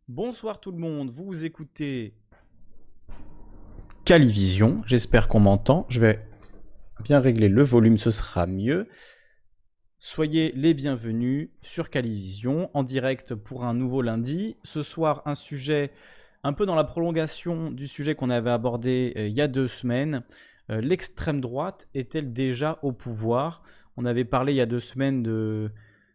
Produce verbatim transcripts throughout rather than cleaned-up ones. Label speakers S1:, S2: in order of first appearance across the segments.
S1: Bonsoir tout le monde, vous écoutez Calivision, j'espère qu'on m'entend. Je vais bien régler le volume, ce sera mieux. Soyez les bienvenus sur Calivision, en direct pour un nouveau lundi. Ce soir, un sujet un peu dans la prolongation du sujet qu'on avait abordé euh, il y a deux semaines. Euh, L'extrême droite est-elle déjà au pouvoir? On avait parlé il y a deux semaines de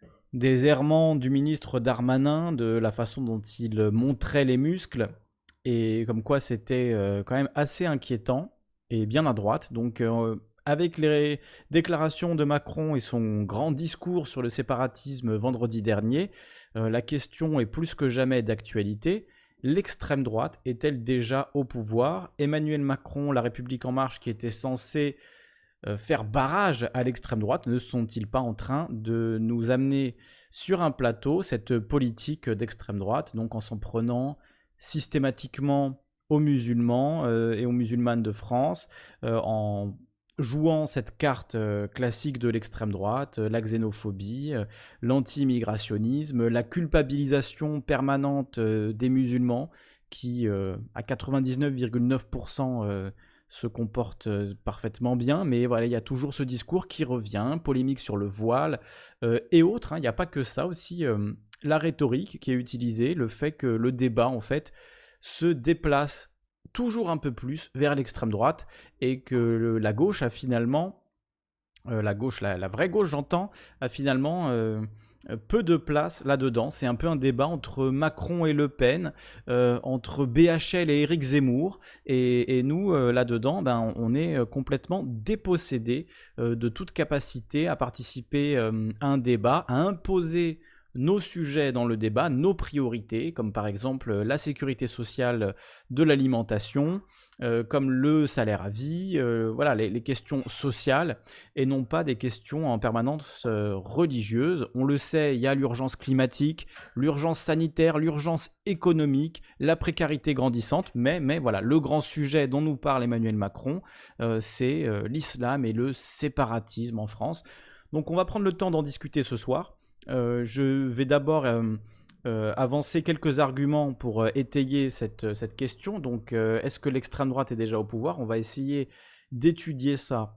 S1: des errements du ministre Darmanin, de la façon dont il montrait les muscles, et comme quoi c'était euh, quand même assez inquiétant et bien à droite. Donc euh, avec les déclarations de Macron et son grand discours sur le séparatisme vendredi dernier, euh, la question est plus que jamais d'actualité. L'extrême droite est-elle déjà au pouvoir? Emmanuel Macron, La République En Marche, qui était censé euh, faire barrage à l'extrême droite, ne sont-ils pas en train de nous amener sur un plateau cette politique d'extrême droite, donc en s'en prenant systématiquement aux musulmans euh, et aux musulmanes de France, euh, en jouant cette carte euh, classique de l'extrême droite, euh, la xénophobie, euh, l'anti-immigrationnisme, la culpabilisation permanente euh, des musulmans qui, euh, à quatre-vingt-dix-neuf virgule neuf pour cent, euh, se comportent euh, parfaitement bien, mais voilà, il y a toujours ce discours qui revient, polémique sur le voile euh, et autres. hein. Il n'y a pas que ça aussi, euh, la rhétorique qui est utilisée, le fait que le débat en fait se déplace toujours un peu plus vers l'extrême droite et que le- la gauche a finalement, euh, la gauche, la, la vraie gauche j'entends, a finalement euh, peu de place là-dedans. C'est un peu un débat entre Macron et Le Pen, euh, entre B H L et Éric Zemmour, et, et nous, euh, là-dedans, ben, on est euh, complètement dépossédé euh, de toute capacité à participer euh, à un débat, à imposer nos sujets dans le débat, nos priorités, comme par exemple la sécurité sociale de l'alimentation, euh, comme le salaire à vie, euh, voilà, les, les questions sociales, et non pas des questions en permanence euh, religieuses. On le sait, il y a l'urgence climatique, l'urgence sanitaire, l'urgence économique, la précarité grandissante, mais, mais voilà, le grand sujet dont nous parle Emmanuel Macron, euh, c'est euh, l'islam et le séparatisme en France. Donc on va prendre le temps d'en discuter ce soir. Euh, je vais d'abord euh, euh, avancer quelques arguments pour euh, étayer cette, cette question. Donc, euh, est-ce que l'extrême droite est déjà au pouvoir? On va essayer d'étudier ça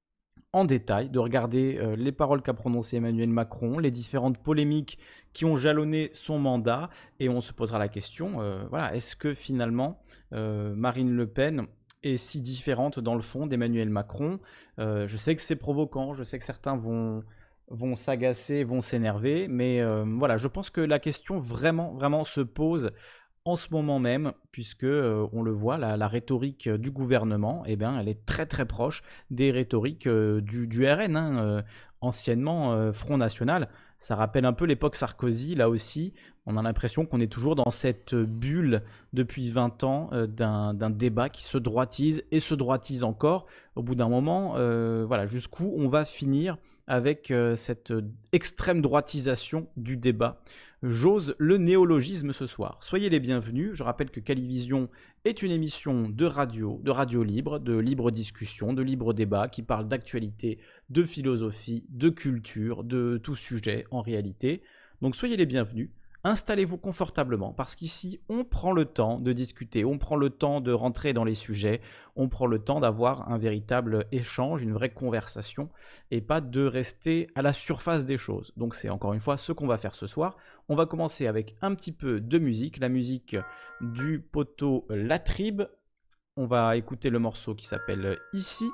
S1: en détail, de regarder euh, les paroles qu'a prononcées Emmanuel Macron, les différentes polémiques qui ont jalonné son mandat, et on se posera la question, euh, voilà, est-ce que finalement euh, Marine Le Pen est si différente dans le fond d'Emmanuel Macron? Euh, Je sais que c'est provoquant, je sais que certains vont vont s'agacer, vont s'énerver, mais euh, voilà, je pense que la question vraiment, vraiment se pose en ce moment même, puisque euh, on le voit, la, la rhétorique du gouvernement, eh bien, elle est très très proche des rhétoriques euh, du, du R N, hein, euh, anciennement euh, Front National. Ça rappelle un peu l'époque Sarkozy, là aussi. On a l'impression qu'on est toujours dans cette bulle depuis vingt ans euh, d'un d'un débat qui se droitise et se droitise encore. Au bout d'un moment, euh, voilà, jusqu'où on va finir avec euh, cette extrême droitisation du débat. J'ose le néologisme ce soir. Soyez les bienvenus. Je rappelle que Calivision est une émission de radio, de radio libre, de libre discussion, de libre débat, qui parle d'actualité, de philosophie, de culture, de tout sujet en réalité. Donc soyez les bienvenus. Installez-vous confortablement parce qu'ici, on prend le temps de discuter, on prend le temps de rentrer dans les sujets, on prend le temps d'avoir un véritable échange, une vraie conversation et pas de rester à la surface des choses. Donc c'est encore une fois ce qu'on va faire ce soir. On va commencer avec un petit peu de musique, la musique du poteau Latrib. On va écouter le morceau qui s'appelle Ici.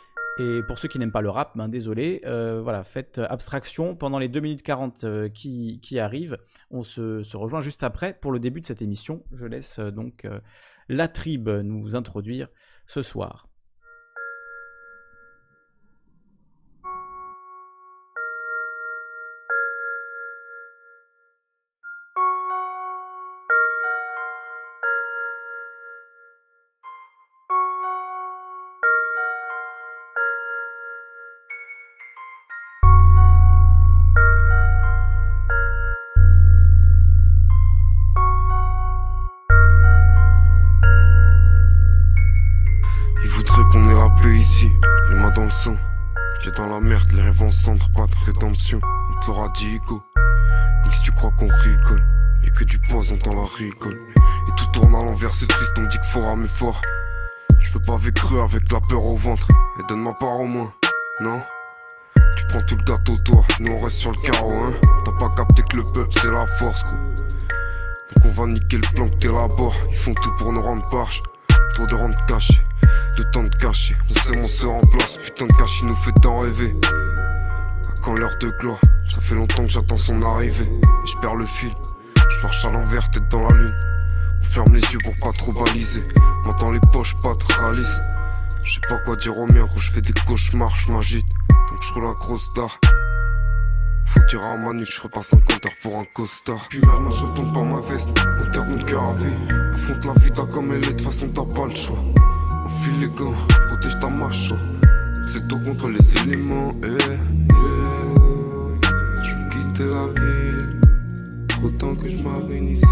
S1: Et pour ceux qui n'aiment pas le rap, ben désolé, euh, voilà, faites abstraction pendant les deux minutes quarante euh, qui, qui arrivent. On se, se rejoint juste après pour le début de cette émission. Je laisse euh, donc euh, Latrib nous introduire ce soir.
S2: Ils voudraient qu'on ait rappé ici, les mains dans le sang. Pieds dans la merde, les rêves en centre, pas de rédemption. On te l'aura dit, go. Nix, tu crois qu'on rigole. Et Y'a que du poison dans la rigole. Et tout tourne à l'envers, c'est triste, on me dit qu'il faut ramer fort. Je veux pas avec creux avec la peur au ventre. Et donne ma part au moins, non? Tu prends tout le gâteau toi, nous on reste sur le carreau hein. T'as pas capté que le peuple c'est la force gros. Donc on va niquer le plan que t'élabores. Ils font tout pour nous rendre barges. Trop de rendre cachés, de temps de cacher. On sait on se remplace, putain de cachis nous fait tant rêver. À quand l'heure de gloire, ça fait longtemps que j'attends son arrivée. Et je perds le fil, je marche à l'envers, tête dans la lune. On ferme les yeux pour pas trop baliser. M'entends les poches pas te réalise. Je sais pas quoi dire aux miens, où je fais des cauchemars, je m'agite. Donc je roule la grosse star. Faut dire à Manu, je ferai pas cinquante heures pour un costard. Puis merde, moi je retourne pas ma veste. On terre mon cœur à vie. Affronte la vie là comme elle est, de toute façon t'as pas le choix. Enfile les gants, protège ta macho. C'est toi contre les éléments, eh, yeah. Je veux quitter la ville. Trop de temps que je m'arrête ici.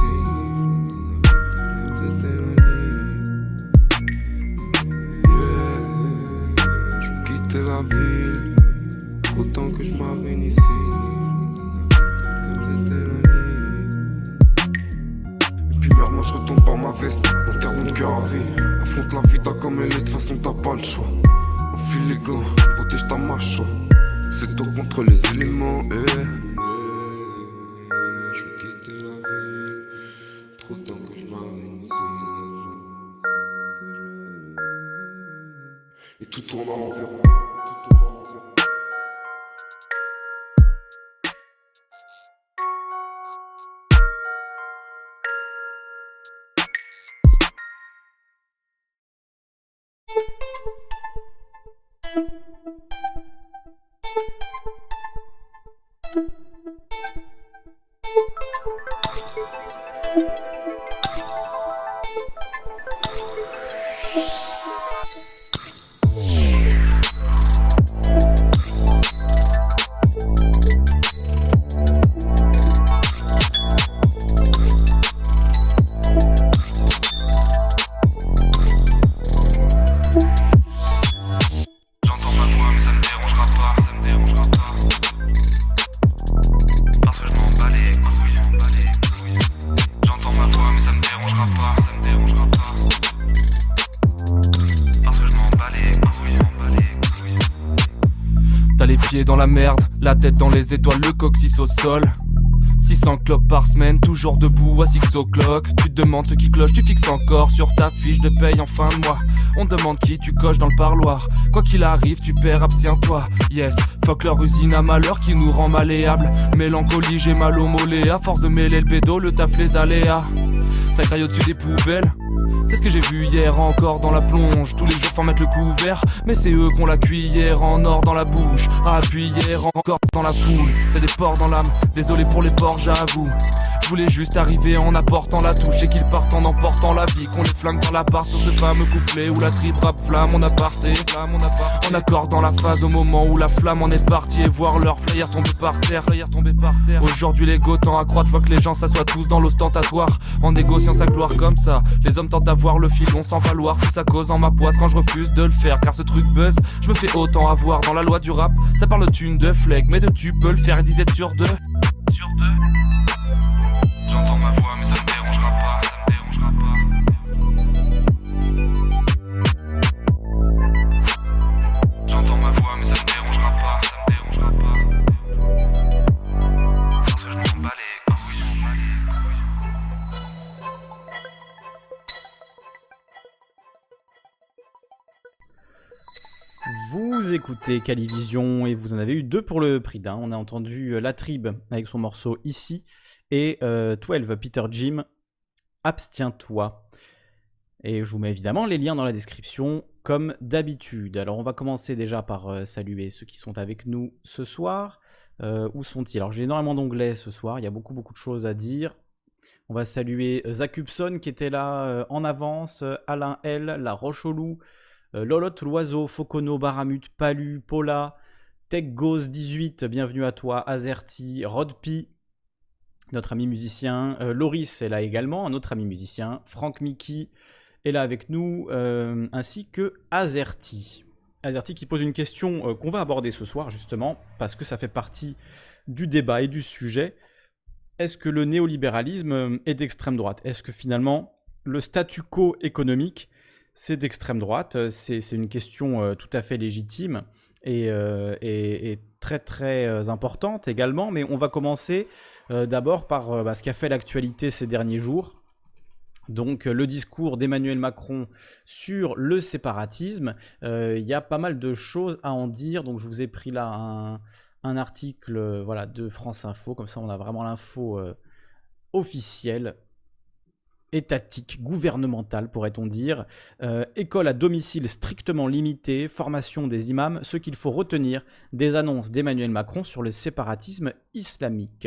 S2: Yeah. Je veux quitter la ville. Trop de temps que je m'arrête ici. Et puis merde, moi je retourne par ma veste. On terre mon cœur à vie. Affronte la vie, t'as comme elle est, de toute façon t'as pas le choix. Enfile les gants, protège ta macho. C'est toi contre les éléments, eh. Je veux quitter la ville. Trop de temps que je m'arrête ici. Et tout tourne à l'envers. Tout tourne à l'envers.
S3: Dans la merde, la tête dans les étoiles, le coccyx au sol. Six cents clopes par semaine, toujours debout à six o'clock. Tu te demandes ce qui cloche, tu fixes encore sur ta fiche de paye en fin de mois. On te demande qui tu coches dans le parloir. Quoi qu'il arrive, tu perds, abstiens-toi. Yes, fuck leur usine à malheur qui nous rend malléables. Mélancolie, j'ai mal au mollet. À force de mêler le bédo, le taf les aléas. Ça graille au-dessus des poubelles. C'est ce que j'ai vu hier encore dans la plonge. Tous les jours faut mettre le couvert, mais c'est eux qu'on la cuillère en or dans la bouche. Ah puis hier encore dans la foule. C'est des porcs dans l'âme, désolé pour les porcs j'avoue. Je voulais juste arriver en apportant la touche et qu'ils partent en emportant la vie. Qu'on les flingue dans l'appart sur ce fameux couplet où la tripe rap flamme en aparté. En accord dans la phase au moment où la flamme en est partie. Et voir leur flyer tomber par terre, flyer tomber par terre. Aujourd'hui l'ego tend à croître, je vois que les gens s'assoient tous dans l'ostentatoire. En négociant sa gloire comme ça, les hommes tentent d'avoir le filon sans valoir. Tout ça cause en ma poisse quand je refuse de le faire. Car ce truc buzz, je me fais autant avoir. Dans la loi du rap, ça parle de thune, de flegme, mais de tu peux le faire et disette sur deux. Sur deux. J'entends ma voix mais ça me dérangera pas, ça me dérangera pas. J'entends ma voix mais ça me dérangera pas, ça me dérangera pas. Parce que je m'en bats les couilles, je m'en bats les couilles.
S1: Vous écoutez Calivision et vous en avez eu deux pour le prix d'un. On a entendu La Tribe avec son morceau Ici. Et euh, douze, Peter Jim, Abstiens-toi. Et je vous mets évidemment les liens dans la description, comme d'habitude. Alors on va commencer déjà par euh, saluer ceux qui sont avec nous ce soir. Euh, où sont-ils? Alors j'ai énormément d'onglets ce soir, il y a beaucoup beaucoup de choses à dire. On va saluer Zach Hubson qui était là euh, en avance, Alain L, La Roche au Loup, euh, Lolotte Loiseau, Focono, Baramut, Palu, Paula, TechGoz dix-huit, bienvenue à toi, Azerty, Rodpi, notre ami musicien, euh, Loris est là également, un autre ami musicien, Franck Mickey est là avec nous, euh, ainsi que Azerty. Azerty qui pose une question euh, qu'on va aborder ce soir justement, parce que ça fait partie du débat et du sujet. est-ce que le néolibéralisme est d'extrême droite? Est-ce que finalement, le statu quo économique, c'est d'extrême droite? C'est c'est une question euh, tout à fait légitime et, euh, et- et très très euh, importante également. Mais on va commencer euh, d'abord par euh, bah, ce qui a fait l'actualité ces derniers jours. Donc euh, le discours d'Emmanuel Macron sur le séparatisme, euh, il y a pas mal de choses à en dire. Donc je vous ai pris là un, un article euh, voilà, de France Info, comme ça on a vraiment l'info euh, officielle, étatique, gouvernementale pourrait-on dire. Euh, école à domicile strictement limitée, formation des imams, ce qu'il faut retenir des annonces d'Emmanuel Macron sur le séparatisme islamique.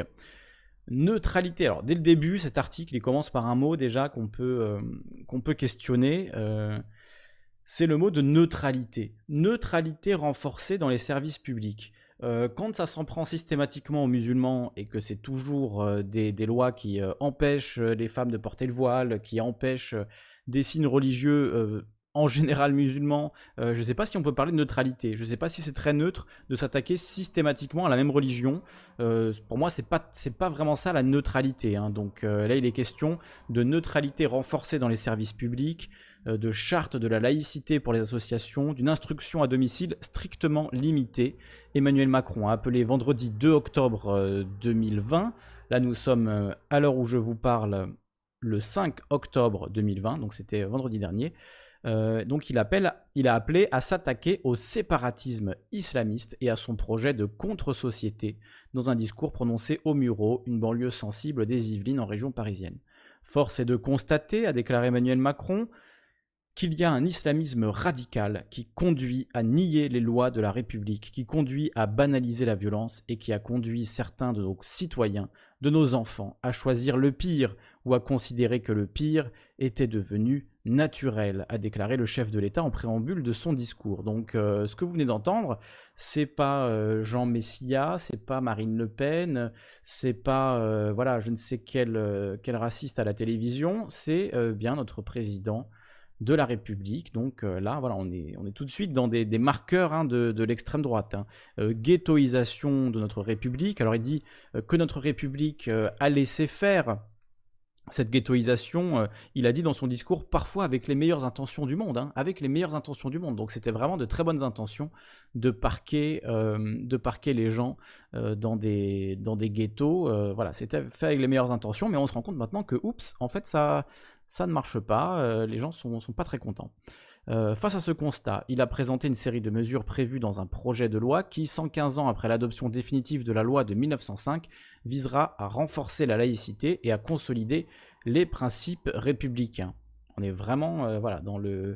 S1: Neutralité. Alors, dès le début, cet article, il commence par un mot déjà qu'on peut, euh, qu'on peut questionner. Euh, c'est le mot de neutralité. Neutralité renforcée dans les services publics. Euh, quand ça s'en prend systématiquement aux musulmans et que c'est toujours euh, des, des lois qui euh, empêchent euh, les femmes de porter le voile, qui empêchent euh, des signes religieux euh, en général musulmans, euh, je ne sais pas si on peut parler de neutralité. Je ne sais pas si c'est très neutre de s'attaquer systématiquement à la même religion. Euh, pour moi, c'est pas c'est pas vraiment ça la neutralité. Hein. Donc euh, là, il est question de neutralité renforcée dans les services publics, euh, de charte de la laïcité pour les associations, d'une instruction à domicile strictement limitée. Emmanuel Macron a appelé vendredi deux octobre euh, deux mille vingt. Là, nous sommes euh, à l'heure où je vous parle le cinq octobre deux mille vingt, donc c'était vendredi dernier. Euh, donc il, appelle, il a appelé à s'attaquer au séparatisme islamiste et à son projet de contre-société dans un discours prononcé au Mureau, une banlieue sensible des Yvelines en région parisienne. Force est de constater, a déclaré Emmanuel Macron, qu'il y a un islamisme radical qui conduit à nier les lois de la République, qui conduit à banaliser la violence et qui a conduit certains de nos citoyens, de nos enfants, à choisir le pire ou à considérer que le pire était devenu naturel, a déclaré le chef de l'État en préambule de son discours. Donc euh, ce que vous venez d'entendre, c'est pas euh, Jean Messia, c'est pas Marine Le Pen, c'est pas euh, voilà, je ne sais quel, euh, quel raciste à la télévision, c'est euh, bien notre président de la République. Donc euh, là, voilà, on est, on est tout de suite dans des, des marqueurs hein, de, de l'extrême droite. Hein. Euh, ghettoisation de notre République. Alors il dit euh, que notre République euh, a laissé faire cette ghettoisation, euh, il a dit dans son discours, parfois avec les meilleures intentions du monde, hein, avec les meilleures intentions du monde. Donc c'était vraiment de très bonnes intentions de parquer, euh, de parquer les gens euh, dans, des, dans des ghettos. Euh, voilà, c'était fait avec les meilleures intentions, mais on se rend compte maintenant que, oups, en fait, ça, ça ne marche pas. Euh, les gens sont, sont pas très contents. Euh, face à ce constat, il a présenté une série de mesures prévues dans un projet de loi qui, cent quinze ans après l'adoption définitive de la loi de mille neuf cent cinq, visera à renforcer la laïcité et à consolider les principes républicains. On est vraiment euh, voilà, dans le,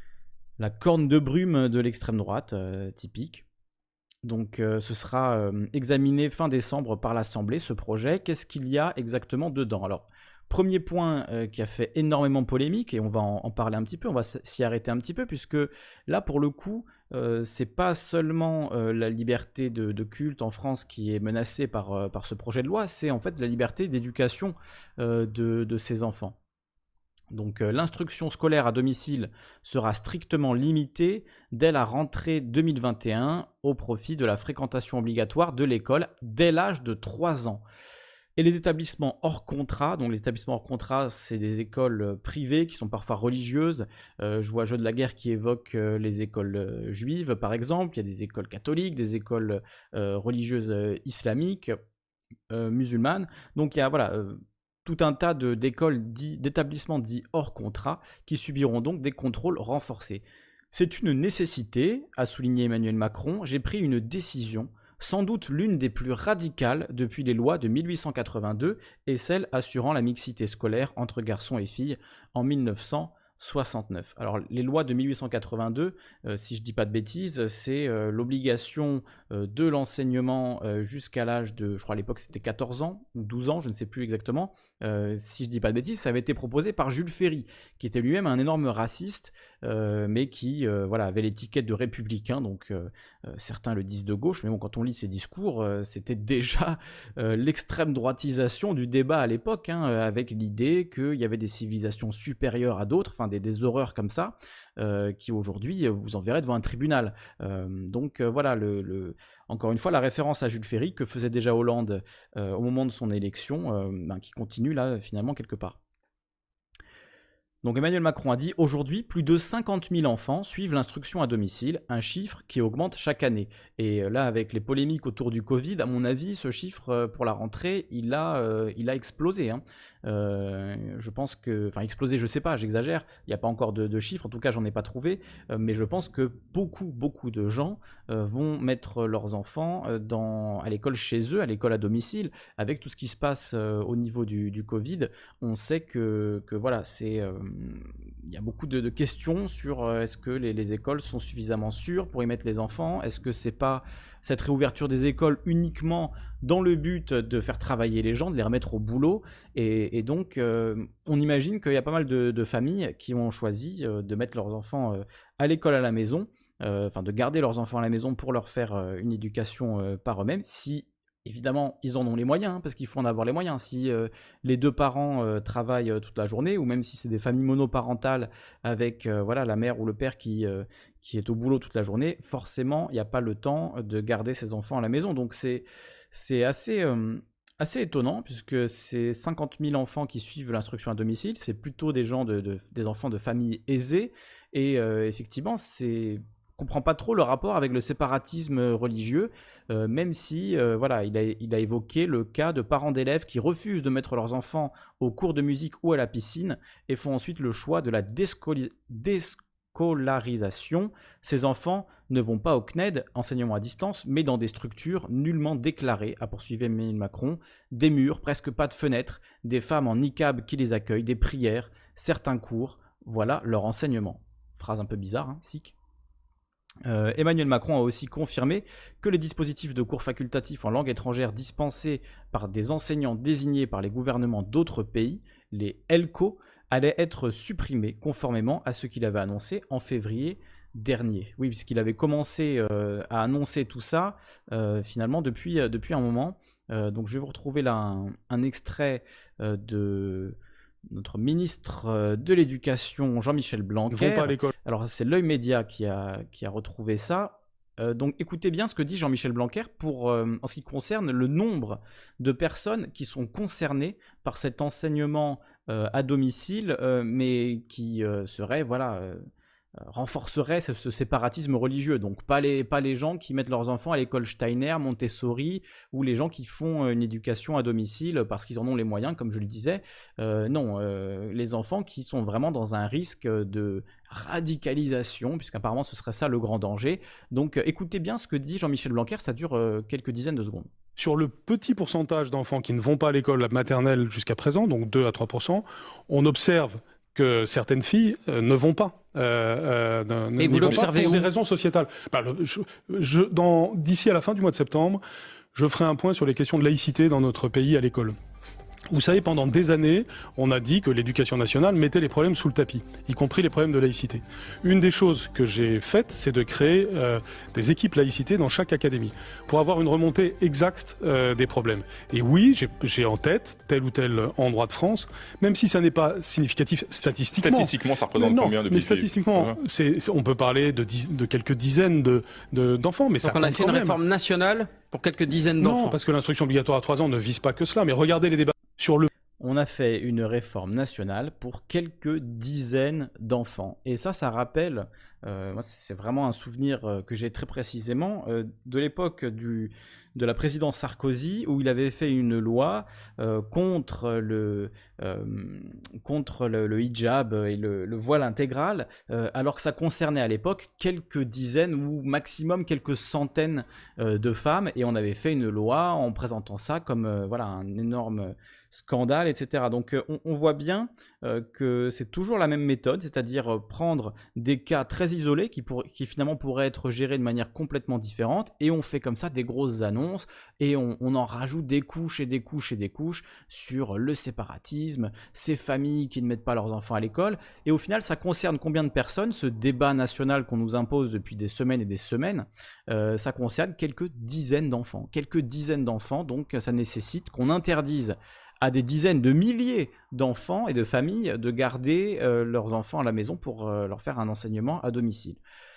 S1: la corne de brume de l'extrême droite, euh, typique. Donc euh, ce sera euh, examiné fin décembre par l'Assemblée, ce projet. Qu'est-ce qu'il y a exactement dedans? Alors, premier point euh, qui a fait énormément polémique, et on va en, en parler un petit peu, on va s'y arrêter un petit peu, puisque là, pour le coup, euh, c'est pas seulement euh, la liberté de, de culte en France qui est menacée par, euh, par ce projet de loi, c'est en fait la liberté d'éducation euh, de, de ces enfants. Donc euh, l'instruction scolaire à domicile sera strictement limitée dès la rentrée deux mille vingt et un au profit de la fréquentation obligatoire de l'école dès l'âge de trois ans. Et les établissements hors contrat, donc les établissements hors contrat, c'est des écoles privées qui sont parfois religieuses. Euh, je vois Jeu de la Guerre qui évoque euh, les écoles euh, juives, par exemple. Il y a des écoles catholiques, des écoles euh, religieuses euh, islamiques, euh, musulmanes. Donc il y a voilà, euh, tout un tas de, d'écoles, dits, d'établissements dits hors contrat qui subiront donc des contrôles renforcés. C'est une nécessité, a souligné Emmanuel Macron. J'ai pris une décision sans doute l'une des plus radicales depuis les lois de mille huit cent quatre-vingt-deux et celle assurant la mixité scolaire entre garçons et filles en mille neuf cent soixante-neuf. Alors les lois de mille huit cent quatre-vingt-deux, euh, si je ne dis pas de bêtises, c'est euh, l'obligation euh, de l'enseignement euh, jusqu'à l'âge de, je crois à l'époque c'était quatorze ans ou douze ans, je ne sais plus exactement. Euh, si je ne dis pas de bêtises, ça avait été proposé par Jules Ferry, qui était lui-même un énorme raciste, euh, mais qui euh, voilà, avait l'étiquette de républicain, donc euh, euh, certains le disent de gauche, mais bon, quand on lit ses discours, euh, c'était déjà euh, l'extrême droitisation du débat à l'époque, hein, avec l'idée qu'il y avait des civilisations supérieures à d'autres, enfin des, des horreurs comme ça, euh, qui aujourd'hui vous enverraient devant un tribunal. Euh, donc euh, voilà, le, le... encore une fois, la référence à Jules Ferry que faisait déjà Hollande euh, au moment de son élection, euh, ben, qui continue là finalement quelque part. Donc Emmanuel Macron a dit « Aujourd'hui, plus de cinquante mille enfants suivent l'instruction à domicile, un chiffre qui augmente chaque année. » Et là, avec les polémiques autour du Covid, à mon avis, ce chiffre, pour la rentrée, il a, euh, il a explosé. Hein. Euh, je pense que... Enfin, explosé, je sais pas, j'exagère. Il n'y a pas encore de, de chiffres, en tout cas, j'en ai pas trouvé. Euh, mais je pense que beaucoup, beaucoup de gens euh, vont mettre leurs enfants euh, dans, à l'école chez eux, à l'école à domicile. Avec tout ce qui se passe euh, au niveau du, du Covid, on sait que, que voilà, c'est... Euh, il y a beaucoup de, de questions sur euh, est-ce que les, les écoles sont suffisamment sûres pour y mettre les enfants? Est-ce que c'est pas cette réouverture des écoles uniquement dans le but de faire travailler les gens, de les remettre au boulot? Et, et donc, euh, on imagine qu'il y a pas mal de, de familles qui ont choisi euh, de mettre leurs enfants euh, à l'école à la maison, euh, enfin de garder leurs enfants à la maison pour leur faire euh, une éducation euh, par eux-mêmes, si évidemment, ils en ont les moyens, hein, parce qu'il faut en avoir les moyens. Si euh, les deux parents euh, travaillent euh, toute la journée, ou même si c'est des familles monoparentales avec euh, voilà, la mère ou le père qui, euh, qui est au boulot toute la journée, forcément, il n'y a pas le temps de garder ses enfants à la maison. Donc c'est, c'est assez, euh, assez étonnant, puisque c'est cinquante mille enfants qui suivent l'instruction à domicile. C'est plutôt des, gens de, de, des enfants de familles aisées. Et euh, effectivement, c'est... comprend pas trop le rapport avec le séparatisme religieux, euh, même si euh, voilà, il a, il a évoqué le cas de parents d'élèves qui refusent de mettre leurs enfants au cours de musique ou à la piscine et font ensuite le choix de la déscoli- déscolarisation. Ces enfants ne vont pas au C N E D, enseignement à distance, mais dans des structures nullement déclarées, a poursuivi Emmanuel Macron, des murs, presque pas de fenêtres, des femmes en niqab qui les accueillent, des prières, certains cours, voilà leur enseignement. Phrase un peu bizarre, hein, sick. Euh, Emmanuel Macron a aussi confirmé que les dispositifs de cours facultatifs en langue étrangère dispensés par des enseignants désignés par les gouvernements d'autres pays, les E L C O, allaient être supprimés conformément à ce qu'il avait annoncé en février dernier. Oui, puisqu'il avait commencé euh, à annoncer tout ça euh, finalement depuis, euh, depuis un moment. Euh, donc je vais vous retrouver là un, un extrait euh, de... notre ministre de l'Éducation, Jean-Michel Blanquer.
S4: Ils vont pas à l'école.
S1: Alors, c'est l'Œil Média qui a, qui a retrouvé ça. Euh, donc, écoutez bien ce que dit Jean-Michel Blanquer pour, euh, en ce qui concerne le nombre de personnes qui sont concernées par cet enseignement euh, à domicile, euh, mais qui euh, serait, voilà... Euh, renforcerait ce, ce séparatisme religieux. Donc pas les, pas les gens qui mettent leurs enfants à l'école Steiner, Montessori, ou les gens qui font une éducation à domicile parce qu'ils en ont les moyens, comme je le disais. Euh, non, euh, les enfants qui sont vraiment dans un risque de radicalisation, puisqu'apparemment ce serait ça le grand danger. Donc écoutez bien ce que dit Jean-Michel Blanquer, ça dure euh, quelques dizaines de secondes.
S4: Sur le petit pourcentage d'enfants qui ne vont pas à l'école maternelle jusqu'à présent, donc deux à trois pour cent, on observe que certaines filles euh, ne vont pas. Euh, euh,
S5: Et vous l'observez
S4: pour
S5: où ?
S4: des raisons sociétales. Bah, le, je, je, dans, d'ici à la fin du mois de septembre, je ferai un point sur les questions de laïcité dans notre pays à l'école. Vous savez, pendant des années, on a dit que l'éducation nationale mettait les problèmes sous le tapis, y compris les problèmes de laïcité. Une des choses que j'ai faites, c'est de créer euh, des équipes laïcité dans chaque académie, pour avoir une remontée exacte euh, des problèmes. Et oui, j'ai, j'ai en tête tel ou tel endroit de France, même si ça n'est pas significatif statistiquement.
S6: Statistiquement, ça représente
S4: non,
S6: combien de
S4: mais statistiquement, c'est, c'est, on peut parler de, dix, de quelques dizaines de, de, d'enfants, mais
S5: Donc
S4: ça
S5: on a fait une
S4: même.
S5: réforme nationale pour quelques dizaines d'enfants.
S4: Non, parce que l'instruction obligatoire à trois ans ne vise pas que cela, mais regardez les débats sur le...
S1: On a fait une réforme nationale pour quelques dizaines d'enfants. Et ça, ça rappelle, euh, moi, c'est vraiment un souvenir euh, que j'ai très précisément, euh, de l'époque du, de la présidence Sarkozy, où il avait fait une loi euh, contre, le, euh, contre le, le hijab et le, le voile intégral, euh, alors que ça concernait à l'époque quelques dizaines ou maximum quelques centaines euh, de femmes. Et on avait fait une loi en présentant ça comme euh, voilà, un énorme... scandale, et cetera. Donc euh, on, on voit bien euh, que c'est toujours la même méthode, c'est-à-dire euh, prendre des cas très isolés qui, pour, qui finalement pourraient être gérés de manière complètement différente, et on fait comme ça des grosses annonces, et on, on en rajoute des couches et des couches et des couches sur le séparatisme, ces familles qui ne mettent pas leurs enfants à l'école, et au final ça concerne combien de personnes, ce débat national qu'on nous impose depuis des semaines et des semaines, euh, ça concerne quelques dizaines d'enfants, quelques dizaines d'enfants, donc ça nécessite qu'on interdise à des dizaines de milliers d'enfants et de familles de garder euh, leurs enfants à la maison pour euh, leur faire un enseignement à domicile.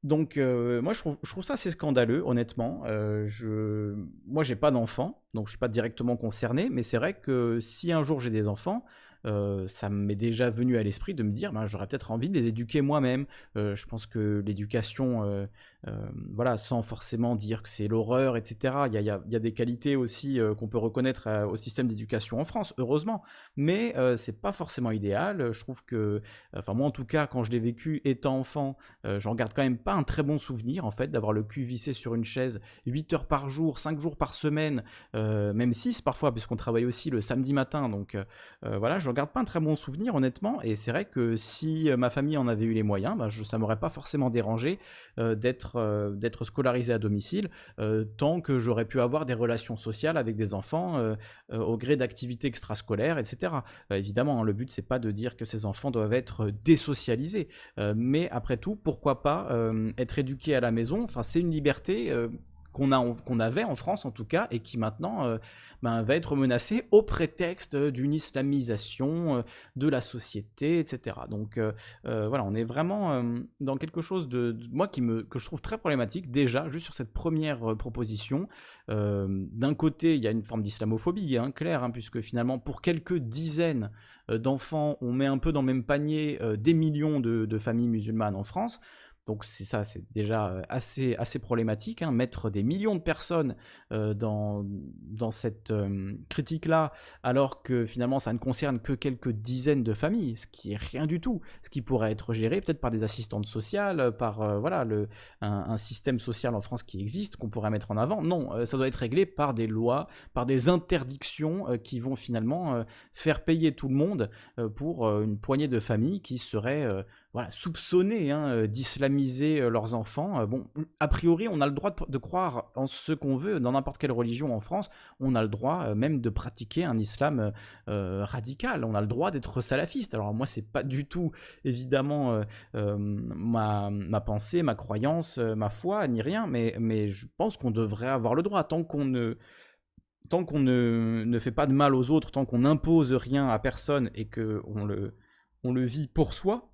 S1: Donc, euh, moi, je trouve, je trouve ça assez scandaleux, honnêtement. Euh, je... Moi, j'ai pas d'enfants, donc je suis pas directement concerné, mais c'est vrai que si un jour j'ai des enfants, euh, ça m'est déjà venu à l'esprit de me dire, ben, j'aurais peut-être envie de les éduquer moi-même. Euh, je pense que l'éducation, euh, euh, voilà, sans forcément dire que c'est l'horreur, et cetera. Il y a, il y a- il y a des qualités aussi euh, qu'on peut reconnaître euh, au système d'éducation en France, heureusement, mais euh, c'est pas forcément idéal. Je trouve que, enfin moi en tout cas, quand je l'ai vécu étant enfant, euh, j'en garde quand même pas un très bon souvenir en fait d'avoir le cul vissé sur une chaise huit heures par jour, cinq jours par semaine, euh, même six parfois, puisqu'on travaille aussi le samedi matin. Donc euh, euh, voilà, je garde pas un très bon souvenir honnêtement. Et c'est vrai que si euh, ma famille en avait eu les moyens, bah, je, ça m'aurait pas forcément dérangé euh, d'être euh, d'être scolarisé à domicile, euh, tant que j'aurais pu avoir des relations sociales avec des enfants euh, euh, au gré d'activités extrascolaires, et cetera. Euh, évidemment, hein, le but c'est pas de dire que ces enfants doivent être désocialisés, euh, mais après tout, pourquoi pas euh, être éduqué à la maison. Enfin, c'est une liberté euh, qu'on a, qu'on avait en France en tout cas, et qui maintenant euh, ben, va être menacée au prétexte d'une islamisation euh, de la société, et cetera. Donc euh, euh, voilà, on est vraiment euh, dans quelque chose de, de- moi qui me, que je trouve très problématique déjà, juste sur cette première euh, proposition. Euh, d'un côté, il y a une forme d'islamophobie, hein, claire, hein, puisque finalement, pour quelques dizaines euh, d'enfants, on met un peu dans le même panier euh, des millions de, de familles musulmanes en France. Donc c'est ça, c'est déjà euh, assez, assez problématique, hein, mettre des millions de personnes euh, dans, dans cette euh, critique-là, alors que finalement ça ne concerne que quelques dizaines de familles, ce qui est rien du tout, ce qui pourrait être géré peut-être par des assistantes sociales, par euh, voilà, le, un, un système social en France qui existe, qu'on pourrait mettre en avant. Non, euh, ça doit être réglé par des lois, par des interdictions euh, qui vont finalement euh, faire payer tout le monde euh, pour euh, une poignée de familles qui seraient euh, voilà, soupçonner hein, euh, d'islamiser euh, leurs enfants. Euh, bon, a priori, on a le droit de, de croire en ce qu'on veut dans n'importe quelle religion en France. On a le droit euh, même de pratiquer un islam euh, radical. On a le droit d'être salafiste. Alors moi, c'est pas du tout évidemment euh, euh, ma, ma pensée, ma croyance, euh, ma foi, ni rien, mais, mais je pense qu'on devrait avoir le droit tant qu'on ne tant qu'on ne, ne fait pas de mal aux autres, tant qu'on n'impose rien à personne et qu'on le, on le vit pour soi.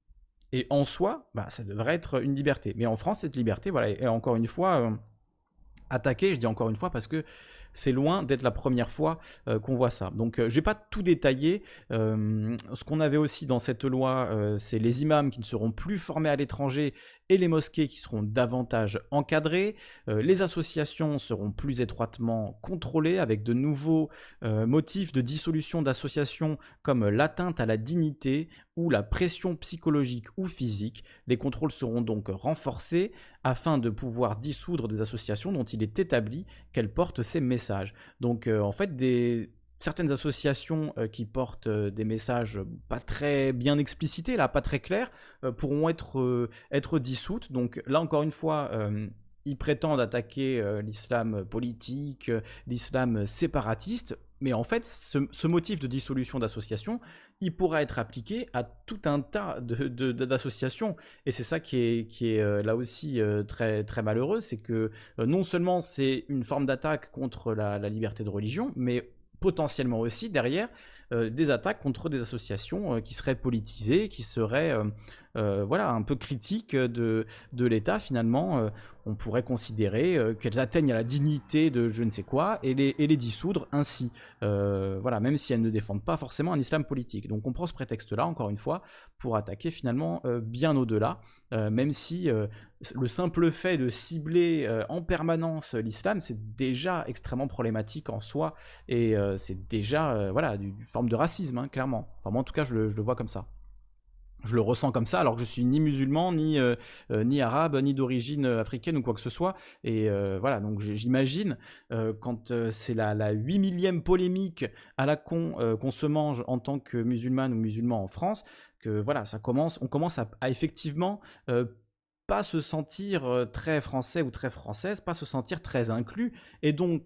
S1: Et en soi, bah, ça devrait être une liberté. Mais en France, cette liberté, voilà, est encore une fois euh, attaquée. Je dis encore une fois parce que c'est loin d'être la première fois euh, qu'on voit ça. Donc euh, je ne vais pas tout détailler. Euh, ce qu'on avait aussi dans cette loi, euh, c'est les imams qui ne seront plus formés à l'étranger et les mosquées qui seront davantage encadrées. Euh, les associations seront plus étroitement contrôlées avec de nouveaux euh, motifs de dissolution d'associations comme l'atteinte à la dignité ou la pression psychologique ou physique. Les contrôles seront donc renforcés afin de pouvoir dissoudre des associations dont il est établi qu'elles portent ces messages. Donc euh, en fait, des, certaines associations euh, qui portent euh, des messages pas très bien explicités, là, pas très clairs, euh, pourront être, euh, être dissoutes. Donc là, encore une fois, euh, ils prétendent attaquer euh, l'islam politique, euh, l'islam séparatiste, mais en fait, ce, ce motif de dissolution d'association, il pourra être appliqué à tout un tas de, de, de, d'associations. Et c'est ça qui est, qui est euh, là aussi euh, très, très malheureux, c'est que euh, non seulement c'est une forme d'attaque contre la, la liberté de religion, mais potentiellement aussi derrière euh, des attaques contre des associations euh, qui seraient politisées, qui seraient euh, euh, voilà, un peu critiques de, de l'État finalement. Euh, on pourrait considérer euh, qu'elles atteignent à la dignité de je ne sais quoi et les, et les dissoudre ainsi. Euh, voilà, même si elles ne défendent pas forcément un islam politique. Donc on prend ce prétexte-là, encore une fois, pour attaquer finalement euh, bien au-delà, euh, même si euh, le simple fait de cibler euh, en permanence l'islam, c'est déjà extrêmement problématique en soi, et euh, c'est déjà euh, voilà, une forme de racisme, hein, clairement. Enfin, moi en tout cas, je le, je le vois comme ça. Je le ressens comme ça, alors que je suis ni musulman, ni, euh, euh, ni arabe, ni d'origine africaine ou quoi que ce soit. Et euh, voilà, donc j'imagine, euh, quand euh, c'est la, la huit millième polémique à la con euh, qu'on se mange en tant que musulmane ou musulman en France, que voilà, ça commence, on commence à, à effectivement euh, pas se sentir très français ou très française, pas se sentir très inclus, et donc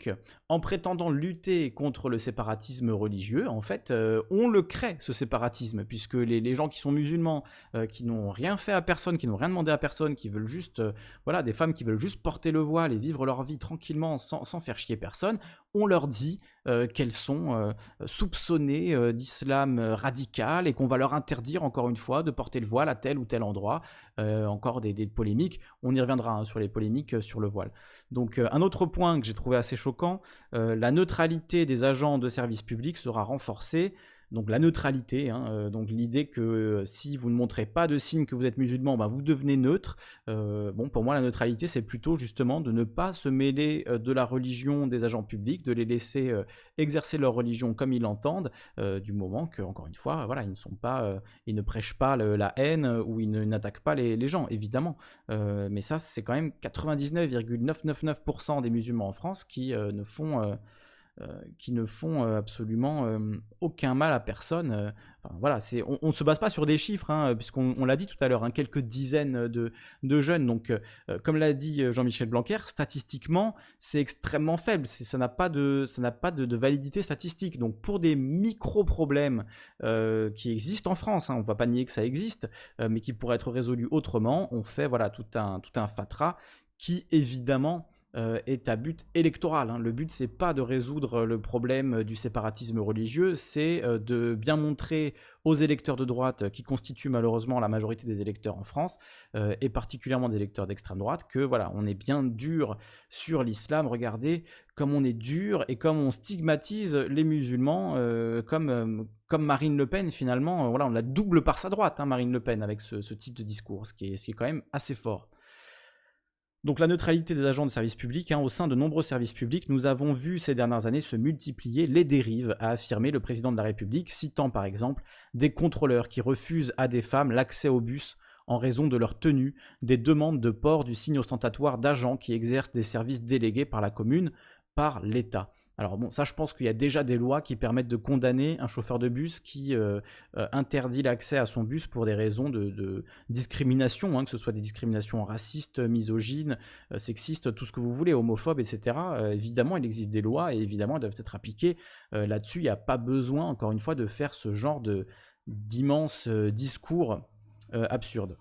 S1: en prétendant lutter contre le séparatisme religieux, en fait, euh, on le crée, ce séparatisme, puisque les, les gens qui sont musulmans, euh, qui n'ont rien fait à personne, qui n'ont rien demandé à personne, qui veulent juste, euh, voilà, des femmes qui veulent juste porter le voile et vivre leur vie tranquillement sans, sans faire chier personne, on leur dit euh, qu'elles sont euh, soupçonnées euh, d'islam euh, radical et qu'on va leur interdire, encore une fois, de porter le voile à tel ou tel endroit. Euh, encore des, des polémiques, on y reviendra hein, sur les polémiques euh, sur le voile. Donc euh, un autre point que j'ai trouvé assez choquant, euh, la neutralité des agents de service public sera renforcée. Donc la neutralité, hein, euh, donc l'idée que euh, si vous ne montrez pas de signe que vous êtes musulman, bah, vous devenez neutre. Euh, bon, pour moi, la neutralité, c'est plutôt justement de ne pas se mêler euh, de la religion des agents publics, de les laisser euh, exercer leur religion comme ils l'entendent, euh, du moment que, encore une fois, voilà, ils ne sont pas, euh, ils ne prêchent pas le, la haine ou ils ne, n'attaquent pas les, les gens, évidemment. Euh, mais ça, c'est quand même quatre-vingt-dix-neuf virgule neuf cent quatre-vingt-dix-neuf pour cent des musulmans en France qui euh, ne font euh, Euh, qui ne font euh, absolument euh, aucun mal à personne. Euh, enfin, voilà, c'est, on ne se base pas sur des chiffres, hein, puisqu'on on l'a dit tout à l'heure, hein, quelques dizaines de, de jeunes. Donc, euh, comme l'a dit Jean-Michel Blanquer, statistiquement, c'est extrêmement faible. C'est, ça n'a pas, de, ça n'a pas de, de validité statistique. Donc, pour des micro-problèmes euh, qui existent en France, hein, on ne va pas nier que ça existe, euh, mais qui pourraient être résolus autrement, on fait voilà, tout un, tout un fatras qui, évidemment, Euh, est à but électoral. Hein. Le but, c'est pas de résoudre le problème du séparatisme religieux, c'est euh, de bien montrer aux électeurs de droite, qui constituent malheureusement la majorité des électeurs en France, euh, et particulièrement des électeurs d'extrême droite, que voilà, on est bien dur sur l'islam. Regardez comme on est dur et comme on stigmatise les musulmans, euh, comme, euh, comme Marine Le Pen finalement. Euh, voilà, on la double par sa droite, hein, Marine Le Pen, avec ce, ce type de discours, ce qui est, ce qui est quand même assez fort. Donc la neutralité des agents de service public, hein, au sein de nombreux services publics, nous avons vu ces dernières années se multiplier les dérives, a affirmé le président de la République, citant par exemple des contrôleurs qui refusent à des femmes l'accès au bus en raison de leur tenue, des demandes de port du signe ostentatoire d'agents qui exercent des services délégués par la commune, par l'État. Alors bon, ça je pense qu'il y a déjà des lois qui permettent de condamner un chauffeur de bus qui euh, euh, interdit l'accès à son bus pour des raisons de, de discrimination, hein, que ce soit des discriminations racistes, misogynes, euh, sexistes, tout ce que vous voulez, homophobes, et cetera. Euh, évidemment, il existe des lois et évidemment, elles doivent être appliquées. Euh, là-dessus, il n'y a pas besoin, encore une fois, de faire ce genre de, d'immenses euh, discours euh, absurdes.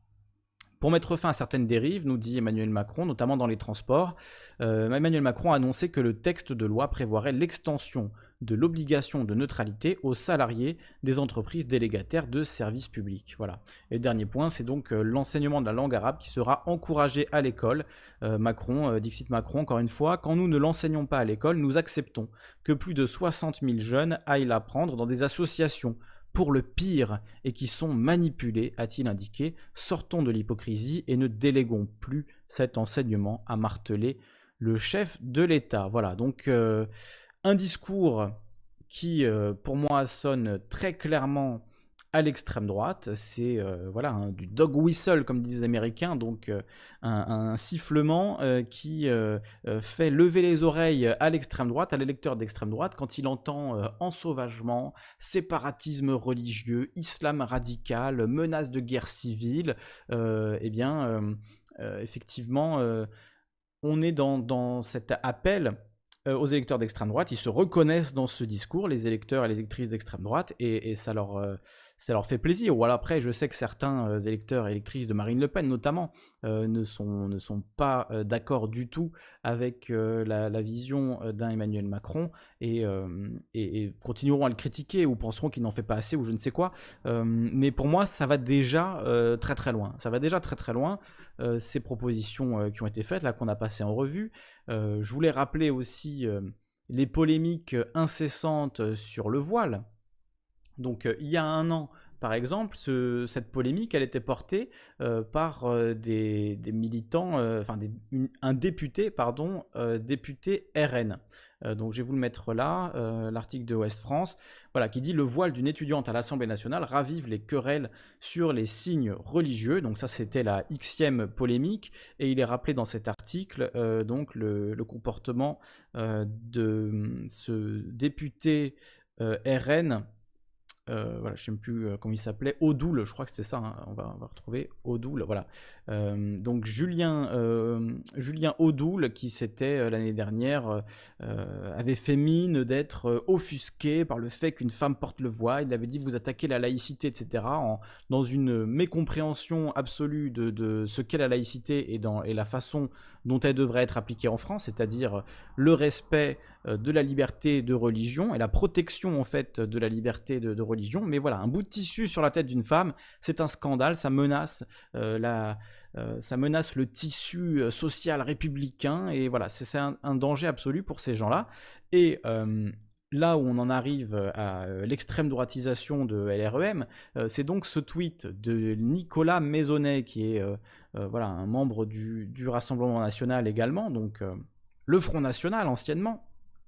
S1: Pour mettre fin à certaines dérives, nous dit Emmanuel Macron, notamment dans les transports, euh, Emmanuel Macron a annoncé que le texte de loi prévoirait l'extension de l'obligation de neutralité aux salariés des entreprises délégataires de services publics. Voilà. Et le dernier point, c'est donc euh, l'enseignement de la langue arabe qui sera encouragé à l'école. Euh, Macron, euh, Dixit Macron, encore une fois, quand nous ne l'enseignons pas à l'école, nous acceptons que plus de soixante mille jeunes aillent l'apprendre dans des associations pour le pire et qui sont manipulés, a-t-il indiqué. Sortons de l'hypocrisie et ne déléguons plus cet enseignement, a martelé le chef de l'État. Voilà, donc euh, un discours qui, euh, pour moi, sonne très clairement à l'extrême droite. C'est euh, voilà, hein, du dog whistle, comme disent les Américains, donc euh, un, un sifflement euh, qui euh, euh, fait lever les oreilles à l'extrême droite, à l'électeur d'extrême droite, quand il entend euh, ensauvagement, séparatisme religieux, islam radical, menace de guerre civile. Euh, eh bien, euh, euh, effectivement, euh, on est dans, dans cet appel aux électeurs d'extrême droite. Ils se reconnaissent dans ce discours, les électeurs et les électrices d'extrême droite, et, et ça, leur, euh, ça leur fait plaisir. Ou alors après, je sais que certains euh, électeurs et électrices de Marine Le Pen, notamment, euh, ne, sont, ne sont pas euh, d'accord du tout avec euh, la, la vision euh, d'un Emmanuel Macron, et, euh, et, et continueront à le critiquer, ou penseront qu'il n'en fait pas assez, ou je ne sais quoi. Euh, mais pour moi, ça va déjà euh, très très loin. Ça va déjà très très loin, euh, ces propositions euh, qui ont été faites, là, qu'on a passées en revue. Euh, je voulais rappeler aussi euh, les polémiques incessantes sur le voile. Donc euh, il y a un an, par exemple, ce, cette polémique, elle était portée euh, par euh, des, des militants, euh, enfin des, une, un député, pardon, euh, député R N. Euh, donc je vais vous le mettre là, euh, l'article de Ouest France, voilà, qui dit « Le voile d'une étudiante à l'Assemblée nationale ravive les querelles sur les signes religieux ». Donc ça, c'était la Xème polémique, et il est rappelé dans cet article euh, donc le, le comportement euh, de ce député euh, R N euh, voilà, je ne sais même plus euh, comment il s'appelait, Odoul, je crois que c'était ça, hein, on, va, on va retrouver Odoul, voilà. Euh, donc Julien, euh, Julien Odoul, qui s'était euh, l'année dernière, euh, avait fait mine d'être euh, offusqué par le fait qu'une femme porte le voile. Il avait dit vous attaquez la laïcité, et cetera, en, dans une mécompréhension absolue de, de ce qu'est la laïcité et, dans, et la façon dont elle devrait être appliquée en France, c'est-à-dire le respect de la liberté de religion et la protection en fait de la liberté de, de religion. Mais voilà, un bout de tissu sur la tête d'une femme, c'est un scandale, ça menace euh, la, euh, ça menace le tissu social républicain et voilà, c'est, c'est un, un danger absolu pour ces gens-là. Et euh, là où on en arrive à l'extrême droitisation de L R E M, euh, c'est donc ce tweet de Nicolas Maisonnet, qui est euh, euh, voilà, un membre du, du Rassemblement National également, donc euh, le Front National anciennement,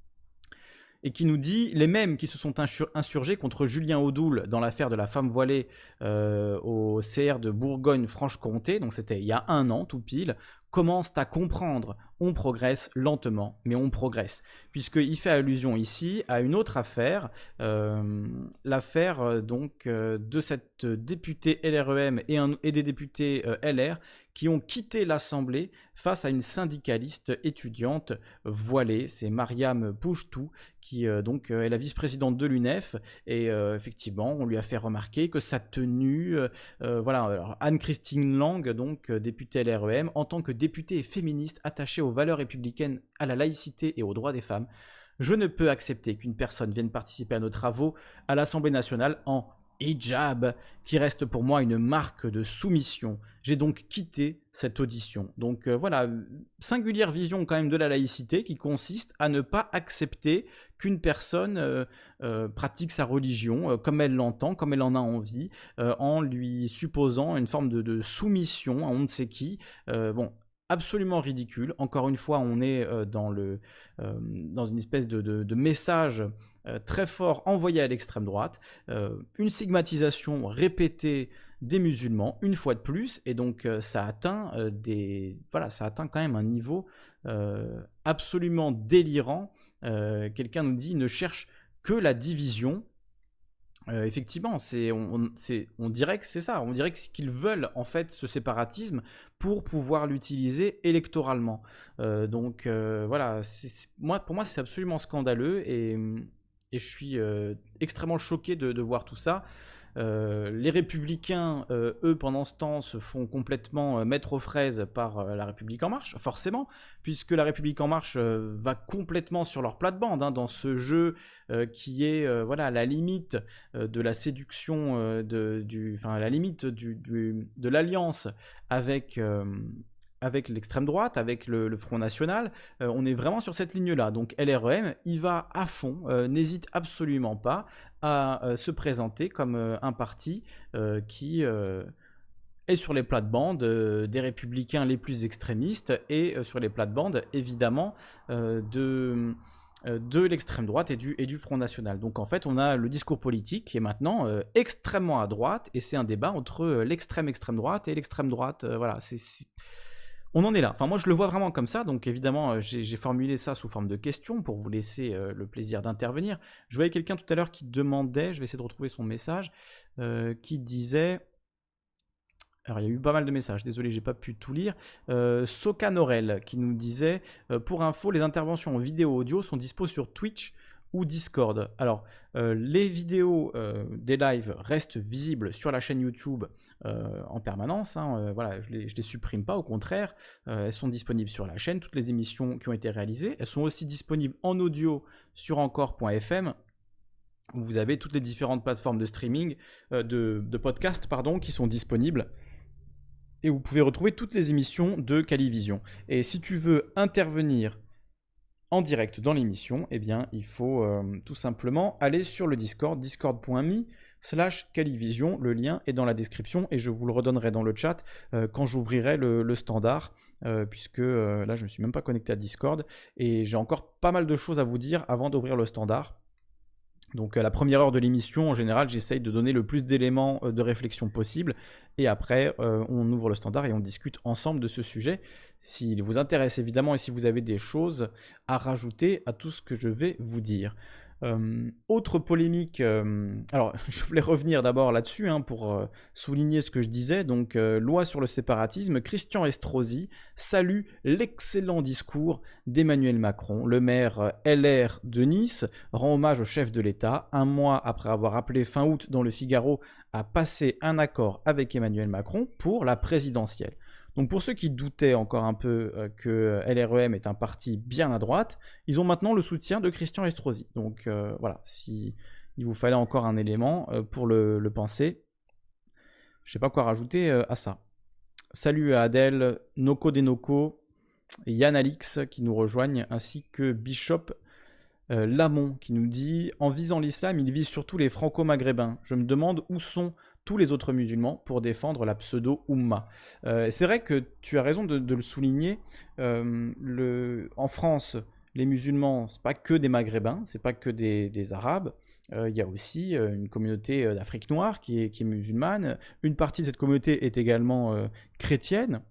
S1: et qui nous dit les mêmes qui se sont insurgés contre Julien Odoul dans l'affaire de la femme voilée euh, au C R de Bourgogne-Franche-Comté, donc c'était il y a un an tout pile, commencent à comprendre. On progresse lentement, mais on progresse. Puisqu'il fait allusion ici à une autre affaire, euh, l'affaire euh, donc euh, de cette députée L R E M et, un, et des députés euh, L R qui ont quitté l'Assemblée face à une syndicaliste étudiante voilée. C'est Mariam Pouchtou, qui euh, donc euh, est la vice-présidente de l'U N E F. Et euh, effectivement, on lui a fait remarquer que sa tenue, euh, euh, voilà, alors Anne-Christine Lang, donc euh, députée L R E M, en tant que députée féministe attachée aux valeurs républicaines, à la laïcité et aux droits des femmes, je ne peux accepter qu'une personne vienne participer à nos travaux à l'Assemblée nationale en hijab, qui reste pour moi une marque de soumission. J'ai donc quitté cette audition. Donc euh, voilà, singulière vision quand même de la laïcité qui consiste à ne pas accepter qu'une personne euh, euh, pratique sa religion euh, comme elle l'entend, comme elle en a envie, euh, en lui supposant une forme de, de soumission à on ne sait qui. Euh, bon, absolument ridicule. Encore une fois, on est euh, dans, le, euh, dans une espèce de, de, de message euh, très fort envoyé à l'extrême droite, euh, une stigmatisation répétée des musulmans, une fois de plus, et donc euh, ça atteint euh, des, voilà, ça atteint quand même un niveau euh, absolument délirant. Euh, quelqu'un nous dit, il ne cherche que la division. Euh, effectivement, c'est, on, c'est, on dirait que c'est ça, on dirait qu'ils veulent en fait ce séparatisme pour pouvoir l'utiliser électoralement. Euh, donc euh, voilà, c'est, c'est, moi, pour moi c'est absolument scandaleux et, et je suis euh, extrêmement choqué de, de voir tout ça. Euh, les Républicains, euh, eux, pendant ce temps, se font complètement euh, mettre aux fraises par euh, la République En Marche, forcément, puisque la République En Marche euh, va complètement sur leur plate-bande hein, dans ce jeu euh, qui est euh, voilà, à la limite euh, de la séduction, euh, de, du, enfin, à la limite du, du, de l'alliance avec... Euh, avec l'extrême droite, avec le, le Front National, euh, on est vraiment sur cette ligne-là. Donc L R E M, il va à fond, euh, n'hésite absolument pas à euh, se présenter comme euh, un parti euh, qui euh, est sur les plates-bandes euh, des républicains les plus extrémistes et euh, sur les plates-bandes, évidemment, euh, de... de l'extrême droite et du, et du Front National. Donc en fait, on a le discours politique qui est maintenant euh, extrêmement à droite, et c'est un débat entre euh, l'extrême extrême droite et l'extrême droite. Euh, voilà, c'est... c'est... On en est là. Enfin, moi, je le vois vraiment comme ça. Donc, évidemment, euh, j'ai, j'ai formulé ça sous forme de questions pour vous laisser euh, le plaisir d'intervenir. Je voyais quelqu'un tout à l'heure qui demandait, je vais essayer de retrouver son message, euh, qui disait... Alors, il y a eu pas mal de messages. Désolé, j'ai pas pu tout lire. Euh, Soka Norel qui nous disait euh, pour info, les interventions en vidéo audio sont dispo sur Twitch ou Discord. Alors, euh, les vidéos euh, des lives restent visibles sur la chaîne YouTube euh, en permanence. Hein, euh, voilà, je ne les, je les supprime pas, au contraire. Euh, elles sont disponibles sur la chaîne, toutes les émissions qui ont été réalisées. Elles sont aussi disponibles en audio sur encore point f m. Où vous avez toutes les différentes plateformes de streaming, euh, de, de podcast, pardon, qui sont disponibles. Et vous pouvez retrouver toutes les émissions de Calivision. Et si tu veux intervenir en direct dans l'émission, eh bien, il faut euh, tout simplement aller sur le Discord, discord point me slash Calivision. Le lien est dans la description et je vous le redonnerai dans le chat euh, quand j'ouvrirai le, le standard, euh, puisque euh, là, je ne me suis même pas connecté à Discord et j'ai encore pas mal de choses à vous dire avant d'ouvrir le standard. Donc à la première heure de l'émission, en général, j'essaye de donner le plus d'éléments de réflexion possible. Et après, euh, on ouvre le standard et on discute ensemble de ce sujet. S'il vous intéresse évidemment et si vous avez des choses à rajouter à tout ce que je vais vous dire. Euh, autre polémique, euh, alors je voulais revenir d'abord là-dessus hein, pour euh, souligner ce que je disais. Donc, euh, loi sur le séparatisme, Christian Estrosi salue l'excellent discours d'Emmanuel Macron. Le maire euh, L R de Nice rend hommage au chef de l'État, un mois après avoir appelé fin août dans le Figaro à passer un accord avec Emmanuel Macron pour la présidentielle. Donc pour ceux qui doutaient encore un peu euh, que L R E M est un parti bien à droite, ils ont maintenant le soutien de Christian Estrosi. Donc euh, voilà, si il vous fallait encore un élément euh, pour le, le penser, je ne sais pas quoi rajouter euh, à ça. Salut à Adèle, Noko Denoko, et Yann Alix qui nous rejoignent, ainsi que Bishop euh, Lamont qui nous dit « En visant l'islam, il vise surtout les franco-maghrébins. Je me demande où sont tous les autres musulmans pour défendre la pseudo-Oumma. Euh, » C'est vrai que tu as raison de, de le souligner. Euh, le, en France, les musulmans, ce n'est pas que des maghrébins, ce n'est pas que des, des arabes. Il euh, y a aussi euh, une communauté euh, d'Afrique noire qui est, qui est musulmane. Une partie de cette communauté est également euh, chrétienne.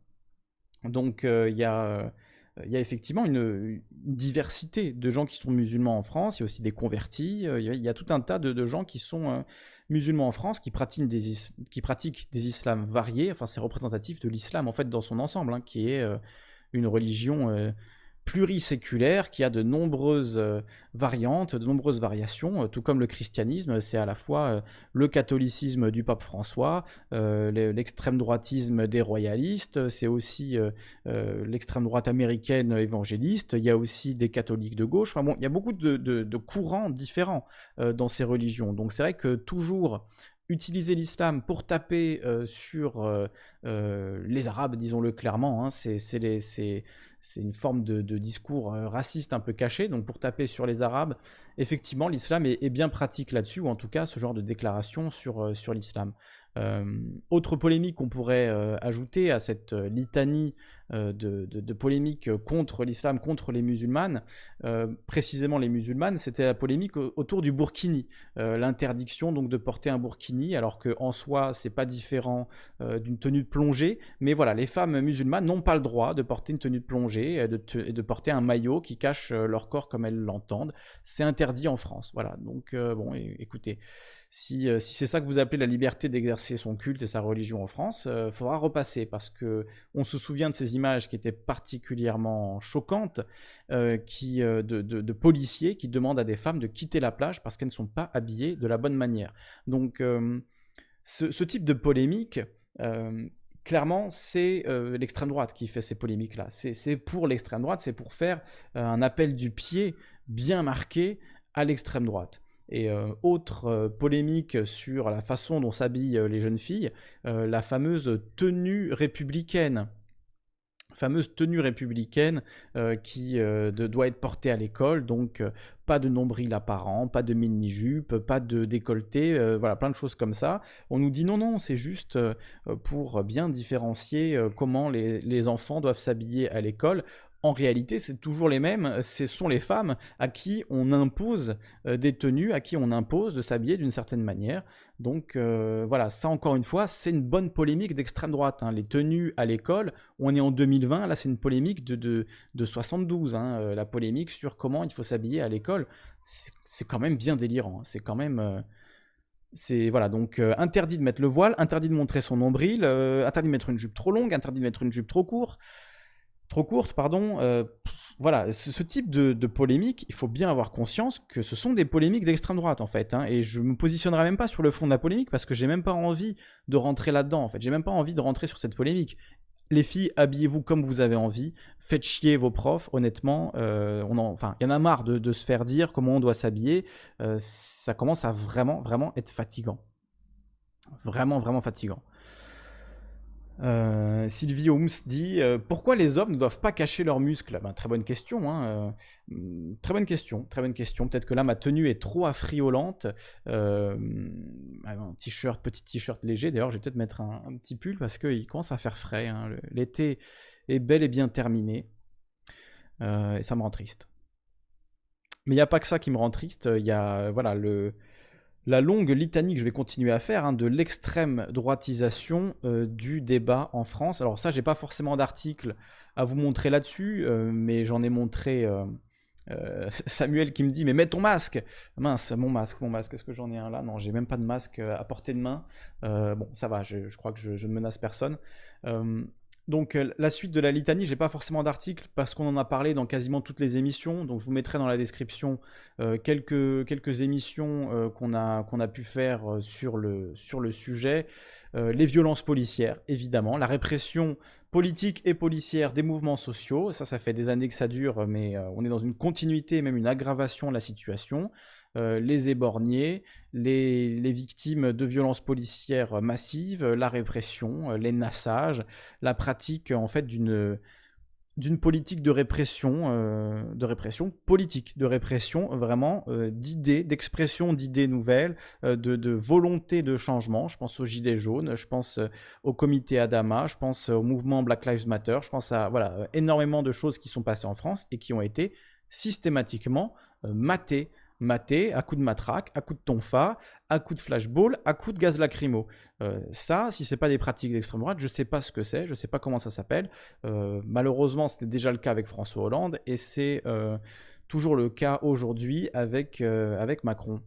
S1: Donc il euh, y a... Euh, Il y a effectivement une, une diversité de gens qui sont musulmans en France. Il y a aussi des convertis. Il y a, il y a tout un tas de, de gens qui sont euh, musulmans en France, qui pratiquent des, is, qui pratiquent des islams variés. Enfin, c'est représentatif de l'islam en fait dans son ensemble, hein, qui est euh, une religion euh, pluriséculaire, qui a de nombreuses euh, variantes, de nombreuses variations, euh, tout comme le christianisme. C'est à la fois euh, le catholicisme du pape François, euh, l'extrême droitisme des royalistes, c'est aussi euh, euh, l'extrême droite américaine évangéliste, il y a aussi des catholiques de gauche. Enfin bon, il y a beaucoup de, de, de courants différents euh, dans ces religions. Donc c'est vrai que toujours utiliser l'islam pour taper euh, sur euh, euh, les Arabes, disons-le clairement, hein, c'est les... c'est une forme de, de discours euh, raciste un peu caché. Donc pour taper sur les Arabes, effectivement, l'islam est, est bien pratique là-dessus, ou en tout cas ce genre de déclaration sur, euh, sur l'islam. Euh, autre polémique qu'on pourrait euh, ajouter à cette euh, litanie euh, de, de, de polémiques contre l'islam, contre les musulmanes, euh, précisément les musulmanes, c'était la polémique autour du burkini, euh, l'interdiction donc de porter un burkini, alors qu'en soi c'est pas différent euh, d'une tenue de plongée, mais voilà, les femmes musulmanes n'ont pas le droit de porter une tenue de plongée et de, te, et de porter un maillot qui cache leur corps comme elles l'entendent. C'est interdit en France, voilà. Donc euh, bon, et, écoutez. Si, euh, si c'est ça que vous appelez la liberté d'exercer son culte et sa religion en France, il euh, faudra repasser, parce qu'on se souvient de ces images qui étaient particulièrement choquantes, euh, qui, euh, de, de, de policiers qui demandent à des femmes de quitter la plage parce qu'elles ne sont pas habillées de la bonne manière. Donc euh, ce, ce type de polémique, euh, clairement, c'est euh, l'extrême droite qui fait ces polémiques-là. C'est pour l'extrême droite, c'est pour faire euh, un appel du pied bien marqué à l'extrême droite. Et euh, autre euh, polémique sur la façon dont s'habillent euh, les jeunes filles, euh, la fameuse tenue républicaine. fameuse tenue républicaine euh, qui euh, de, doit être portée à l'école, donc euh, pas de nombril apparent, pas de mini-jupe, pas de décolleté, euh, voilà, plein de choses comme ça. On nous dit non, non, c'est juste euh, pour bien différencier euh, comment les, les enfants doivent s'habiller à l'école. En réalité, c'est toujours les mêmes, ce sont les femmes à qui on impose euh, des tenues, à qui on impose de s'habiller d'une certaine manière. Donc euh, voilà, ça encore une fois, c'est une bonne polémique d'extrême droite, hein. Les tenues à l'école, on est en deux mille vingt, là c'est une polémique de, de, de soixante-douze, hein, euh, la polémique sur comment il faut s'habiller à l'école, c'est quand même bien délirant, hein. C'est quand même... Euh, c'est voilà, donc euh, interdit de mettre le voile, interdit de montrer son nombril, euh, interdit de mettre une jupe trop longue, interdit de mettre une jupe trop courte, trop courte, pardon. Euh, voilà, ce, ce type de, de polémique, il faut bien avoir conscience que ce sont des polémiques d'extrême droite, en fait, hein, et je me positionnerai même pas sur le fond de la polémique parce que j'ai même pas envie de rentrer là-dedans, en fait. J'ai même pas envie de rentrer sur cette polémique. Les filles, habillez-vous comme vous avez envie, faites chier vos profs, honnêtement. Euh, on en, enfin, il y en a marre de, de se faire dire comment on doit s'habiller. Euh, ça commence à vraiment, vraiment être fatigant. Vraiment, vraiment fatigant. Euh, Sylvie Holmes dit euh, pourquoi les hommes ne doivent pas cacher leurs muscles? Ben, très bonne question, hein, euh, très bonne question, très bonne question. Peut-être que là ma tenue est trop affriolante. Euh, un t-shirt, petit t-shirt léger. D'ailleurs, je vais peut-être mettre un, un petit pull parce qu'il commence à faire frais, hein. L'été est bel et bien terminé euh, et ça me rend triste. Mais il n'y a pas que ça qui me rend triste. Il y a voilà le La longue litanie que je vais continuer à faire, hein, de l'extrême droitisation euh, du débat en France. Alors ça, j'ai pas forcément d'article à vous montrer là-dessus, euh, mais j'en ai montré, euh, Euh, Samuel qui me dit, mais mets ton masque. Mince, mon masque, mon masque, est-ce que j'en ai un là? Non, j'ai même pas de masque à portée de main. Euh, bon, ça va, je, je crois que je, je ne menace personne. Euh, donc euh, la suite de la litanie, j'ai pas forcément d'article parce qu'on en a parlé dans quasiment toutes les émissions. Donc je vous mettrai dans la description euh, quelques, quelques émissions euh, qu'on a, qu'on a pu faire euh, sur, le, sur le sujet. Euh, les violences policières, évidemment, la répression politique et policière des mouvements sociaux. Ça, ça fait des années que ça dure, mais euh, on est dans une continuité, même une aggravation de la situation. Euh, les éborgnés, les, les victimes de violences policières massives, la répression, euh, les nassages, la pratique en fait d'une d'une politique de répression, euh, de répression politique, de répression vraiment euh, d'idées, d'expression d'idées nouvelles, euh, de, de volonté de changement. Je pense aux Gilets jaunes, je pense euh, au comité Adama, je pense au mouvement Black Lives Matter, je pense à voilà, euh, énormément de choses qui sont passées en France et qui ont été systématiquement euh, matées, matées à coups de matraque, à coups de tonfa, à coups de flashball, à coups de gaz lacrymo. Euh, ça, si c'est pas des pratiques d'extrême droite, je sais pas ce que c'est, je sais pas comment ça s'appelle. Euh, malheureusement, c'était déjà le cas avec François Hollande et c'est euh, toujours le cas aujourd'hui avec, euh, avec Macron.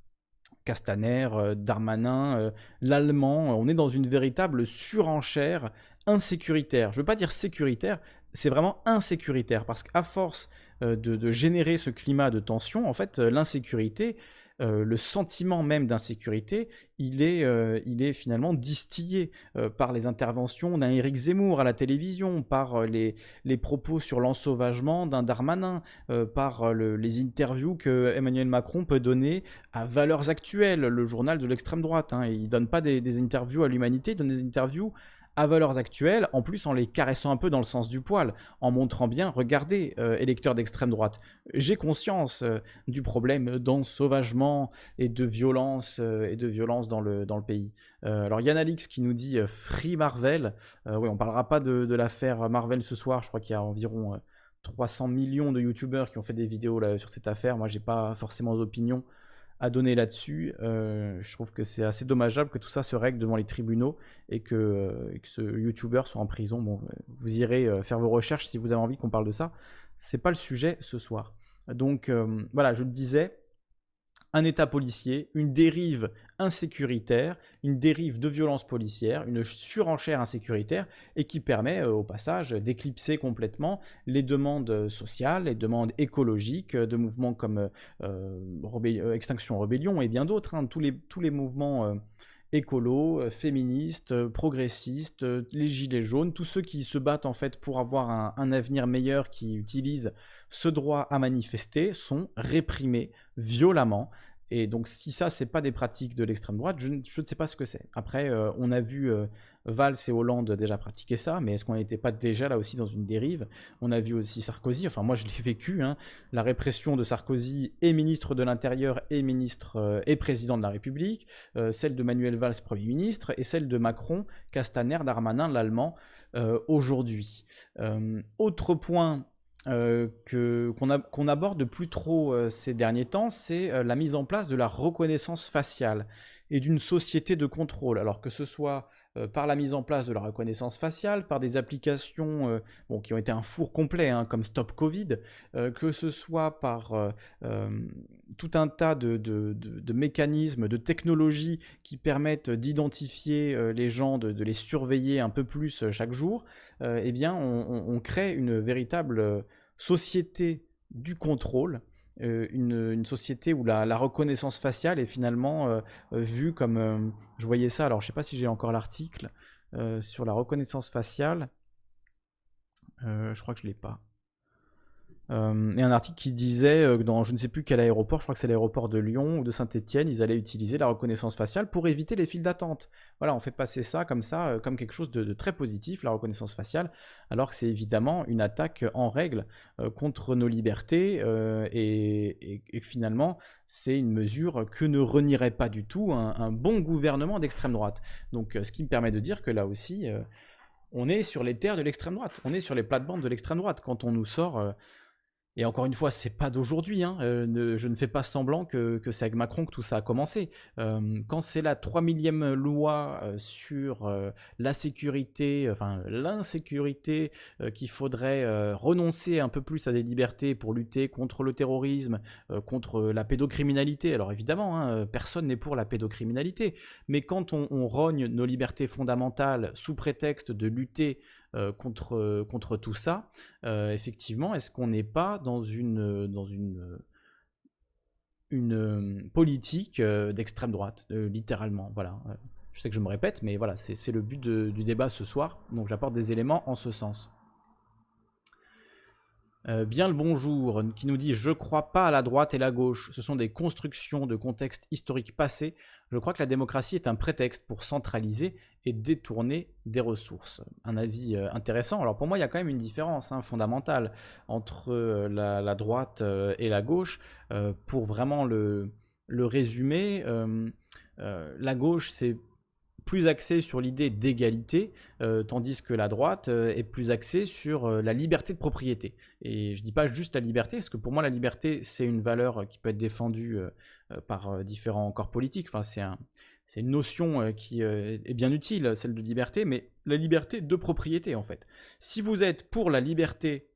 S1: Castaner, euh, Darmanin, euh, l'Allemand, on est dans une véritable surenchère insécuritaire. Je veux pas dire sécuritaire, c'est vraiment insécuritaire parce qu'à force euh, de, de générer ce climat de tension, en fait, euh, l'insécurité, euh, le sentiment même d'insécurité, il est, euh, il est finalement distillé euh, par les interventions d'un Éric Zemmour à la télévision, par euh, les, les propos sur l'ensauvagement d'un Darmanin, euh, par euh, le, les interviews que Emmanuel Macron peut donner à Valeurs Actuelles, le journal de l'extrême droite. Hein. Il ne donne pas des, des interviews à l'humanité, il donne des interviews à Valeurs Actuelles, en plus en les caressant un peu dans le sens du poil, en montrant bien, regardez, euh, électeurs d'extrême droite, j'ai conscience euh, du problème d'ensauvagement et de violence, euh, et de violence dans le, dans le pays. Euh, alors Yann Alix qui nous dit euh, Free Marvel, euh, oui, on ne parlera pas de, de l'affaire Marvel ce soir, je crois qu'il y a environ euh, trois cents millions de youtubeurs qui ont fait des vidéos là, sur cette affaire, moi j'ai pas forcément d'opinion à donner là-dessus. Euh, je trouve que c'est assez dommageable que tout ça se règle devant les tribunaux et que, euh, que ce YouTuber soit en prison. Bon, vous irez euh, faire vos recherches si vous avez envie qu'on parle de ça. C'est pas le sujet ce soir. Donc euh, voilà, je le disais, un état policier, une dérive insécuritaire, une dérive de violence policière, une surenchère insécuritaire et qui permet euh, au passage d'éclipser complètement les demandes sociales, les demandes écologiques de mouvements comme euh, Rebé- euh, Extinction Rebellion et bien d'autres, hein, tous, les, tous les mouvements euh, écolos, euh, féministes, euh, progressistes, euh, les gilets jaunes, tous ceux qui se battent en fait pour avoir un, un avenir meilleur, qui utilisent ce droit à manifester, sont réprimés violemment. Et donc si ça, c'est pas des pratiques de l'extrême droite, je, ne- je ne sais pas ce que c'est. Après, euh, on a vu euh, Valls et Hollande déjà pratiquer ça, mais est-ce qu'on n'était pas déjà là aussi dans une dérive? On a vu aussi Sarkozy, enfin moi je l'ai vécu, hein, la répression de Sarkozy et ministre de l'Intérieur et ministre euh, et président de la République, euh, celle de Manuel Valls, Premier ministre, et celle de Macron, Castaner, Darmanin, l'Allemand, euh, aujourd'hui. Euh, autre point euh, que, qu'on, a- qu'on aborde plus trop euh, ces derniers temps, c'est euh, la mise en place de la reconnaissance faciale et d'une société de contrôle. Alors que ce soit euh, par la mise en place de la reconnaissance faciale, par des applications euh, bon, qui ont été un four complet, hein, comme Stop Covid, euh, que ce soit par euh, euh, tout un tas de, de- de- de mécanismes, de technologies qui permettent d'identifier euh, les gens, de, de les surveiller un peu plus euh, chaque jour, euh, eh bien, on, on- on crée une véritable euh, société du contrôle, euh, une, une société où la, la reconnaissance faciale est finalement euh, euh, vue comme... euh, je voyais ça, alors je ne sais pas si j'ai encore l'article euh, sur la reconnaissance faciale. Euh, je crois que je ne l'ai pas. Euh, et un article qui disait euh, que dans je ne sais plus quel aéroport, je crois que c'est l'aéroport de Lyon ou de Saint-Étienne, ils allaient utiliser la reconnaissance faciale pour éviter les files d'attente. Voilà, on fait passer ça comme ça, euh, comme quelque chose de, de très positif, la reconnaissance faciale, alors que c'est évidemment une attaque en règle euh, contre nos libertés euh, et, et- et que finalement c'est une mesure que ne renierait pas du tout un, un bon gouvernement d'extrême droite. Donc euh, ce qui me permet de dire que là aussi, euh, on est sur les terres de l'extrême droite, on est sur les plates-bandes de l'extrême droite quand on nous sort. euh, Et encore une fois, c'est pas d'aujourd'hui, hein, euh, ne- je ne fais pas semblant que, que c'est avec Macron que tout ça a commencé. Euh, quand c'est la trois millième loi euh, sur euh, la sécurité, enfin l'insécurité, euh, qu'il faudrait euh, renoncer un peu plus à des libertés pour lutter contre le terrorisme, euh, contre la pédocriminalité. Alors évidemment, hein, personne n'est pour la pédocriminalité, mais quand on, on rogne nos libertés fondamentales sous prétexte de lutter euh, contre, contre tout ça, euh, effectivement, est-ce qu'on n'est pas dans une, dans une, une euh, politique euh, d'extrême droite, euh, littéralement, voilà. Euh, Je sais que je me répète, mais voilà, c'est c'est le but de- du débat ce soir, donc j'apporte des éléments en ce sens. Euh, bien le bonjour, qui nous dit « Je crois pas à la droite et la gauche, ce sont des constructions de contextes historiques passés. Je crois que la démocratie est un prétexte pour centraliser et détourner des ressources. » Un avis euh, intéressant. Alors pour moi, il y a quand même une différence hein, fondamentale entre euh, la, la droite euh, et la gauche. Euh, pour vraiment le, le résumer, euh, euh, la gauche, c'est plus axé sur l'idée d'égalité, euh, tandis que la droite euh, est plus axée sur euh, la liberté de propriété. Et je dis pas juste la liberté, parce que pour moi la liberté c'est une valeur qui peut être défendue euh, euh, par euh, différents corps politiques. Enfin, c'est un, c'est une notion euh, qui euh, est bien utile, celle de liberté, mais la liberté de propriété en fait. Si vous êtes pour la liberté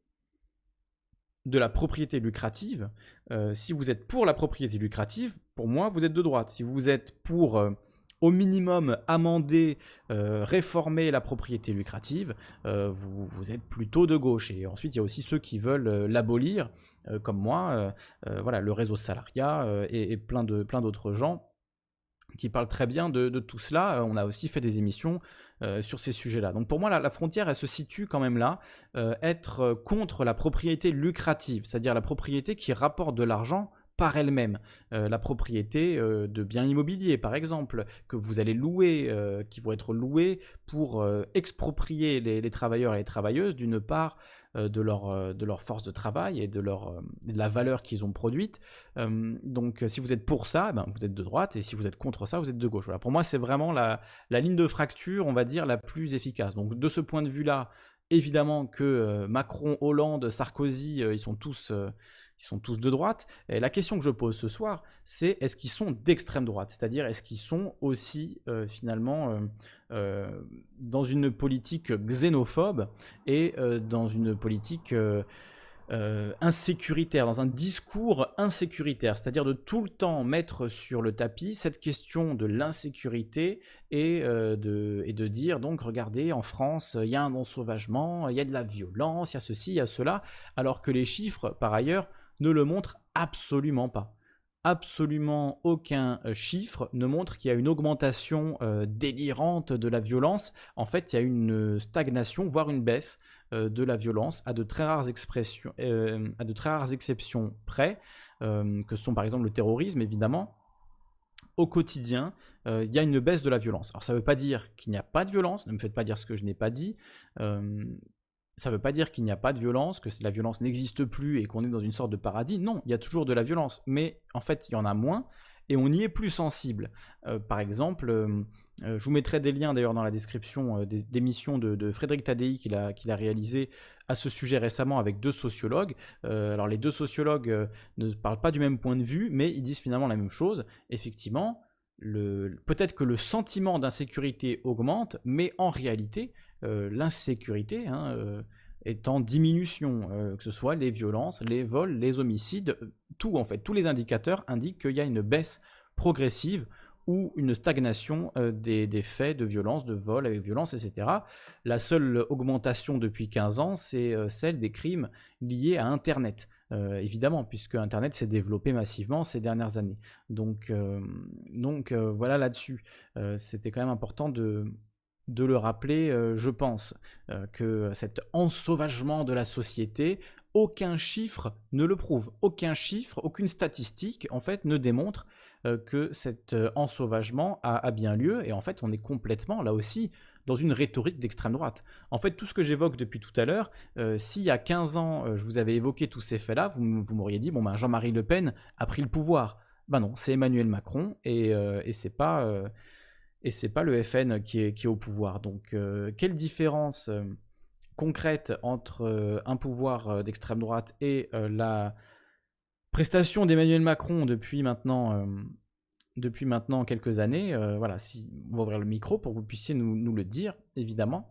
S1: de la propriété lucrative, euh, si vous êtes pour la propriété lucrative, pour moi vous êtes de droite. Si vous êtes pour euh, au minimum amender, euh, réformer la propriété lucrative, euh, vous, vous êtes plutôt de gauche. Et ensuite, il y a aussi ceux qui veulent euh, l'abolir, euh, comme moi, euh, euh, voilà, le réseau salariat euh, et, et plein de, plein d'autres gens qui parlent très bien de, de tout cela. Euh, on a aussi fait des émissions euh, sur ces sujets-là. Donc pour moi, la, la frontière, elle se situe quand même là, euh, être contre la propriété lucrative, c'est-à-dire la propriété qui rapporte de l'argent par elle-même. Euh, la propriété euh, de biens immobiliers, par exemple, que vous allez louer, euh, qui vont être loués pour euh, exproprier les, les travailleurs et les travailleuses d'une part euh, de, leur, euh, de leur force de travail et de, leur, euh, de la valeur qu'ils ont produite. Euh, donc si vous êtes pour ça, ben, vous êtes de droite, et si vous êtes contre ça, vous êtes de gauche. Voilà. Pour moi, c'est vraiment la, la ligne de fracture, on va dire, la plus efficace. Donc de ce point de vue-là, évidemment que euh, Macron, Hollande, Sarkozy, euh, ils sont tous... Euh, ils sont tous de droite. Et la question que je pose ce soir, c'est est-ce qu'ils sont d'extrême droite? C'est-à-dire est-ce qu'ils sont aussi euh, finalement euh, euh, dans une politique xénophobe et euh, dans une politique euh, euh, insécuritaire, dans un discours insécuritaire, c'est-à-dire de tout le temps mettre sur le tapis cette question de l'insécurité et, euh, de, et de dire donc regardez en France il y a un ensauvagement, il y a de la violence, il y a ceci, il y a cela, alors que les chiffres par ailleurs ne le montre absolument pas. Absolument aucun euh, chiffre ne montre qu'il y a une augmentation euh, délirante de la violence. En fait, il y a une stagnation, voire une baisse euh, de la violence à de très rares expressions, euh, à de très rares exceptions près, euh, que sont par exemple le terrorisme, évidemment. Au quotidien, euh, il y a une baisse de la violence. Alors ça ne veut pas dire qu'il n'y a pas de violence, ne me faites pas dire ce que je n'ai pas dit. Euh, Ça ne veut pas dire qu'il n'y a pas de violence, que la violence n'existe plus et qu'on est dans une sorte de paradis. Non, il y a toujours de la violence, mais en fait, il y en a moins et on y est plus sensible. Euh, par exemple, euh, euh, je vous mettrai des liens d'ailleurs dans la description euh, des d'émissions de, de Frédéric Tadei qu'il a, qu'il a réalisé à ce sujet récemment avec deux sociologues. Euh, alors les deux sociologues euh, ne parlent pas du même point de vue, mais ils disent finalement la même chose. Effectivement, le, peut-être que le sentiment d'insécurité augmente, mais en réalité, euh, l'insécurité hein, euh, est en diminution, euh, que ce soit les violences, les vols, les homicides, tout en fait, tous les indicateurs indiquent qu'il y a une baisse progressive ou une stagnation euh, des, des faits de violence, de vol avec violence, et cetera. La seule augmentation depuis quinze ans, c'est euh, celle des crimes liés à Internet. Euh, évidemment, puisque Internet s'est développé massivement ces dernières années. Donc, euh, donc euh, voilà là-dessus. Euh, c'était quand même important de, de le rappeler, euh, je pense, euh, que cet ensauvagement de la société, aucun chiffre ne le prouve. Aucun chiffre, aucune statistique, en fait, ne démontre euh, que cet euh, ensauvagement a, a bien lieu. Et en fait, on est complètement, là aussi, dans une rhétorique d'extrême droite. En fait, tout ce que j'évoque depuis tout à l'heure, euh, s'il y a quinze ans, euh, je vous avais évoqué tous ces faits-là, vous, vous m'auriez dit, bon ben Jean-Marie Le Pen a pris le pouvoir. Ben non, c'est Emmanuel Macron, et, euh, et c'est pas, euh, et c'est pas le F N qui est, qui est au pouvoir. Donc, euh, quelle différence euh, concrète entre euh, un pouvoir euh, d'extrême droite et euh, la prestation d'Emmanuel Macron depuis maintenant, euh, depuis maintenant quelques années. Euh, voilà, si, on va ouvrir le micro pour que vous puissiez nous, nous le dire, évidemment.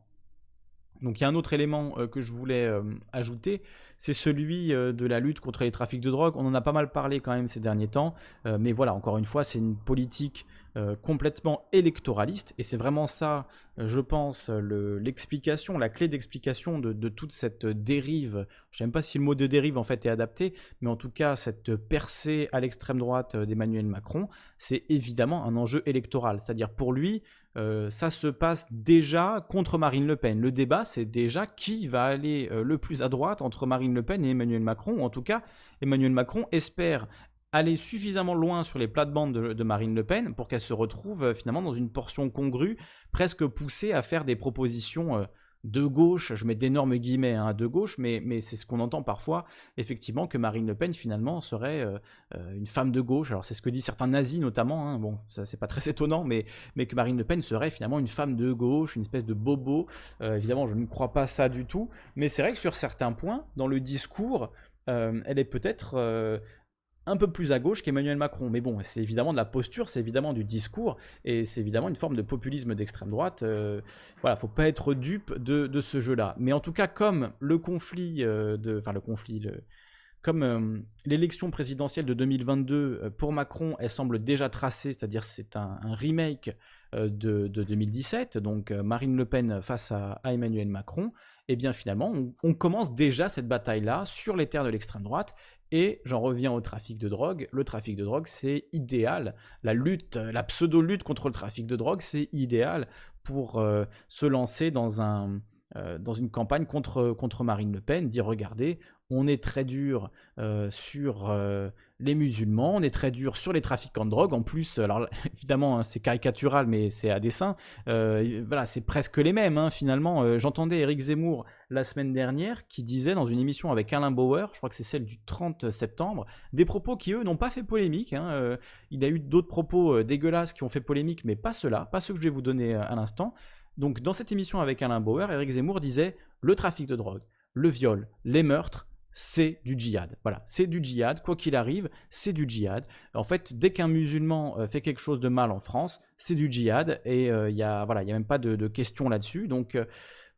S1: Donc il y a un autre élément euh, que je voulais euh, ajouter, c'est celui euh, de la lutte contre les trafics de drogue. On en a pas mal parlé quand même ces derniers temps, euh, mais voilà, encore une fois, c'est une politique euh, complètement électoraliste, et c'est vraiment ça, euh, je pense, le, l'explication, la clé d'explication de, de toute cette dérive. Je ne sais même pas si le mot de dérive en fait est adapté, mais en tout cas, cette percée à l'extrême droite d'Emmanuel Macron, c'est évidemment un enjeu électoral. C'est-à-dire pour lui, Euh, ça se passe déjà contre Marine Le Pen. Le débat, c'est déjà qui va aller euh, le plus à droite entre Marine Le Pen et Emmanuel Macron, ou en tout cas, Emmanuel Macron espère aller suffisamment loin sur les plates-bandes de, de Marine Le Pen pour qu'elle se retrouve euh, finalement dans une portion congrue, presque poussée à faire des propositions euh, de gauche, je mets d'énormes guillemets hein, de gauche, mais, mais c'est ce qu'on entend parfois, effectivement, que Marine Le Pen, finalement, serait euh, euh, une femme de gauche. Alors, c'est ce que disent certains nazis, notamment, hein. Bon, ça, c'est pas très étonnant, mais, mais que Marine Le Pen serait finalement une femme de gauche, une espèce de bobo. Euh, évidemment, je ne crois pas ça du tout, mais c'est vrai que sur certains points, dans le discours, euh, elle est peut-être... Euh, un peu plus à gauche qu'Emmanuel Macron. Mais bon, c'est évidemment de la posture, c'est évidemment du discours, et c'est évidemment une forme de populisme d'extrême droite. Euh, voilà, faut pas être dupe de, de ce jeu-là. Mais en tout cas, comme le conflit, euh, de, enfin le conflit, le, comme euh, l'élection présidentielle de deux mille vingt-deux, euh, pour Macron, elle semble déjà tracée, c'est-à-dire c'est un, un remake euh, de, de deux mille dix-sept, donc euh, Marine Le Pen face à, à Emmanuel Macron, et bien finalement, on, on commence déjà cette bataille-là sur les terres de l'extrême droite. Et j'en reviens au trafic de drogue. Le trafic de drogue, c'est idéal. La lutte, la pseudo-lutte contre le trafic de drogue, c'est idéal pour euh, se lancer dans, un, euh, dans une campagne contre, contre Marine Le Pen, dire regardez, on est très dur euh, sur euh, les musulmans, on est très dur sur les trafiquants de drogue. En plus, alors évidemment, hein, c'est caricatural, mais c'est à dessein. Euh, voilà, c'est presque les mêmes, hein, finalement. Euh, j'entendais Éric Zemmour la semaine dernière qui disait dans une émission avec Alain Bauer, je crois que c'est celle du trente septembre, des propos qui, eux, n'ont pas fait polémique. Hein. Euh, il a eu d'autres propos euh, dégueulasses qui ont fait polémique, mais pas ceux-là, pas ceux que je vais vous donner euh, à l'instant. Donc, dans cette émission avec Alain Bauer, Éric Zemmour disait le trafic de drogue, le viol, les meurtres, c'est du djihad. Voilà, c'est du djihad, quoi qu'il arrive, c'est du djihad. En fait, dès qu'un musulman euh, fait quelque chose de mal en France, c'est du djihad, et il euh, n'y a, voilà, y a même pas de, de question là-dessus. Donc, euh,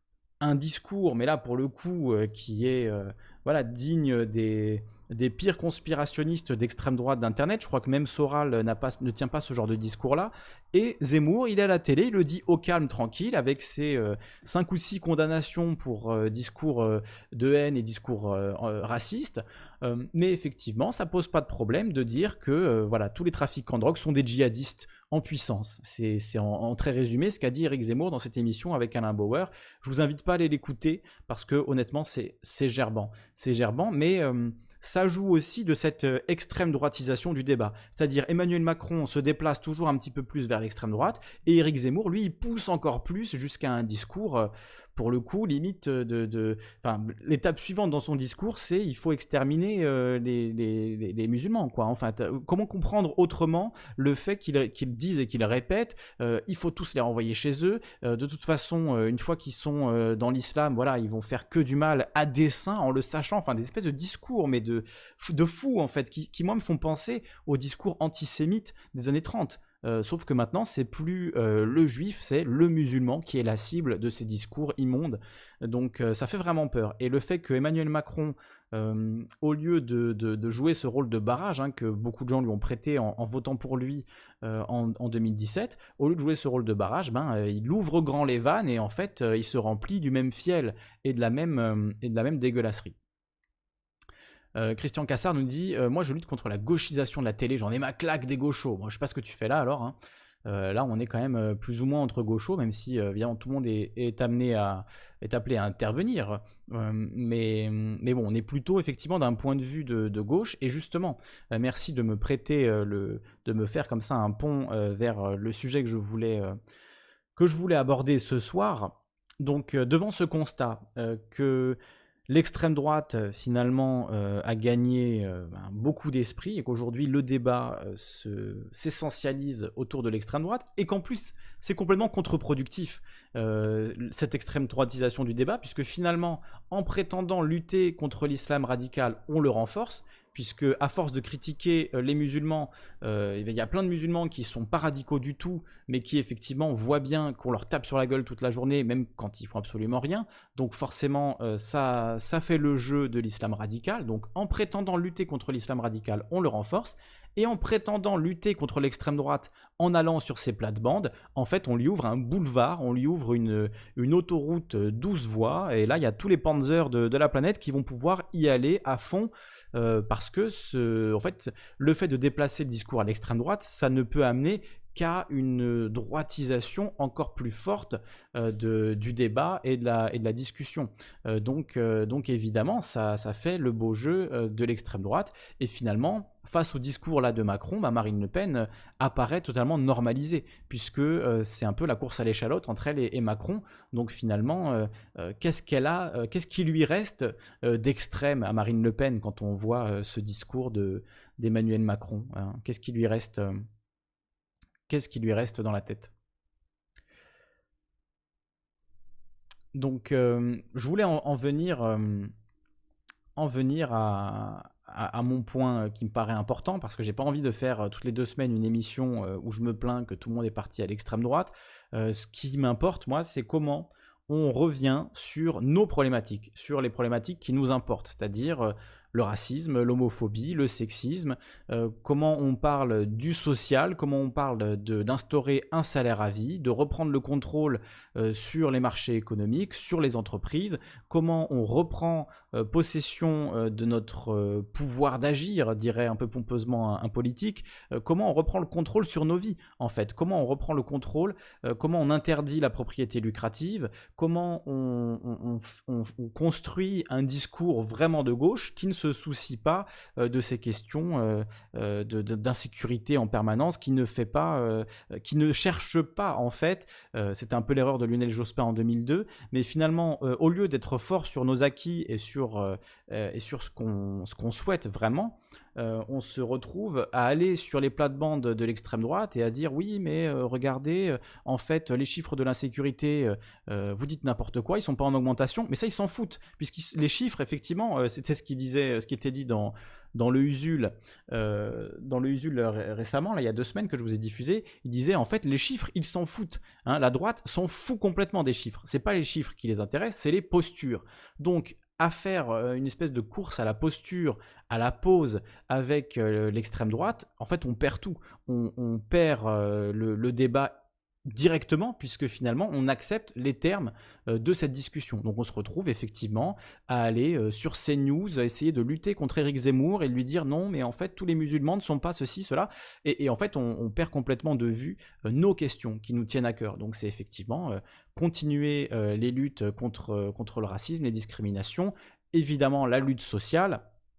S1: un discours, mais là, pour le coup, euh, qui est euh, voilà, digne des, des pires conspirationnistes d'extrême droite d'Internet. Je crois que même Soral n'a pas, ne tient pas ce genre de discours-là. Et Zemmour, il est à la télé, il le dit au calme, tranquille, avec ses euh, cinq ou six condamnations pour euh, discours euh, de haine et discours euh, euh, racistes. Euh, mais effectivement, ça pose pas de problème de dire que euh, voilà, tous les trafiquants de drogue sont des djihadistes en puissance. C'est, c'est en, en très résumé ce qu'a dit Éric Zemmour dans cette émission avec Alain Bauer. Je vous invite pas à aller l'écouter parce que honnêtement, c'est, c'est gerbant. C'est gerbant, mais... Euh, ça joue aussi de cette euh, extrême droitisation du débat. C'est-à-dire Emmanuel Macron se déplace toujours un petit peu plus vers l'extrême droite, et Éric Zemmour, lui, il pousse encore plus jusqu'à un discours, euh, pour le coup, limite de... de enfin, l'étape suivante dans son discours, c'est il faut exterminer euh, les, les, les, les musulmans, quoi. Enfin, comment comprendre autrement le fait qu'ils qu'ils disent et qu'ils répètent euh, il faut tous les renvoyer chez eux, euh, de toute façon, euh, une fois qu'ils sont euh, dans l'islam, voilà, ils vont faire que du mal à dessein, en le sachant, enfin, des espèces de discours, mais de de fous en fait, qui, qui moi me font penser au discours antisémite des années trente. Euh, sauf que maintenant, c'est plus euh, le juif, c'est le musulman qui est la cible de ces discours immondes. Donc euh, ça fait vraiment peur. Et le fait que Emmanuel Macron, euh, au lieu de, de, de jouer ce rôle de barrage, hein, que beaucoup de gens lui ont prêté en, en votant pour lui euh, en, en deux mille dix-sept, au lieu de jouer ce rôle de barrage, ben, euh, il ouvre grand les vannes et en fait, euh, il se remplit du même fiel et de la même, euh, et de la même dégueulasserie. Euh, Christian Cassard nous dit euh, moi je lutte contre la gauchisation de la télé, j'en ai ma claque des gauchos. Moi je sais pas ce que tu fais là alors. Hein. Euh, là on est quand même euh, plus ou moins entre gauchos, même si euh, évidemment tout le monde est, est amené à est appelé à intervenir. Euh, mais, mais bon, on est plutôt effectivement d'un point de vue de, de gauche. Et justement, euh, merci de me prêter euh, le, de me faire comme ça un pont euh, vers le sujet que je voulais euh, que je voulais aborder ce soir. Donc euh, devant ce constat euh, que l'extrême droite, euh, finalement, euh, a gagné euh, ben, beaucoup d'esprit et qu'aujourd'hui, le débat euh, se- s'essentialise autour de l'extrême droite et qu'en plus, c'est complètement contre-productif, euh, cette extrême droitisation du débat, puisque finalement, en prétendant lutter contre l'islam radical, on le renforce, puisque à force de critiquer euh, les musulmans, euh, il y a plein de musulmans qui sont pas radicaux du tout, mais qui effectivement voient bien qu'on leur tape sur la gueule toute la journée, même quand ils font absolument rien. Donc forcément, euh, ça, ça fait le jeu de l'islam radical. Donc en prétendant lutter contre l'islam radical, on le renforce. Et en prétendant lutter contre l'extrême droite en allant sur ces plates-bandes, en fait, on lui ouvre un boulevard, on lui ouvre une, une autoroute douze voies. Et là, il y a tous les panzers de, de la planète qui vont pouvoir y aller à fond. Euh, parce que ce, en fait, le fait de déplacer le discours à l'extrême droite, ça ne peut amener qu'à une droitisation encore plus forte euh, de, du débat et de la, et de la discussion. Euh, donc, euh, donc évidemment, ça, ça fait le beau jeu euh, de l'extrême droite. Et finalement, face au discours là de Macron, bah, Marine Le Pen euh, apparaît totalement normalisée, puisque euh, c'est un peu la course à l'échalote entre elle et, et Macron. Donc finalement, euh, euh, qu'est-ce qu'elle a, euh, qu'est-ce qui lui reste euh, d'extrême à Marine Le Pen quand on voit euh, ce discours de, d'Emmanuel Macron, hein. Qu'est-ce qui lui reste euh, Qu'est-ce qui lui reste dans la tête? Donc, euh, je voulais en, en venir, euh, en venir à, à, à mon point qui me paraît important, parce que j'ai pas envie de faire euh, toutes les deux semaines une émission euh, où je me plains que tout le monde est parti à l'extrême droite. Euh, ce qui m'importe, moi, c'est comment on revient sur nos problématiques, sur les problématiques qui nous importent, c'est-à-dire euh, le racisme, l'homophobie, le sexisme, euh, comment on parle du social, comment on parle de- d'instaurer un salaire à vie, de reprendre le contrôle euh, sur les marchés économiques, sur les entreprises, comment on reprend euh, possession euh, de notre euh, pouvoir d'agir, dirait un peu pompeusement un, un politique, euh, comment on reprend le contrôle sur nos vies, en fait, comment on reprend le contrôle, euh, comment on interdit la propriété lucrative, comment on, on- on- on- on construit un discours vraiment de gauche qui ne se soucie pas euh, de ces questions euh, euh, de- de- d'insécurité en permanence, qui ne fait pas, euh, euh, qui ne cherche pas en fait. Euh, c'était un peu l'erreur de Lionel Jospin en deux mille deux, mais finalement, euh, au lieu d'être fort sur nos acquis et sur euh, euh, et sur ce qu'on ce qu'on souhaite vraiment, euh, on se retrouve à aller sur les plates-bandes de l'extrême droite et à dire oui, mais euh, regardez, euh, en fait, les chiffres de l'insécurité, euh, euh, vous dites n'importe quoi, ils sont pas en augmentation, mais ça ils s'en foutent, puisque les chiffres, effectivement, euh, c'était ce qui disait, ce qui était dit dans dans le Usul, euh, dans le Usul ré- récemment, là il y a deux semaines que je vous ai diffusé, il disait en fait les chiffres ils s'en foutent, hein, la droite s'en fout complètement des chiffres, c'est pas les chiffres qui les intéressent, c'est les postures. Donc à faire euh, une espèce de course à la posture, à la pose avec euh, l'extrême droite, en fait on perd tout, on, on perd euh, le, le débat directement, puisque finalement on accepte les termes euh, de cette discussion. Donc on se retrouve effectivement à aller euh, sur CNews, à essayer de lutter contre Éric Zemmour et lui dire non, mais en fait tous les musulmans ne sont pas ceci, cela, et, et en fait on, on perd complètement de vue euh, nos questions qui nous tiennent à cœur. Donc c'est effectivement euh, continuer euh, les luttes contre, euh, contre le racisme, les discriminations, évidemment la lutte sociale,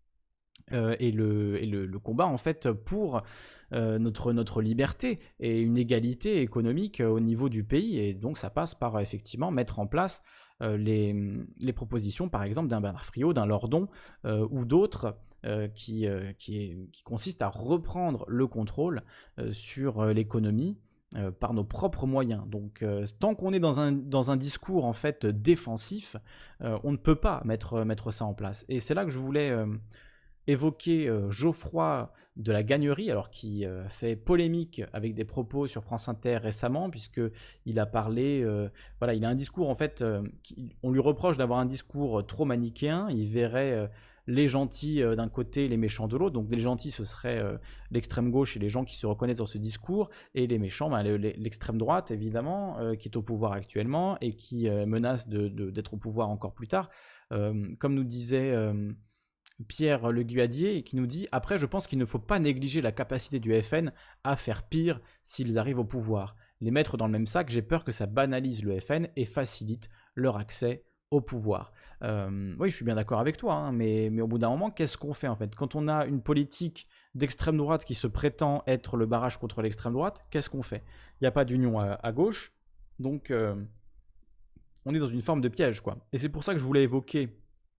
S1: euh, et, le, et le, le combat en fait pour euh, notre, notre liberté et une égalité économique euh, au niveau du pays. Et donc ça passe par euh, effectivement mettre en place euh, les, les propositions par exemple d'un Bernard Friot, d'un Lordon euh, ou d'autres euh, qui, euh, qui, est- qui consistent à reprendre le contrôle euh, sur euh, l'économie euh, par nos propres moyens. Donc euh, tant qu'on est dans un, dans un discours en fait défensif, euh, on ne peut pas mettre, mettre ça en place. Et c'est là que je voulais euh, évoquer euh, Geoffroy de la Gagnerie, alors qui euh, fait polémique avec des propos sur France Inter récemment, puisque il a parlé, euh, voilà, il a un discours en fait, euh, qui- on lui reproche d'avoir un discours euh, trop manichéen. Il verrait euh, les gentils euh, d'un côté, les méchants de l'autre. Donc les gentils, ce serait euh, l'extrême gauche et les gens qui se reconnaissent dans ce discours, et les méchants, ben, le- le- l'extrême droite évidemment, euh, qui est au pouvoir actuellement et qui euh, menace de- de- d'être au pouvoir encore plus tard. Euh, comme nous disait euh, Pierre Le Guadier, qui nous dit: après, je pense qu'il ne faut pas négliger la capacité du F N à faire pire s'ils arrivent au pouvoir. Les mettre dans le même sac, j'ai peur que ça banalise le F N et facilite leur accès au pouvoir. Euh, oui, je suis bien d'accord avec toi, hein, mais, mais au bout d'un moment, qu'est-ce qu'on fait en fait? Quand on a une politique d'extrême droite qui se prétend être le barrage contre l'extrême droite, qu'est-ce qu'on fait? Il n'y a pas d'union à, à gauche, donc euh, on est dans une forme de piège, quoi. Et c'est pour ça que je voulais évoquer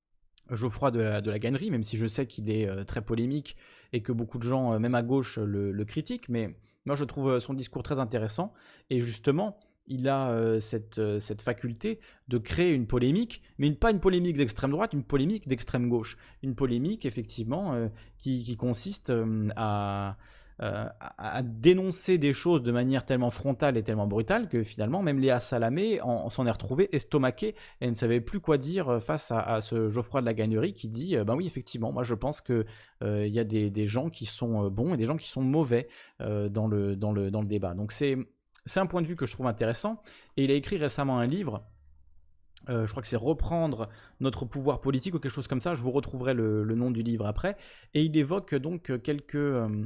S1: Geoffroy de la, de la Gannerie, même si je sais qu'il est euh, très polémique et que beaucoup de gens, euh, même à gauche, le, le critiquent. Mais moi, je trouve euh, son discours très intéressant. Et justement, il a euh, cette, euh, cette faculté de créer une polémique, mais une, pas une polémique d'extrême droite, une polémique d'extrême gauche. Une polémique, effectivement, euh, qui, qui consiste euh, à... Euh, à, à dénoncer des choses de manière tellement frontale et tellement brutale que finalement même Léa Salamé en- s'en est retrouvée estomaquée et ne savait plus quoi dire face à, à ce Geoffroy de la Gannerie qui dit euh, ben oui, effectivement, moi je pense que euh, il y a des, des gens qui sont euh, bons et des gens qui sont mauvais euh, dans le, dans le, dans le débat. Donc c'est c'est un point de vue que je trouve intéressant. Et il a écrit récemment un livre. Euh, je crois que c'est Reprendre notre pouvoir politique ou quelque chose comme ça. Je vous retrouverai le, le nom du livre après. Et il évoque donc quelques, euh,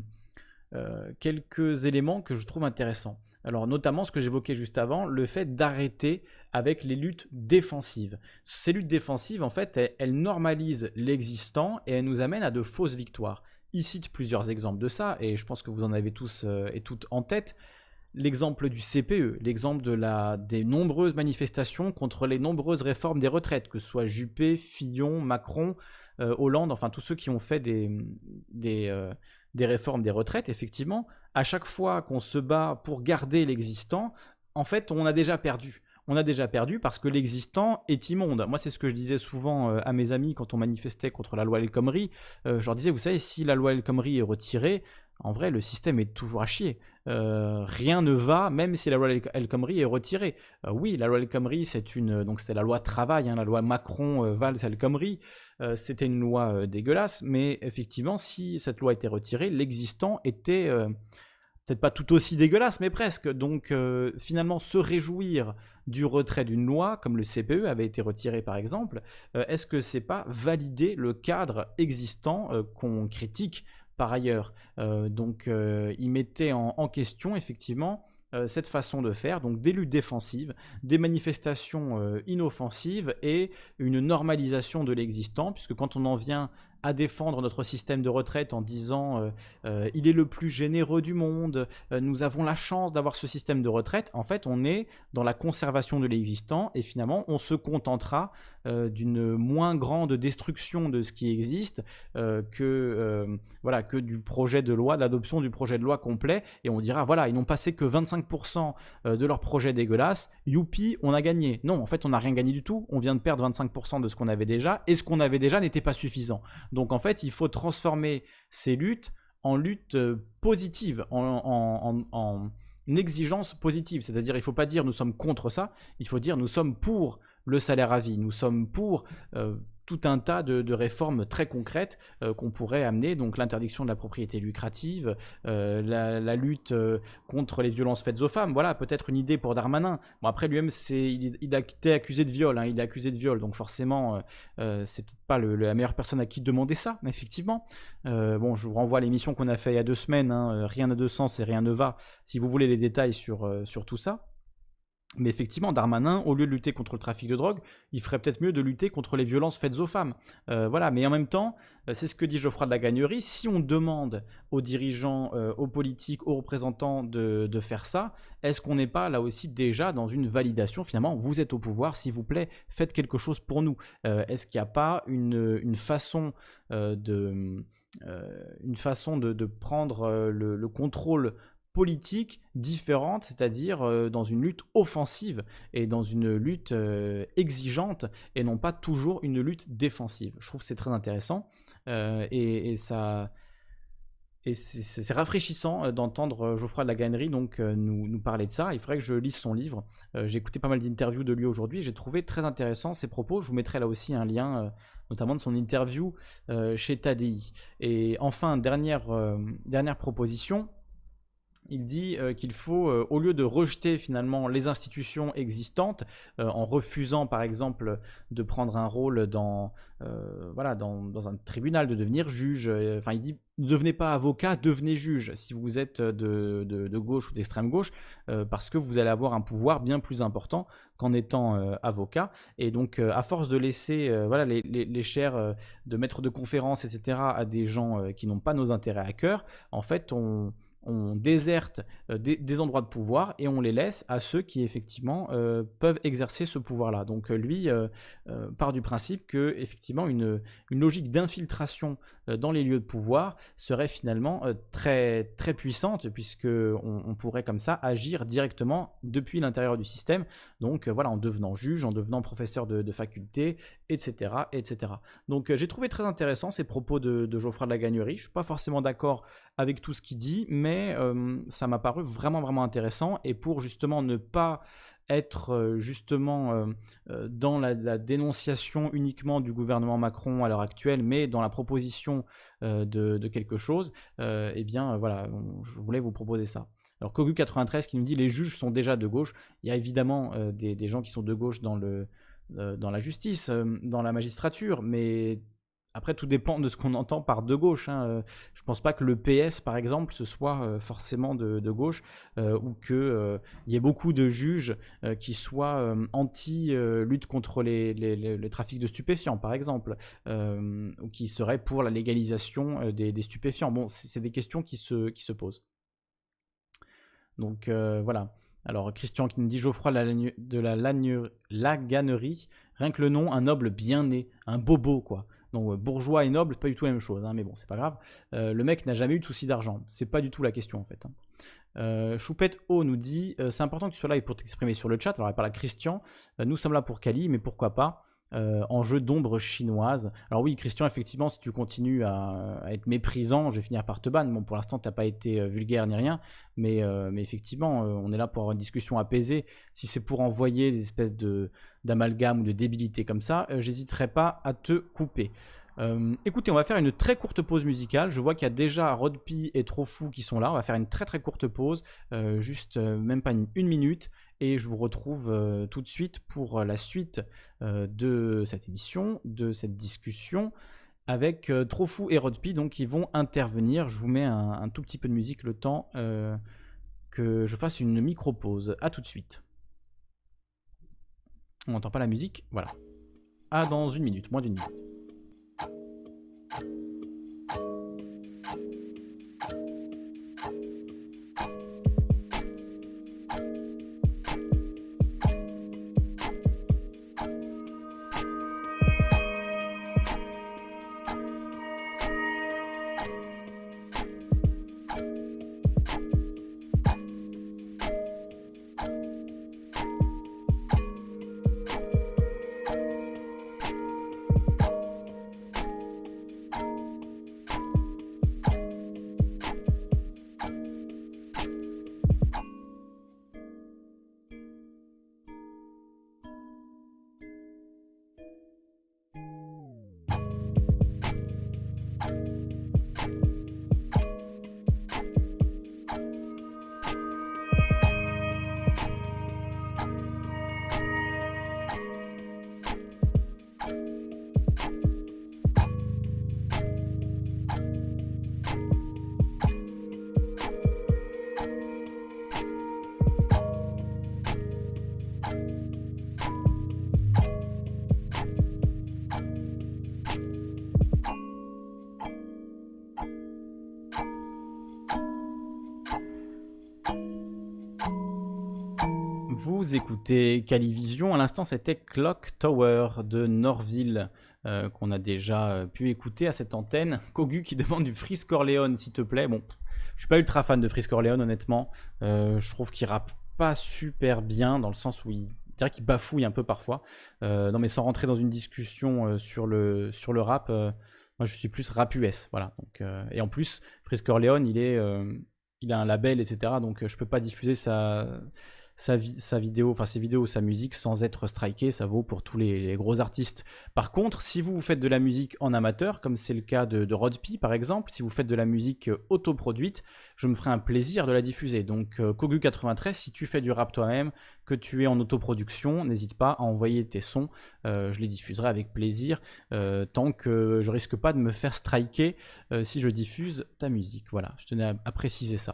S1: euh, quelques éléments que je trouve intéressants. Alors notamment ce que j'évoquais juste avant, le fait d'arrêter avec les luttes défensives. Ces luttes défensives, en fait, elles, elles normalisent l'existant et elles nous amènent à de fausses victoires. Il cite plusieurs exemples de ça, et je pense que vous en avez tous euh, et toutes en tête. L'exemple du C P E, l'exemple de la, des nombreuses manifestations contre les nombreuses réformes des retraites, que ce soit Juppé, Fillon, Macron, euh, Hollande, enfin tous ceux qui ont fait des, des, euh, des réformes des retraites, effectivement, à chaque fois qu'on se bat pour garder l'existant, en fait, on a déjà perdu. On a déjà perdu parce que l'existant est immonde. Moi, c'est ce que je disais souvent euh, à mes amis quand on manifestait contre la loi El Khomri. Euh, je leur disais, vous savez, si la loi El Khomri est retirée, en vrai, le système est toujours à chier. Euh, rien ne va, même si la loi El Khomri est retirée. Euh, oui, la loi El Khomri, c'est une, donc c'était la loi travail, hein, la loi Macron, euh, Valls, El Khomri. Euh, c'était une loi euh, dégueulasse, mais effectivement, si cette loi était retirée, l'existant était euh, peut-être pas tout aussi dégueulasse, mais presque. Donc, euh, finalement, se réjouir du retrait d'une loi, comme le C P E avait été retiré par exemple, euh, est-ce que c'est pas valider le cadre existant euh, qu'on critique par ailleurs? Euh, donc, euh, il mettait en, en question effectivement euh, cette façon de faire, donc des luttes défensives, des manifestations euh, inoffensives et une normalisation de l'existant, puisque quand on en vient à défendre notre système de retraite en disant euh, euh, il est le plus généreux du monde, euh, nous avons la chance d'avoir ce système de retraite, en fait on est dans la conservation de l'existant et finalement on se contentera euh, d'une moins grande destruction de ce qui existe euh, que, euh, voilà, que du projet de loi, de l'adoption du projet de loi complet, et on dira voilà, ils n'ont passé que vingt-cinq pour cent de leur projet dégueulasse, youpi, on a gagné. Non, en fait on n'a rien gagné du tout, on vient de perdre vingt-cinq pour cent de ce qu'on avait déjà, et ce qu'on avait déjà n'était pas suffisant. Donc en fait, il faut transformer ces luttes en luttes euh, positives, en, en, en, en exigence positive. C'est-à-dire, il ne faut pas dire nous sommes contre ça, il faut dire nous sommes pour le salaire à vie, nous sommes pour euh, tout un tas de, de réformes très concrètes euh, qu'on pourrait amener, donc l'interdiction de la propriété lucrative, euh, la, la lutte euh, contre les violences faites aux femmes, voilà, peut-être une idée pour Darmanin. Bon, après, lui-même, c'est, il, il a été accusé de viol, hein, il est accusé de viol, donc forcément, euh, euh, c'est peut-être pas le, la meilleure personne à qui demander ça, mais effectivement. Euh, bon, je vous renvoie à l'émission qu'on a fait il y a deux semaines, hein, Rien n'a de sens et rien ne va, si vous voulez les détails sur, euh, sur tout ça. Mais effectivement, Darmanin, au lieu de lutter contre le trafic de drogue, il ferait peut-être mieux de lutter contre les violences faites aux femmes. Euh, voilà, mais en même temps, c'est ce que dit Geoffroy de la Gannerie, si on demande aux dirigeants, euh, aux politiques, aux représentants de, de faire ça, est-ce qu'on n'est pas là aussi déjà dans une validation? Finalement, vous êtes au pouvoir, s'il vous plaît, faites quelque chose pour nous. Euh, est-ce qu'il n'y a pas une, une façon euh, de... Euh, une façon de, de prendre euh, le, le contrôle politique différente, c'est-à-dire euh, dans une lutte offensive et dans une lutte euh, exigeante et non pas toujours une lutte défensive. Je trouve que c'est très intéressant euh, et, et ça... Et c'est, c'est rafraîchissant d'entendre Geoffroy de la Gannerie donc, euh, nous, nous parler de ça. Il faudrait que je lise son livre. Euh, j'ai écouté pas mal d'interviews de lui aujourd'hui. J'ai trouvé très intéressant ses propos. Je vous mettrai là aussi un lien, euh, notamment de son interview euh, chez Tadei. Et enfin, dernière, euh, dernière proposition. Il dit euh, qu'il faut, euh, au lieu de rejeter finalement les institutions existantes, euh, en refusant par exemple de prendre un rôle dans, euh, voilà, dans, dans un tribunal, de devenir juge, euh, enfin il dit ne devenez pas avocat, devenez juge si vous êtes de, de, de gauche ou d'extrême gauche, euh, parce que vous allez avoir un pouvoir bien plus important qu'en étant euh, avocat. Et donc euh, à force de laisser euh, voilà, les, les, les chairs euh, de maîtres de conférences, et cetera à des gens euh, qui n'ont pas nos intérêts à cœur, en fait on... on déserte euh, des, des endroits de pouvoir et on les laisse à ceux qui effectivement euh, peuvent exercer ce pouvoir-là. Donc euh, lui euh, euh, part du principe que effectivement une, une logique d'infiltration euh, dans les lieux de pouvoir serait finalement euh, très, très puissante, puisque on, on pourrait comme ça agir directement depuis l'intérieur du système, donc euh, voilà, en devenant juge, en devenant professeur de, de faculté, et cetera, et cetera. Donc euh, j'ai trouvé très intéressant ces propos de, de Geoffroy de Lagagnerie. Je ne suis pas forcément d'accord avec tout ce qu'il dit, mais euh, ça m'a paru vraiment vraiment intéressant, et pour justement ne pas être euh, justement euh, euh, dans la, la dénonciation uniquement du gouvernement Macron à l'heure actuelle, mais dans la proposition euh, de, de quelque chose, euh, eh bien euh, voilà, on- je voulais vous proposer ça. Alors Kogu quatre-vingt-treize qui nous dit les juges sont déjà de gauche. Il y a évidemment euh, des, des gens qui sont de gauche dans, le, euh, dans la justice, euh, dans la magistrature, mais après tout dépend de ce qu'on entend par de gauche, hein. Euh, Je pense pas que le P S par exemple ce soit euh, forcément de, de gauche, euh, ou qu'il euh, y ait beaucoup de juges euh, qui soient euh, anti-lutte contre les, les, les- les trafics de stupéfiants par exemple, euh, ou qui seraient pour la légalisation euh, des, des stupéfiants. Bon, c'est c'est des questions qui se, qui se posent. Donc euh, voilà. Alors Christian qui nous dit Geoffroy de la, Lagne- de la Lagne- Laganerie, rien que le nom, un noble bien né, un bobo quoi. Donc euh, bourgeois et noble, pas du tout la même chose, hein, mais bon, c'est pas grave. Euh, le mec n'a jamais eu de souci d'argent. C'est pas du tout la question en fait, hein. Euh, Choupette O nous dit euh, c'est important que tu sois là et pour t'exprimer sur le chat. Alors elle parle à Christian. Euh, nous sommes là pour Kali, mais pourquoi pas euh, en jeu d'ombre chinoise. Alors oui, Christian, effectivement, si tu continues à, à être méprisant, je vais finir par te ban. Bon, pour l'instant, t'as pas été euh, vulgaire ni rien, mais, euh, mais effectivement, euh, on est là pour avoir une discussion apaisée. Si c'est pour envoyer des espèces de d'amalgame ou de débilité comme ça, euh, j'hésiterai pas à te couper. Euh, écoutez, on va faire une très courte pause musicale. Je vois qu'il y a déjà Rodpi et Trop Fou qui sont là. On va faire une très très courte pause, euh, juste euh, même pas une, une minute. Et je vous retrouve euh, tout de suite pour la suite euh, de cette émission, de cette discussion, avec euh, Trop Fou et Rodpi donc, qui vont intervenir. Je vous mets un, un tout petit peu de musique le temps euh, que je fasse une micro-pause. A tout de suite. On n'entend pas la musique. Voilà. À dans une minute, moins d'une minute. Vous écoutez Calivision, à l'instant c'était Clock Tower de Norville, euh, qu'on a déjà euh, pu écouter à cette antenne. Kogu qui demande du Frisk Orleans s'il te plaît. Bon, je suis pas ultra fan de Frisk Orleans honnêtement, euh, je trouve qu'il rappe pas super bien dans le sens où il je dirais qu'il bafouille un peu parfois. Euh, non mais sans rentrer dans une discussion euh, sur, le, sur le rap, euh, moi je suis plus rap U S, voilà. Donc, euh, et en plus, Frisk Orleans il, est, euh, il a un label, et cetera. Donc euh, je peux pas diffuser sa... Sa, vi- sa vidéo, enfin ses vidéos, sa musique sans être striké, ça vaut pour tous les, les gros artistes. Par contre, si vous, vous faites de la musique en amateur, comme c'est le cas de, de Rodpi par exemple, si vous faites de la musique euh, autoproduite, je me ferai un plaisir de la diffuser. Donc euh, Kogu quatre-vingt-treize, si tu fais du rap toi-même, que tu es en autoproduction, n'hésite pas à envoyer tes sons, euh, je les diffuserai avec plaisir, euh, tant que je risque pas de me faire striker euh, si je diffuse ta musique. Voilà, je tenais à, à préciser ça.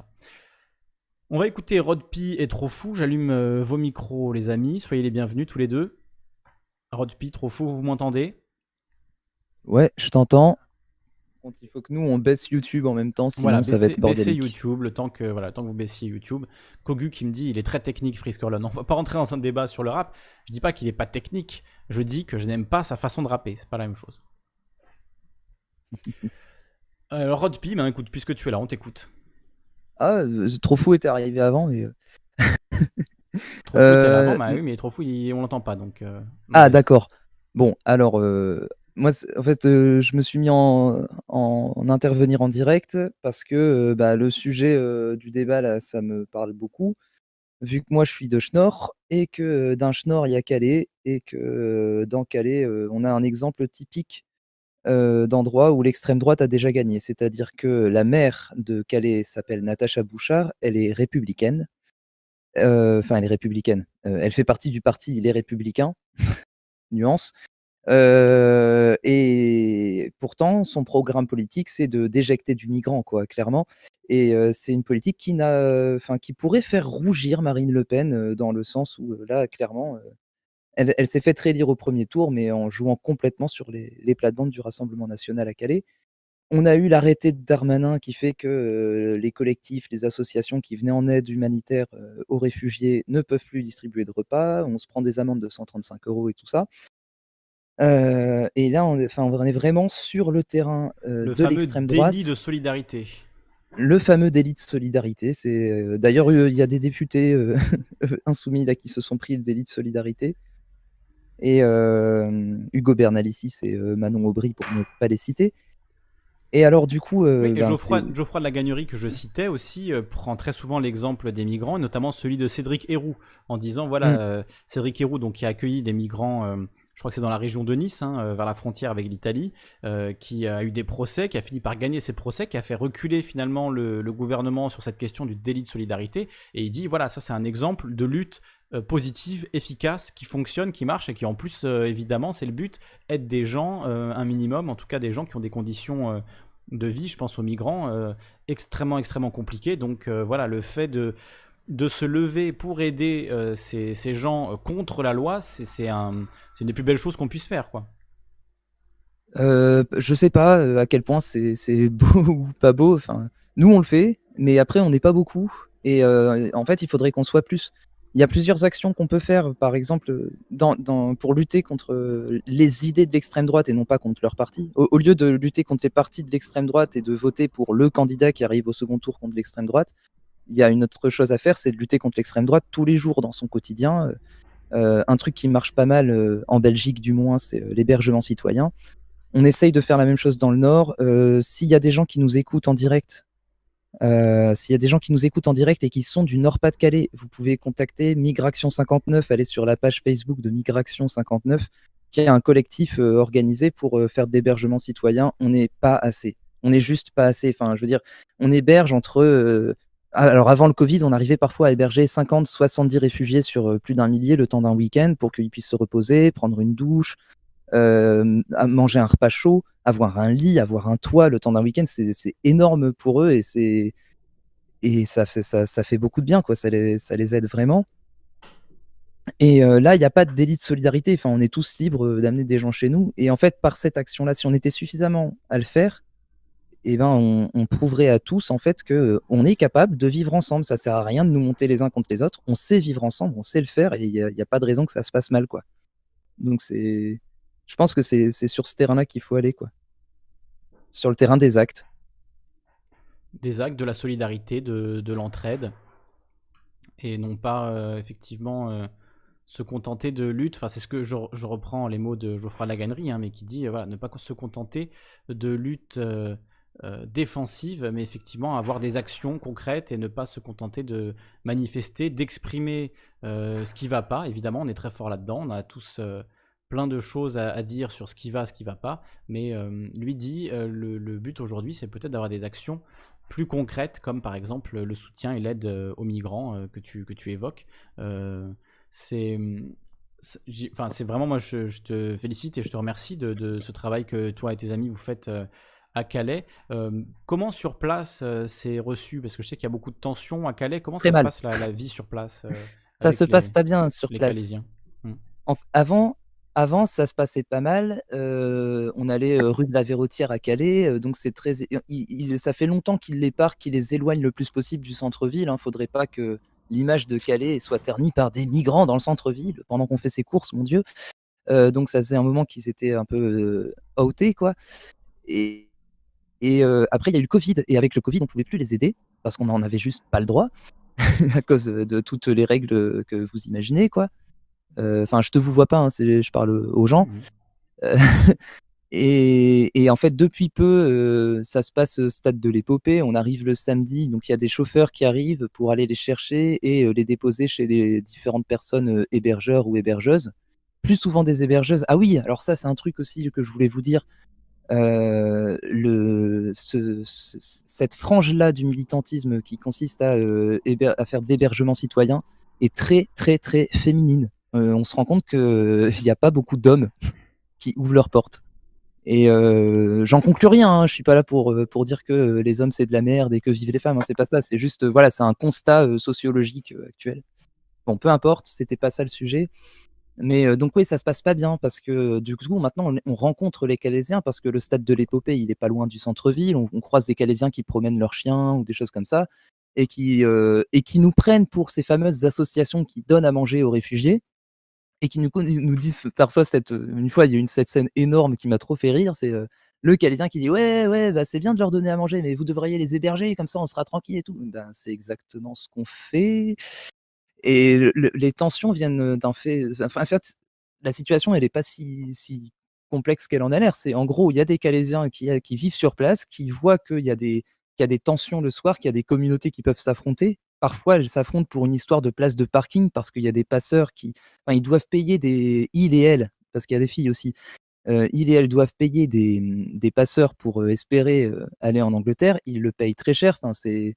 S1: On va écouter Rodpi et Trop Fou. J'allume euh, vos micros, les amis. Soyez les bienvenus tous les deux. Rodpi, Trop Fou, vous m'entendez?
S6: Ouais, je t'entends. contre, il faut que nous, on baisse YouTube en même temps,
S1: Voilà,
S6: sinon ça va
S1: baissez,
S6: être
S1: baissez
S6: bordélique.
S1: YouTube le temps que, voilà, le temps que vous baissiez YouTube. Kogu qui me dit il est très technique, Friscorlon. On va pas rentrer dans un débat sur le rap. Je dis pas qu'il est pas technique. Je dis que je n'aime pas sa façon de rapper. C'est pas la même chose. Alors, Rodpi, ben, écoute, puisque tu es là, on t'écoute.
S6: Ah, euh, Trop Fou était arrivé avant, mais... euh,
S1: Trop fou était là
S6: euh,
S1: avant, bah oui, mais trop fou, il- on l'entend pas, donc. euh, donc
S6: Ah,
S1: vas-y.
S6: d'accord. Bon, alors, euh, moi, c'est- en fait, euh, je me suis mis en, en- en intervenir en direct parce que euh, bah, le sujet euh, du débat, là, ça me parle beaucoup, vu que moi, je suis de Schnorr, et que euh, d'un Schnorr, il y a Calais, et que euh, dans Calais, euh, on a un exemple typique euh, d'endroit où l'extrême droite a déjà gagné. C'est-à-dire que la maire de Calais s'appelle Natacha Bouchard, elle est républicaine. Euh, Enfin, elle est républicaine. Euh, elle fait partie du parti Les Républicains, nuance. Euh, et pourtant, son programme politique, c'est de d'éjecter du migrant, quoi, clairement. Et euh, c'est une politique qui n'a, enfin, qui pourrait faire rougir Marine Le Pen euh, dans le sens où euh, là, clairement, euh, elle, elle s'est fait réélire au premier tour, mais en jouant complètement sur les, les plates-bandes du Rassemblement national à Calais. On a eu l'arrêté de Darmanin qui fait que euh, les collectifs, les associations qui venaient en aide humanitaire euh, aux réfugiés ne peuvent plus distribuer de repas. On se prend des amendes de cent trente-cinq euros et tout ça. Euh, et là, on est, enfin, on est vraiment sur le terrain euh,
S1: Le
S6: de
S1: fameux
S6: l'extrême
S1: délit
S6: droite,
S1: de solidarité.
S6: le fameux délit de solidarité. C'est euh, d'ailleurs euh, il y a des députés euh, insoumis là qui se sont pris le délit de solidarité. Et euh, Hugo Bernalicis et euh, Manon Aubry pour ne pas les citer. Et alors du coup, euh,
S1: Oui, et
S6: ben,
S1: Geoffroy,
S6: c'est
S1: Geoffroy de la Gagnerie, que je citais aussi, euh, prend très souvent l'exemple des migrants, et notamment celui de Cédric Héroux, en disant voilà,
S6: Mm.
S1: euh, Cédric Héroux, donc, qui a accueilli des migrants, euh, je crois que c'est dans la région de Nice, hein, euh, vers la frontière avec l'Italie, euh, qui a eu des procès, qui a fini par gagner ces procès, qui a fait reculer finalement le, le gouvernement sur cette question du délit de solidarité. Et il dit voilà, ça c'est un exemple de lutte euh, positive, efficace, qui fonctionne, qui marche, et qui en plus, euh, évidemment, c'est le but, aide des gens, euh, un minimum, en tout cas des gens qui ont des conditions euh, de vie, je pense aux migrants, euh, extrêmement, extrêmement compliquées. Donc euh, voilà, le fait de, de se lever pour aider euh, ces, ces gens euh, contre la loi, c'est c'est un, c'est une des plus belles choses qu'on puisse faire, quoi.
S6: Euh, je sais pas euh, à quel point c'est c'est beau ou pas beau. Enfin, nous on le fait, mais après on n'est pas beaucoup. Et euh, en fait, il faudrait qu'on soit plus. Il y a plusieurs actions qu'on peut faire, par exemple, euh, dans, dans- pour lutter contre euh, les idées de l'extrême droite et non pas contre leur parti. Au, au lieu de lutter contre les partis de l'extrême droite et de voter pour le candidat qui arrive au second tour contre l'extrême droite, il y a une autre chose à faire, c'est de lutter contre l'extrême droite tous les jours dans son quotidien. Euh, un truc qui marche pas mal euh, en Belgique, du moins, c'est euh, l'hébergement citoyen. On essaye de faire la même chose dans le Nord. Euh, S'il y a des gens qui nous écoutent en direct, euh, s'il y a des gens qui nous écoutent en direct et qui sont du Nord-Pas-de-Calais, vous pouvez contacter Migration cinquante-neuf, allez sur la page Facebook de Migration cinquante-neuf, qui est un collectif euh, organisé pour euh, faire de l'hébergement citoyen. On n'est pas assez. On n'est juste pas assez. Enfin, je veux dire, on héberge entre... euh, alors avant le Covid, on arrivait parfois à héberger cinquante, soixante-dix réfugiés sur euh, plus d'un millier le temps d'un week-end pour qu'ils puissent se reposer, prendre une douche, euh, à manger un repas chaud, avoir un lit, avoir un toit le temps d'un week-end, c'est c'est énorme pour eux et c'est et ça fait ça, ça fait beaucoup de bien, quoi. Ça les ça les aide vraiment. Et euh, là, il n'y a pas de délit de solidarité. Enfin, on est tous libres euh, d'amener des gens chez nous. Et en fait, par cette action-là, si on était suffisamment à le faire, eh ben, on, on prouverait à tous en fait que euh, on est capable de vivre ensemble. Ça sert à rien de nous monter les uns contre les autres. On sait vivre ensemble, on sait le faire, et il n'y a, il y a pas de raison que ça se passe mal, quoi. Donc c'est, je pense que c'est c'est sur ce terrain-là qu'il faut aller, quoi. Sur le terrain des actes.
S1: Des actes, de la solidarité, de, de l'entraide, et non pas euh, effectivement euh, se contenter de lutte. Enfin, c'est ce que je, je reprends les mots de Geoffroy de la Gagnerie, hein, mais qui dit euh, voilà, ne pas se contenter de lutte euh, euh, défensive, mais effectivement avoir des actions concrètes et ne pas se contenter de manifester, d'exprimer euh, ce qui va pas. Évidemment, on est très fort là-dedans, on a tous euh, plein de choses à, à dire sur ce qui va, ce qui va pas, mais euh, lui dit euh, le, le but aujourd'hui, c'est peut-être d'avoir des actions plus concrètes, comme par exemple le soutien et l'aide euh, aux migrants euh, que, tu, que tu évoques. Euh, c'est c'est j'ai- enfin, c'est vraiment, moi, je, je te félicite et je te remercie de, de ce travail que toi et tes amis vous faites euh, à Calais. Euh, comment sur place euh, c'est reçu? Parce que je sais qu'il y a beaucoup de tensions à Calais. Comment
S6: Très
S1: ça se
S6: mal.
S1: passe la, la vie sur place euh,
S6: Ça se
S1: avec
S6: passe
S1: les,
S6: pas bien sur
S1: les
S6: place.
S1: Calaisiens? Hmm.
S6: En- avant, avant, ça se passait pas mal. Heu, on allait, heu, rue de la Verrotière à Calais, heu, donc c'est très é il il ça fait longtemps qu'ils les parquent, qu'ils les éloignent le plus possible du centre-ville, hein. Faudrait pas que l'image de Calais soit ternie par des migrants dans le centre-ville pendant qu'on fait ses courses, mon Dieu. Heu, donc ça faisait un moment qu'ils étaient un peu, heu, outés, quoi et et heu, après il y a eu le Covid et avec le Covid, on pouvait plus les aider parce qu'on n'en avait juste pas le droit à cause, heu, de toutes les règles, heu, que vous imaginez, quoi. Heu, enfin, je te vous vois pas, hein, c'est je parle, heu, aux gens.
S1: Mmh.
S6: Heu et et en fait, depuis peu, heu, ça se passe, heu, stade de l'épopée. On arrive le samedi, donc il y a des chauffeurs qui arrivent pour aller les chercher et heu, les déposer chez les différentes personnes, heu, hébergeurs ou hébergeuses. Plus souvent des hébergeuses. Ah oui, alors ça, c'est un truc aussi que je voulais vous dire. Heu, le ce ce cette frange-là du militantisme qui consiste à, heu, héber à faire de l'hébergement citoyen est très, très, très féminine. Heu, on se rend compte qu'il y a pas beaucoup d'hommes qui ouvrent leurs portes et heu, j'en conclus rien, hein. Je suis pas là pour, heu, pour dire que, heu, les hommes, c'est de la merde et que vivent les femmes, hein, c'est pas ça. C'est juste, heu, voilà, c'est un constat, heu, sociologique, heu, actuel. Bon, peu importe, c'était pas ça le sujet. Mais heu, donc oui, ça se passe pas bien parce que, du coup, maintenant, on on rencontre les Calaisiens parce que le stade de l'Épopée, il est pas loin du centre-ville. On on croise des Calaisiens qui promènent leurs chiens ou des choses comme ça et qui, heu et qui nous prennent pour ces fameuses associations qui donnent à manger aux réfugiés et qui nous co nous disent parfois cette, heu une fois, il y a eu une cette scène énorme qui m'a trop fait rire, c'est, heu, le Calaisien qui dit: «Ouais, ouais, bah, c'est bien de leur donner à manger, mais vous devriez les héberger, comme ça on sera tranquille et tout». Ben, c'est exactement ce qu'on fait. Et le le les tensions viennent, d'un fait enfin, en fait, la situation elle est pas si si complexe qu'elle en a l'air. C'est en gros, il y a des Calaisiens qui, heu, qui vivent sur place, qui voient qu'il y a des qu'il y a des tensions le soir, qu'il y a des communautés qui peuvent s'affronter. Parfois, elles s'affrontent pour une histoire de place de parking parce qu'il y a des passeurs qui enfin, ils doivent payer des ils et elles, parce qu'il y a des filles aussi, heu, ils et elles doivent payer des, mmh, des passeurs pour, heu, espérer, heu, aller en Angleterre. Ils le payent très cher, enfin, c'est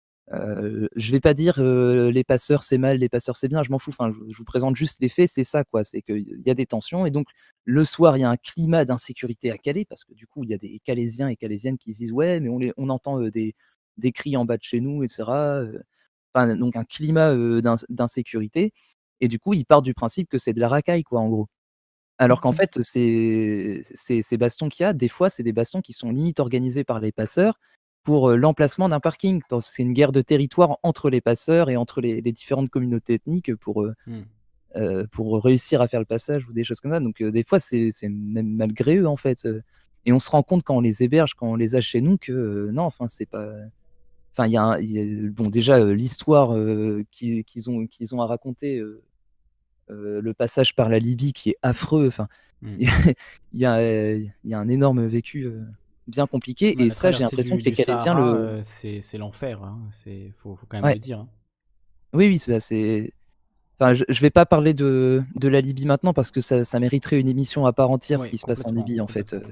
S6: Heu, je vais pas dire, heu, les passeurs c'est mal, les passeurs c'est bien, je m'en fous. Enfin, je je vous présente juste les faits, c'est ça quoi. C'est qu'il y a des tensions et donc le soir, il y a un climat d'insécurité à Calais parce que du coup, il y a des Calaisiens et Calaisiennes qui se disent: «Ouais, mais on les on entend, heu, des des cris en bas de chez nous et cetera», heu, enfin donc un climat, heu, d'ins d'insécurité et du coup, ils partent du principe que c'est de la racaille quoi, en gros. Alors qu'en fait, ces ces ces bastons qu'il y a, des fois, c'est des bastons qui sont limite organisés par les passeurs pour, heu, l'emplacement d'un parking. Parce que c'est une guerre de territoire entre les passeurs et entre les les différentes communautés ethniques pour, heu
S1: Mmh.
S6: heu, pour réussir à faire le passage ou des choses comme ça. Donc, heu, des fois, c'est c'est même malgré eux, en fait, heu et on se rend compte quand on les héberge, quand on les a chez nous que, heu, non, enfin, c'est pas enfin, il y a un il y a bon, déjà, heu, l'histoire, heu, qu'ils qu'ils ont qu'ils ont à raconter, heu heu, le passage par la Libye qui est affreux, enfin,
S1: Mmh.
S6: il y a il y a, heu, il y a un énorme vécu, heu, bien compliqué
S1: Bah,
S6: et
S1: la
S6: ça, j'ai
S1: traversée
S6: l'impression
S1: du
S6: que les
S1: du
S6: Calaisiens
S1: Sahara,
S6: le
S1: heu, c'est c'est l'enfer, hein. C'est faut faut quand même
S6: ouais,
S1: le dire, hein.
S6: oui, oui, c'est bah, c'est enfin, je je vais pas parler de de la Libye maintenant parce que ça ça mériterait une émission à part entière, ce
S1: Ouais,
S6: qui se passe en
S1: complètement,
S6: Libye, en fait, heu,
S1: complètement.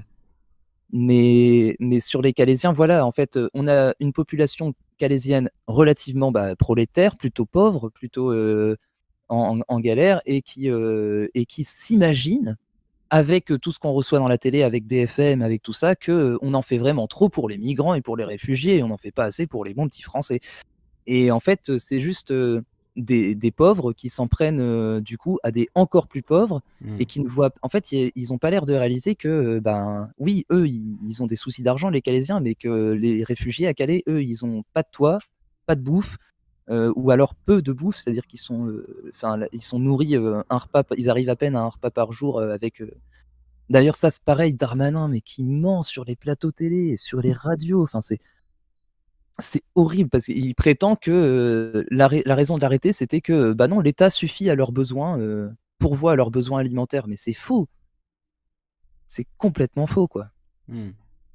S6: mais mais sur les Calaisiens, voilà, en fait, heu, on a une population calaisienne relativement, bah, prolétaire, plutôt pauvre, plutôt, heu, en en en galère et qui, heu et qui s'imagine avec, heu, tout ce qu'on reçoit dans la télé, avec B F M, avec tout ça, que, heu, on en fait vraiment trop pour les migrants et pour les réfugiés et on n'en fait pas assez pour les bons petits Français. Et en fait, heu, c'est juste, heu, des des pauvres qui s'en prennent, heu, du coup, à des encore plus pauvres et
S1: Mmh.
S6: qui ne voient en fait, i ils ont pas l'air de réaliser que, heu, ben, oui, eux, ils ils ont des soucis d'argent, les Calaisiens, mais que les réfugiés à Calais, eux, ils ont pas de toit, pas de bouffe, heu, ou alors peu de bouffe, c'est-à-dire qu'ils sont, heu, enfin, là, ils sont nourris, heu, un repas ils arrivent à peine à un repas par jour, heu, avec, heu d'ailleurs, ça, c'est pareil, Darmanin, mais qui ment sur les plateaux télé et sur les radios. Enfin, c'est c'est horrible parce qu'il prétend que, heu, la rai la raison de l'arrêter, c'était que, bah, non, l'État suffit à leurs besoins, heu, pourvoit à leurs besoins alimentaires. Mais c'est faux, c'est complètement faux, quoi.
S1: Mmh.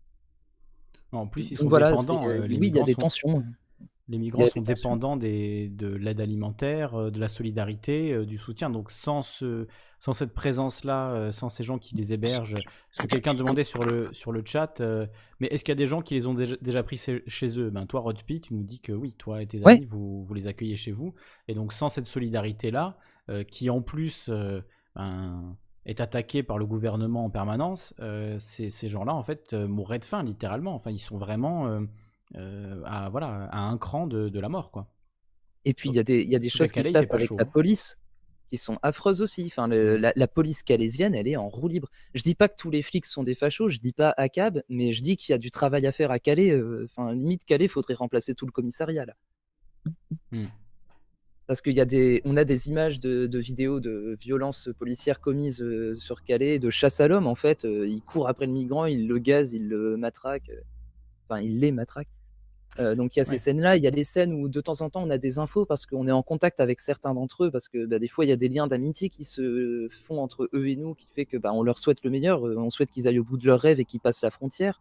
S1: En plus, ils
S6: Donc
S1: sont
S6: voilà, c'est,
S1: dépendants,
S6: heu,
S1: heu, les
S6: oui, il y a
S1: migrants
S6: des
S1: sont
S6: tensions,
S1: les
S6: il y
S1: migrants
S6: a
S1: sont
S6: des tensions.
S1: dépendants des de l'aide alimentaire, heu, de la solidarité, heu, du soutien. Donc sans ce sans cette présence-là, heu, sans ces gens qui les hébergent, parce que quelqu'un demandait sur le sur le chat, heu: «Mais est-ce qu'il y a des gens qui les ont déjà déjà pris chez chez eux?» Ben, toi, Rodpi, tu nous dis que oui, toi et tes
S6: Ouais,
S1: amis, vous vous les accueillez chez vous et donc sans cette solidarité-là, heu, qui en plus, heu, ben, est attaquée par le gouvernement en permanence, heu, ces ces gens-là, en fait, heu, mourraient de faim littéralement. Enfin, ils sont vraiment, heu heu, à voilà, à un cran de de la mort, quoi.
S6: et puis il
S1: Sur
S6: y a des il y a des
S1: surtout qu'à
S6: choses qui se
S1: Calais, il fait
S6: passent
S1: pas
S6: avec
S1: chaud,
S6: la
S1: hein.
S6: police, qui sont affreuses aussi. Enfin, le- la, la police calaisienne, elle est en roue libre. Je dis pas que tous les flics sont des fachos, je dis pas A C A B, mais je dis qu'il y a du travail à faire à Calais. euh, Enfin, limite Calais, faudrait remplacer tout le commissariat là.
S1: Hmm.
S6: Parce qu'il y a des, on a des images de, de vidéos de violences policières commises euh, sur Calais, de chasse à l'homme en fait. Euh, ils courent après le migrant, ils le gazent, ils le matraquent. euh, Enfin, ils les matraquent. Euh, donc il y a ces
S1: Ouais.
S6: scènes-là, il y a des scènes où de temps en temps on a des infos parce qu'on est en contact avec certains d'entre eux, parce que bah, des fois il y a des liens d'amitié qui se font entre eux et nous, qui fait que bah, on leur souhaite le meilleur, euh, on souhaite qu'ils aillent au bout de leurs rêves et qu'ils passent la frontière.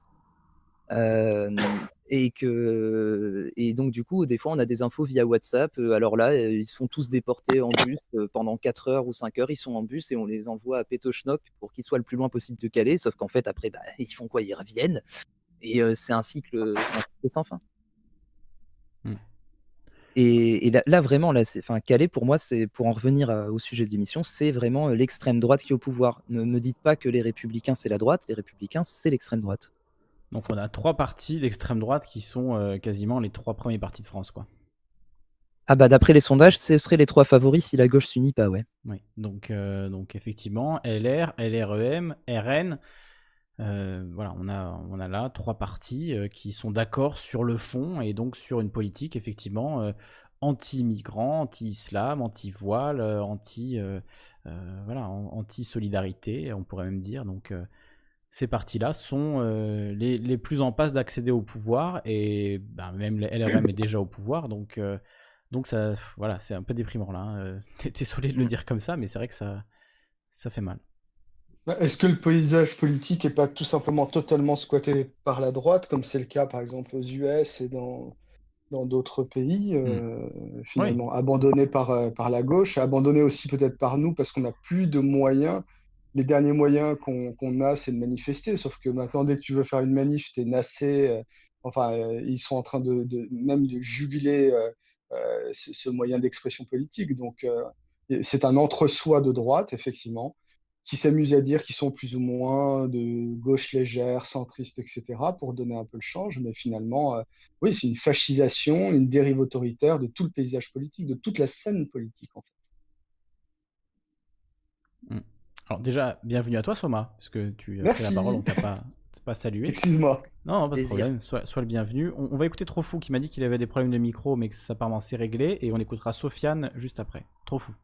S6: Euh, et que et donc du coup des fois on a des infos via WhatsApp. Euh, alors là euh, ils se font tous déporter en bus euh, pendant quatre heures ou cinq heures, ils sont en bus et on les envoie à Pétochnock pour qu'ils soient le plus loin possible de Calais, sauf qu'en fait après bah, ils font quoi, ils reviennent et euh, c'est un cycle, c'est un cycle sans fin.
S1: Hmm.
S6: Et, et là, là, vraiment, là, c'est, enfin, Calais, pour moi, c'est pour en revenir à- au sujet de l'émission, c'est vraiment euh, l'extrême droite qui est au pouvoir. Ne me dites pas que les Républicains c'est la droite, les Républicains c'est l'extrême droite.
S1: Donc on a trois partis d'extrême droite qui sont euh, quasiment les trois premiers partis de France, quoi.
S6: Ah bah d'après les sondages, ce seraient les trois favoris si la gauche s'unit pas, ouais.
S1: Oui. Donc, euh, donc effectivement, L R, L R E M, R N. Euh, voilà, on a, on a là trois partis euh, qui sont d'accord sur le fond et donc sur une politique effectivement euh, anti-migrants, anti-islam, anti-voile, euh, anti, euh, euh, voilà, an- anti-solidarité, on pourrait même dire. Donc euh, ces partis-là sont euh, les, les plus en passe d'accéder au pouvoir et ben, même le L R M est déjà au pouvoir. Donc, euh, donc ça, voilà, c'est un peu déprimant là. Hein. Euh, Désolé de le
S6: Mm.
S1: dire comme ça, mais c'est vrai que ça, ça fait mal.
S7: Bah, est-ce que le paysage politique n'est pas tout simplement totalement squatté par la droite, comme c'est le cas par exemple aux U S et dans dans d'autres pays,
S1: Hmm.
S7: euh,
S1: Oui.
S7: finalement, abandonné par, euh, par la gauche, abandonné aussi peut-être par nous parce qu'on n'a plus de moyens. Les derniers moyens qu'on qu'on a, c'est de manifester. Sauf que maintenant, dès que tu veux faire une manif, t'es nassé. euh, enfin, euh, ils sont en train de, de- même de juguler euh, euh, ce, ce moyen d'expression politique. Donc, euh, c'est un entre-soi de droite, effectivement, qui s'amusent à dire qu'ils sont plus ou moins de gauche légère, centriste, et cetera, pour donner un peu le change. Mais finalement, euh, oui, c'est une fascisation, une dérive autoritaire de tout le paysage politique, de toute la scène politique, en fait.
S1: Mm. Alors déjà, bienvenue à toi Soma, parce que tu as pris la parole, on
S7: Merci.
S1: t'a pas, pas salué.
S7: Excuse-moi.
S1: Non, pas de
S6: Plaisir.
S1: problème, sois, sois le bienvenu. On, on va écouter Trofou qui m'a dit qu'il avait des problèmes de micro, mais que ça apparemment c'est réglé, et on écoutera Sofiane juste après. Trofou.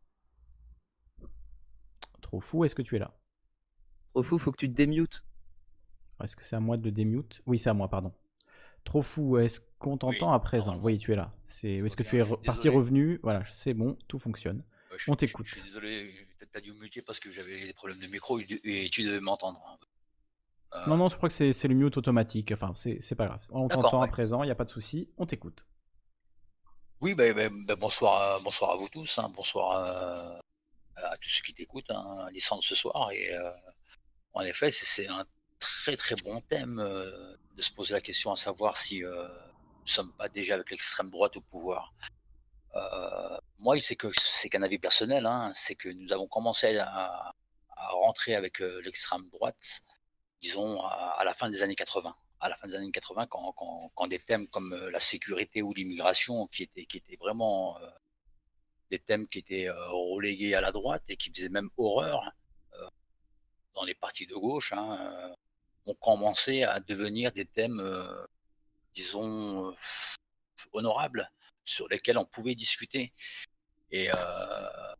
S1: Trofou, est-ce que tu es là?
S6: Trop fou, faut que tu te démutes.
S1: Est-ce que c'est à moi de le démute? Oui, c'est à moi, pardon. Trofou, est-ce qu'on
S8: Oui,
S1: t'entend à présent?
S8: normalement.
S1: Oui, tu es là. C'est...
S8: Tout
S1: Est-ce
S8: va
S1: que tu
S8: bien.
S1: es
S8: Je suis
S1: re- parti
S8: désolé.
S1: revenu? Voilà, c'est bon, tout fonctionne.
S8: Ouais, je,
S1: On
S8: suis- je,
S1: t'écoute.
S8: je suis désolé. Peut-être t'as dû me muter parce que j'avais des problèmes de micro et, et tu devais m'entendre. Euh,
S1: Non, non, je crois que c'est, c'est le mute automatique. Enfin, c'est, c'est pas grave. On
S8: D'accord,
S1: t'entend à
S8: ouais.
S1: présent, il n'y a pas de souci. On t'écoute.
S8: Oui, ben ben, ben, bonsoir, à- bonsoir à vous tous. Hein, bonsoir euh, à tous ceux qui t'écoutent, hein, Alessandre ce soir. Et euh, en effet, c'est c'est un très très bon thème euh, de se poser la question à savoir si euh, nous ne sommes pas déjà avec l'extrême droite au pouvoir. Euh, moi, c'est que c'est qu'un avis personnel, hein, c'est que nous avons commencé à, à rentrer avec euh, l'extrême droite, disons, à, à la fin des années quatre-vingts. À la fin des années quatre-vingts, quand, quand, quand des thèmes comme euh, la sécurité ou l'immigration, qui étaient, qui étaient vraiment euh, des thèmes qui étaient euh, relégués à la droite et qui faisaient même horreur euh, dans les partis de gauche, hein, euh, ont commencé à devenir des thèmes, euh, disons, euh, honorables, sur lesquels on pouvait discuter. Et euh,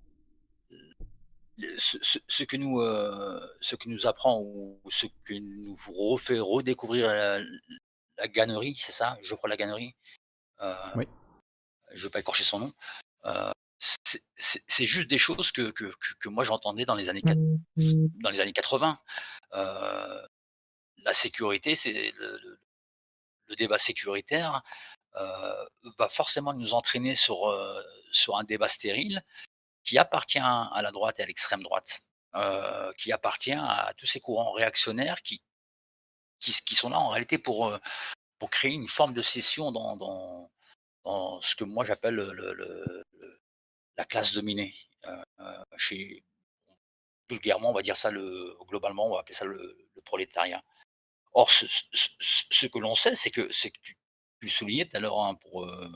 S8: ce, ce, ce que nous, euh, ce que nous apprend ou ce que nous refait redécouvrir la, la Gannerie, c'est ça, je crois la Gannerie. Euh,
S1: Oui.
S8: je ne veux pas écorcher son nom. Euh, c'est- c'est c'est juste des choses que, que, que, que moi j'entendais dans les années dans les années quatre-vingts. Euh, la sécurité, c'est le, le, le débat sécuritaire euh, va forcément nous entraîner sur euh, sur un débat stérile qui appartient à la droite et à l'extrême droite, euh, qui appartient à tous ces courants réactionnaires qui, qui, qui sont là en réalité pour, euh, pour créer une forme de scission dans, dans, dans ce que moi j'appelle le, le, le, la classe dominée. Euh, chez, vulgairement, on va dire ça, le, globalement, on va appeler ça le, le prolétariat. Or, ce, ce, ce que l'on sait, c'est que, c'est que tu, tu le soulignais tout à l'heure, hein, pour, euh,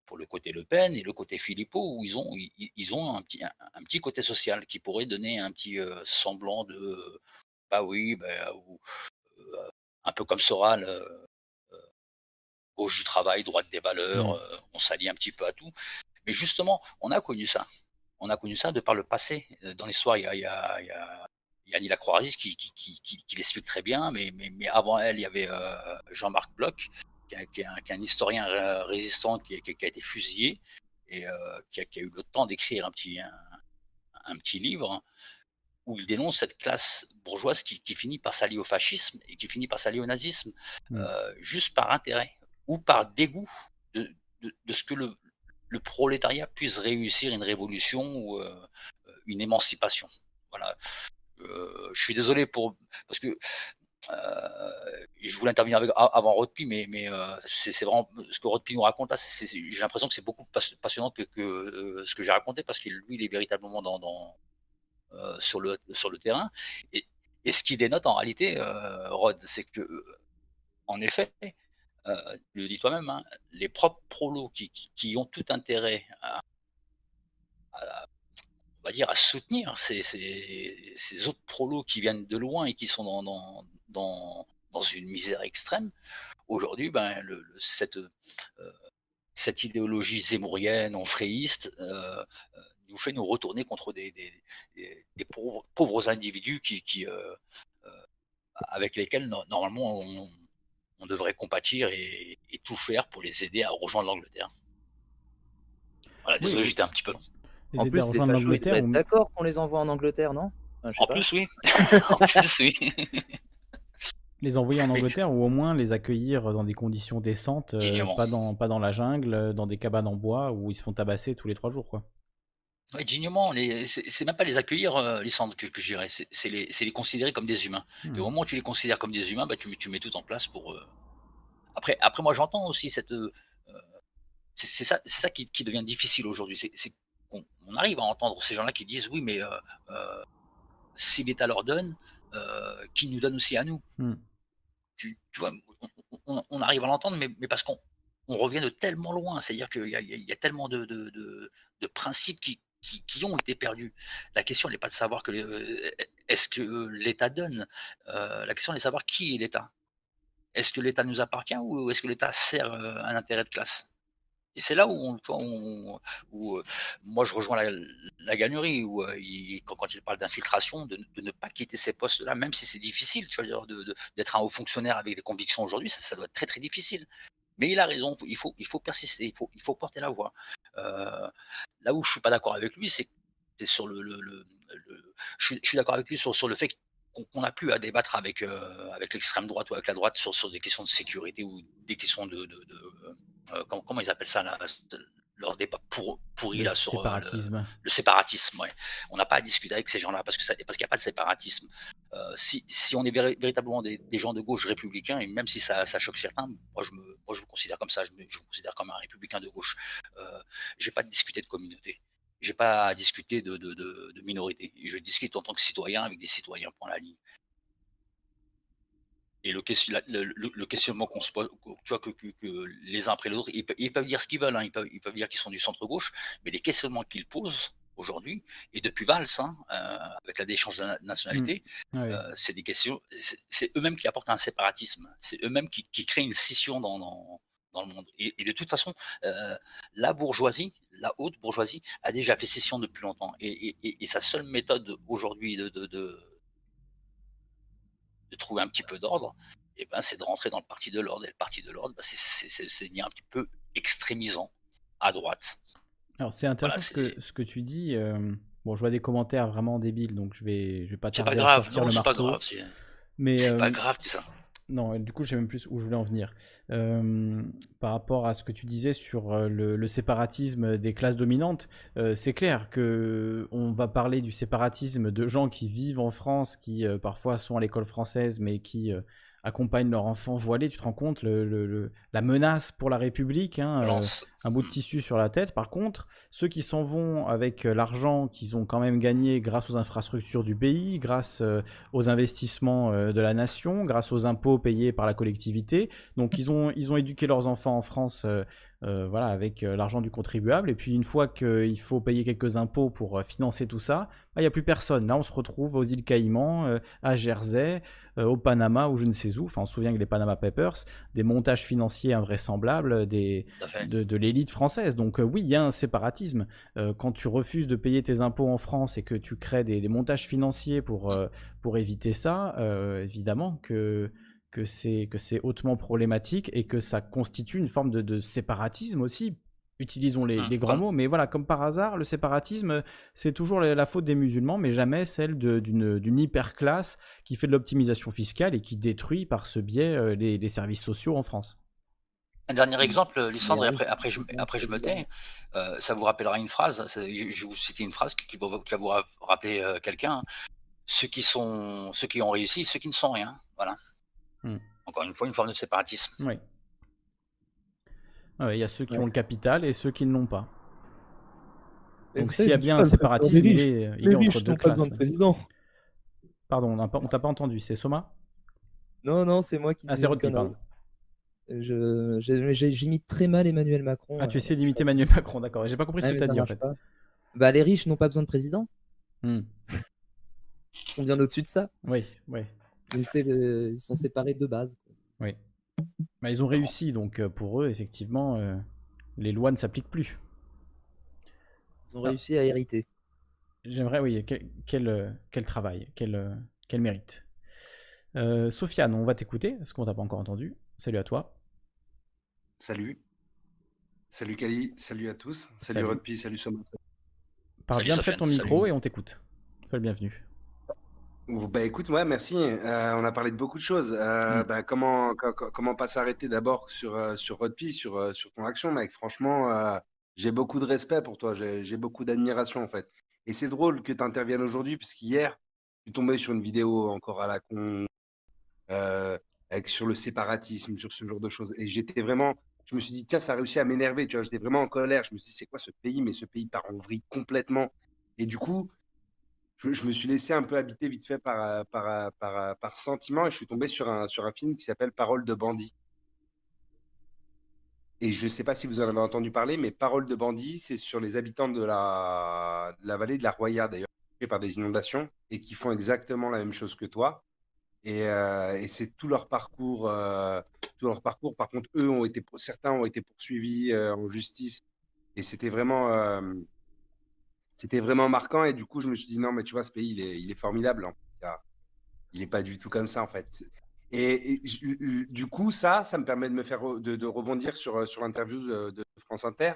S8: pour le côté Le Pen et le côté Philippot, où ils ont, ils, ils ont un, petit, un, un petit côté social qui pourrait donner un petit euh, semblant de, bah oui, bah, ou, euh, un peu comme Soral, euh, euh, gauche du travail, droite des valeurs,
S1: Mm.
S8: euh, on s'allie un petit peu à tout. Mais justement, on a connu ça. On a connu ça de par le passé. Euh, Dans l'histoire, il y a, il y a, il y a il y a Annie Lacroix-Aziz qui, qui, qui, qui, qui l'explique très bien, mais, mais, mais avant elle, il y avait euh, Jean-Marc Bloch, qui, a- qui est un, qui est un historien euh, résistant qui, qui- qui a été fusillé et euh, qui, a, qui a eu le temps d'écrire un petit, un, un petit livre où il dénonce cette classe bourgeoise qui, qui finit par s'allier au fascisme et qui finit par s'allier au nazisme,
S1: Mm.
S8: euh, juste par intérêt ou par dégoût de, de, de ce que le, le prolétariat puisse réussir une révolution ou euh, une émancipation. Voilà. Euh, je suis désolé pour parce que euh, je voulais intervenir avec, avant Rodpi, mais, mais euh, c'est c'est vraiment ce que Rodpi nous raconte là. c'est- c'est- J'ai l'impression que c'est beaucoup plus passionnant que, que euh, ce que j'ai raconté parce que lui, il est véritablement dans, dans euh, sur le sur le terrain. Et, et ce qui dénote en réalité, euh, Rod, c'est que en effet, euh, tu le dis toi-même, hein, les propres prolos qui, qui, qui ont tout intérêt à, à- on va dire, à soutenir ces, ces, ces autres prolos qui viennent de loin et qui sont dans, dans, dans, dans une misère extrême, aujourd'hui, ben, le, le- cette, euh, cette idéologie zémourienne, onfréiste, euh, euh, nous fait nous retourner contre des, des, des, des pauvres, pauvres individus qui, qui, euh, euh, avec lesquels no- normalement on, on devrait compatir et, et tout faire pour les aider à rejoindre l'Angleterre. Voilà,
S1: Oui,
S8: désolé,
S1: ou-
S8: j'étais un petit peu long.
S1: les
S6: En
S1: aider à
S6: plus, les
S1: rejoindre
S6: fachos, ils devraient
S1: l'Angleterre
S6: être
S1: ou...
S6: d'accord qu'on les envoie en Angleterre, non? Enfin, je sais
S8: En
S6: pas.
S8: plus, oui. En plus, oui.
S1: les envoyer en
S8: Mais
S1: Angleterre ou au moins les accueillir dans des conditions décentes, euh,
S8: dignement.
S1: pas dans, pas dans la jungle, euh, dans des cabanes en bois où ils se font tabasser tous les trois jours, quoi.
S8: Ouais, dignement, les- c'est c'est même pas les accueillir, euh, les centres que, que je dirais, c'est c'est les, c'est les considérer comme des humains. Et
S1: Hmm.
S8: au moment où tu les considères comme des humains, bah, tu, mets- tu mets tout en place pour. euh, Après, après, moi, j'entends aussi cette. euh, c'est c'est ça, c'est ça qui, qui devient difficile aujourd'hui. C'est c'est qu'on on arrive à entendre ces gens-là qui disent oui, mais euh, euh, si l'État leur donne, euh, qui nous donne aussi à nous.
S1: Hmm.
S8: Tu, tu vois, on, on- on arrive à l'entendre, mais, mais parce qu'on on revient de tellement loin. C'est-à-dire qu'il y a, il y a- il y a tellement de, de, de- de principes qui, qui, qui ont été perdus. La question n'est pas de savoir que euh, est-ce que l'État donne. Euh, la question est de savoir qui est l'État. Est-ce que l'État nous appartient ou est-ce que l'État sert euh, un intérêt de classe? Et c'est là où, on, tu vois, on- où, euh, moi je rejoins la, la gagnerie, où euh, il- quand, quand il parle d'infiltration, de, de ne pas quitter ces postes-là, même si c'est difficile, tu vois, de- de- d'être un haut fonctionnaire avec des convictions aujourd'hui, ça, ça doit être très très difficile. Mais il a raison, il faut, il faut persister, il faut, il faut porter la voix. Euh, là où je suis pas d'accord avec lui, c'est c'est sur le, le, le- le- je suis, je suis d'accord avec lui sur, sur le fait qu'on qu'on n'a plus à débattre avec euh, avec l'extrême droite ou avec la droite sur, sur des questions de sécurité ou des questions de, de, de euh, comment, comment ils appellent ça là, leur débat pour, pourri
S1: Le
S8: là sur euh, le,
S1: séparatisme.
S8: le séparatisme. Ouais. On n'a pas à discuter avec ces gens-là parce que ça, parce qu'il n'y a pas de séparatisme. Euh, si, si on est véri- véritablement des, des gens de gauche républicains, et même si ça, ça choque certains, moi je, me, moi je me considère comme ça, je me, je me considère comme un républicain de gauche. Euh, j'ai pas à discuter de communauté, j'ai pas à discuter de, de, de, de minorité. Je discute en tant que citoyen avec des citoyens, point la ligne. Et le, question, la- le, le- le questionnement qu'on se pose, tu vois, que, que, que les uns après les autres, ils, peuvent- ils peuvent dire ce qu'ils veulent, hein, ils, peuvent, ils peuvent dire qu'ils sont du centre-gauche, mais les questionnements qu'ils posent aujourd'hui, et depuis Valls, hein, euh, avec la déchéance de la
S1: Hmm.
S8: nationalité,
S1: Ah oui.
S8: euh, c'est des questions, c'est c'est eux-mêmes qui apportent un séparatisme, c'est eux-mêmes qui, qui créent une scission dans, dans, dans le monde. Et, et de toute façon, euh, la bourgeoisie, la haute bourgeoisie, a déjà fait scission depuis longtemps. Et, et, et- et sa seule méthode aujourd'hui de, de, de, de trouver un petit peu d'ordre, et ben, c'est de rentrer dans le parti de l'ordre. Et le parti de l'ordre, ben, c'est devenir un petit peu extrémisant à droite.
S1: Alors c'est
S8: Voilà,
S1: intéressant ce que,
S8: c'est
S1: ce que tu dis. euh, Bon, je vois des commentaires vraiment débiles, donc je vais, je vais pas
S8: c'est pas
S1: tarder à
S8: grave.
S1: sortir
S8: Non,
S1: le
S8: c'est pas
S1: marteau.
S8: grave. C'est
S1: Mais
S8: c'est pas
S1: euh,
S8: grave tout ça.
S1: non, du coup, je sais même plus où je voulais en venir. Euh, par rapport à ce que tu disais sur euh, le, le séparatisme des classes dominantes, euh, c'est clair que on va parler du séparatisme de gens qui vivent en France, qui euh, parfois sont à l'école française, mais qui euh, accompagnent leurs enfants voilés. Tu te rends compte le, le- le- la menace pour la République, hein, euh,
S8: Balance.
S1: un bout de tissu sur la tête. Par contre, ceux qui s'en vont avec euh, l'argent qu'ils ont quand même gagné grâce aux infrastructures du pays, grâce euh, aux investissements euh, de la nation, grâce aux impôts payés par la collectivité. Donc ils ont, ils ont éduqué leurs enfants en France euh, euh, voilà, avec euh, l'argent du contribuable. Et puis une fois qu'il faut payer quelques impôts pour euh, financer tout ça, il n'y a plus personne. Là, on se retrouve aux îles Caïmans, euh, à Jersey, euh, au Panama ou je ne sais où. Enfin, on se souvient que les Panama Papers, des montages financiers invraisemblables des,
S8: Tout à fait.
S1: de, de l'élite française. Donc euh, oui, il y a un séparatisme. Euh, quand tu refuses de payer tes impôts en France et que tu crées des, des montages financiers pour, euh, pour éviter ça, euh, évidemment que, que c'est que c'est hautement problématique et que ça constitue une forme de, de séparatisme aussi. Utilisons les,
S8: Hum,
S1: les grands
S8: comme-
S1: mots, mais voilà, comme par hasard, le séparatisme, c'est toujours la, la faute des musulmans, mais jamais celle de- d'une d'une hyperclasse qui fait de l'optimisation fiscale et qui détruit par ce biais euh, les, les services sociaux en France.
S8: Un dernier exemple, Lysandre, et
S6: Mais
S8: après, après, je, après je me tais. Euh, ça vous rappellera une phrase. ça- Je, je vais vous citer une phrase qui, qui va qui va vous ra- rappeler euh, quelqu'un. Ceux qui sont, ceux qui ont réussi, ceux qui ne sont rien. Voilà.
S1: Hmm.
S8: Encore une fois, une forme de séparatisme.
S1: Oui. Ouais, il y a ceux qui
S6: Ouais.
S1: ont le capital et ceux qui ne l'ont pas.
S9: Mais
S1: Donc
S9: vous
S1: s'il
S9: savez,
S1: y a
S9: je ne suis
S1: bien
S9: pas
S1: un
S9: le président
S1: séparatisme,
S9: des
S1: il
S9: riches.
S1: est, il
S9: Les
S1: est entre
S9: riches
S1: deux
S9: n'ont pas besoin
S1: classes.
S9: de
S1: ouais.
S9: président.
S1: Pardon, on n'a pas- on t'a pas entendu, c'est Soma?
S9: Non, non, c'est moi qui
S1: Ah,
S9: disais
S1: c'est
S9: une
S1: Rodney,
S9: connerie.
S1: pardon.
S9: Je, j'ai- j'ai- j'imite très mal Emmanuel Macron.
S1: Ah, tu
S9: euh,
S1: essaies
S9: donc
S1: d'imiter
S9: je-
S1: Emmanuel Macron, d'accord. J'ai pas compris ce
S9: Ouais,
S1: que
S9: mais
S1: tu as
S9: ça
S1: dit en
S9: marche
S1: fait.
S9: pas. Bah, les riches n'ont pas besoin de président.
S1: Hmm.
S9: Ils sont bien au-dessus de ça.
S1: Oui, oui,
S9: Donc c'est, euh, ils sont séparés de base.
S1: oui. Bah, ils ont
S8: Bon.
S1: réussi, donc euh, pour eux, effectivement, euh, les lois ne s'appliquent plus.
S9: Ils ont
S1: Ah.
S9: réussi à hériter.
S1: J'aimerais, oui, quel, quel, euh, quel travail, quel, euh, quel mérite. Euh, Sofiane, on va t'écouter, parce qu'on t'a pas encore entendu. Salut à toi.
S10: Salut. Salut Kali, salut à tous. Salut,
S1: Salut.
S10: Rodpi, salut Soma.
S1: Parle
S8: Salut,
S1: bien près de
S8: Sofiane,
S1: ton
S8: salut.
S1: micro et on t'écoute. Sois le bienvenu.
S10: Bah écoute, ouais, merci. Euh, on a parlé de beaucoup de choses. Euh,
S1: Mm.
S10: bah, comment, co- co- comment pas s'arrêter d'abord sur, euh, sur Rodpi, sur, euh, sur ton action, mec. Franchement, euh, j'ai beaucoup de respect pour toi. J'ai j'ai beaucoup d'admiration, en fait. Et c'est drôle que tu interviennes aujourd'hui, parce qu'hier, je suis tombé sur une vidéo encore à la con, euh, avec, sur le séparatisme, sur ce genre de choses. Et j'étais vraiment, je me suis dit, tiens, ça a réussi à m'énerver, tu vois. J'étais vraiment en colère. Je me suis dit, c'est quoi ce pays? Mais ce pays part en vrille complètement. Et du coup, je, je me suis laissé un peu habiter vite fait par, euh, par, euh, par, euh, par sentiment et je suis tombé sur un, sur un film qui s'appelle Parole de bandit. Et je ne sais pas si vous en avez entendu parler, mais Parole de bandit, c'est sur les habitants de la, de la vallée de la Roya, d'ailleurs, touchés par des inondations et qui font exactement la même chose que toi. Et, euh, et c'est tout leur parcours, euh, tout leur parcours. Par contre, eux ont été, certains ont été poursuivis euh, en justice et c'était vraiment, euh, c'était vraiment marquant. Et du coup, je me suis dit non, mais tu vois, ce pays, il est, il est formidable. En fait. Il n'est pas du tout comme ça, en fait. Et, et je- du coup, ça, ça me permet de me faire re- de, de rebondir sur, sur l'interview de, de France Inter.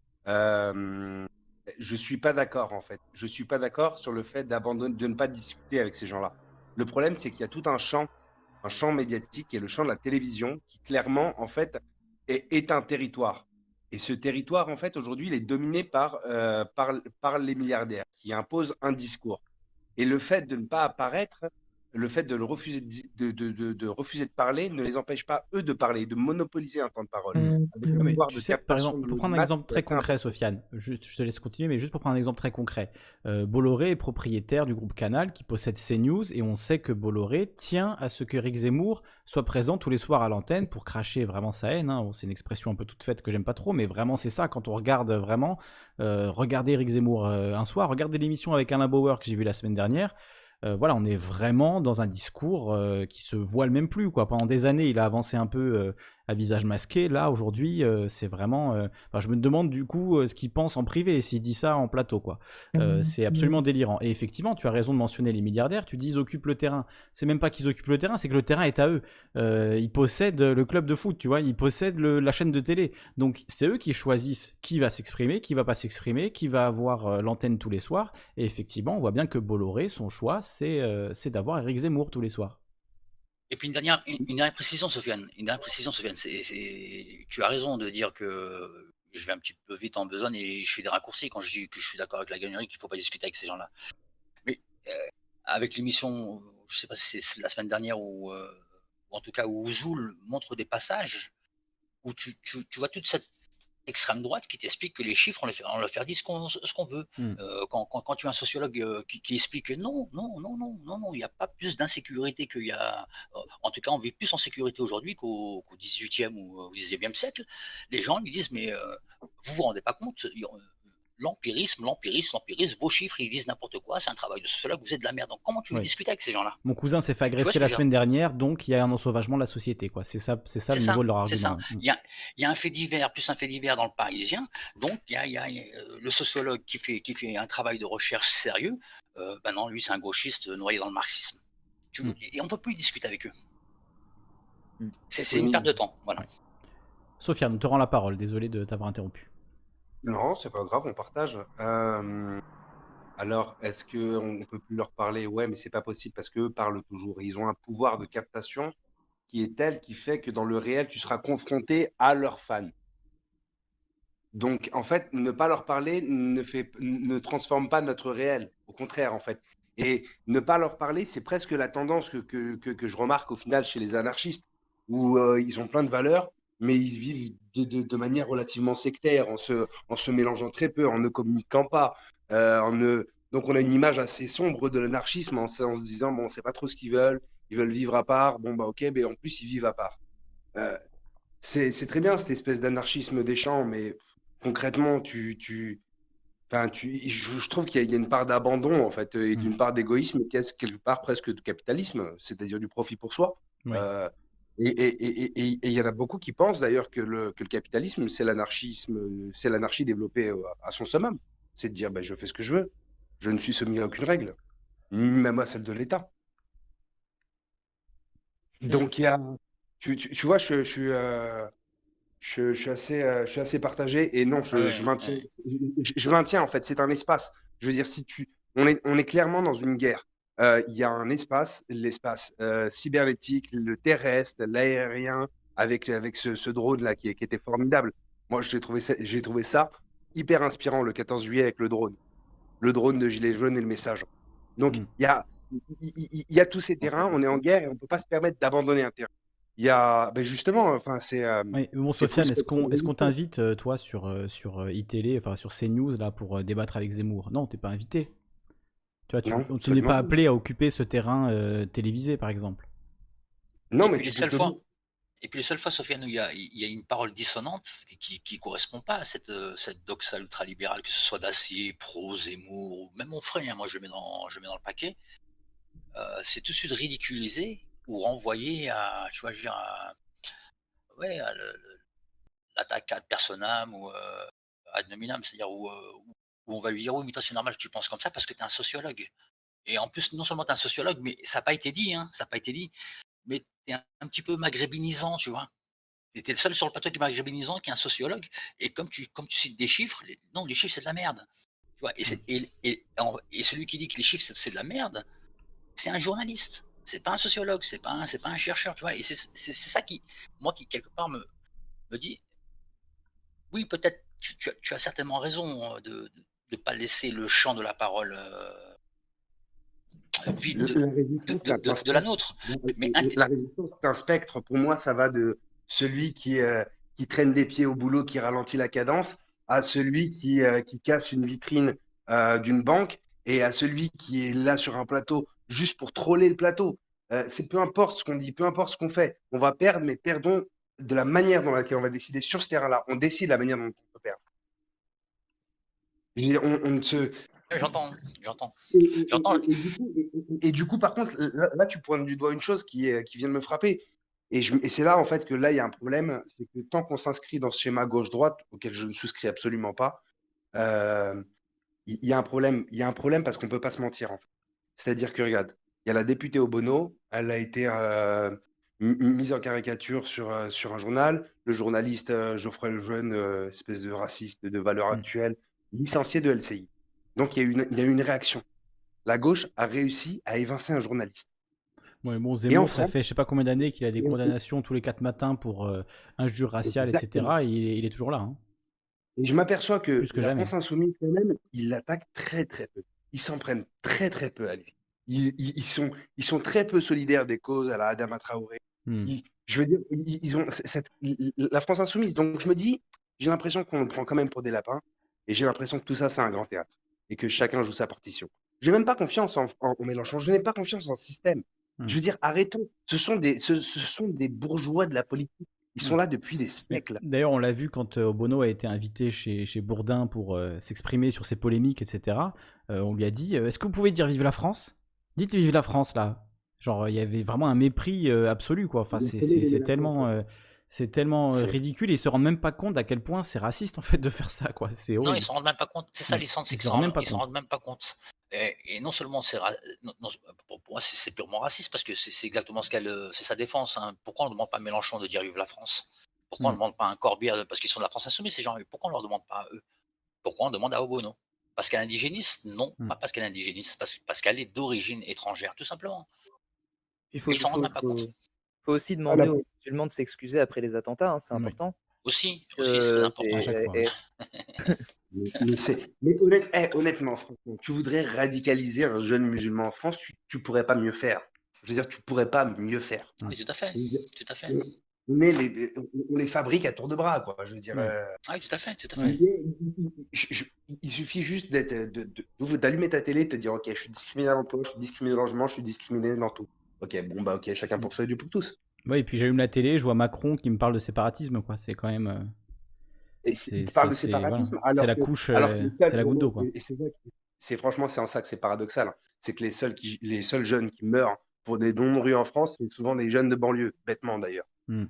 S10: Euh, je suis pas d'accord, en fait. Je suis pas d'accord sur le fait d'abandonner, de ne pas discuter avec ces gens-là. Le problème, c'est qu'il y a tout un champ, un champ médiatique qui est le champ de la télévision, qui clairement, en fait, est, est un territoire. Et ce territoire, en fait, aujourd'hui, il est dominé par, euh, par, par les milliardaires qui imposent un discours. Et le fait de ne pas apparaître, le fait de, le refuser de, di- de, de, de, de refuser de parler ne les empêche pas, eux, de parler, de monopoliser un temps de parole. Avec le
S1: Ouais, mais
S10: pouvoir
S1: tu
S10: de
S1: sais, par
S10: captation
S1: exemple,
S10: de
S1: pour prendre un
S10: l'audimat,
S1: exemple
S10: c'est
S1: très
S10: assez
S1: concret,
S10: important.
S1: Sofiane, je, je te laisse continuer, mais juste pour prendre un exemple très concret. Euh, Bolloré est propriétaire du groupe Canal qui possède CNews et on sait que Bolloré tient à ce que Éric Zemmour soit présent tous les soirs à l'antenne pour cracher vraiment sa haine. Hein. Bon, c'est une expression un peu toute faite que j'aime pas trop, mais vraiment c'est ça quand on regarde vraiment. Euh, regardez Éric Zemmour euh, un soir, regardez l'émission avec Alain Bauer que j'ai vu la semaine dernière. Euh, voilà, on est vraiment dans un discours euh, qui se voile même plus, quoi. Pendant des années, il a avancé un peu euh, à visage masqué. Là, aujourd'hui, euh, c'est vraiment. euh, Enfin, je me demande du coup euh, ce qu'il pense en privé, s'il dit ça en plateau, quoi. Euh, c'est absolument délirant. Et effectivement, tu as raison de mentionner les milliardaires. Tu dis ils occupent le terrain. C'est même pas qu'ils occupent le terrain, c'est que le terrain est à eux. Euh, ils possèdent le club de foot, tu vois. Ils possèdent le- la chaîne de télé. Donc, c'est eux qui choisissent qui va s'exprimer, qui va pas s'exprimer, qui va avoir euh, l'antenne tous les soirs. Et effectivement, on voit bien que Bolloré, son choix, c'est euh, c'est d'avoir Éric Zemmour tous les soirs.
S8: Et puis une dernière, une, une dernière précision, Sofiane. Une dernière précision, Sofiane. C'est, c'est- tu as raison de dire que je vais un petit peu vite en besogne et je fais des raccourcis quand je dis que je suis d'accord avec la gagnerie, qu'il ne faut pas discuter avec ces gens-là. Mais euh, avec l'émission, je ne sais pas si c'est la semaine dernière ou, euh, ou en tout cas où Ouzoul montre des passages où tu, tu, tu vois toute cette extrême droite qui t'explique que les chiffres, on leur fait, on leur fait dire ce qu'on ce qu'on veut.
S1: Hmm.
S8: Euh, quand, quand, quand tu as un sociologue euh, qui, qui explique que non, non, non, non, non, non, il n'y a pas plus d'insécurité qu'il y a. euh, En tout cas, on vit plus en sécurité aujourd'hui qu'au qu'au dix-huitième ou au dix-neuvième siècle. Les gens lui disent, mais euh, vous vous rendez pas compte, il y a- l'empirisme, l'empirisme, l'empirisme, vos chiffres, ils disent n'importe quoi, c'est un travail de sociologue, vous êtes de la merde. Donc comment tu veux
S1: Oui.
S8: discuter avec ces gens-là?
S1: Mon cousin s'est fait
S8: Tu vois
S1: agresser
S8: ce que
S1: la
S8: je veux dire?
S1: semaine dernière, donc il y a un ensauvagement de la société, quoi. C'est ça, c'est ça
S8: C'est
S1: le niveau
S8: ça,
S1: de leur
S8: c'est ça.
S1: argument. Ouais.
S8: Il y a, il y a un fait divers, plus un fait divers dans le Parisien. Donc, il y a, il y a, euh, le sociologue qui fait, qui fait un travail de recherche sérieux. Euh, ben non, lui, c'est un gauchiste noyé dans le marxisme. Tu-
S1: Mm.
S8: Et on peut plus discuter avec eux.
S6: Mm.
S8: C'est c'est une
S10: Oui.
S8: perte de temps. Voilà.
S1: Ouais. Sofiane, on te rend la parole. Désolé de t'avoir interrompu.
S10: Non, c'est pas grave, on partage. Euh, alors, est-ce que on peut plus leur parler? Ouais, mais c'est pas possible parce qu'eux parlent toujours. Ils ont un pouvoir de captation qui est tel qui fait que dans le réel, tu seras confronté à leurs fans. Donc, en fait, ne pas leur parler ne fait, ne transforme pas notre réel. Au contraire, en fait. Et ne pas leur parler, c'est presque la tendance que, que, que, que je remarque au final chez les anarchistes, où euh, ils ont plein de valeurs, mais ils vivent de, de, de manière relativement sectaire, en se, en se mélangeant très peu, en ne communiquant pas. Euh, en ne... Donc, on a une image assez sombre de l'anarchisme en, se en se disant, bon, on ne sait pas trop ce qu'ils veulent, ils veulent vivre à part, bon, bah, ok, mais en plus, ils vivent à part. Euh, c'est c'est très bien cette espèce d'anarchisme des champs, mais concrètement, tu, tu, enfin, tu, je, je trouve qu'il y, a il y a une part d'abandon en fait, et
S1: Mm.
S10: d'une part d'égoïsme, et peut-être quelque part presque de capitalisme, c'est-à-dire du profit pour soi.
S1: Oui.
S10: Euh, et et- et- et- et- et il y en a beaucoup qui pensent d'ailleurs que le, que le capitalisme, c'est l'anarchisme, c'est l'anarchie développée euh, à son summum. C'est de dire, ben, je fais ce que je veux, je ne suis soumis à aucune règle, ni même à celle de l'État. Donc il y a, tu, tu, tu vois, je, je suis, euh, Je, je suis assez, euh, je suis assez partagé et non,
S8: Ah
S10: je,
S8: ouais,
S10: je maintiens,
S8: ouais.
S10: je, je maintiens en fait, c'est un espace. Je veux dire, si tu, on est, on est clairement dans une guerre. Euh, Il y a un espace, l'espace euh, cybernétique, le terrestre, l'aérien, avec, avec ce, ce drone-là qui, qui était formidable. Moi, je l'ai trouvé ça, j'ai trouvé ça hyper inspirant le quatorze juillet avec le drone, le drone de Gilets jaunes et le message. Donc,
S1: Mm.
S10: il y a, il il- il y a tous ces terrains, on est en guerre et on ne peut pas se permettre d'abandonner un terrain. Il y a, ben justement, enfin, c'est euh,
S1: Oui, mais bon,
S10: c'est full
S1: Sofiane, est-ce qu'on est-ce qu'on
S10: spectrum.
S1: t'invite, euh, toi, sur, euh, sur euh, iTélé, enfin sur CNews, là, pour euh, débattre avec Zemmour? Non, t'es pas invité. Tu vois, tu,
S10: Non,
S1: on- tu n'es pas
S10: absolument.
S1: appelé à occuper ce terrain euh, télévisé, par exemple.
S10: Non,
S8: Et
S10: mais
S8: puis les
S10: tu peux
S8: seules
S10: te
S8: fois, et puis les seules fois, Sofiane, où il y a, il y a une parole dissonante qui, qui correspond pas à cette, euh, cette doxa ultralibérale, que ce soit Dacier, Pro, Zemmour, ou même mon frère, hein, moi je le mets dans, je le mets dans le paquet. Euh, c'est tout de suite ridiculisé ou renvoyé à, tu vois, je veux dire, à, ouais, à le- le- l'attaque ad personam ou euh, ad nominem, c'est-à-dire où, euh, où on va lui dire oui, mais toi c'est normal que tu penses comme ça parce que tu es un sociologue. Et en plus, non seulement tu es un sociologue, mais ça n'a pas été dit, hein, ça n'a pas été dit, mais tu es un, un petit peu maghrébinisant, tu vois. Tu étais le seul sur le plateau qui est maghrébinisant, qui est un sociologue, et comme tu, comme tu cites des chiffres, les- non, les chiffres c'est de la merde. Tu vois, et, c'est- et, et, en- et celui qui dit que les chiffres c'est c'est de la merde, c'est un journaliste. C'est pas un sociologue, c'est pas un, c'est pas un chercheur, tu vois. Et c'est c'est- c'est ça qui, moi, qui quelque part me, me dit, oui, peut-être, tu, tu as, tu as certainement raison euh, de ne pas laisser le champ de la parole euh, vide
S10: La
S8: de,
S10: la
S8: de,
S10: résistance, c'est
S8: de,
S10: un
S8: de, de la
S10: spectre.
S8: nôtre.
S10: La
S8: Mais inté-
S10: la résistance, c'est un spectre. Pour moi, ça va de celui qui, euh, qui traîne des pieds au boulot, qui ralentit la cadence, à celui qui, euh, qui casse une vitrine euh, d'une banque, et à celui qui est là sur un plateau juste pour troller le plateau. Euh, c'est peu importe ce qu'on dit, peu importe ce qu'on fait. On va perdre, mais perdons de la manière dans laquelle on va décider sur ce terrain-là. On décide la manière dont on peut perdre. Je veux dire, on, on ne se,
S8: j'entends, j'entends,
S10: Et, et-
S8: j'entends.
S10: et- et du coup, et- et- et du coup, par contre, là, là, tu pointes du doigt une chose qui, est, qui vient de me frapper. Et, je- et c'est là, en fait, que là, il y a un problème. C'est que tant qu'on s'inscrit dans ce schéma gauche-droite, auquel je ne souscris absolument pas, euh, il il y, a un problème. Il y a un problème parce qu'on ne peut pas se mentir, en fait. C'est-à-dire que, regarde, il y a la députée Obono, elle a été euh, m- mise en caricature sur, euh, sur un journal. Le journaliste euh, Geoffroy Lejeune, euh, espèce de raciste de valeur
S1: Mm.
S10: actuelle, licencié de L C I. Donc, il y a eu une, il y a eu une réaction. La gauche a réussi à évincer un journaliste.
S1: Ouais, bon,
S10: Et en
S1: Zemmour, ça
S10: France,
S1: fait je sais pas combien d'années qu'il a des
S10: et-
S1: condamnations tous les quatre matins pour euh, injures raciales,
S10: exactement.
S1: et cetera. Et il est, il est toujours là, hein,
S10: Et je m'aperçois que
S1: plus que
S10: la
S1: jamais.
S10: France insoumise, quand même, ils l'attaquent très très peu. Ils s'en prennent très très peu à lui. Ils, ils- ils sont, ils sont très peu solidaires des causes à la Adama Traoré.
S1: Hmm.
S10: Ils- je veux dire, ils, ils ont cette- la France insoumise. Donc je me dis, J'ai l'impression qu'on nous prend quand même pour des lapins et j'ai l'impression que tout ça, c'est un grand théâtre et que chacun joue sa partition. J'ai même pas confiance en en en Mélenchon, je n'ai pas confiance en ce système.
S1: Mmh.
S10: Je veux dire, arrêtons. Ce sont des ce ce sont des bourgeois de la politique. Ils sont
S1: Mmh.
S10: là depuis des
S1: Mais
S10: siècles.
S1: d'ailleurs, on l'a vu quand euh, Obono a été invité chez, chez Bourdin pour euh, s'exprimer sur ses polémiques, et cetera. Euh, on lui a dit euh, est-ce que vous pouvez dire vive la France? Dites vive la France là. Genre, il y avait vraiment un mépris euh, absolu, quoi. Enfin,
S10: Il a
S1: c'est
S10: collé
S1: c'est-
S10: des
S1: c'est
S10: lapins,
S1: tellement,
S10: quoi.
S1: euh, c'est tellement euh,
S10: C'est
S1: ridicule et ils se rendent même pas compte à quel point c'est raciste en fait de faire ça, quoi. C'est
S8: Non, ils
S1: horrible.
S8: s'en rendent même pas compte. C'est ça
S1: Ouais.
S8: l'essence, c'est
S1: Ils
S8: qu'ils
S1: se
S8: s'en
S1: rendent même
S8: rendent,
S1: pas
S8: ils s'en
S1: compte.
S8: rendent même pas compte. Et, et non seulement c'est ra- non, non, pour, pour moi c'est c'est purement raciste parce que c'est c'est exactement ce qu'elle, euh, c'est sa défense. Hein. Pourquoi on ne demande pas à Mélenchon de dire vive la France? Pourquoi on ne
S1: Mm.
S8: demande pas à un Corbière de- parce qu'ils sont de la France insoumise ces gens? Mais pourquoi on leur demande pas à eux? Pourquoi on demande à Obono? Parce qu'elle est indigéniste? Non,
S1: Mm.
S8: pas parce qu'elle est indigéniste, parce, parce qu'elle est d'origine étrangère, tout simplement.
S9: Il
S8: Mais
S9: faut,
S8: ils s'en rendent
S9: faut,
S8: même pas compte.
S9: faut, faut aussi
S10: Ah,
S9: demander
S10: la-
S9: aux musulmans de s'excuser après les attentats, hein, c'est
S1: Oui.
S9: important.
S8: Aussi, aussi, c'est très
S9: Euh,
S8: important.
S1: À
S9: et-
S1: chaque fois.
S9: et-
S10: Mais, mais c'est- mais honnête- eh, honnêtement, franchement, tu voudrais radicaliser un jeune musulman en France, tu, tu pourrais pas mieux faire. Je veux dire, tu pourrais pas mieux faire.
S8: Oui, tout à fait,
S10: Je veux dire,
S8: tout à fait.
S10: on, on est les, on on les fabrique à tour de bras, quoi. Je veux dire,
S1: Mm.
S10: euh,
S8: Oui, tout à fait, tout à
S1: Ouais.
S8: fait.
S10: il, est- il- il- je- je- il suffit juste d'être, de, de- d'ouvrir- d'allumer ta télé et de te dire, ok, je suis discriminé à l'emploi, je suis discriminé au logement, je suis discriminé dans tout. Ok, bon bah ok, chacun pour soi et Dieu pour tous.
S1: Ouais, et puis j'allume la télé, je vois Macron qui me parle de séparatisme, quoi. C'est quand même. euh,
S10: Et c'est- il
S1: C'est
S10: te
S1: c'est-
S10: parle de
S1: c'est- voilà.
S10: séparatisme,
S1: C'est
S10: alors
S1: la
S10: que,
S1: couche,
S10: alors que
S1: euh,
S10: les
S1: c'est
S10: seuls-
S1: la goutte d'eau, quoi.
S10: et c'est vrai que- c'est franchement, c'est en ça que c'est paradoxal. Hein. C'est que les seuls, qui, les seuls jeunes qui meurent pour des dons de rue en France, c'est souvent des jeunes de banlieue, bêtement d'ailleurs.
S1: Mm.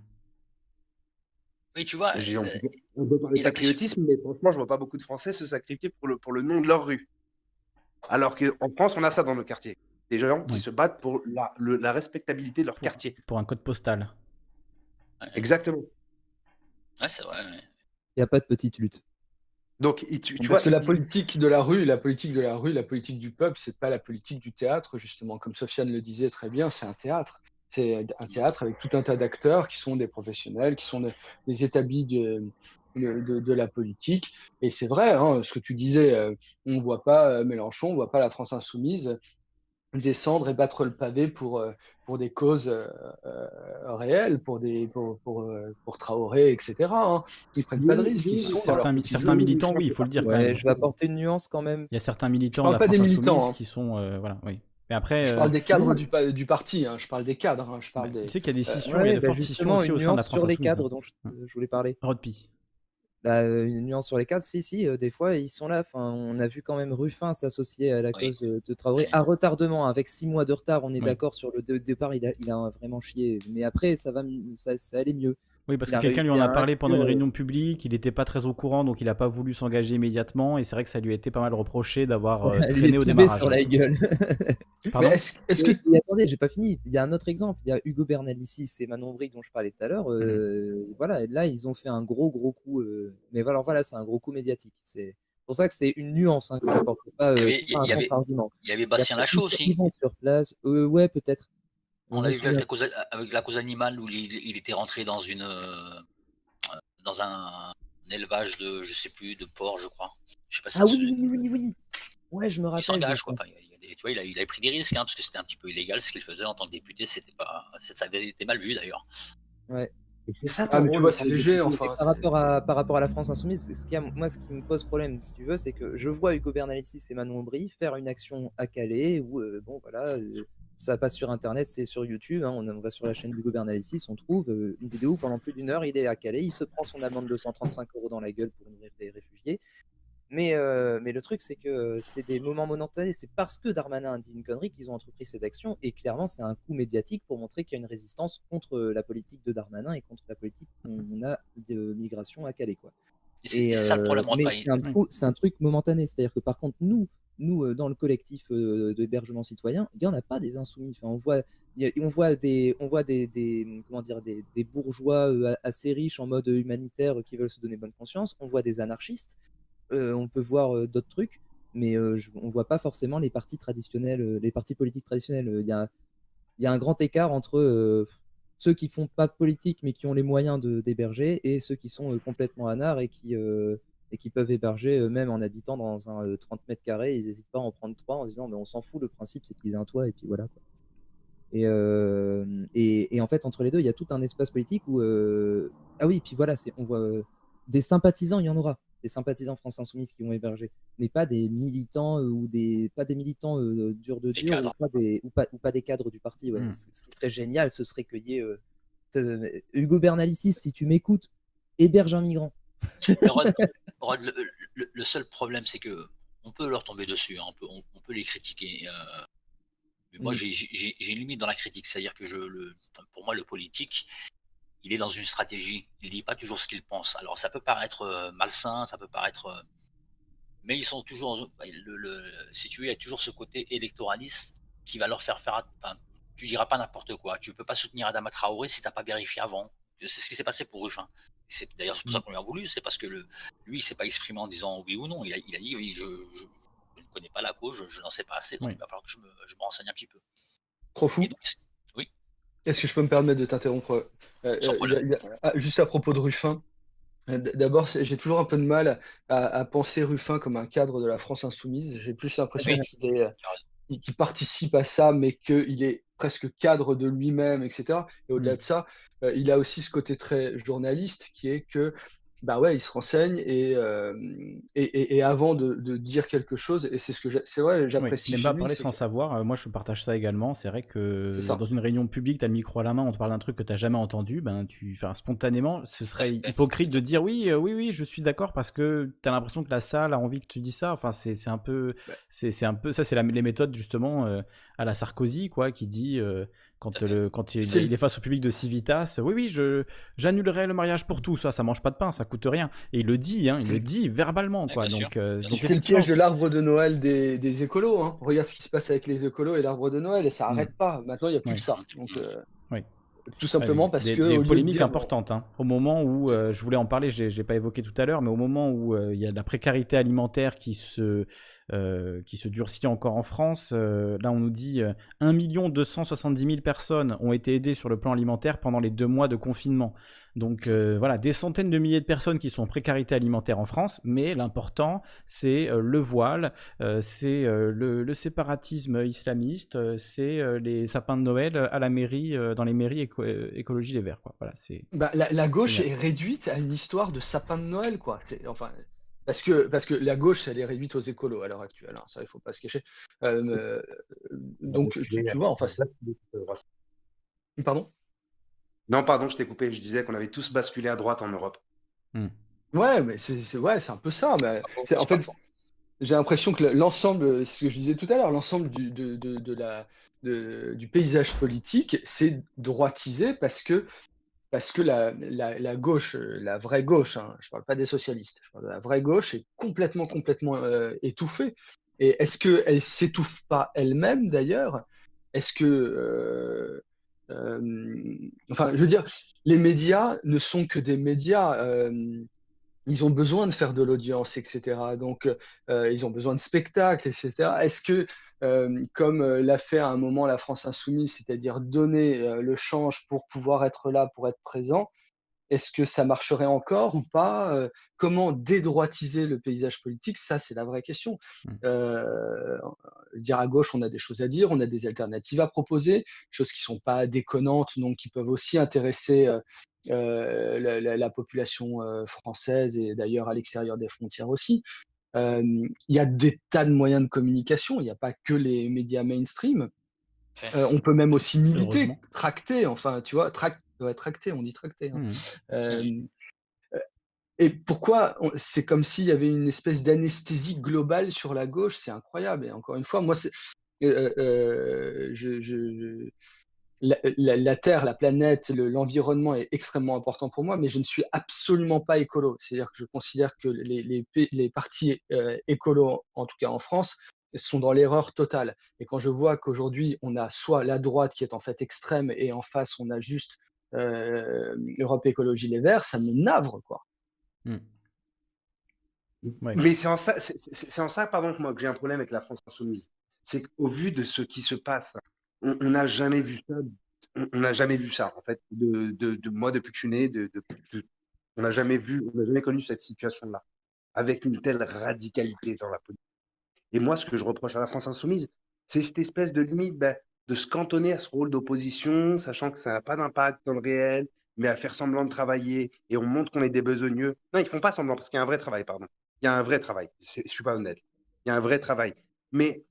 S8: Oui, tu vois,
S10: J'ai- On
S8: euh,
S10: peut, on peut parler
S8: et
S10: de
S8: la question.
S10: patriotisme, mais franchement, je vois pas beaucoup de Français se sacrifier pour le, pour le nom de leur rue. Alors qu'en France, on a ça dans nos quartiers. Des gens qui
S1: Oui.
S10: se battent pour la, le- la respectabilité de leur
S1: Pour,
S10: quartier.
S1: pour un code postal.
S8: Ouais,
S10: Exactement.
S8: ouais, c'est vrai. Ouais.
S9: Il n'y a pas de petite lutte.
S10: Donc, il- tu, tu
S7: Parce
S10: vois,
S7: que la
S10: il-
S7: politique de la rue, la politique de la rue, la politique du peuple, c'est pas la politique du théâtre, justement. Comme Sofiane le disait très bien, c'est un théâtre. C'est un théâtre avec tout un tas d'acteurs qui sont des professionnels, qui sont des, des établis de, de, de- de la politique. Et c'est vrai, hein, ce que tu disais, euh, on ne voit pas euh, Mélenchon, on ne voit pas la France insoumise descendre et battre le pavé pour, euh, pour des causes euh, euh, réelles, pour, des, pour, pour, euh, pour Traoré, et cetera. Hein. Ils prennent pas de risques, ils sont dans leur
S1: Certains, mi-
S7: petite
S1: certains
S7: zone.
S1: militants, oui, il faut le dire quand
S9: Ouais,
S1: même.
S9: je vais apporter une nuance quand même.
S1: Il y a certains
S7: Je
S1: militants de
S7: parle
S1: la
S7: pas
S1: France
S7: des militants,
S1: insoumise
S7: hein.
S1: qui sont, euh, voilà, oui. Mais après,
S7: Je
S1: euh,
S7: parle des cadres du, pa- du parti, hein. Je parle des cadres, hein. Je parle
S1: bah,
S7: des...
S1: tu sais qu'il y a des
S7: euh,
S1: scissions, il y a
S9: Ouais,
S1: de
S9: bah
S1: fortes scissions
S9: justement,
S1: aussi
S9: une
S1: au sein de la
S9: nuance
S1: France
S9: sur les
S1: insoumise.
S9: cadres dont je,
S1: Hum.
S9: je voulais parler.
S1: Rodpi.
S9: Bah, euh, une nuance sur les cadres, si, si, euh, des fois, ils sont là. Enfin, on a vu quand même Ruffin s'associer à la
S8: Oui.
S9: cause de, de Traoré
S8: Ouais.
S9: à retardement, avec six mois de retard. On est
S1: Oui.
S9: d'accord sur le dé- départ, il a, il a vraiment chié. Mais après, ça, va, m- ça, ça allait mieux.
S1: Oui, parce
S9: Il
S1: que
S9: a
S1: quelqu'un lui en
S9: réussi
S1: a
S9: à
S1: parlé pendant une
S9: inclure, euh,
S1: réunion publique, il n'était pas très au courant, donc il n'a pas voulu s'engager immédiatement, et c'est vrai que ça lui a été pas mal reproché d'avoir euh,
S9: Ça lui
S1: traîné
S9: est
S1: au
S9: tombé
S1: démarrage.
S9: sur la gueule.
S1: Pardon
S7: Mais est-ce est-ce que...
S9: Et, et attendez, j'ai pas fini. Il y a un autre exemple. Il y a Hugo Bernalicis et Manon Brix dont je parlais tout à l'heure. Euh, Voilà, là, ils ont fait un gros, gros coup. euh, Mais voilà, voilà, c'est un gros coup médiatique. C'est pour ça que c'est une nuance hein, que j'apporte. C'est pas,
S8: Il y
S9: euh,
S8: avait,
S9: c'est
S8: il
S9: pas un
S8: y avait,
S9: contre-argument.
S8: il y avait
S9: Il y a
S8: Bastien
S9: pas une
S8: Lachaud aussi.
S9: survivance sur place. Euh, ouais, peut-être.
S8: On
S9: Je me
S8: l'avait vu
S9: souviens.
S8: avec la cause, avec la cause animale où il, il était rentré dans une, euh, dans un, élevage de, je sais plus, de porc, je crois. Je sais pas si
S9: Ah
S8: ça
S9: oui,
S8: se-
S9: oui, oui, oui, oui. Ouais, je me
S8: il
S9: rappelle. de
S8: s'engage
S9: ça.
S8: quoi. Enfin, il, y a- il y a des- tu vois, il, a, il avait pris des risques hein, parce que c'était un petit peu illégal ce qu'il faisait en tant que député. C'était pas, c'est- ça avait été mal vu d'ailleurs.
S9: Ouais.
S10: Et c'est ça
S7: Ah,
S10: ton
S7: mais tu
S10: rôle
S7: vois,
S10: en
S7: c'est
S10: tant que
S7: léger,
S10: député.
S7: enfin.
S9: Par rapport, à, par rapport à la France insoumise, ce qui a, moi, ce qui me pose problème, si tu veux, c'est que je vois Hugo Bernalicis et Manon Aubry faire une action à Calais où, euh, bon, voilà, euh, ça passe sur Internet, c'est sur YouTube, hein, on, on va sur la chaîne d'Hugo Bernalicis, on trouve euh, une vidéo où pendant plus d'une heure, il est à Calais, il se prend son amende de cent trente-cinq euros dans la gueule pour nourrir des réfugiés. Mais, euh, mais le truc, c'est que euh, c'est des moments momentanés. C'est parce que Darmanin a dit une connerie qu'ils ont entrepris cette action. Et clairement, c'est un coup médiatique pour montrer qu'il y a une résistance contre la politique de Darmanin et contre la politique qu'on a de migration à Calais. Quoi.
S8: Et c'est c'est ça le problème.
S9: mais
S8: Enfin,
S9: c'est un, trou- c'est un truc momentané. C'est-à-dire que par contre, nous, nous euh, dans le collectif euh, d'hébergement citoyen, il n'y en a pas des insoumis. Enfin, on voit, il y a- on voit des, on voit des, des, comment dire, des, des bourgeois euh, assez riches en mode humanitaire euh, qui veulent se donner bonne conscience. On voit des anarchistes. Euh, on peut voir euh, d'autres trucs, mais euh, je- on voit pas forcément les partis traditionnels, euh, les partis politiques traditionnels. Euh, Il y a, il y a un grand écart entre euh, ceux qui font pas de politique mais qui ont les moyens de- d'héberger et ceux qui sont euh, complètement anards et qui, euh, et qui peuvent héberger euh, même en habitant dans un euh, trente mètres carrés. Ils n'hésitent pas à en prendre trois en disant mais on s'en fout, le principe c'est qu'ils aient un toit et puis voilà. Quoi. Et, euh, et, et en fait, entre les deux, il y a tout un espace politique où. euh, Ah oui, puis voilà, c'est, on voit. euh, des sympathisants, il y en aura. Des sympathisants France Insoumise qui vont héberger, mais pas des militants euh, ou des pas des militants euh, durs de
S8: Des
S9: dur ou
S8: cadres.
S9: pas des ou pas ou pas des cadres du parti. Ouais.
S1: Hmm.
S9: Ce ce qui serait génial, ce serait qu'il y ait euh, euh, Hugo Bernalicis, si tu m'écoutes, héberge un migrant.
S8: Mais Rod, Rod, le, le- le seul problème, c'est que on peut leur tomber dessus, hein, on, peut, on, on peut les critiquer. euh, mais moi,
S9: Mm.
S8: j'ai j'ai- j'ai une limite dans la critique. C'est-à-dire que je, le, enfin, pour moi, le politique, il est dans une stratégie. Il dit pas toujours ce qu'il pense. Alors, ça peut paraître euh, malsain, ça peut paraître. euh, mais ils sont toujours. Le, le- si tu veux, il y a toujours ce côté électoraliste qui va leur faire faire. Enfin, tu diras pas n'importe quoi. Tu peux pas soutenir Adama Traoré si t'as pas vérifié avant. C'est ce qui s'est passé pour Ruffin. C'est d'ailleurs c'est pour ça qu'on lui a voulu. C'est parce que le, lui, il s'est pas exprimé en disant oui ou non. Il a, il a dit oui, je, je, je ne connais pas la cause, je, je n'en sais pas assez, donc
S1: Oui.
S8: il va falloir que je me, je me renseigne un petit peu.
S7: Trop fou.
S8: Et donc, c'est- oui,
S7: Est-ce que je peux me permettre de t'interrompre Euh,
S8: sans
S7: euh, il y a-
S8: problème.
S7: il y a- ah, juste à propos de Ruffin. euh, d- D'abord, c'est- j'ai toujours un peu de mal à, à penser Ruffin comme un cadre de la France insoumise. J'ai plus l'impression
S8: Oui,
S7: qu'il est, euh,
S8: tu as raison.
S7: qui, qui participe à ça, mais qu'il est presque cadre de lui-même, et cetera. Et au-delà
S1: Hmm.
S7: de ça, euh, il a aussi ce côté très journaliste qui est que, bah ouais, il se renseigne et, euh, et, et- et avant de, de dire quelque chose, et c'est ce que j'ai- c'est vrai,
S1: Oui,
S7: j'apprécie
S1: il n'aime
S7: chez
S1: pas
S7: lui,
S1: parler
S7: c'est
S1: sans
S7: que
S1: savoir. Euh, moi, je partage ça également. C'est vrai
S7: c'est
S1: que
S7: ça.
S1: dans une réunion publique, tu as le micro à la main, on te parle d'un truc que tu n'as jamais entendu. Ben, tu, enfin, spontanément, ce
S8: Tout à
S1: serait
S8: fait.
S1: hypocrite de dire oui, euh, oui, oui, je suis d'accord parce que tu as l'impression que la salle a envie que tu dis ça. Enfin, c'est c'est un peu,
S7: Bah,
S1: c'est c'est un peu, ça, c'est la- les méthodes justement euh, à la Sarkozy, quoi, qui dit euh,
S8: Tout
S1: quand
S8: à fait.
S1: le, quand il,
S7: c'est
S1: il est face au public de Civitas, oui, oui, je j'annulerai le mariage pour tout. Ça, ça mange pas de pain, ça coûte rien. Et il le dit, hein, il
S7: c'est
S1: le
S7: le
S1: dit verbalement,
S8: Ouais,
S1: quoi.
S8: bien sûr,
S1: Donc, euh,
S8: bien
S1: donc
S8: sûr.
S7: c'est le
S1: effectivement,
S7: piège de l'arbre de Noël des, des écolos. Hein. Regarde ce qui se passe avec les écolos et l'arbre de Noël, et ça
S1: hmm,
S7: n'arrête pas. Maintenant, il n'y a plus que
S1: oui,
S7: ça. Donc,
S8: Mm.
S7: euh,
S1: oui.
S7: tout
S1: Ouais,
S7: simplement parce
S1: des,
S7: que
S1: des
S7: au lieu de
S1: polémiques
S7: dire, bon,
S1: importantes, hein. Au moment où,
S7: c'est ça.
S1: euh, je voulais en parler, je l'ai pas évoqué tout à l'heure, mais au moment où euh, il y a de la précarité alimentaire qui se, euh, qui se durcit encore en France, euh, là on nous dit euh, un million deux cent soixante-dix mille personnes ont été aidées sur le plan alimentaire pendant les deux mois de confinement. Donc euh, voilà, des centaines de milliers de personnes qui sont en précarité alimentaire en France, mais l'important c'est euh, le voile, euh, c'est euh, le, le séparatisme islamiste, euh, c'est euh, les sapins de Noël à la mairie, euh, dans les mairies éco- euh, écologie les Verts, quoi. Voilà, c'est
S7: Bah, la, la gauche
S1: génial.
S7: est réduite à une histoire de sapin de Noël, quoi. C'est, enfin, parce que, parce que la gauche, elle est réduite aux écolos à l'heure actuelle. Hein. Ça, il faut pas se cacher. Euh, euh,
S10: On a
S7: donc, tu,
S10: basculé,
S7: tu
S10: euh,
S7: vois,
S10: on
S7: enfin,
S10: a
S7: c'est-
S10: basculé à droite.
S7: pardon?
S10: Non, pardon, je t'ai coupé. Je disais qu'on avait tous basculé à droite en Europe.
S1: Hmm.
S7: Ouais, mais c'est, c'est, ouais, c'est un peu ça. Mais
S8: Pas faux,
S7: c'est- en
S8: c'est pas
S7: fait,
S8: faux.
S7: j'ai l'impression que l'ensemble, c'est ce que je disais tout à l'heure, l'ensemble du, de, de, de la, de- du paysage politique, c'est droitisé parce que parce que la, la, la gauche, euh, la vraie gauche, hein, je ne parle pas des socialistes, je parle de la vraie gauche, est complètement, complètement euh, étouffée. Et est-ce qu'elle ne s'étouffe pas elle-même d'ailleurs? Est-ce que... euh, euh, enfin, je veux dire, les médias ne sont que des médias. Euh, ils ont besoin de faire de l'audience, et cetera. Donc, euh, ils ont besoin de spectacles, et cetera. Est-ce que, euh, comme euh, l'a fait à un moment la France Insoumise, c'est-à-dire donner euh, le change pour pouvoir être là, pour être présent, est-ce que ça marcherait encore ou pas? Euh, Comment dédroitiser le paysage politique? Ça, c'est la vraie question.
S1: Hmm.
S7: Euh, dire à gauche, on a des choses à dire, on a des alternatives à proposer, choses qui ne sont pas déconnantes, donc qui peuvent aussi intéresser euh, euh, la, la- la population euh, française et d'ailleurs à l'extérieur des frontières aussi. Euh, Il y a des tas de moyens de communication, il n'y a pas que les médias mainstream.
S8: Fait.
S7: Euh, on peut même aussi militer,
S1: Heureusement.
S7: tracter, enfin, tu vois, tract, ouais, tracter, on dit tracter. Hein.
S1: Hmm.
S7: Euh,
S8: Mm.
S7: et pourquoi on- c'est comme s'il y avait une espèce d'anesthésie globale sur la gauche, c'est incroyable. Et encore une fois, moi, c'est, euh, euh, je, je- la, la- la Terre, la planète, le- l'environnement est extrêmement important pour moi, mais je ne suis absolument pas écolo. C'est-à-dire que je considère que les, les, pa- les partis euh, écolos, en tout cas en France, sont dans l'erreur totale. Et quand je vois qu'aujourd'hui, on a soit la droite qui est en fait extrême et en face, on a juste euh, Europe Écologie Les Verts, ça me navre, quoi.
S1: Hmm. Ouais.
S10: Mais c'est en ça, c'est c'est- c'est en ça, pardon, que moi que j'ai un problème avec la France insoumise. C'est qu'au vu de ce qui se passe, on on n'a jamais vu ça. On on n'a jamais vu ça, en fait. De, de, de moi, depuis que je suis né, de, de- de- on n'a jamais vu, on n'a jamais connu cette situation-là, avec une telle radicalité dans la politique. Et moi, ce que je reproche à la France insoumise, c'est cette espèce de limite ben, de se cantonner à ce rôle d'opposition, sachant que ça n'a pas d'impact dans le réel, mais à faire semblant de travailler et on montre qu'on est des besogneux. Non, ils font pas semblant parce qu'il y a un vrai travail, pardon. Il y a un vrai travail. C'est- Je suis pas honnête. Il y a un vrai travail. Mais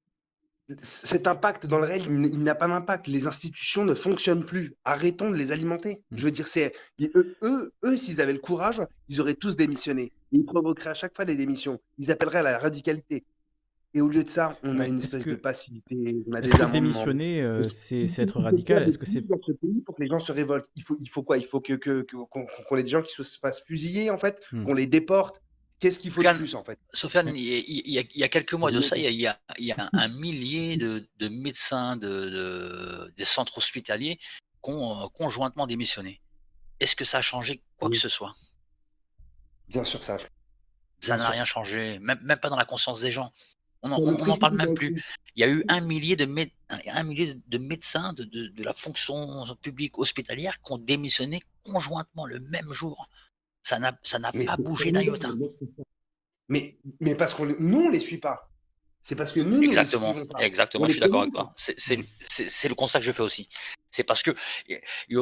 S10: c- cet impact dans le réel, il n- il n'a pas d'impact. Les institutions ne fonctionnent plus. Arrêtons de les alimenter.
S1: Mm.
S10: Je veux dire, c'est eux, eux, eux, s'ils avaient le courage, ils auraient tous démissionné. Ils provoqueraient à chaque fois des démissions. Ils appelleraient à la radicalité. Et au lieu de ça, on a
S1: Mais
S10: une
S1: est-ce
S10: espèce de
S1: que,
S10: passivité, on a
S1: est-ce
S10: des
S1: que
S10: amendements.
S1: démissionner, euh,
S10: Et
S1: c'est
S10: il
S1: c'est
S10: faut
S1: être
S10: il faut faire
S1: radical?
S10: de
S1: Est-ce que
S10: plus
S1: c'est...
S10: dans ce pays pour que les gens se révoltent. Il faut, il faut quoi? Il faut que, que, que- qu'on, qu'on ait des gens qui se fassent fusiller, en fait,
S1: Hmm.
S10: qu'on les déporte. Qu'est-ce qu'il faut de
S8: Sofiane,
S10: plus, en fait?
S8: Sofiane,
S1: Hmm.
S8: il y, a- il y a- il y a quelques mois de ça, il y a, il y a- il y a un millier de, de médecins de, de- des centres hospitaliers qui ont euh, conjointement démissionné. Est-ce que ça a changé quoi que
S10: Oui,
S8: ce soit?
S10: bien sûr, ça.
S8: Ça
S10: Bien
S8: n'a
S10: sûr.
S8: rien changé, même, même pas dans la conscience des gens. On n'en
S10: Dans le
S8: on, on en parle
S10: président,
S8: même plus. Il y a eu un millier de, mé- un, un millier de médecins de, de- de la fonction publique hospitalière qui ont démissionné conjointement le même jour. Ça n'a ça n'a
S10: mais
S8: pas
S10: c'est
S8: bougé d'un
S10: formidable.
S8: iota.
S10: Mais, mais parce que nous, on les suit pas. C'est parce que nous, nous les
S8: Exactement,
S10: suivons pas.
S8: exactement,
S10: On
S8: je
S10: les
S8: suis d'accord
S10: connaît
S8: avec
S10: pas.
S8: toi. C'est c'est- c'est- c'est le constat que je fais aussi. C'est parce que y- y-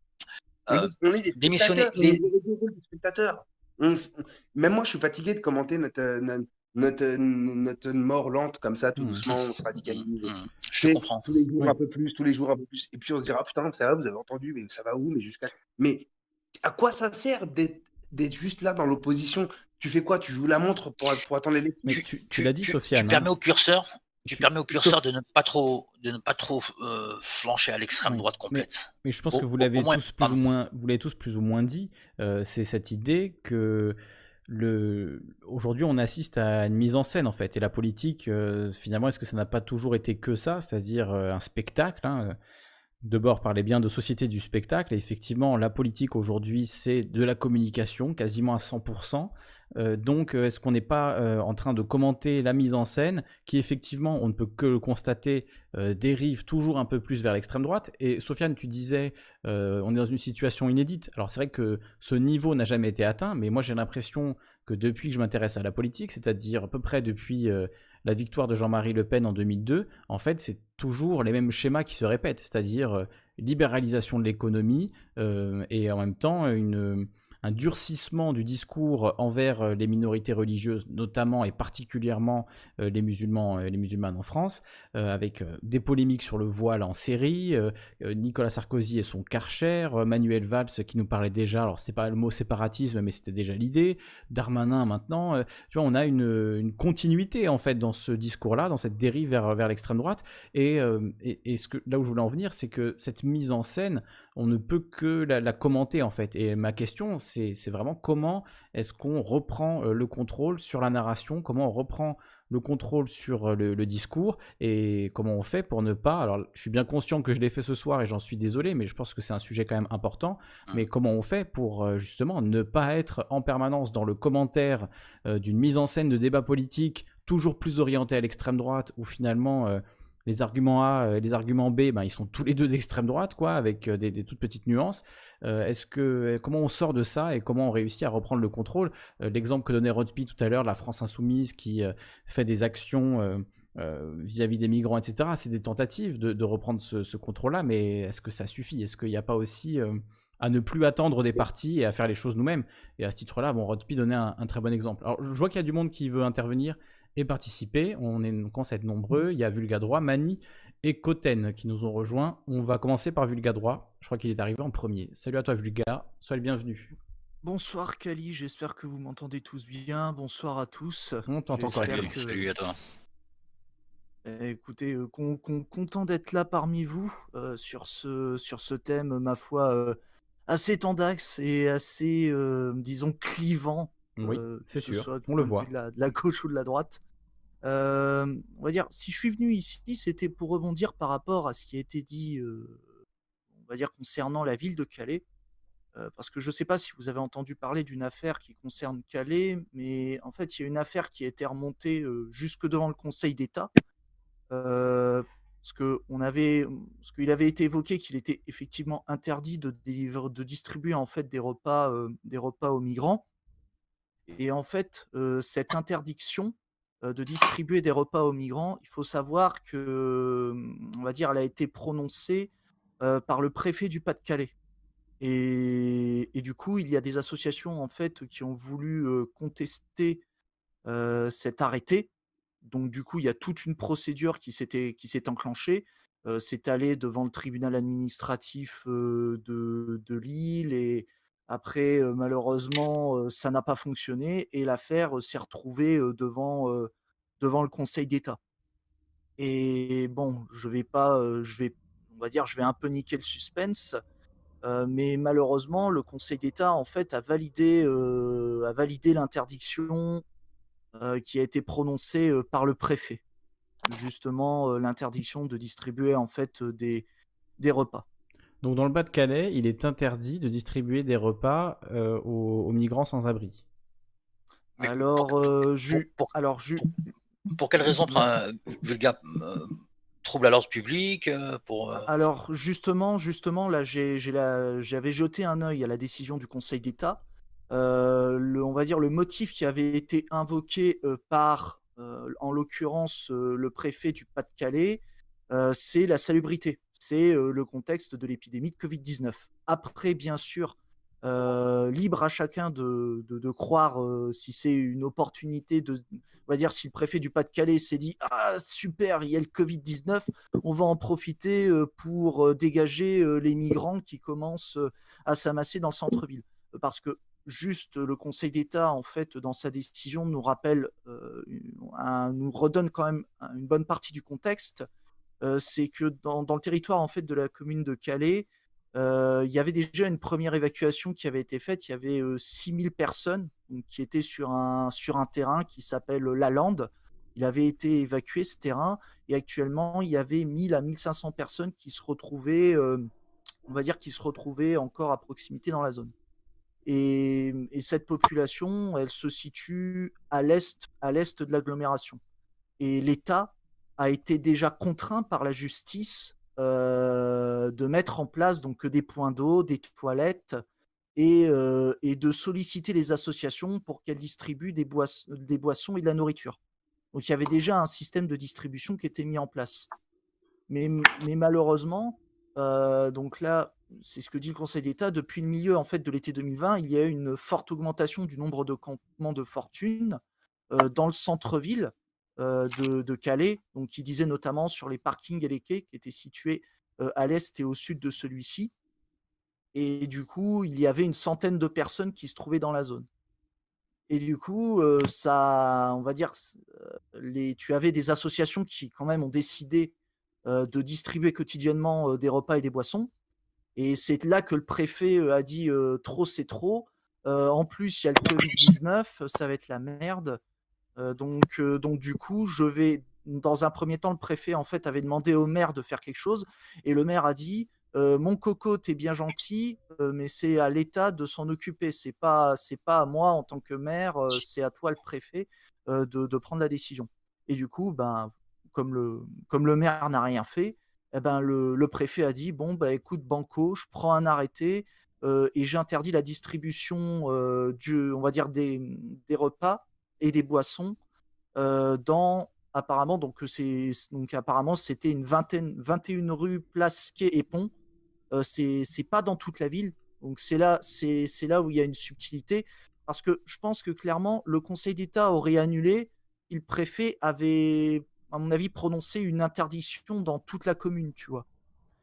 S10: Mais
S8: euh,
S10: on est des
S8: démissionner,
S10: spectateurs. On
S8: les-
S10: est des rôles de spectateurs. On- on- Même moi, je suis fatigué de commenter notre, euh, notre, notre, euh, notre mort lente comme ça, tout
S1: Hmm.
S10: doucement, on se
S8: Hum,
S10: radicalise.
S8: hum, je te
S10: C'est
S8: comprends.
S10: tous les jours
S1: Oui.
S10: un peu plus, tous les jours un peu plus. Et puis on se dira, putain, ça va, vous avez entendu, mais ça va où? Mais jusqu'à. Mais à quoi ça sert d'être d'être juste là dans l'opposition? Tu fais quoi? Tu joues la montre pour, pour attendre les
S1: Mais
S8: Tu,
S1: tu, tu
S8: tu,
S1: l'as dit,
S8: tu, tu
S1: Sofiane,
S8: permets
S1: hein.
S8: au curseur, tu
S1: Tu...
S8: permets au curseur de ne pas trop, de ne pas trop euh, flancher à l'extrême
S1: Oui.
S8: droite
S1: Mais,
S8: complète.
S1: mais je pense
S8: Au,
S1: que vous
S8: au, au
S1: l'avez
S8: moins,
S1: tous plus ou
S8: pardon.
S1: moins, vous l'avez tous plus ou moins dit. euh, c'est cette idée que le... aujourd'hui on assiste à une mise en scène en fait. Et la politique, euh, finalement, est-ce que ça n'a pas toujours été que ça, c'est-à-dire euh, un spectacle, hein. Debord parlait bien de société du spectacle, et effectivement, la politique aujourd'hui, c'est de la communication, quasiment à cent pour cent. Euh, donc, euh, est-ce qu'on n'est pas euh, en train de commenter la mise en scène, qui effectivement, on ne peut que le constater, euh, dérive toujours un peu plus vers l'extrême droite. Et Sofiane, tu disais, euh, on est dans une situation inédite. Alors, c'est vrai que ce niveau n'a jamais été atteint, mais moi, j'ai l'impression que depuis que je m'intéresse à la politique, c'est-à-dire à peu près depuis euh, la victoire de Jean-Marie Le Pen en deux mille deux, en fait, c'est toujours les mêmes schémas qui se répètent, c'est-à-dire euh, libéralisation de l'économie euh, et en même temps une, un durcissement du discours envers euh, les minorités religieuses, notamment et particulièrement euh, les musulmans et les musulmanes en France, euh, avec euh, des polémiques sur le voile en série, euh, euh, Nicolas Sarkozy et son Karcher, euh, Manuel Valls qui nous parlait déjà, alors c'était pas le mot séparatisme, mais c'était déjà l'idée, Darmanin maintenant, euh, tu vois, on a une, une continuité en fait dans ce discours-là, dans cette dérive vers, vers l'extrême droite, et, euh, et, et ce que, là où je voulais en venir, c'est que cette mise en scène, on ne peut que la, la commenter en fait. Et ma question, c'est, c'est vraiment comment est-ce qu'on reprend euh, le contrôle sur la narration, comment on reprend le contrôle sur euh, le, le discours, et comment on fait pour ne pas... Alors, je suis bien conscient que je l'ai fait ce soir et j'en suis désolé, mais je pense que c'est un sujet quand même important. Mais comment on fait pour euh, justement ne pas être en permanence dans le commentaire euh, d'une mise en scène de débat politique toujours plus orienté à l'extrême droite, où finalement... euh, les arguments A et les arguments B, ben, ils sont tous les deux d'extrême droite, quoi, avec euh, des, des toutes petites nuances. Euh, est-ce que, comment on sort de ça et comment on réussit à reprendre le contrôle? Euh, L'exemple que donnait Rodpi tout à l'heure, la France insoumise qui euh, fait des actions euh, euh, vis-à-vis des migrants, et cetera, c'est des tentatives de, de reprendre ce, ce contrôle-là, mais est-ce que ça suffit? Est-ce qu'il n'y a pas aussi euh, à ne plus attendre des partis et à faire les choses nous-mêmes? Et à ce titre-là, bon, Rodpi donnait un, un très bon exemple. Alors, je vois qu'il y a du monde qui veut intervenir et participer. On, est, on commence à être nombreux. Il y a Vulgadroit, Mani et Koten qui nous ont rejoints. On va commencer par Vulgadroit. Je crois qu'il est arrivé en premier. Salut à toi, Vulga. Sois le bienvenu.
S11: Bonsoir Kali, j'espère que vous m'entendez tous bien. Bonsoir à tous.
S1: On t'entend correctement.
S8: Salut, salut à toi.
S11: Eh, Écoutez, euh, con- con- content d'être là parmi vous euh, sur ce, sur ce thème, ma foi, euh, assez tendax et assez, euh, disons, clivant,
S1: Oui,
S11: euh, que
S1: c'est
S11: ce
S1: sûr.
S11: soit du
S1: On le
S11: point de
S1: voit.
S11: vue de la, de la gauche ou de la droite. Euh, on va dire, si je suis venu ici, c'était pour rebondir par rapport à ce qui a été dit, euh, on va dire, concernant la ville de Calais. Euh, parce que je ne sais pas si vous avez entendu parler d'une affaire qui concerne Calais, mais en fait, il y a une affaire qui a été remontée euh, jusque devant le Conseil d'État. Euh, parce que on avait, parce qu'il avait été évoqué qu'il était effectivement interdit de, délivrer- de distribuer en fait des repas, euh, des repas aux migrants. Et en fait, euh, cette interdiction euh, de distribuer des repas aux migrants, il faut savoir que, euh, on va dire, elle a été prononcée euh, par le préfet du Pas-de-Calais. Et, et du coup, il y a des associations en fait qui ont voulu euh, contester euh, cet arrêté. Donc du coup, il y a toute une procédure qui s'était qui s'est enclenchée. Euh, c'est allé devant le tribunal administratif euh, de, de Lille et après, euh, malheureusement, euh, ça n'a pas fonctionné et l'affaire euh, s'est retrouvée euh, devant, euh, devant le Conseil d'État. Et bon, je vais pas, euh, je vais, on va dire, je vais un peu niquer le suspense, euh, mais malheureusement, le Conseil d'État en fait a validé, euh, a validé l'interdiction euh, qui a été prononcée euh, par le préfet. Justement, euh, l'interdiction de distribuer en fait euh, des, des repas.
S1: Donc dans le Pas-de-Calais, il est interdit de distribuer des repas euh, aux, aux migrants sans abri.
S8: Mais
S11: Alors, euh,
S8: pour,
S11: ju-
S8: pour,
S11: alors ju-
S8: pour quelle raison
S11: la-
S8: enfin, vulgaire, euh, trouble à l'ordre public euh, pour, euh,
S11: alors justement, justement, là, j'ai, j'ai la- j'avais jeté un œil à la décision du Conseil d'État. Euh, le, on va dire le motif qui avait été invoqué euh, par, euh, en l'occurrence, euh, le préfet du Pas-de-Calais, euh, c'est la salubrité, c'est euh, le contexte de l'épidémie de covid dix-neuf. Après, bien sûr, euh, libre à chacun de, de- de croire euh, si c'est une opportunité de, on va dire, si le préfet du Pas-de-Calais s'est dit ah super, il y a le covid dix-neuf, on va en profiter euh, pour euh, dégager euh, les migrants qui commencent euh, à s'amasser dans le centre-ville. Parce que juste le Conseil d'État, en fait, dans sa décision, nous rappelle, euh, un- nous redonne quand même une bonne partie du contexte. Euh, c'est que dans, dans le territoire en fait de la commune de Calais, euh, il y avait déjà une première évacuation qui avait été faite. Il y avait euh, six mille personnes donc, qui étaient sur un, sur un terrain qui s'appelle La Lande. Il avait été évacué ce terrain et actuellement il y avait mille à mille cinq cents personnes qui se retrouvaient, euh, on va dire, qui se retrouvaient encore à proximité dans la zone. Et, et cette population, elle se situe à l'est, à l'est de l'agglomération. Et l'État a été déjà contraint par la justice euh, de mettre en place donc des points d'eau, des toilettes et, euh, et de solliciter les associations pour qu'elles distribuent des, boisse- des boissons et de la nourriture. Donc il y avait déjà un système de distribution qui était mis en place. Mais, mais malheureusement, euh, donc là, c'est ce que dit le Conseil d'État, depuis le milieu en fait, de l'été deux mille vingt, il y a eu une forte augmentation du nombre de campements de fortune euh, dans le centre-ville euh, de, de Calais, donc qui disait notamment sur les parkings et les quais qui étaient situés euh, à l'est et au sud de celui-ci. Et du coup, il y avait une centaine de personnes qui se trouvaient dans la zone. Et du coup, euh, ça, on va dire, euh, les, tu avais des associations qui quand même ont décidé euh, de distribuer quotidiennement euh, des repas et des boissons. Et c'est là que le préfet euh, a dit euh, trop, c'est trop. Euh, en plus, il y a le covid dix-neuf, ça va être la merde. Euh, donc, euh, donc, du coup, je vais. Dans un premier temps, le préfet en fait avait demandé au maire de faire quelque chose, et le maire a dit euh, mon coco, t'es bien gentil, euh, mais c'est à l'État de s'en occuper. C'est pas, c'est pas à moi en tant que maire, euh, c'est à toi le préfet euh, de, de prendre la décision. Et du coup, ben, comme le, comme le maire n'a rien fait, eh ben, le, le préfet a dit bon bah écoute banco, je prends un arrêté euh, et j'interdis la distribution euh, du, on va dire des, des repas et des boissons euh, dans apparemment donc c'est donc apparemment c'était une vingtaine vingt et une rues Place Quai et Pont. Euh, c'est c'est pas dans toute la ville, donc c'est là c'est c'est là où il y a une subtilité parce que je pense que clairement le Conseil d'État aurait annulé, et le préfet avait à mon avis prononcé une interdiction dans toute la commune, tu vois.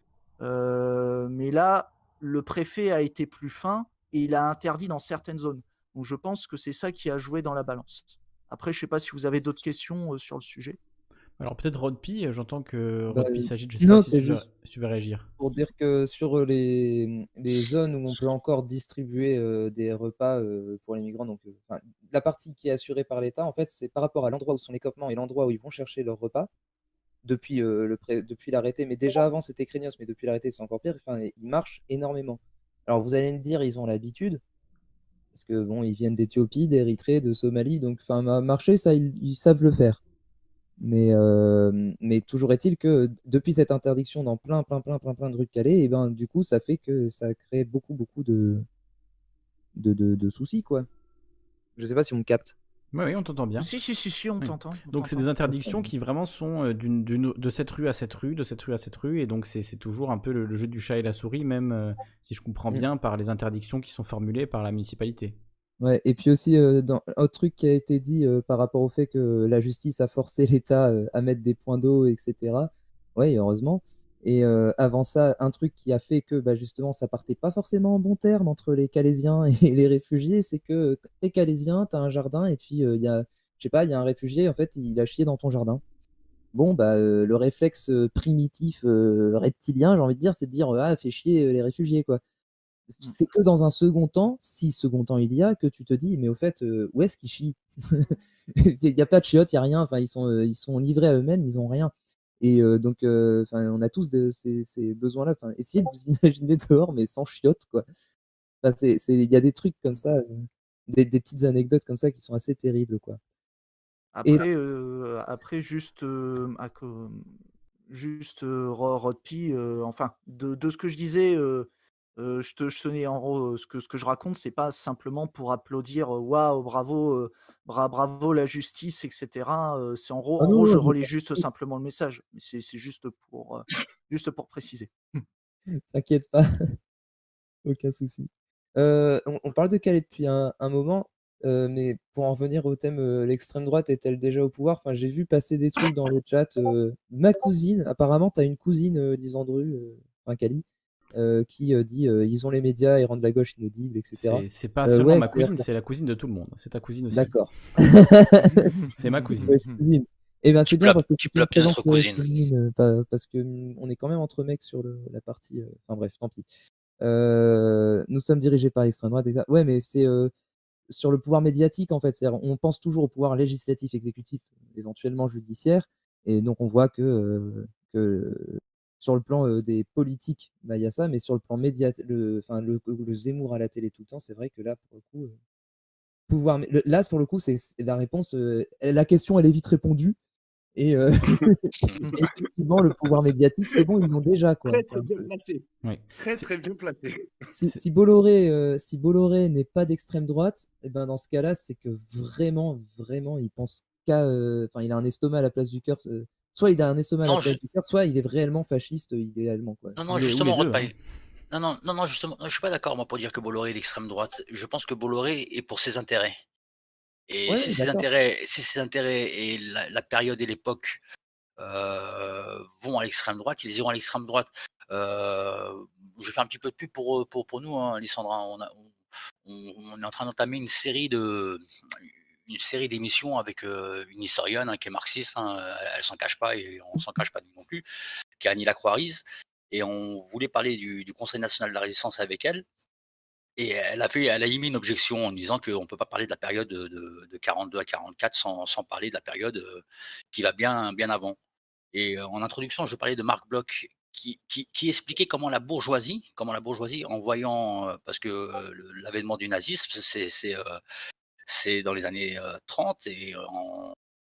S11: Euh, mais là le préfet a été plus fin et il a interdit dans certaines zones. Donc je pense que c'est ça qui a joué dans la balance. Après, je sais pas si vous avez d'autres questions euh, sur le sujet.
S1: Alors peut-être Rodpi, euh, j'entends que
S6: Bah,
S1: Rodpi s'agite, je sais pas
S6: non,
S1: si
S6: c'est
S1: tu veux,
S6: juste
S1: si tu veux réagir.
S6: pour dire que sur les, les zones où on peut encore distribuer euh, des repas euh, pour les migrants, donc euh, enfin, la partie qui est assurée par l'État, en fait, c'est par rapport à l'endroit où sont les campements et l'endroit où ils vont chercher leurs repas depuis euh, le pré- depuis l'arrêté. Mais déjà avant, c'était craignos, mais depuis l'arrêté, c'est encore pire. Enfin, ils marchent énormément. Alors vous allez me dire, ils ont l'habitude, parce que bon, ils viennent d'Éthiopie, d'Érythrée, de Somalie, donc enfin, ma- marcher, ça, ils, ils savent le faire. Mais, euh, mais toujours est-il que depuis cette interdiction dans plein, plein, plein, plein, plein de rues de Calais, et ben, du coup, ça fait que ça crée beaucoup, beaucoup de, de, de, de soucis, quoi. Je sais pas si on me capte.
S1: Oui, oui, on t'entend bien.
S11: Si, si, si, si, on
S1: Oui.
S11: t'entend. on
S1: Donc c'est
S11: t'entend.
S1: des interdictions qui vraiment sont euh, d'une, d'une- de cette rue à cette rue, de cette rue à cette rue, et donc c'est c'est toujours un peu le, le jeu du chat et la souris, même euh, si je comprends
S6: Mm.
S1: bien, par les interdictions qui sont formulées par la municipalité.
S6: Ouais, et puis aussi, euh, dans, autre truc qui a été dit euh, par rapport au fait que la justice a forcé l'État euh, à mettre des points d'eau, et cetera. Oui, heureusement. Et euh, avant ça, un truc qui a fait que bah, justement ça partait pas forcément en bon terme entre les Calaisiens et les réfugiés, c'est que euh, quand t'es Calaisien, t'as un jardin, et puis euh, il y a, je sais pas, il y a un réfugié, en fait, il a chié dans ton jardin. Bon, bah, euh, le réflexe euh, primitif euh, reptilien, j'ai envie de dire, c'est de dire euh, ah, fais chier euh, les réfugiés, quoi.
S11: Mm.
S6: C'est que dans un second temps, si second temps il y a, que tu te dis, mais au fait, euh, où est-ce qu'ils chient? Il n'y a pas de chiottes, il n'y a rien. Enfin, ils sont, euh, ils sont livrés à eux-mêmes, ils n'ont rien. Et euh, donc, euh, enfin, on a tous de, ces, ces besoins-là. Enfin, essayez de vous imaginer dehors, mais sans chiottes, quoi. Enfin, c'est, c'est, il y a des trucs comme ça, euh, des, des petites anecdotes comme ça qui sont assez terribles, quoi. Et
S11: Après, euh, après juste, euh, à co- juste euh, Ro- Rodpi, euh, enfin, de, de ce que je disais, euh, euh, je te je tenais en gros, euh, ce que, ce que je raconte, c'est pas simplement pour applaudir, euh, waouh, bravo, euh, bra- bravo la justice, et cetera. euh, C'est en gros,
S6: ah
S11: en
S6: non,
S11: gros, je
S6: non, mais
S11: relais juste simplement le message. Mais c'est c'est juste pour, euh, juste pour préciser.
S6: t'inquiète pas, aucun souci. Euh, on, on parle de Calais depuis un, un moment, euh, mais pour en revenir au thème, euh, l'extrême droite est-elle déjà au pouvoir? Enfin, j'ai vu passer des trucs dans le chat. euh, ma cousine, apparemment, tu as une cousine, euh, Lisandru, euh, enfin Cali, euh, qui euh, dit euh, ils ont les médias, ils rendent la gauche inaudible, et cetera.
S1: C'est c'est pas
S6: Euh,
S1: seulement
S6: ouais,
S1: ma
S6: c'est-à-dire
S1: cousine,
S6: que-
S1: c'est la cousine de tout le monde. C'est ta cousine aussi.
S6: D'accord.
S1: C'est ma cousine.
S6: Ouais, cousine. Eh ben,
S8: Tu
S6: c'est bien
S8: peux,
S6: parce que
S8: tu
S6: c'est
S8: peux
S6: une
S8: l'appeler
S6: présence
S8: notre
S6: euh,
S8: cousine.
S6: féminine, euh, pas- parce que hum, on est quand même entre mecs sur le- la partie. euh, Enfin bref, tant pis. Euh, nous sommes dirigés par l'extrême droite. exa- Ouais, mais c'est euh, sur le pouvoir médiatique en fait. C'est-à-dire, on pense toujours au pouvoir législatif, exécutif, éventuellement judiciaire, et donc on voit que, euh, que sur le plan euh, des politiques, bah, il y a ça, mais sur le plan médiatique, le, enfin le, le Zemmour à la télé tout le temps, c'est vrai que là pour le coup, euh, pouvoir, le- là pour le coup, c'est c'est la réponse. euh, la question, elle est vite répondue. Et, euh, et effectivement, le pouvoir médiatique, c'est bon, ils l'ont déjà, quoi.
S10: Très très
S6: Enfin,
S10: bien placé.
S1: Oui.
S10: Très
S1: C'est-
S10: très bien placé.
S6: si,
S1: c'est-
S6: si Bolloré, euh, si Bolloré n'est pas d'extrême droite, et ben dans ce cas-là, c'est que vraiment, vraiment, il pense qu'à. euh, Enfin, il a un estomac à la place du cœur. euh, Soit il a un estomac à la
S8: Non,
S6: place
S8: je-
S6: du cœur, soit il est réellement fasciste, euh, idéalement, quoi.
S8: non, non,
S1: Ou les, ou les
S8: justement,
S1: deux.
S8: Rodpaï.
S1: hein.
S8: Non, non, non, non, justement, je suis pas d'accord, moi, pour dire que Bolloré est d'extrême droite. Je pense que Bolloré est pour ses intérêts. Et
S6: Ouais,
S8: si ses
S6: d'accord.
S8: intérêts, si ses intérêts et la, la période et l'époque euh, vont à l'extrême droite, ils iront à l'extrême droite. Euh, je fais un petit peu de pub pour, pour, pour nous, hein, Lissandra. On, a- on- on est en train d'entamer une série de une série d'émissions avec euh, une historienne hein, qui est marxiste, hein, elle, elle s'en cache pas et on s'en cache pas nous non plus, qui est Annie Lacroix-Rise. Et on voulait parler du, du Conseil national de la résistance avec elle. Et elle a, fait, elle a émis une objection en disant qu'on ne peut pas parler de la période de, de, de quarante-deux à quarante-quatre sans, sans parler de la période euh, qui va bien, bien avant. Et euh, en introduction, je parlais de Marc Bloch qui, qui, qui expliquait comment la bourgeoisie, comment la bourgeoisie, en voyant, euh, parce que euh, le- l'avènement du nazisme, c'est c'est, euh, c'est dans les années euh, trente et euh, en,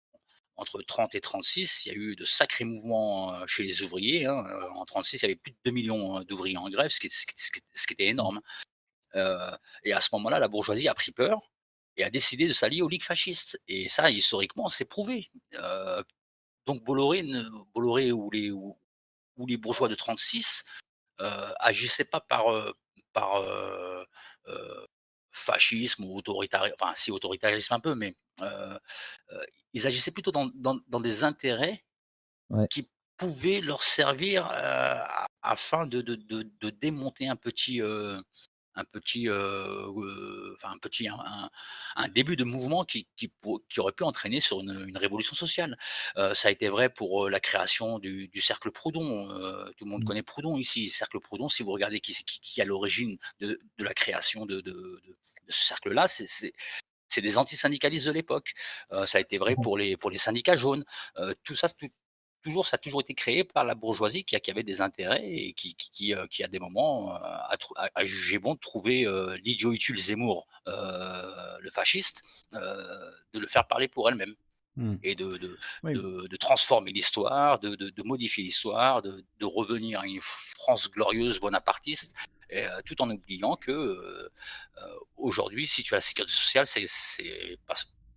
S8: entre trente et trente-six, il y a eu de sacrés mouvements euh, chez les ouvriers. Hein. Euh, En trente-six, il y avait plus de deux millions euh, d'ouvriers en grève, ce qui, ce qui- ce qui- ce qui était énorme. Euh, et à ce moment-là, la bourgeoisie a pris peur et a décidé de s'allier aux ligues fascistes. Et ça, historiquement, c'est prouvé. Euh, donc Bolloré, ne- Bolloré ou les, ou, ou les bourgeois de trente-six euh, agissaient pas par, euh, par euh, euh, fascisme ou autoritarisme, enfin si autoritarisme un peu, mais euh, euh, ils agissaient plutôt dans, dans, dans des intérêts
S6: Ouais.
S8: qui pouvaient leur servir euh, afin de, de, de, de démonter un petit, euh, un petit, euh, euh, enfin un petit, un, un- un début de mouvement qui, qui, pour- qui aurait pu entraîner sur une, une révolution sociale. Euh, ça a été vrai pour euh, la création du, du cercle Proudhon. Euh, tout le monde
S6: Mm.
S8: connaît Proudhon ici. Cercle Proudhon, si vous regardez qui, c'est- qui, qui est à l'origine de, de la création de, de, de- de ce cercle-là, c'est c'est- c'est des antisyndicalistes de l'époque. Euh, ça a été vrai pour les, pour les syndicats jaunes. Euh, tout ça, c'est tout- toujours, ça a toujours été créé par la bourgeoisie qui, a- qui avait des intérêts et qui, qui, qui, euh, qui, à des moments, euh, a, trou- a- a jugé bon de trouver euh, l'idiot utile Zemmour, euh, le fasciste, euh, de le faire parler pour elle-même
S1: Hmm.
S8: et de, de,
S1: Oui.
S8: de, de transformer l'histoire, de, de, de modifier l'histoire, de, de revenir à une France glorieuse bonapartiste, et, euh, tout en oubliant que euh, euh, aujourd'hui, si tu as la sécurité sociale, c'est c'est pas,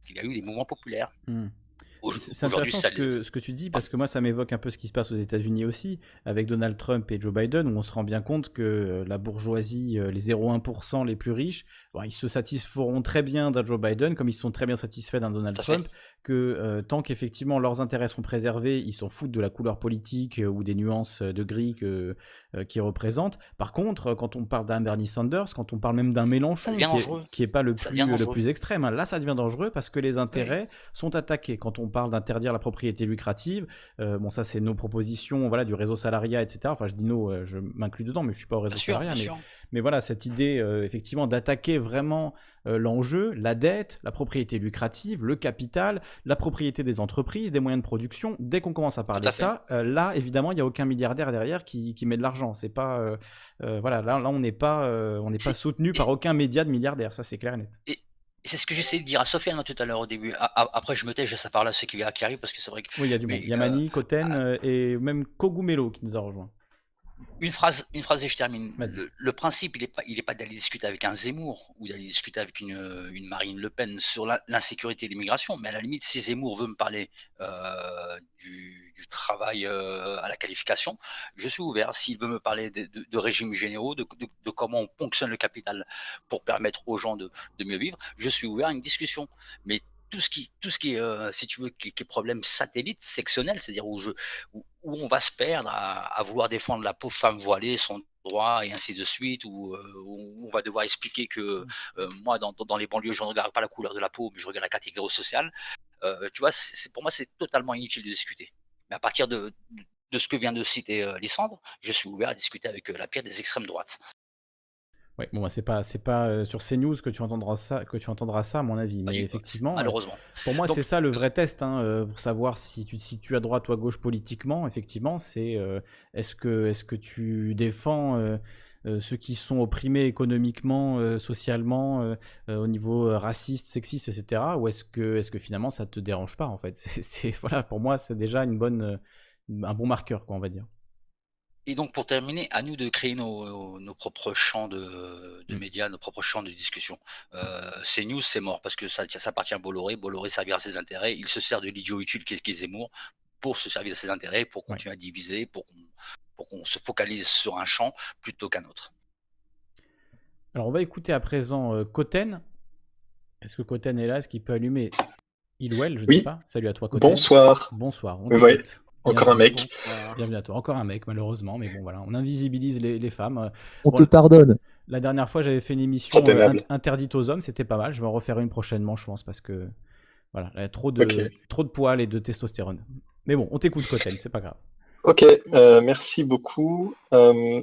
S8: qu'il y a eu des mouvements populaires.
S1: Mmh.
S8: Au-
S1: C'est c'est
S8: Aujourd'hui,
S1: intéressant
S8: ça
S1: ce
S8: l'est.
S1: que, ce que tu dis, parce que moi, ça m'évoque un peu ce qui se passe aux États-Unis aussi, avec Donald Trump et Joe Biden, où on se rend bien compte que euh, la bourgeoisie, euh, les zéro virgule un pour cent les plus riches, bon, ils se satisferont très bien d'un Joe Biden, comme ils sont très bien satisfaits d'un Donald
S8: Tout à fait.
S1: Trump, que euh, tant qu'effectivement leurs intérêts sont préservés, ils s'en foutent de la couleur politique euh, ou des nuances euh, de gris que, euh, qu'ils représentent. Par contre, euh, quand on parle d'un Bernie Sanders, quand on parle même d'un
S8: Ça
S1: Mélenchon,
S8: devient
S1: qui est,
S8: dangereux.
S1: qui est pas le
S8: Ça
S1: plus,
S8: devient
S1: le
S8: dangereux.
S1: plus extrême, hein, là ça devient dangereux parce que les
S8: Oui.
S1: intérêts sont attaqués. Quand on parle d'interdire la propriété lucrative, euh, bon ça c'est nos propositions, voilà, du réseau salariat, et cetera. Enfin je dis nos, euh, je m'inclus dedans, mais je suis pas au réseau
S8: Bien sûr,
S1: salariat,
S8: bien
S1: mais
S8: sûr.
S1: mais voilà, cette idée euh, effectivement d'attaquer vraiment euh, l'enjeu, la dette, la propriété lucrative, le capital, la propriété des entreprises, des moyens de production. Dès qu'on commence à
S8: Tout
S1: parler
S8: à
S1: de
S8: fait.
S1: ça, euh, là évidemment il n'y a aucun milliardaire derrière qui, qui met de l'argent. C'est pas euh, euh, voilà, là, là on n'est pas euh, on n'est pas
S8: C'est-
S1: soutenu
S8: et-
S1: par aucun média de milliardaires, ça c'est clair et net.
S8: Et, et c'est ce que j'essayais de dire à Sofiane moi, tout à l'heure au début. A- a- Après, je me tais, je laisse la parole à ceux qui, qui arrivent parce que c'est vrai que.
S1: Oui, il y a du monde.
S8: Mais
S1: Il y a
S8: euh,
S1: Mani, Koten
S8: ah,
S1: euh, et même Kogumelo qui nous a rejoint.
S8: une phrase, une phrase et je termine.
S1: Vas-y.
S8: Le, le principe, il n'est pas, il est pas d'aller discuter avec un Zemmour ou d'aller discuter avec une, une Marine Le Pen sur la- l'insécurité et l'immigration. Mais à la limite, si Zemmour veut me parler euh, du, du travail euh, à la qualification, je suis ouvert. S'il veut me parler de, de, de régimes généraux, de, de, de comment on ponctionne le capital pour permettre aux gens de, de mieux vivre, je suis ouvert à une discussion. Mais tout ce qui, tout ce qui est, euh, si tu veux, qui, qui est problème satellite, sectionnel, c'est-à-dire où, je, où, où on va se perdre à, à vouloir défendre la pauvre femme voilée, son droit et ainsi de suite, où, euh, où on va devoir expliquer que euh, moi, dans, dans les banlieues, je ne regarde pas la couleur de la peau, mais je regarde la catégorie sociale. Euh, tu vois, c'est, pour moi, c'est totalement inutile de discuter. Mais à partir de, de ce que vient de citer euh, Lysandre, je suis ouvert à discuter avec euh, la pire des extrêmes droites.
S1: Ouais, bon, bah, c'est pas, c'est pas euh, sur CNews que tu entendras ça, que tu entendras ça, à mon avis.
S8: Pas
S1: Mais
S8: du-
S1: effectivement, euh,
S8: Malheureusement.
S1: pour moi,
S8: Donc,
S1: c'est ça le vrai test, hein, euh, pour savoir si tu te situes à droite ou à gauche politiquement. Effectivement, c'est euh, est-ce que, est-ce que tu défends euh, euh, ceux qui sont opprimés économiquement, euh, socialement, euh, euh, au niveau euh, raciste, sexiste, et cetera. Ou est-ce que, est-ce que finalement ça te dérange pas en fait? C'est, c'est- voilà, pour moi, c'est déjà une bonne, euh, un bon marqueur, quoi, on va dire.
S8: Et donc, pour terminer, à nous de créer nos, nos propres champs de, de
S1: Mm.
S8: médias, nos propres champs de discussion. Euh, CNews, c'est mort parce que ça, ça appartient à Bolloré. Bolloré servira ses intérêts. Il se sert de l'idiot utile qu'est qui est Zemmour pour se servir de ses intérêts, pour
S1: Ouais.
S8: continuer à diviser, pour qu'on pour qu'on se focalise sur un champ plutôt qu'un autre.
S1: Alors, on va écouter à présent euh, Koten. Est-ce que Koten est là? Est-ce qu'il peut allumer il ou elle? Je ne sais
S12: Oui,
S1: pas. Salut à toi, Koten.
S12: bonsoir.
S1: Bonsoir, on
S12: Oui, oui,
S1: t'écoute.
S12: encore un
S1: Bienvenue.
S12: mec.
S1: Bienvenue à toi. Encore un mec, malheureusement. Mais bon, voilà, on invisibilise les, les femmes. Euh,
S6: On
S1: bon,
S6: te pardonne.
S1: La dernière fois, j'avais fait une émission
S12: Trop
S1: euh,
S12: aimable.
S1: in- interdite aux hommes. C'était pas mal. Je vais en refaire une prochainement, je pense, parce que voilà, il y a trop de,
S12: Ok.
S1: trop de poils et de testostérone. Mais bon, on t'écoute, Koten, c'est pas grave.
S12: Ok, euh, merci beaucoup. Euh,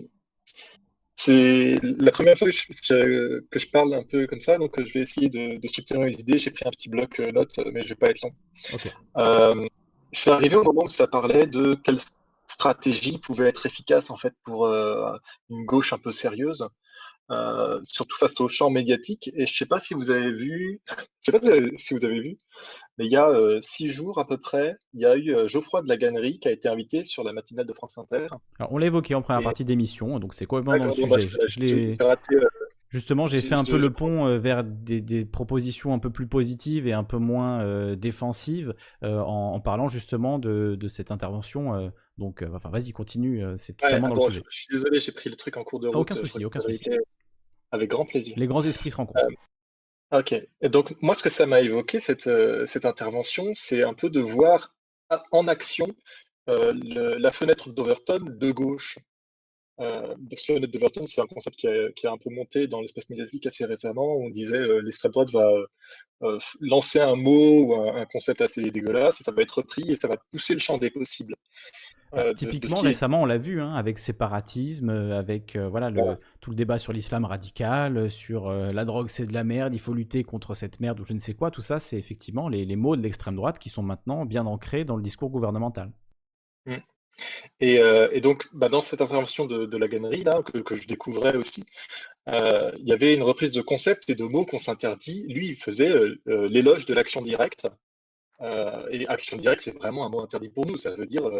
S12: c'est la première fois que je, je- que je parle un peu comme ça, donc euh, je vais essayer de, de structurer mes idées. J'ai pris un petit bloc euh, notes, mais je vais pas être long.
S1: Ok.
S12: Euh, je suis arrivé au moment où ça parlait de quelle stratégie pouvait être efficace en fait pour euh, une gauche un peu sérieuse, euh, surtout face au champ médiatique. Et je sais pas si vous avez vu, je sais pas si vous avez, si vous avez vu, mais il y a euh, six jours à peu près, il y a eu euh, Geoffroy de la Gannerie qui a été invité sur la matinale de France Inter.
S1: Alors, on l'a évoqué en première
S12: Et-
S1: partie d'émission, donc c'est complètement dans le
S12: D'accord, bon, bah,
S1: sujet.
S12: je-
S1: Je, je
S12: je-
S1: l'ai-
S12: j'ai raté, euh,
S1: Justement, j'ai
S12: j'ai-
S1: fait un
S12: je-
S1: peu
S12: je-
S1: le pont euh, vers des, des propositions un peu plus positives et un peu moins euh, défensives euh, en, en parlant justement de, de cette intervention. euh, donc, euh, enfin, vas-y, continue, euh, c'est
S12: Ouais,
S1: totalement dans
S12: bon,
S1: le
S12: je,
S1: sujet.
S12: je suis désolé, j'ai pris le truc en cours de
S1: Ah,
S12: route.
S1: aucun
S12: je
S1: souci, aucun
S12: préfère
S1: souci.
S12: éviter. Avec grand plaisir.
S1: Les grands esprits se rencontrent.
S12: Euh, ok. Et donc, moi, ce que ça m'a évoqué, cette, euh, cette intervention, c'est un peu de voir a- en action euh, le- la fenêtre d'Overton de gauche. Euh, donc, cette fenêtre d'Overton, c'est un concept qui a, qui a un peu monté dans l'espace médiatique assez récemment. Où on disait euh, l'extrême droite va euh, f- lancer un mot ou un, un concept assez dégueulasse, et ça va être repris et ça va pousser le champ des possibles.
S1: Bah,
S12: euh, de- de ce
S1: typiquement,
S12: qui est-
S1: récemment, on l'a vu, hein, avec séparatisme, euh, avec euh, voilà, le,
S12: Voilà.
S1: tout le débat sur l'islam radical, euh, sur euh, la drogue c'est de la merde, il faut lutter contre cette merde ou je ne sais quoi. Tout ça, c'est effectivement les, les mots de l'extrême droite qui sont maintenant bien ancrés dans le discours gouvernemental.
S12: Mm. Et, euh, et donc, bah, dans cette intervention de, de la Gannerie, là, que, que je découvrais aussi, euh, il y avait une reprise de concepts et de mots qu'on s'interdit. Lui, il faisait euh, euh, l'éloge de l'action directe. Euh, et action directe, c'est vraiment un mot interdit pour nous. Ça veut dire euh,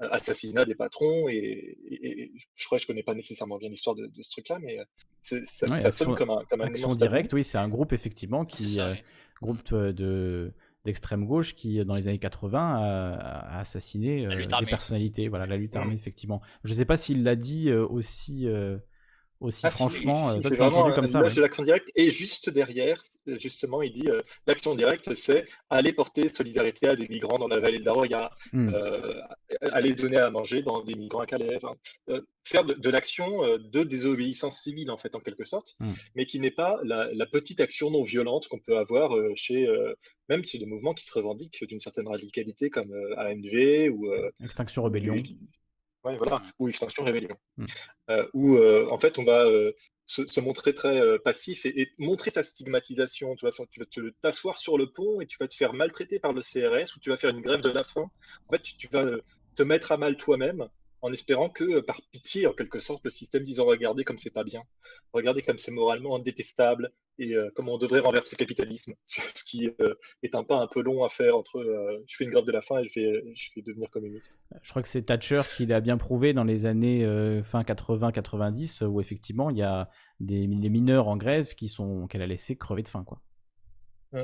S12: assassinat des patrons, et, et- et je crois que je connais pas nécessairement bien l'histoire de, de ce truc-là, mais euh, c'est- ça,
S1: Ouais,
S12: ça sonne
S1: Action,
S12: comme un, comme un
S1: Action
S12: immense tabou.
S1: Directe, oui, c'est un groupe effectivement
S8: C'est
S1: qui,
S8: ça,
S1: euh,
S8: oui.
S1: groupe de, de- d'extrême gauche qui, dans les années quatre-vingts, a, a assassiné
S8: La
S1: euh,
S8: lutte
S1: des
S8: armée.
S1: personnalités. Voilà, la lutte
S12: Mm.
S1: armée, effectivement. Je sais pas s'il l'a dit euh, aussi, euh, aussi
S12: Ah si, si,
S1: franchement.
S12: si,
S1: Euh,
S12: il
S1: toi,
S12: fait
S1: tu l'as
S12: vraiment
S1: entendu
S12: un
S1: comme ça,
S12: éloge
S1: ouais.
S12: de l'action directe, et juste derrière, justement, il dit euh, l'action directe, c'est aller porter solidarité à des migrants dans la vallée de la Roya,
S1: Hmm.
S12: euh, aller donner à manger dans des migrants à Calais, enfin, euh, faire de, de l'action euh, de désobéissance civile, en fait, en quelque sorte,
S1: Hmm.
S12: mais qui n'est pas la, la petite action non violente qu'on peut avoir euh, chez, euh, même chez des mouvements qui se revendiquent d'une certaine radicalité, comme euh, A M V ou, euh,
S1: Extinction
S12: ou
S1: Rebellion.
S12: du- ouais, voilà,
S8: Mm.
S12: ou Extinction Rébellion.
S1: Hmm.
S12: Euh, où euh, en fait on va euh, se, se montrer très euh, passif et, et montrer sa stigmatisation. Tu vas, tu vas te- t'asseoir sur le pont et tu vas te faire maltraiter par le C R S, ou tu vas faire une grève de la faim. En fait, tu, tu vas euh, te mettre à mal toi-même en espérant que, euh, par pitié, en quelque sorte, le système disant regardez comme c'est pas bien, regardez comme c'est moralement détestable, et euh, comment on devrait renverser le capitalisme, ce qui euh, est un pas un peu long à faire entre euh, je fais une grève de la faim et je vais, je vais devenir communiste.
S1: Je crois que c'est Thatcher qui l'a bien prouvé dans les années euh, fin quatre-vingts quatre-vingt-dix, où effectivement, il y a des, des mineurs en grève qui sont, qu'elle a laissé crever de faim, quoi.
S12: Ouais.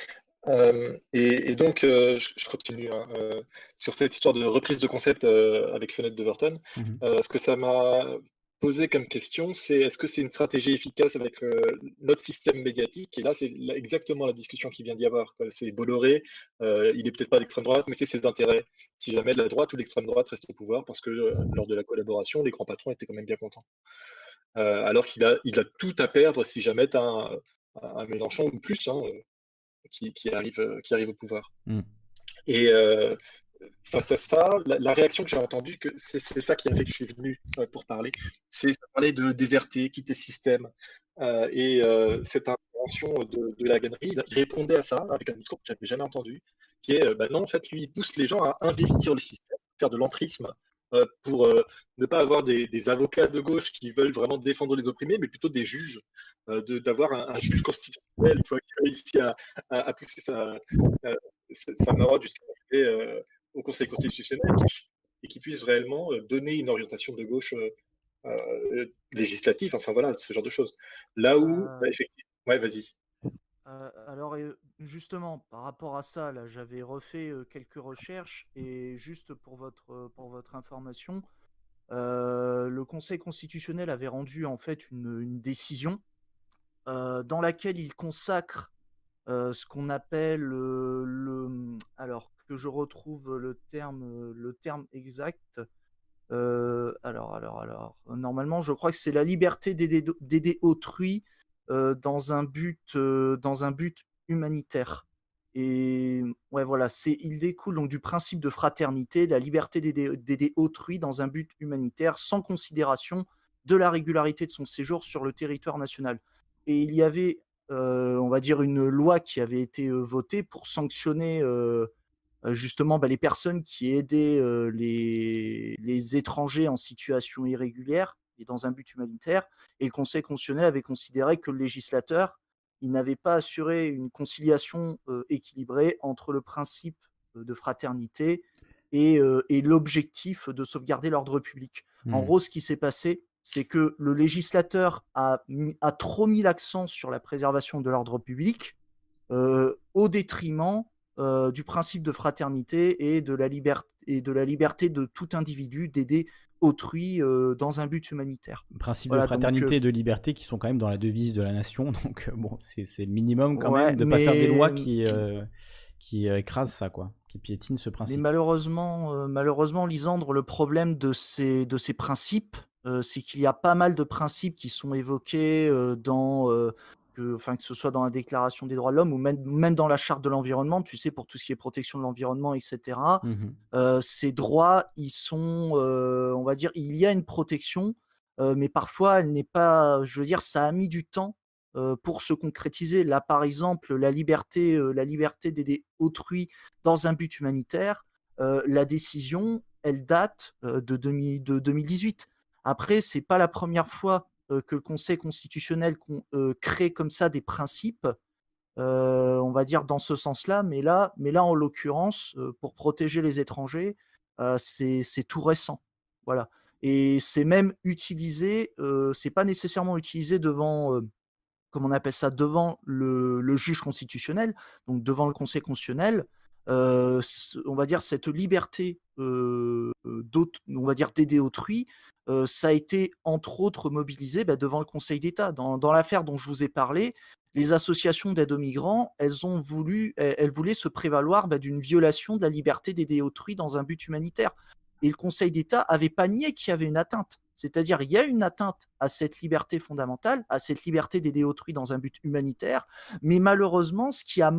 S12: Euh, et, et donc, euh, je, je continue hein, euh, sur cette histoire de reprise de concept euh, avec Fenêtre d'Overton.
S1: Mhm.
S12: Euh, ce que ça m'a posé comme question, c'est est-ce que c'est une stratégie efficace avec euh, notre système médiatique? Et là, c'est là exactement la discussion qui vient d'y avoir, quoi. C'est Bolloré, euh, il est peut-être pas d'extrême droite, mais c'est ses intérêts. Si jamais la droite ou l'extrême droite reste au pouvoir, parce que euh, lors de la collaboration, les grands patrons étaient quand même bien contents. Euh, alors qu'il a, il a tout à perdre si jamais tu as un, un Mélenchon ou plus, hein, qui, qui arrive, euh, qui arrive au pouvoir.
S1: Hmm.
S12: Et euh, face à ça, la, la réaction que j'ai entendue, que c'est c'est ça qui a fait que je suis venu euh, pour parler, c'est parler de déserter, quitter le système. Euh, et euh, cette intervention de, de la Gunnery, il répondait à ça avec un discours que j'avais jamais entendu, qui est, euh, bah non, en fait, lui, il pousse les gens à investir le système, faire de l'entrisme, euh, pour euh, ne pas avoir des, des avocats de gauche qui veulent vraiment défendre les opprimés, mais plutôt des juges, euh, de- d'avoir un, un juge constitutionnel, tu vois, qui réussit à, à, à pousser sa, euh, sa, sa marotte jusqu'à arriver euh, au Conseil constitutionnel, qui- et qui puisse réellement euh, donner une orientation de gauche euh, euh, législative, enfin voilà, ce genre de choses. Là où,
S11: Euh,
S12: bah, effectivement, ouais, vas-y.
S11: Euh, alors euh, justement, par rapport à ça, là, j'avais refait euh, quelques recherches et juste pour votre, euh, pour votre information, euh, le Conseil constitutionnel avait rendu en fait une, une décision euh, dans laquelle il consacre euh, ce qu'on appelle euh, le, alors que je retrouve le terme, euh, le terme exact. Euh, alors, alors, alors, normalement, je crois que c'est la liberté d'aider d'aider autrui euh, dans un but, euh, dans un but humanitaire. Et ouais, voilà, c'est, il découle donc du principe de fraternité, de la liberté d'aider d'aider autrui dans un but humanitaire, sans considération de la régularité de son séjour sur le territoire national. Et il y avait, euh, on va dire, une loi qui avait été euh, votée pour sanctionner euh, euh, justement bah, les personnes qui aidaient euh, les, les étrangers en situation irrégulière et dans un but humanitaire. Et le Conseil constitutionnel avait considéré que le législateur, il n'avait pas assuré une conciliation euh, équilibrée entre le principe euh, de fraternité et, euh, et l'objectif de sauvegarder l'ordre public.
S1: Hmm.
S11: En gros, ce qui s'est passé, c'est que le législateur a, mis- a trop mis l'accent sur la préservation de l'ordre public euh, au détriment euh, du principe de fraternité et de la liberté et de la liberté de tout individu d'aider autrui euh, dans un but humanitaire.
S1: Principe de
S11: Voilà, donc
S1: fraternité
S11: euh,
S1: et de liberté qui sont quand même dans la devise de la nation, donc euh, bon, c'est c'est le minimum quand
S11: ouais,
S1: même de pas faire des
S11: mais
S1: lois qui, euh, qui euh, écrasent ça, quoi, qui piétinent ce
S11: mais
S1: principe.
S11: malheureusement, euh, malheureusement, Lisandre, le problème de ces de ces principes, euh, c'est qu'il y a pas mal de principes qui sont évoqués euh, dans euh, que, enfin, que ce soit dans la Déclaration des droits de l'homme ou même, même dans la Charte de l'environnement, tu sais, pour tout ce qui est protection de l'environnement, et cetera.
S1: Mhm.
S11: Euh, ces droits, ils sont, euh, on va dire, il y a une protection, euh, mais parfois, elle n'est pas, je veux dire, ça a mis du temps euh, pour se concrétiser. Là, par exemple, la liberté, euh, la liberté d'aider autrui dans un but humanitaire, euh, la décision, elle date euh, de, deux mille de deux mille dix-huit. Après, c'est pas la première fois euh, que le Conseil constitutionnel con- euh, crée comme ça des principes euh, on va dire dans ce sens-là, mais là, mais là en l'occurrence, euh, pour protéger les étrangers, Heu, c'est c'est tout récent, voilà et c'est même utilisé, heu, c'est pas nécessairement utilisé devant, heu, comment on appelle ça? Devant le le juge constitutionnel, donc devant le conseil constitutionnel, heu, ce on va dire cette liberté, heu, d'aut on va dire d'aider autrui, heu, ça a été entre autres mobilisé, bah, devant le Conseil d'État. Dans dans l'affaire dont je vous ai parlé, les associations d'aide aux migrants, elles ont voulu elles elles voulaient se prévaloir, bah, d'une violation de la liberté d'aider autrui dans un but humanitaire et le Conseil d'État avait pas nié qu'il y avait une atteinte. C'est-à-dire, il y a une atteinte à cette liberté fondamentale, à cette liberté d'aider autrui dans un but humanitaire, mais malheureusement, ce qui a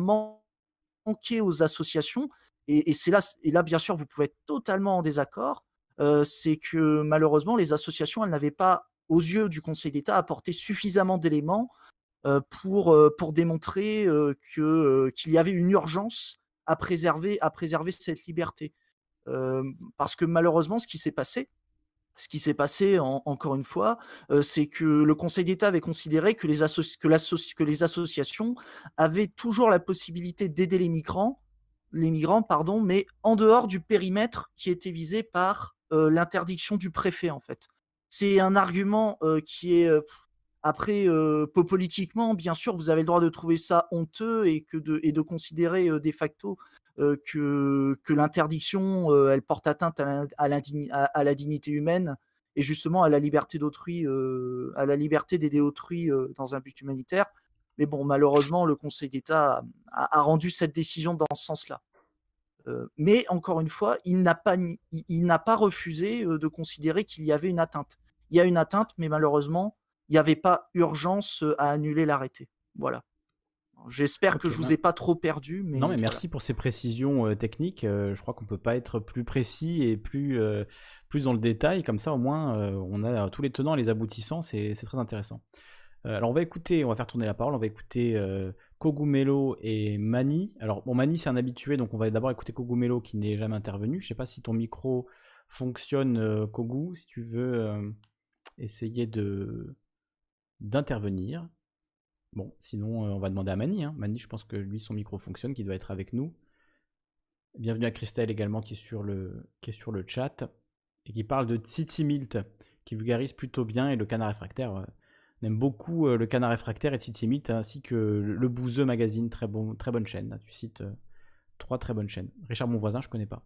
S11: manqué aux associations et et c'est là et là, bien sûr, vous pouvez être totalement en désaccord, heu, c'est que malheureusement, les associations, elles n'avaient pas, aux yeux du Conseil d'État, apporté suffisamment d'éléments, heu, pour, heu, pour démontrer, heu, que, heu, qu'il y avait une urgence à préserver à préserver cette liberté. Hem, parce que malheureusement, ce qui s'est passé ce qui s'est passé en encore une fois, heu, c'est que le Conseil d'État avait considéré que les associ que l'associ que les associations avaient toujours la possibilité d'aider les migrants les migrants, pardon, mais en dehors du périmètre qui était visé par, heu, l'interdiction du préfet, en fait. C'est un argument, heu, qui est, heu, après, heu, po politiquement, bien sûr, vous avez le droit de trouver ça honteux et que de et de considérer, heu, de facto, heu, que que l'interdiction, heu, elle porte atteinte à l'in à l'indigni à à la dignité humaine et justement à la liberté d'autrui, heu, à la liberté d'aider autrui, heu, dans un but humanitaire. Mais bon, malheureusement, le Conseil d'État a a a rendu cette décision dans ce sens-là. Heu, mais encore une fois, il n'a pas ni il il n'a pas refusé, heu, de considérer qu'il y avait une atteinte. Il y a une atteinte, mais malheureusement, il y avait pas urgence, heu, à annuler l'arrêté. Voilà. J'espère que
S1: OK,
S11: je vous
S1: ben
S11: ai pas trop perdu,
S1: non,
S11: mais
S1: mais
S11: voilà.
S1: merci pour ces précisions, heu, techniques, heu, je crois qu'on peut pas être plus précis et plus, heu, plus dans le détail. Comme ça, au moins, heu, on a tous les tenants et les aboutissants, c'est c'est très intéressant. Heu, alors on va écouter on va faire tourner la parole, on va écouter, heu, Cogumelo et Mani. Alors bon, Mani, c'est un habitué, donc on va d'abord écouter Cogumelo qui n'est jamais intervenu. Je sais pas si ton micro fonctionne, heu, Kogu, si tu veux, hem, essayer de d'intervenir. Bon, sinon, heu, on va demander à Mani, hein. Mani, je pense que lui, son micro fonctionne, qu'il doit être avec nous. Bienvenue à Christelle également qui est sur le, qui est sur le chat et qui parle de Titi Milt, qui vulgarise plutôt bien et le Canard réfractaire. euh, on aime beaucoup euh, le Canard réfractaire et Titi Milt ainsi que le, le Bouzeux Magazine, très, bon, très bonne chaîne. Tu cites euh, trois très bonnes chaînes. Richard Monvoisin, je connais pas.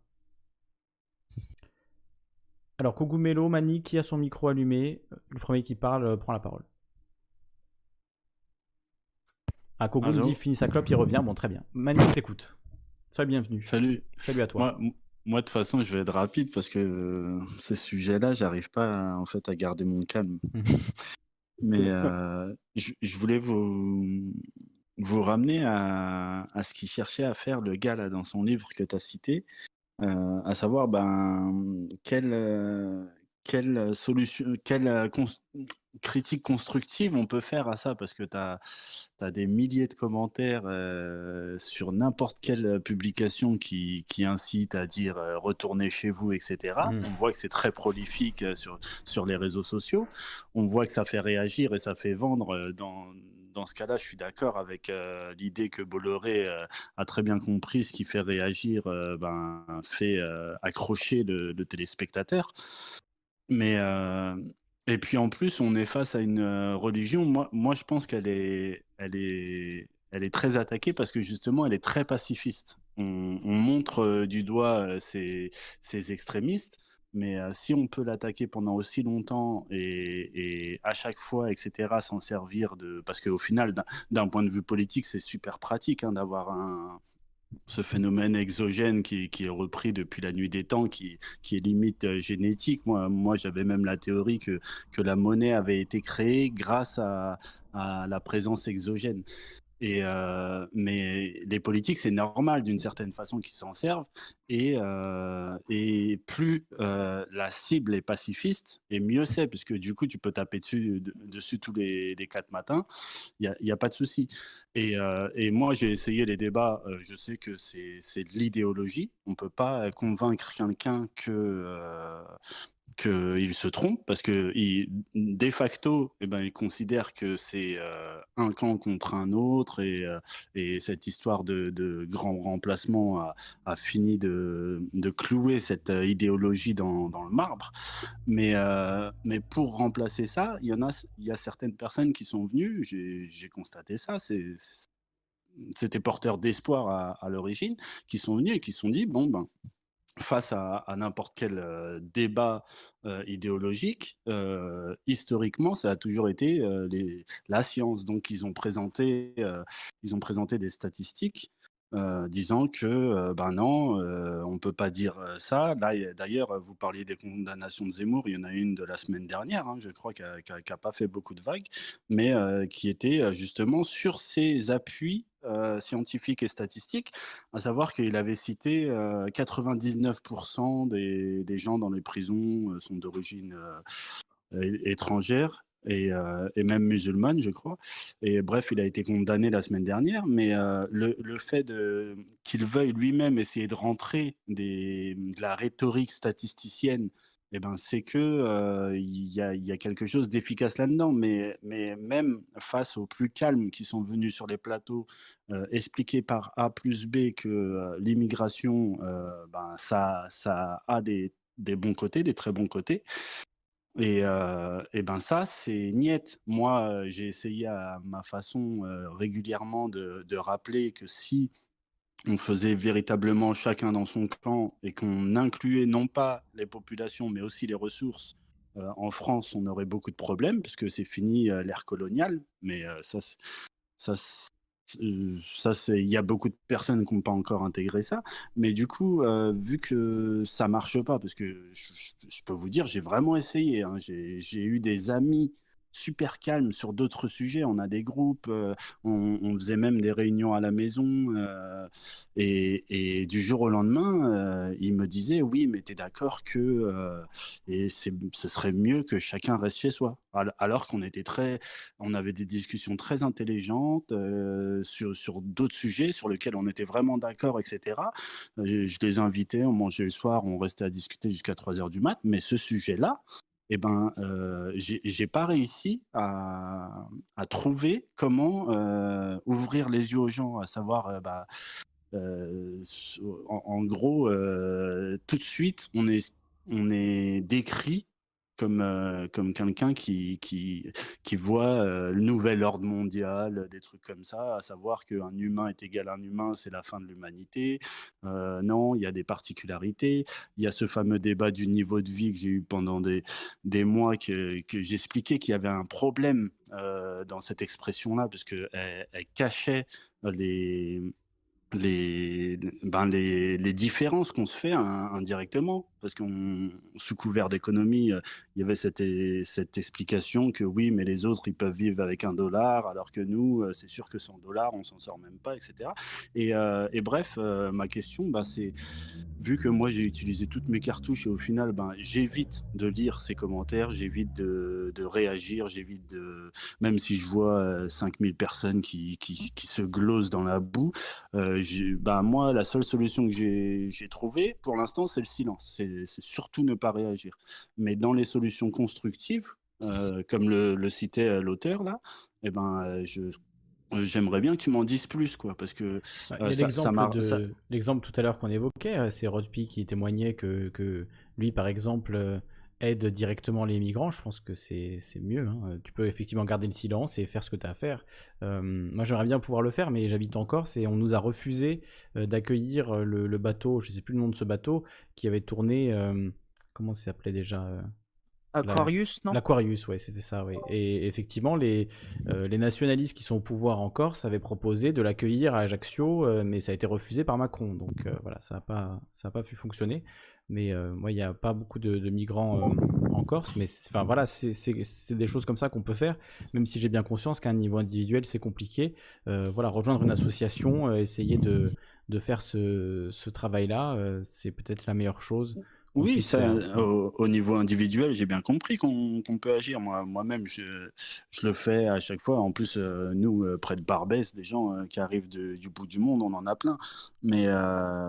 S1: Alors Cogumelo, Mani, qui a son micro allumé, le premier qui parle euh, prend la parole. Ah, Kogu me dit
S13: Allô?
S1: finit sa clope, il revient. Bon, très bien. Mani, on t'écoute. Sois le bienvenu.
S13: Salut.
S1: Salut à toi.
S13: Moi, m- moi, de toute façon, je vais être rapide parce que euh, ces sujets-là, j'arrive pas en fait à garder mon calme.
S1: Mhm.
S13: Mais euh, je, je voulais vous, vous ramener à, à ce qu'il cherchait à faire le gars là dans son livre que tu as cité, euh, à savoir ben, quelle, euh, quelle solution, quelle euh, cons- critique constructive on peut faire à ça, parce que tu as des milliers de commentaires euh, sur n'importe quelle publication qui, qui incite à dire euh, retournez chez vous, et cetera.
S1: Mhm.
S13: On voit que c'est très prolifique euh, sur, sur les réseaux sociaux. On voit que ça fait réagir et ça fait vendre. euh, dans, dans ce cas-là, je suis d'accord avec euh, l'idée que Bolloré euh, a très bien compris, ce qui fait réagir, euh, ben, fait euh, accrocher le, le téléspectateur. Mais euh, et puis en plus, on est face à une euh, religion. Moi, moi, je pense qu'elle est, elle est, elle est très attaquée parce que justement, elle est très pacifiste. On, on montre euh, du doigt euh, ces, ces extrémistes, mais euh, si on peut l'attaquer pendant aussi longtemps et, et à chaque fois, et cetera, s'en servir de, parce qu'au final, d'un d'un point de vue politique, c'est super pratique hein, d'avoir un ce phénomène exogène qui, qui est repris depuis la nuit des temps, qui, qui est limite euh, génétique. Moi, moi j'avais même la théorie que, que la monnaie avait été créée grâce à, à la présence exogène. Et euh, mais les politiques, c'est normal d'une certaine façon qu'ils s'en servent. Et, euh, et plus euh, la cible est pacifiste, et mieux c'est, puisque du coup, tu peux taper dessus, de- dessus tous les, les quatre matins. Il n'y a, il y a pas de souci. Et, euh, et moi, j'ai essayé les débats. euh, je sais que c'est c'est de l'idéologie. On ne peut pas convaincre quelqu'un que, euh, qu'il se trompe parce que il, de facto, eh ben, il considère que c'est euh, un camp contre un autre et, euh, et cette histoire de, de grand remplacement a, a fini de, de clouer cette euh, idéologie dans, dans le marbre. Mais, euh, mais pour remplacer ça, il y en a, il y a certaines personnes qui sont venues, j'ai j'ai constaté ça, c'est, c'était porteur d'espoir à, à l'origine, qui sont venus et qui se sont dit, bon, ben, face à, à n'importe quel euh, débat euh, idéologique, euh, historiquement, ça a toujours été euh, les- la science. Donc, ils ont présenté, euh, ils ont présenté des statistiques euh, disant que, euh, ben non, euh, on peut pas dire euh, ça. Là, il y a- d'ailleurs, vous parliez des condamnations de Zemmour. Il y en a une de la semaine dernière, hein, je crois, qui n'a pas fait beaucoup de vagues, mais euh, qui était euh, justement sur ces appuis euh, scientifiques et statistiques, à savoir qu'il avait cité euh, quatre-vingt-dix-neuf pour cent des, des gens dans les prisons euh, sont d'origine euh, é- étrangère et, euh, et même musulmane, je crois. Et bref, il a été condamné la semaine dernière, mais euh, le, le fait de, qu'il veuille lui-même essayer de rentrer des, de la rhétorique statisticienne, eh ben, c'est que euh, il y a, il y a quelque chose d'efficace là-dedans. Mais, mais même face aux plus calmes qui sont venus sur les plateaux, euh, expliquer par A plus B que euh, l'immigration, euh, ben, ça, ça a des, des bons côtés, des très bons côtés. Et, euh, et ben ça, c'est niette. Moi, euh, j'ai essayé à ma façon euh, régulièrement de, de rappeler que si on faisait véritablement chacun dans son camp et qu'on incluait non pas les populations mais aussi les ressources, euh, en France, on aurait beaucoup de problèmes puisque c'est fini euh, l'ère coloniale. Mais euh, ça, c'est- ça, c'est- euh, ça, c'est, il y a beaucoup de personnes qui n'ont pas encore intégré ça. Mais du coup, euh, vu que ça marche pas, parce que je, je- je peux vous dire, j'ai vraiment essayé, hein. J'ai, j'ai eu des amis super calmes sur d'autres sujets. On a des groupes, euh, on, on faisait même des réunions à la maison. euh, et, et du jour au lendemain, euh, ils me disaient, oui, mais t'es d'accord que euh, et c'est, ce serait mieux que chacun reste chez soi. Al- Alors qu'on était très, on avait des discussions très intelligentes euh, sur, sur d'autres sujets sur lesquels on était vraiment d'accord, et cetera. Euh, Je les invitais, on mangeait le soir, on restait à discuter jusqu'à trois heures du mat. Mais ce sujet-là, eh ben, euh, j'ai j'ai pas réussi à, à trouver comment euh, ouvrir les yeux aux gens, à savoir, euh, bah, euh, en, en gros, euh, tout de suite, on est, on est décrit comme, euh, comme quelqu'un qui, qui, qui voit euh, le nouvel ordre mondial, des trucs comme ça, à savoir qu'un humain est égal à un humain, c'est la fin de l'humanité. Euh, non, il y a des particularités. Il y a ce fameux débat du niveau de vie que j'ai eu pendant des, des mois, que, que j'expliquais qu'il y avait un problème euh, dans cette expression-là, parce qu'elle elle cachait les les, ben les, les différences qu'on se fait hein, indirectement, parce qu'on sous couvert d'économie, euh, il y avait cette, e- cette explication que oui, mais les autres ils peuvent vivre avec un dollar, alors que nous, euh, c'est sûr que sans dollars, on s'en sort même pas, et cetera. Et, euh, et bref, euh, ma question, bah, c'est vu que moi j'ai utilisé toutes mes cartouches et au final, ben, j'évite de lire ces commentaires, j'évite de, de réagir, j'évite de, même si je vois euh, cinq mille personnes qui, qui, qui se glosent dans la boue, euh, j'ai- bah, moi, la seule solution que j'ai j'ai trouvée pour l'instant, c'est le silence. C'est c'est surtout ne pas réagir. Mais dans les solutions constructives, euh, comme le, le citait euh, l'auteur là, eh ben, euh, je, j'aimerais bien que tu m'en dises plus, quoi, parce que
S1: Bah, il
S13: euh,
S1: y a
S13: ça, ça
S1: l'exemple
S13: m'a, ça-
S1: de l'exemple tout à l'heure qu'on évoquait, euh, c'est Rodpi qui témoignait que, que lui, par exemple, euh, aide directement les migrants. Je pense que c'est c'est mieux, hein. Euh, Tu peux effectivement garder le silence et faire ce que tu as à faire. Euh, moi, j'aimerais bien pouvoir le faire, mais j'habite en Corse et on nous a refusé euh, d'accueillir euh, le, le bateau, je sais plus le nom de ce bateau, qui avait tourné. Euh, comment ça s'appelait déjà euh, la-
S11: Aquarius, non?
S1: L'Aquarius, ouais, c'était ça, ouais. Et effectivement, les, euh, les nationalistes qui sont au pouvoir en Corse avaient proposé de l'accueillir à Ajaccio, euh, mais ça a été refusé par Macron. Donc euh, voilà, ça n'a pas, ça a pas pu fonctionner. Mais euh, moi, il n'y a pas beaucoup de, de migrants euh, en Corse. Mais c'est- enfin voilà, c'est c'est- c'est des choses comme ça qu'on peut faire, même si j'ai bien conscience qu'à un niveau individuel, c'est compliqué. Euh, voilà, rejoindre une association, euh, essayer de, de faire ce, ce travail-là, euh, c'est peut-être la meilleure chose qu'on
S13: Oui,
S1: puisse
S13: ça,
S1: faire. Mm.
S13: au, au niveau individuel, j'ai bien compris qu'on qu'on peut agir. Moi, moi-même, je, je le fais à chaque fois. En plus, euh, nous, euh, près de Barbès, des gens euh, qui arrivent de- du bout du monde, on en a plein. Mais, euh,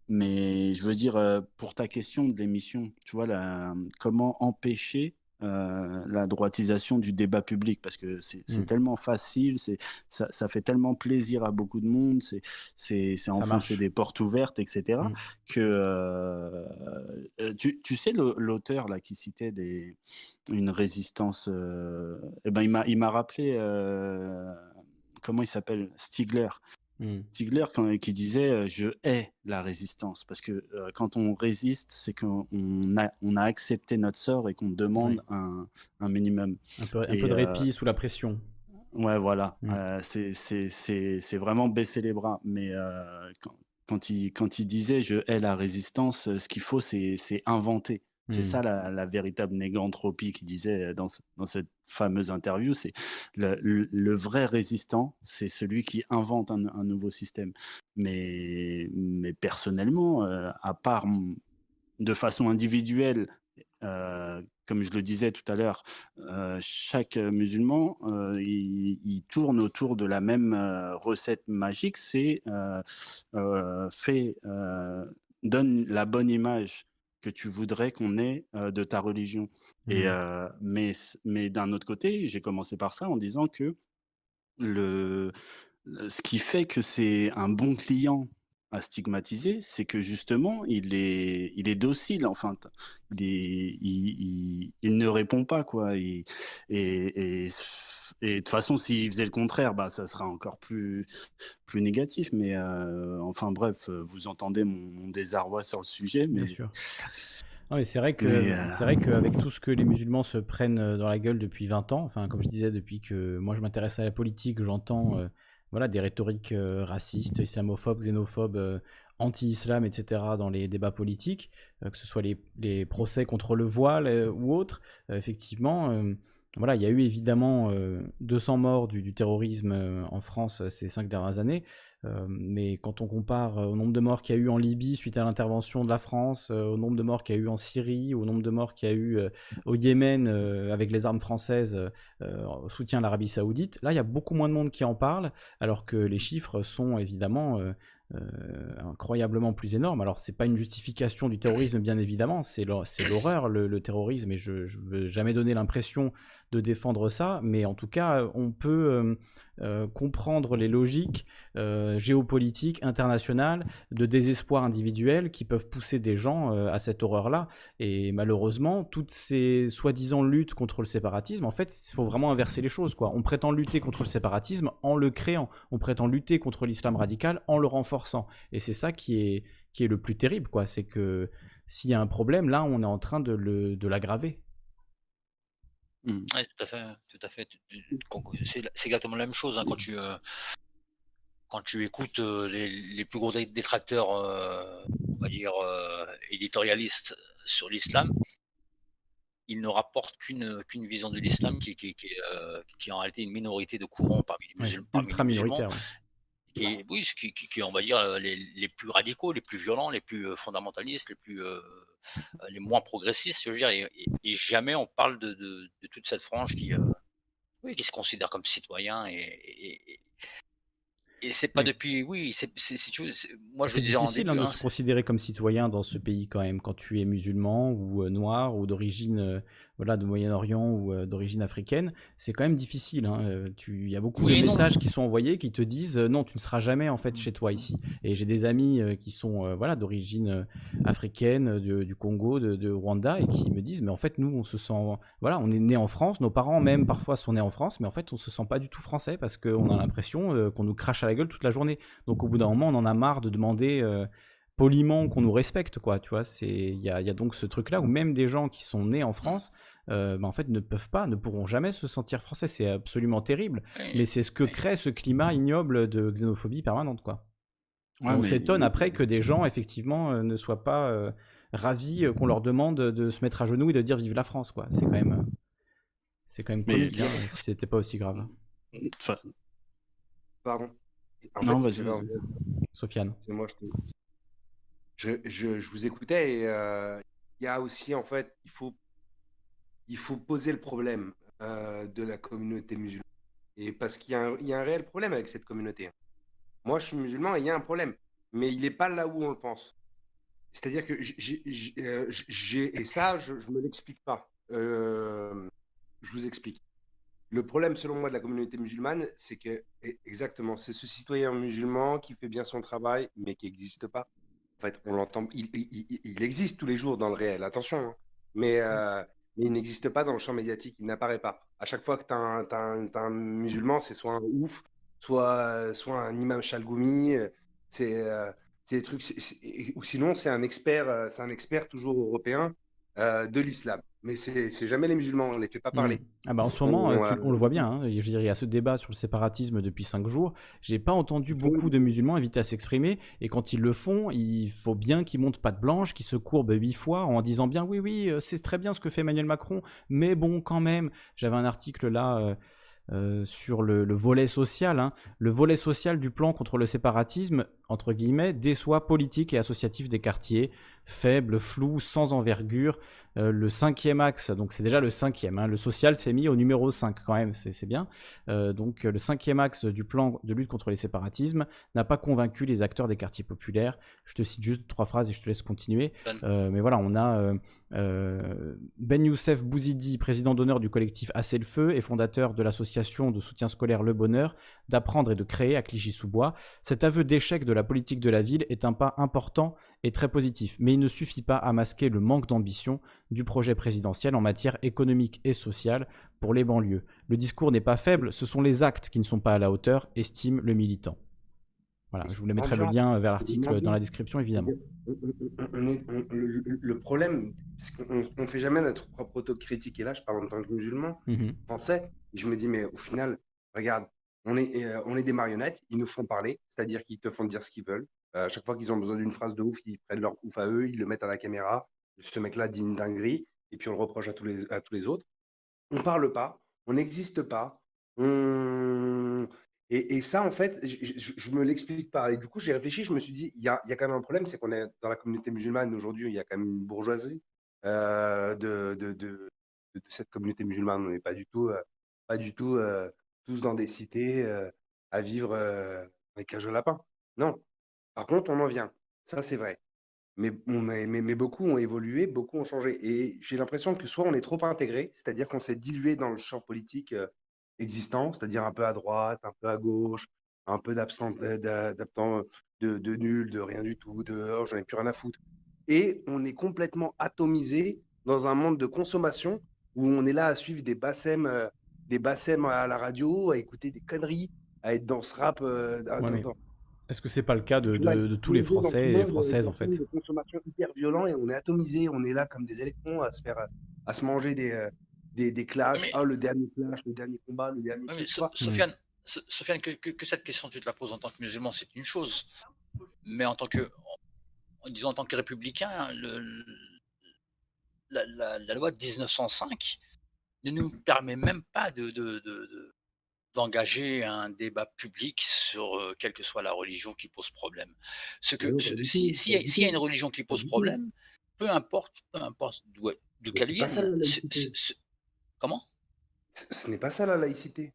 S13: Mais je veux dire, euh, pour ta question de l'émission, tu vois, la- comment empêcher euh, la droitisation du débat public, parce que c'est c'est
S1: Mm.
S13: tellement facile, c'est ça, ça fait tellement plaisir à beaucoup de monde, c'est c'est c'est
S1: Ça
S13: enfoncer
S1: marche.
S13: des portes ouvertes, et cetera.
S1: Mm.
S13: Que euh, euh, tu, tu sais le- l'auteur là qui citait des une résistance, euh, eh ben il m'a il m'a rappelé euh, comment il s'appelle, Stigler.
S1: Mm.
S13: Stigler quand- qui disait euh, je hais la résistance parce que euh, quand on résiste, c'est qu'on a, on a accepté notre sort et qu'on
S1: Ouais.
S13: demande un, un minimum.
S1: Un peu, un peu
S13: Et
S1: de
S13: euh,
S1: répit sous la pression.
S13: ouais, voilà,
S1: Mm.
S13: euh, c'est c'est- c'est- c'est vraiment baisser les bras. Mais euh, quand, quand il, quand il disait je hais la résistance, euh, ce qu'il faut, c'est c'est inventer. C'est
S1: Mm.
S13: ça la, la véritable négantropie qu'il disait dans, ce- dans cette fameuse interview. C'est le, le- le vrai résistant, c'est celui qui invente un, un nouveau système. Mais, mais personnellement, euh, à part mm, de façon individuelle, euh, comme je le disais tout à l'heure, euh, chaque euh, musulman, euh, il, il tourne autour de la même euh, recette magique, c'est euh, euh, fait, euh, donne la bonne image que tu voudrais qu'on ait euh, de ta religion. Et,
S1: Mm.
S13: euh, mais s- mais d'un autre côté, j'ai commencé par ça en disant que le, le- ce qui fait que c'est un bon client à stigmatiser, c'est que justement, il est, il est docile, enfin, t- il, est- il, il- il ne répond pas, quoi. Il- et, et, et de toute façon, s'il faisait le contraire, bah, ça sera encore plus, plus négatif. Mais euh, enfin, bref, euh, vous entendez mon, mon désarroi sur le sujet,
S1: Bien
S13: mais,
S1: sûr. Non, mais c'est vrai que
S13: mais euh,
S1: c'est vrai qu'avec tout ce que les musulmans se prennent euh, dans la gueule depuis vingt ans, enfin comme je disais depuis que moi je m'intéresse à la politique, j'entends euh, voilà des rhétoriques euh, racistes, islamophobes, xénophobes, euh, anti-islam, et cetera dans les débats politiques, euh, que ce soit les, les procès contre le voile euh, ou autres. Euh, effectivement, euh, voilà, il y a eu évidemment euh, deux cents morts du, du terrorisme euh, en France euh, ces cinq dernières années. Euh, mais quand on compare euh, au nombre de morts qu'il y a eu en Libye suite à l'intervention de la France, euh, au nombre de morts qu'il y a eu en Syrie, au nombre de morts qu'il y a eu euh, au Yémen euh, avec les armes françaises euh, euh, en soutien à l'Arabie Saoudite, là il y a beaucoup moins de monde qui en parle, alors que les chiffres sont évidemment euh, euh, incroyablement plus énormes. Alors c'est pas une justification du terrorisme bien évidemment, c'est l'hor- c'est l'horreur le, le terrorisme et je ne veux jamais donner l'impression de défendre ça, mais en tout cas on peut euh, euh, comprendre les logiques euh, géopolitiques, internationales, de désespoir individuel qui peuvent pousser des gens euh, à cette horreur-là. Et malheureusement, toutes ces soi-disant luttes contre le séparatisme, en fait, il faut vraiment inverser les choses, quoi. On prétend lutter contre le séparatisme en le créant. On prétend lutter contre l'islam radical en le renforçant. Et c'est ça qui est, qui est le plus terrible, quoi. C'est que s'il y a un problème, là, on est en train de le- de l'aggraver.
S13: hmm.
S8: Ouais, tout à fait, tout à fait. Tu- tu- C'est c'est exactement la même chose hein, quand tu euh, quand tu écoutes euh, les, les plus gros dé- détracteurs, euh, on va dire euh, éditorialistes sur l'islam, ils ne rapportent qu'une qu'une vision de l'islam qui, qui, qui, est, euh, qui est en réalité une minorité de courants parmi les,
S1: Ouais,
S8: musul- parmi les
S1: ultra
S8: musulmans,
S1: minoritaire, ouais.
S8: qui est, oui, qui, qui, qui est, on va dire, euh, les, les plus radicaux, les plus violents, les plus euh, fondamentalistes, les plus euh, euh, les moins progressistes, je veux dire, et, et- et jamais on parle de, de, de toute cette frange qui, euh, oui, qui se considère comme citoyen et, et, et- et c'est pas
S1: Oui.
S8: depuis, oui, c'est, c'est- si tu veux, c'est- moi je
S1: C'est
S8: le disais en
S1: difficile hein,
S8: début,
S1: de
S8: hein,
S1: se
S8: c'est-
S1: considérer comme citoyen dans ce pays quand même, quand tu es musulman ou euh, noir ou d'origine euh, voilà, de Moyen-Orient ou euh, d'origine africaine. C'est quand même difficile. hein, euh, tu- Il y a beaucoup
S8: oui
S1: de
S8: et non.
S1: messages qui sont envoyés qui te disent euh, non, tu ne seras jamais en fait chez toi ici. Et j'ai des amis euh, qui sont euh, voilà, d'origine euh, africaine, euh, de- du Congo, de, de Rwanda, et qui me disent mais en fait nous on se sent voilà, on est né en France, nos parents même parfois sont nés en France, mais en fait on se sent pas du tout français parce qu'on a l'impression euh, qu'on nous crache à la gueule toute la journée. Donc au bout d'un moment, on en a marre de demander euh, poliment qu'on nous respecte, quoi. Tu vois, c'est il y a, il y a donc ce truc-là où même des gens qui sont nés en France, euh, bah, en fait, ne peuvent pas, ne pourront jamais se sentir français. C'est absolument terrible.
S8: Oui,
S1: Mais c'est ce que
S8: oui.
S1: crée ce climat ignoble de xénophobie permanente, quoi. Et
S13: Ouais,
S1: on
S13: mais
S1: s'étonne après que des gens, effectivement, euh, ne soient pas euh, ravis euh, qu'on leur demande de se mettre à genoux et de dire vive la France, quoi. C'est quand même, euh, c'est quand même
S13: mais
S1: comique, hein, si c'était pas aussi grave.
S13: enfin,
S10: Pardon. En
S13: non,
S10: fait,
S13: vas-y,
S10: j'avais
S13: vas-y.
S10: envie de-
S1: Sofiane.
S10: excusez-moi, je, te- je, je- je vous écoutais et euh, il y a aussi, en fait, il faut, il faut poser le problème euh, de la communauté musulmane. Et parce qu'il y a un, il y a un réel problème avec cette communauté. Moi, je suis musulman et il y a un problème. Mais il n'est pas là où on le pense. C'est-à-dire que j'ai, j'ai- euh, j'ai- et ça, je, je me l'explique pas. Euh, je vous explique. Le problème, selon moi, de la communauté musulmane, c'est que, e- exactement, c'est ce citoyen musulman qui fait bien son travail, mais qui n'existe pas. En fait, on l'entend, il, il- il- il existe tous les jours dans le réel, attention, hein. mais, euh, mais il n'existe pas dans le champ médiatique, il n'apparaît pas. À chaque fois que tu as un, t'as un- t'as un musulman, c'est soit un ouf, soit, soit un imam chalgoumi, euh, c'est euh, c'est des trucs, c'est- c'est- ou sinon c'est un expert, euh, c'est un expert toujours européen euh, de l'islam. Mais c'est c'est jamais les musulmans, on les fait pas
S1: Mmh.
S10: parler.
S1: Ah bah, en ce moment, heu,
S10: On,
S1: tu
S10: euh,
S1: on le voit bien, hein, je veux dire, il y a ce débat sur le séparatisme depuis cinq jours. J'ai pas entendu beaucoup de musulmans invités à s'exprimer et quand ils le font, il faut bien qu'ils montent patte blanche, qu'ils se courbent huit fois en disant bien: «Oui, oui, heu, c'est très bien ce que fait Emmanuel Macron, mais bon, quand même». J'avais un article là, heu heu, sur le le volet social, hein. Le volet social du plan contre le séparatisme, entre guillemets, «déçoit politiques et associatifs des quartiers, faible, flou, sans envergure». Euh, le cinquième axe, donc c'est déjà le cinquième, hein, le social s'est mis au numéro cinq quand même, c'est c'est bien. Euh, donc euh, le cinquième axe du plan de lutte contre les séparatismes n'a pas convaincu les acteurs des quartiers populaires. Je te cite juste trois phrases et je te laisse continuer. Euh, mais voilà, on a euh, euh, Ben Youssef Bouzidi, président d'honneur du collectif Assez le Feu et fondateur de l'association de soutien scolaire Le Bonheur, d'apprendre et de créer à Clichy-sous-Bois. Cet aveu d'échec de la politique de la ville est un pas important et très positif, mais il ne suffit pas à masquer le manque d'ambition du projet présidentiel en matière économique et sociale pour les banlieues. Le discours n'est pas faible, ce sont les actes qui ne sont pas à la hauteur, estime le militant. Voilà, je vous le mettrai le
S10: mendiant,
S1: lien vers
S10: c'est des
S1: l'article dans
S10: mendiants.
S1: la description, évidemment.
S10: On- on- on est- on- le, le problème, c'est qu'on ne fait jamais notre propre autocritique, et là je parle en tant que musulman
S1: Mhm.
S10: français, et je me dis, mais au final, regarde, on est, euh, on est des marionnettes, ils nous font parler, c'est-à-dire qu'ils te font dire ce qu'ils veulent. Euh, à chaque fois qu'ils ont besoin d'une phrase de ouf, ils prennent leur ouf à eux, ils le mettent à la caméra, ce mec-là dit une dinguerie, et puis on le reproche à tous les, à tous les autres. On parle pas, on n'existe pas, on... Et, et ça, en fait, je, je, je me l'explique pas. Et du coup, j'ai réfléchi, je me suis dit, il y a, il y a quand même un problème, c'est qu'on est dans la communauté musulmane aujourd'hui, il y a quand même une bourgeoisie euh, de, de, de, de cette communauté musulmane. On n'est pas du tout, euh, pas du tout euh, tous dans des cités euh, à vivre euh, avec un jeu lapin. Non. Par contre, on en vient. Ça, c'est vrai. Mais, on a- mais, mais beaucoup ont évolué, beaucoup ont changé. Et j'ai l'impression que soit on est trop intégré, c'est-à-dire qu'on s'est dilué dans le champ politique euh, existant, c'est-à-dire un peu à droite, un peu à gauche, un peu d'absent, d'a- d'absent, de, de nul, de rien du tout, de oh, j'en ai plus rien à foutre. Et on est complètement atomisé dans un monde de consommation où on est là à suivre des bassèmes, euh, des bassèmes à la radio, à écouter des conneries, à être dans ce rap, euh, dans,
S1: Ouais, mais
S10: dans-
S1: est-ce que c'est pas le cas de,
S10: tu vois,
S1: de- de tous les
S10: plongé dans ce
S1: Français et les
S10: monde euh,
S1: Françaises, en
S10: constant
S1: fait?
S10: de consommation hyper violent et on est atomisé, on est là comme des électrons à se faire, euh, à se manger des, euh, des, des
S8: Oui,
S10: clashs.
S8: mais,
S10: Oh, le dernier clash, le dernier combat, le dernier
S8: oui, mais
S10: truc, tu
S8: So-
S10: vois.
S1: Mhm.
S8: Sofiane, So- Sofiane, que, que- que cette question tu te la poses en tant que musulman, c'est une chose. Mais en tant que, en, disons en tant que républicain, le- le- la, la- la loi de mille neuf cent cinq ne nous permet même pas de, de- de- de- d'engager un débat public sur euh, quelle que soit la religion qui pose problème. Ce
S10: Mais
S8: que,
S10: non, pas
S8: ce-
S10: du
S8: si,
S10: tout,
S8: si-
S10: pas du
S8: s'il y a une
S10: tout,
S8: religion qui
S10: pas
S8: pose
S10: du tout.
S8: problème, peu importe, peu importe d'où, d'où
S10: Mais
S8: qu'elle
S10: c'est pas ça
S8: vienne,
S10: la
S8: ce- ce-
S10: laïcité.
S8: ce- comment?
S10: Ce ce n'est pas ça la laïcité.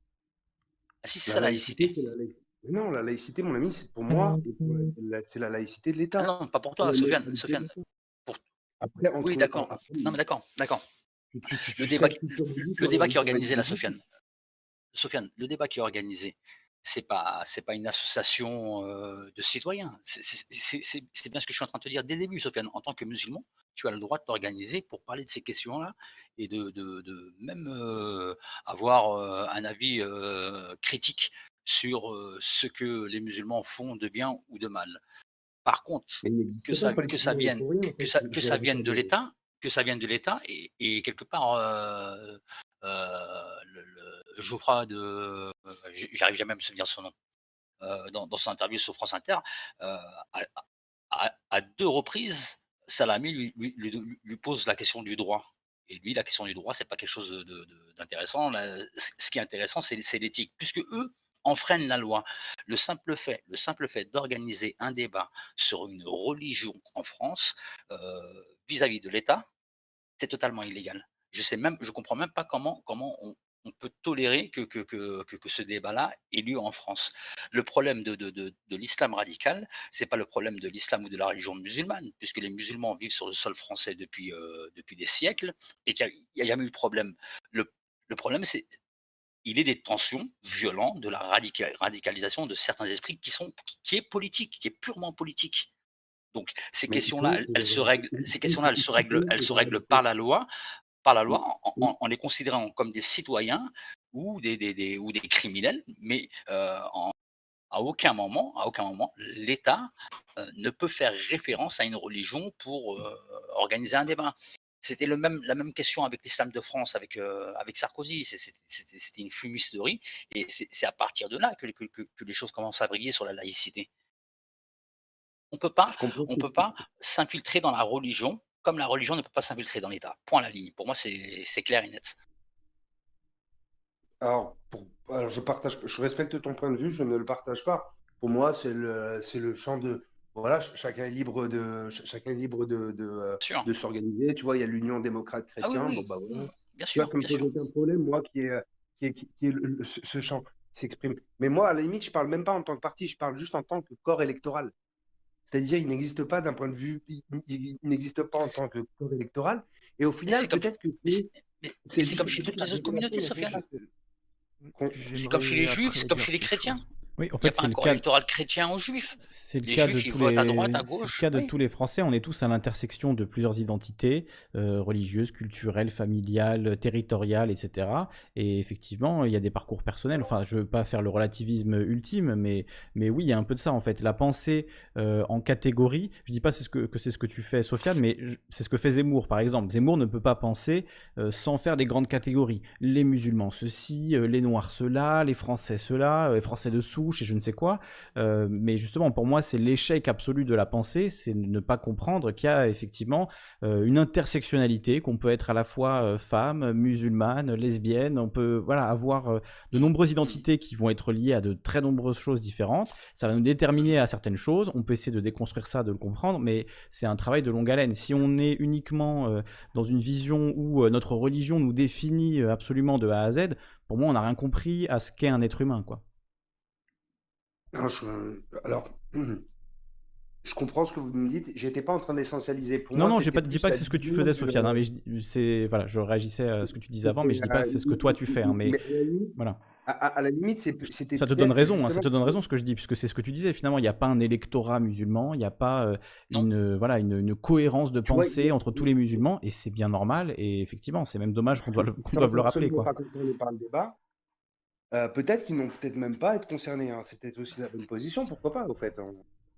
S8: Ah si, c'est
S10: La
S8: ça la
S10: laïcité,
S8: laïcité.
S10: c'est la laïcité. Mais non, la laïcité, mon ami, c'est pour moi, et pour la- la- c'est la laïcité de
S8: Ah
S10: l'État.
S8: non, pas pour
S10: C'est
S8: toi,
S10: la
S8: Sofiane.
S10: neutralité de
S8: Sofiane.
S10: l'État.
S8: Pour...
S10: Après,
S8: Oui,
S10: entre, en-
S8: d'accord.
S10: après,
S8: Non, mais d'accord, d'accord.
S10: tu, tu, tu,
S8: Le
S10: tu
S8: débat,
S10: serais plus sur du
S8: le
S10: toi,
S8: débat qui est
S10: t'aurais
S8: organisé
S10: dit
S8: là,
S10: du
S8: Sofiane. Sofiane, le débat qui est organisé, c'est pas, c'est pas une association euh, de citoyens. C'est c'est- c'est- c'est- c'est bien ce que je suis en train de te dire dès le début, Sofiane. En tant que musulman, tu as le droit de t'organiser pour parler de ces questions-là et de, de- de même euh, avoir euh, un avis euh, critique sur euh, ce que les musulmans font de bien ou de mal. Par contre,
S10: Mais il
S8: que
S10: n'existe pas
S8: ça,
S10: de
S8: que ça
S10: politiquement
S8: vienne,
S10: pour rien,
S8: que,
S10: en
S8: que
S10: fait.
S8: ça, que
S10: J'ai
S8: ça
S10: envie de
S8: vienne
S10: dire
S8: de
S10: de-
S8: l'État, que ça vienne de l'État, et, et quelque part, euh, euh, le, le Geoffroy de, euh, j'arrive jamais à me souvenir son nom, euh, dans, dans son interview sur France Inter, euh, à, à- à deux reprises, Salami lui, lui, lui- lui pose la question du droit. Et lui, la question du droit, c'est pas quelque chose de- de- d'intéressant. Là, Ce ce qui est intéressant, c'est c'est l'éthique, puisque eux enfreignent la loi. Le simple fait, le simple fait d'organiser un débat sur une religion en France euh, vis-à-vis de l'État, c'est totalement illégal. Je sais même, je comprends même pas comment, comment on, on peut tolérer que, que, que, que, que ce débat-là ait lieu en France. Le problème de, de, de, de l'islam radical, c'est pas le problème de l'islam ou de la religion musulmane, puisque les musulmans vivent sur le sol français depuis, euh, depuis des siècles et qu'il n'y a, a jamais eu de problème. Le, le problème, c'est il est des tensions violentes de la radical, radicalisation de certains esprits qui, sont, qui, qui est politique, qui est purement politique. Donc ces questions-là, elles, elles se règlent, ces questions-là, elles se règlent, elles se règlent par la loi, par la loi, en, en, en les considérant comme des citoyens ou des, des, des ou des criminels, mais euh, en, à aucun moment, à aucun moment, l'État euh, ne peut faire référence à une religion pour euh, organiser un débat. C'était le même, la même question avec l'islam de France, avec, euh, avec Sarkozy. C'était une fumisterie, et c'est à partir de là que, que, que, que les choses commencent à briller sur la laïcité. On peut pas, on peut pas s'infiltrer dans la religion comme la religion ne peut pas s'infiltrer dans l'État. Point à la ligne. Pour moi, c'est clair et net.
S10: Alors, pour, alors, je partage, je respecte ton point de vue, je ne le partage pas. Pour moi, c'est le, c'est le champ de, voilà, chacun est libre de, chacun est libre de, de, de s'organiser. Tu vois, il y a l'Union démocrate chrétien.
S8: Ah oui, oui.
S10: Bon, bah, voilà.
S8: Bien sûr,
S10: ça me pose aucun problème, moi, qui est, qui est, qui est le, le, ce champ s'exprime. Mais moi, à la limite, je parle même pas en tant que parti, je parle juste en tant que corps électoral. C'est-à-dire, il n'existe pas d'un point de vue, il, il n'existe pas en tant que corps électoral. Et au final, peut-être que
S8: c'est comme chez toutes les autres communautés, Sofiane. C'est comme chez les juifs, c'est comme chez les chrétiens.
S1: Oui, en
S8: Il n'y a
S1: fait,
S8: pas
S1: c'est
S8: un
S1: le
S8: corps
S1: cas.
S8: électoral chrétien ou juif.
S1: C'est le
S8: Les
S1: cas de
S8: juifs, ils
S1: tous
S8: votent
S1: les.
S8: à droite, à
S1: C'est le
S8: gauche.
S1: cas de
S8: Oui.
S1: tous les Français. On est tous à l'intersection de plusieurs identités euh, religieuses, culturelles, familiales, territoriales, et cetera. Et effectivement, il y a des parcours personnels. Enfin, je veux pas faire le relativisme ultime, mais mais oui, il y a un peu de ça en fait. La pensée euh, en catégorie. Je dis pas c'est ce que, que c'est ce que tu fais, Sofiane, mais je- c'est ce que fait Zemmour, par exemple. Zemmour ne peut pas penser euh, sans faire des grandes catégories. Les musulmans, ceci, euh, les noirs, cela, les français, cela, euh, les français de souche et je ne sais quoi. Euh, mais justement, pour moi, c'est l'échec absolu de la pensée, c'est ne pas comprendre qu'il y a effectivement euh, une intersectionnalité, qu'on peut être à la fois euh, femme, musulmane, lesbienne, on peut voilà, avoir euh, de nombreuses identités qui vont être liées à de très nombreuses choses différentes. Ça va nous déterminer à certaines choses, on peut essayer de déconstruire ça, de le comprendre, mais c'est un travail de longue haleine. Si on est uniquement euh, dans une vision où euh, notre religion nous définit euh, absolument de A à Z, pour moi, on n'a rien compris à ce qu'est un être humain, quoi.
S10: Non, je- alors, je comprends ce que vous me dites. J'étais pas en train d'essentialiser. Pour
S1: Non,
S10: moi,
S1: non, je
S10: c'était
S1: pas, dis
S10: plus
S1: pas que
S10: la
S1: c'est ce que tu
S10: vision
S1: faisais,
S10: de.
S1: Sofiane, hein, mais je, c'est, voilà, je réagissais à ce que tu disais avant, mais je dis pas
S10: Euh,
S1: que c'est ce que toi tu fais, hein, mais
S10: mais à la limite,
S1: voilà.
S10: à, à- à la limite, c'est- c'était
S1: Ça te donne
S10: peut-être
S1: raison, hein, ça
S10: justement.
S1: te donne raison ce que je dis, puisque c'est ce que tu disais, finalement, il n'y a pas un électorat musulman, il n'y a pas euh, une, euh, voilà, une, une cohérence de
S10: Tu vois, il y
S1: pensée
S10: a-
S1: entre tous les musulmans, et c'est bien normal, et effectivement, c'est même dommage qu'on doit le, qu'on
S10: Sans
S1: doive le rappeler,
S10: absolument
S1: quoi.
S10: pas concerné par le débat, euh, peut-être qu'ils n'ont peut-être même pas à être concernés, hein. C'est peut-être aussi la bonne position, pourquoi pas, au fait, hein.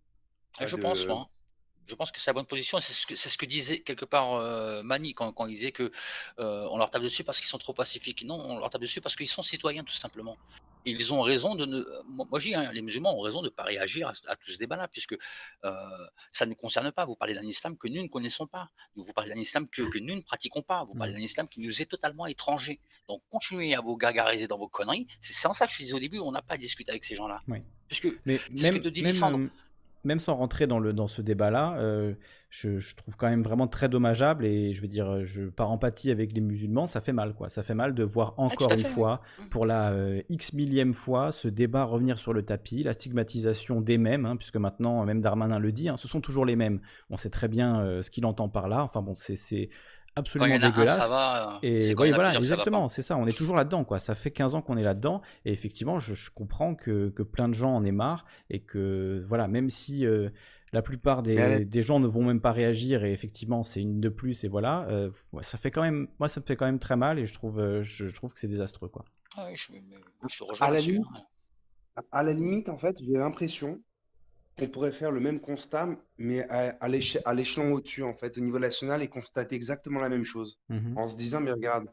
S10: Pas
S8: Je pense,
S10: de.
S8: moi. Je pense que c'est la bonne position. C'est ce que c'est ce que disait quelque part euh, Mani quand, quand il disait que euh, on leur tape dessus parce qu'ils sont trop pacifiques. Non, on leur tape dessus parce qu'ils sont citoyens tout simplement. Et ils ont raison de ne. Moi, moi, je dis, hein, les musulmans ont raison de ne pas réagir à, à tout ce débat-là, puisque euh, ça ne nous concerne pas. Vous parlez d'un islam que nous ne connaissons pas. Vous parlez d'un islam que, que nous ne pratiquons pas. Vous parlez d'un islam qui nous est totalement étranger. Donc continuez à vous gargariser dans vos conneries. C'est c'est en ça que je disais au début, on n'a pas à discuter avec ces gens-là.
S1: Oui.
S8: Puisque
S1: Mais
S8: c'est ce que
S1: même,
S8: te dit
S1: même,
S8: Lissandre.
S1: euh, même sans rentrer dans, le, dans ce débat-là, euh, je, je trouve quand même vraiment très dommageable, et je veux dire, euh, je, par empathie avec les musulmans, ça fait mal, quoi. Ça fait mal de voir
S8: Ah, tout
S1: encore
S8: à
S1: une
S8: fait.
S1: fois, pour la euh, x millième fois, ce débat revenir sur le tapis, la stigmatisation des mêmes, hein, puisque maintenant, même Darmanin le dit, hein, ce sont toujours les mêmes. On sait très bien euh, ce qu'il entend par là. Enfin bon, c'est c'est
S8: Quand il y
S1: absolument
S8: en a un, ça
S1: dégueulasse.
S8: va. euh,
S1: Et
S8: C'est quand il
S1: oui,
S8: y en a
S1: voilà,
S8: plusieurs que ça va pas.
S1: exactement, c'est ça, on est toujours là-dedans, quoi. Ça fait quinze ans qu'on est là-dedans, et effectivement, je, je comprends que, que plein de gens en aient marre, et que, voilà, même si euh, la plupart
S10: Mais à la-
S1: des, des gens ne vont même pas réagir, et effectivement, c'est une de plus, et voilà, euh, ouais, ça fait quand même, moi, ça me fait quand même très mal, et je trouve, euh, je, je trouve que c'est désastreux, quoi.
S8: Ah oui, je, mais- je te rejoins
S10: à la
S8: là-dessus.
S10: limite,
S8: hein.
S10: à la limite, en fait, j'ai l'impression qu'on pourrait faire le même constat, mais à, à l'éche- à l'échelon au-dessus, en fait, au niveau national, et constater exactement la même chose.
S1: Mhm.
S10: En se disant, mais regarde,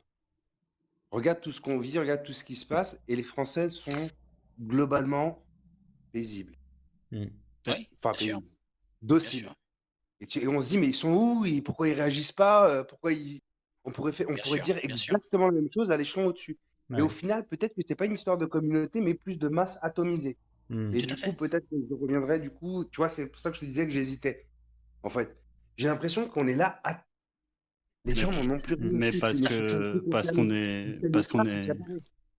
S10: regarde tout ce qu'on vit, regarde tout ce qui se passe, et les Français sont globalement paisibles.
S1: Mm.
S8: Oui,
S10: Enfin,
S8: bien sûr,
S10: paisibles,
S8: bien
S10: dociles.
S8: sûr,
S10: Et, tu- et on se dit, mais ils sont où? Et pourquoi ils réagissent pas? euh, Pourquoi ils... On pourrait faire, on
S8: bien
S10: pourrait
S8: sûr,
S10: dire
S8: bien sûr.
S10: exactement la même chose à l'échelon au-dessus. Et au
S1: Ouais.
S10: final, peut-être que c'est pas une histoire de communauté, mais plus de masse atomisée.
S1: Mm.
S10: Et
S8: Tout
S10: du
S8: à
S10: coup,
S8: fait.
S10: peut-être que je reviendrai, du coup, tu vois, c'est pour ça que je te disais que j'hésitais. En fait, j'ai l'impression qu'on est là, à- Les
S13: Mais,
S10: gens n'en ont plus rien à
S13: mais
S10: foutre.
S13: parce
S10: Les gens sont
S13: que
S10: plus
S13: parce
S10: concernés.
S13: qu'on
S10: Ils
S13: est
S10: se
S13: parce qu'on
S10: déplacent,
S13: est
S10: c'est pareil.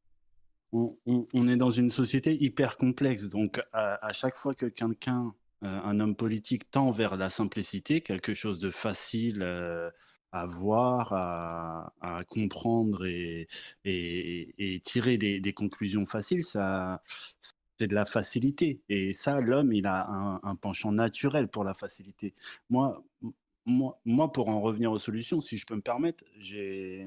S13: on, on- on est dans une société hyper complexe. Donc à, à chaque fois que quelqu'un, euh, un homme politique, tend vers la simplicité, quelque chose de facile euh, à voir, à, à comprendre et, et, et tirer des, des conclusions faciles, ça, c'est de la facilité. Et ça, l'homme, il a un, un penchant naturel pour la facilité. Moi, moi, moi, pour en revenir aux solutions, si je peux me permettre, j'ai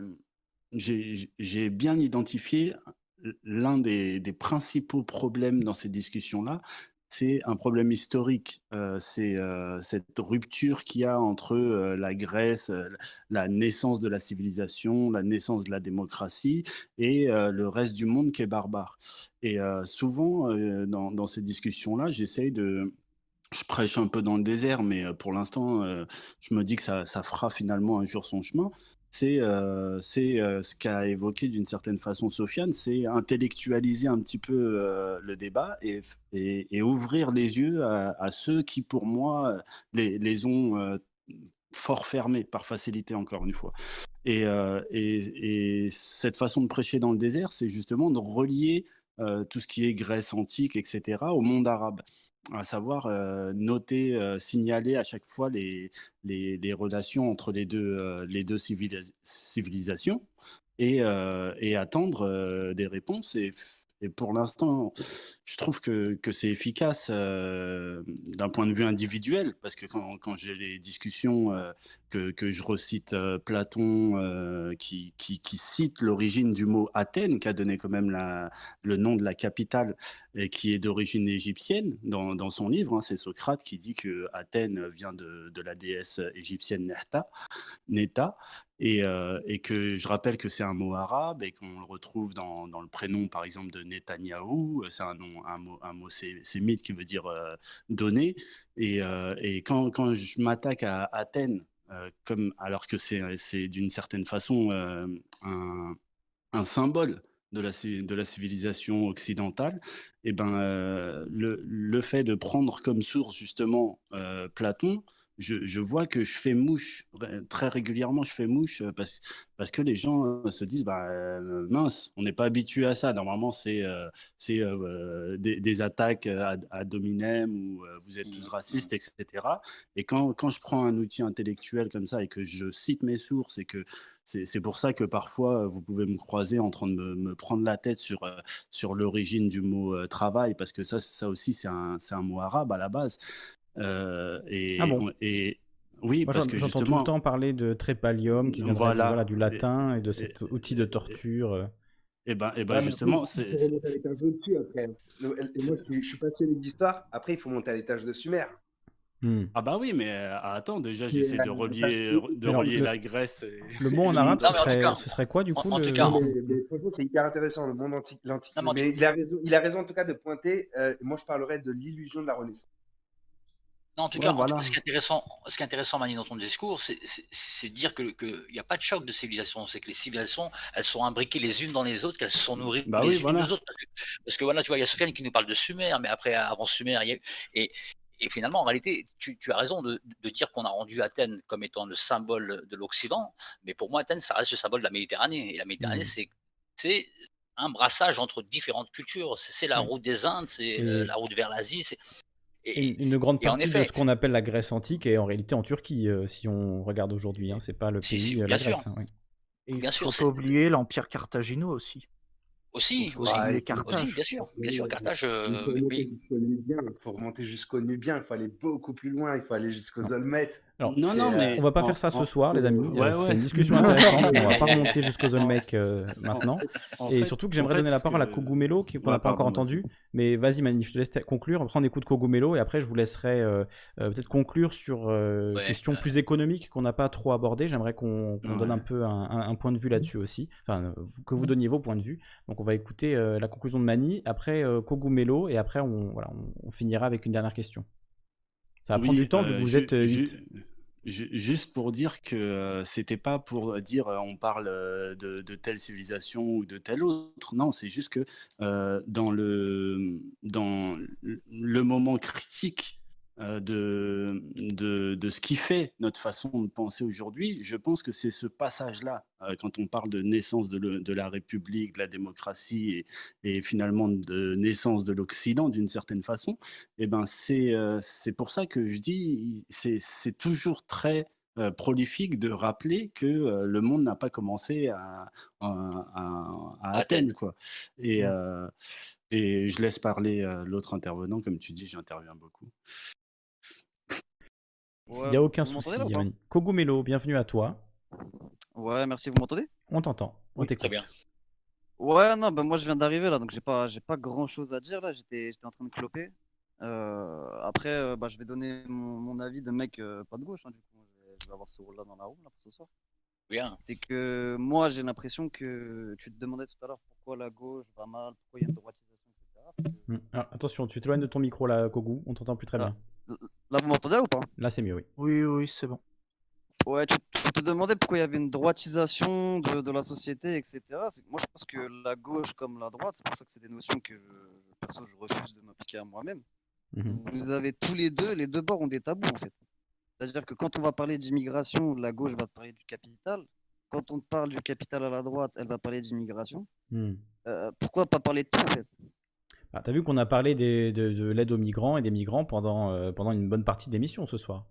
S13: j'ai j'ai bien identifié l'un des, des principaux problèmes dans ces discussions-là, c'est un problème historique. Euh, c'est euh, cette rupture qu'il y a entre euh, la Grèce, euh, la naissance de la civilisation, la naissance de la démocratie et euh, le reste du monde qui est barbare. Et euh, souvent, euh, dans, dans ces discussions-là, j'essaye de, je prêche un peu dans le désert, mais euh, pour l'instant, euh, je me dis que ça, ça fera finalement un jour son chemin. C'est euh, c'est, euh, ce qu'a évoqué d'une certaine façon Sofiane, c'est intellectualiser un petit peu euh, le débat et, f- et- et ouvrir les yeux à, à ceux qui, pour moi, les, les ont euh, fort fermés, par facilité encore une fois. Et, euh, et, et cette façon de prêcher dans le désert, c'est justement de relier euh, tout ce qui est Grèce antique, et cetera, au monde arabe. À savoir euh, noter, euh, signaler à chaque fois les, les, les relations entre les deux, euh, les deux civilis- civilisations et, euh, et attendre euh, des réponses. Et, f- et pour l'instant, je trouve que, que c'est efficace euh, d'un point de vue individuel, parce que quand, quand j'ai les discussions, euh, que, que je recite euh, Platon, euh, qui, qui, qui cite l'origine du mot Athènes, qui a donné quand même la, le nom de la capitale, et qui est d'origine égyptienne dans, dans son livre, hein, c'est Socrate qui dit que Athènes vient de, de la déesse égyptienne Nehta, Neta, et, euh, et que je rappelle que c'est un mot arabe et qu'on le retrouve dans, dans le prénom, par exemple, de Netanyahou. C'est un nom, un mot, un mot sé- sémite qui veut dire euh, donner. Et, euh, et quand, quand je m'attaque à Athènes, euh, comme, alors que c'est c'est d'une certaine façon euh, un, un symbole de la, ci- de la civilisation occidentale, et ben, euh, le, le fait de prendre comme source justement euh, Platon, je, je vois que je fais mouche, ré- très régulièrement je fais mouche euh, parce, parce que les gens euh, se disent, bah, euh, mince, on n'est pas habitué à ça, normalement c'est euh, c'est euh, des, des attaques à, à dominem ou euh, vous êtes tous racistes, et cetera. Et quand, quand je prends un outil intellectuel comme ça et que je cite mes sources et que c'est c'est pour ça que parfois, euh, vous pouvez me croiser en train de me, me prendre la tête sur, euh, sur l'origine du mot euh, travail, parce que ça, ça aussi, c'est un, c'est un mot arabe à la base. Euh,
S1: Ah
S13: et,
S1: bon?
S13: on- et oui,
S1: Moi,
S13: parce
S1: j'en-
S13: que
S1: j'entends tout le
S13: justement,
S1: temps parler de trépalium qui viendrait de, voilà,
S13: voilà.
S1: du
S13: Et,
S1: latin et de
S13: et-
S1: cet outil de torture. euh.
S13: et ben, et ben
S10: Ouais, mais après,
S13: justement,
S10: il
S13: c'est,
S10: faut
S13: c'est-
S10: remonter à l'étage au-dessus après. Le- Et moi, je suis je suis passionné d'histoire. Après, il faut monter à l'étage de Sumer.
S1: Hmm.
S13: ah bah oui, mais euh, attends, déjà,
S10: Qui est
S13: j'essaie
S10: la-
S13: de
S10: la
S13: relier,
S10: partie-
S13: de
S1: Mais alors,
S13: relier
S1: le,
S13: la Grèce et,
S1: le
S13: et
S1: mot en
S13: le
S1: arabe,
S13: monde
S1: ce
S8: Non, mais en tout
S1: serait,
S8: cas,
S1: ce serait quoi du
S8: en,
S1: coup
S8: en tout
S1: le...
S8: cas,
S10: Non,
S8: en-
S10: mais, mais franchement, c'est hyper intéressant, le monde antique, l'antique.
S8: non, mais en tout-
S10: Mais il a raison, il a raison en tout cas de pointer. euh, moi, je parlerais de l'illusion de la Renaissance.
S8: non, en tout
S13: Ouais,
S8: cas, en tout cas,
S13: voilà.
S8: ce qui est intéressant, ce qui est intéressant, Mani, dans ton discours, c'est c'est- c'est de dire que qu'il n'y a pas de choc de civilisation. C'est que les civilisations, elles sont imbriquées les unes dans les autres, qu'elles se sont nourries
S13: Bah
S8: les
S13: oui,
S8: unes des
S13: voilà.
S8: autres. Parce que, parce que voilà, tu vois, il y a Sofiane qui nous parle de Sumer, mais après, avant Sumer, il y a eu- et, et finalement, en réalité, tu, tu as raison de, de dire qu'on a rendu Athènes comme étant le symbole de l'Occident, mais pour moi, Athènes, ça reste le symbole de la Méditerranée. Et la Méditerranée,
S1: Hmm.
S8: c'est c'est un brassage entre différentes cultures. C'est c'est la
S1: Oui.
S8: route des Indes, c'est euh,
S1: Et,
S8: la route vers l'Asie. c'est-
S1: et
S8: Et,
S1: une, une grande
S8: et en
S1: partie de
S8: effet,
S1: ce qu'on appelle la Grèce antique est en réalité en Turquie, euh, si on regarde aujourd'hui. Hein. C'est pas le
S8: si, si,
S1: pays, euh,
S8: bien
S1: la
S8: sûr,
S1: Grèce. Hein, oui.
S11: Et il
S8: bien
S11: faut
S8: sûr,
S11: pas
S8: c'est
S11: oublier l'Empire carthaginois aussi.
S8: aussi,
S11: Faut pas
S8: aussi,
S10: Bah,
S11: oublier
S10: il faut,
S8: aussi,
S11: Carthage.
S8: bien sûr, bien sûr, Carthage,
S10: il
S8: euh,
S10: faut
S8: oui,
S10: remonter
S8: oui.
S10: jusqu'au Nubien. Il faut remonter jusqu'au Nubien. Il faut aller beaucoup plus loin. Il faut aller jusqu'aux
S1: Non.
S10: Olmèques.
S1: Alors,
S13: Non,
S10: C'est
S13: non,
S10: euh,
S13: mais
S1: on va pas
S13: en,
S1: faire ça ce
S13: en-
S1: soir, les amis.
S13: ouais,
S1: Euh, c'est
S13: ouais.
S1: une discussion
S13: Non,
S1: intéressante, mais on va
S13: mais
S1: pas remonter jusqu'aux
S13: en,
S1: Olmecs euh,
S13: en,
S1: maintenant.
S13: en
S1: Et
S13: fait,
S1: surtout que
S13: en
S1: j'aimerais
S13: fait,
S1: donner la
S13: ce
S1: parole à
S13: que...
S1: Kogumelo, qui- qu'on
S13: Ouais,
S1: n'a pas encore
S13: pardon, vas-y.
S1: entendu. Mais vas-y, Mani, je te laisse t- conclure. Après, on écoute Kogumelo et après, je vous laisserai euh, euh, peut-être conclure sur euh,
S8: Ouais,
S1: questions
S8: euh,
S1: plus économiques qu'on n'a pas trop abordées. J'aimerais qu'on qu'on donne
S13: Ouais.
S1: un peu un, un- un point de vue là-dessus aussi. Enfin, euh, que vous donniez vos points de vue. Donc, on va écouter euh, la conclusion de Mani, après euh, Kogumelo et après, on, voilà, on, on finira avec une dernière question. Ça va prendre du
S13: Oui,
S1: temps vu que
S13: euh,
S1: vous
S13: ju-
S1: êtes euh,
S13: ju-
S1: huit.
S13: ju- juste pour dire que euh, c'était pas pour dire euh, on parle euh, de, de telle civilisation ou de telle autre. Non, c'est juste que euh, dans le dans le le moment critique euh, de, de, de ce qui fait notre façon de penser aujourd'hui, je pense que c'est ce passage-là, euh, quand on parle de naissance de, le- de la République, de la démocratie et, et finalement de naissance de l'Occident d'une certaine façon, et ben c'est euh, c'est pour ça que je dis, c'est c'est toujours très euh, prolifique de rappeler que euh, le monde n'a pas commencé à, à, à- à Athènes,
S8: Athènes.
S13: quoi. Et,
S7: Mm.
S13: euh, et je laisse parler euh, l'autre intervenant, comme tu dis, j'interviens beaucoup.
S1: Il
S14: Ouais,
S1: n'y a aucun
S14: vous m'entendez là
S1: souci,
S14: ou pas?
S1: Yamani. Kogumelo, bienvenue à toi.
S14: Ouais, merci, vous m'entendez?
S1: On t'entend, on
S7: Oui.
S8: Très bien.
S1: t'écoute.
S14: Ouais, non, bah moi je viens d'arriver là, donc j'ai pas, j'ai pas grand chose à dire là, j'étais, j'étais en train de cloper. Euh, après, euh, bah, je vais donner mon, mon avis de mec euh, pas de gauche, hein, du coup, je vais, je vais avoir ce rôle-là dans la room là, pour ce soir.
S8: Bien.
S14: C'est que moi j'ai l'impression que tu te demandais tout à l'heure pourquoi la gauche va mal, pourquoi il y a une droitisation, et cetera. C'est que-
S1: Mm. Ah, attention, tu t'éloignes de ton micro là, Kogu, on t'entend plus très
S14: Ah,
S1: bien.
S14: là vous m'entendez là ou pas?
S1: Là, c'est mieux, oui.
S11: Oui, oui, c'est bon.
S14: Ouais, tu, tu te demandais pourquoi il y avait une droitisation de, de la société, et cetera. C'est que moi, je pense que la gauche comme la droite, c'est pour ça que c'est des notions que, je, perso, je refuse de m'appliquer à moi-même.
S1: Mhm.
S14: Vous avez tous les deux, les deux bords ont des tabous, en fait. C'est-à-dire que quand on va parler d'immigration, la gauche va te parler du capital. Quand on te parle du capital à la droite, elle va parler d'immigration.
S1: Mm.
S14: Euh, pourquoi pas parler de tout, en fait?
S1: Ah, t'as vu qu'on a parlé des- de, de l'aide aux migrants et des migrants pendant, euh, pendant une bonne partie de l'émission ce soir.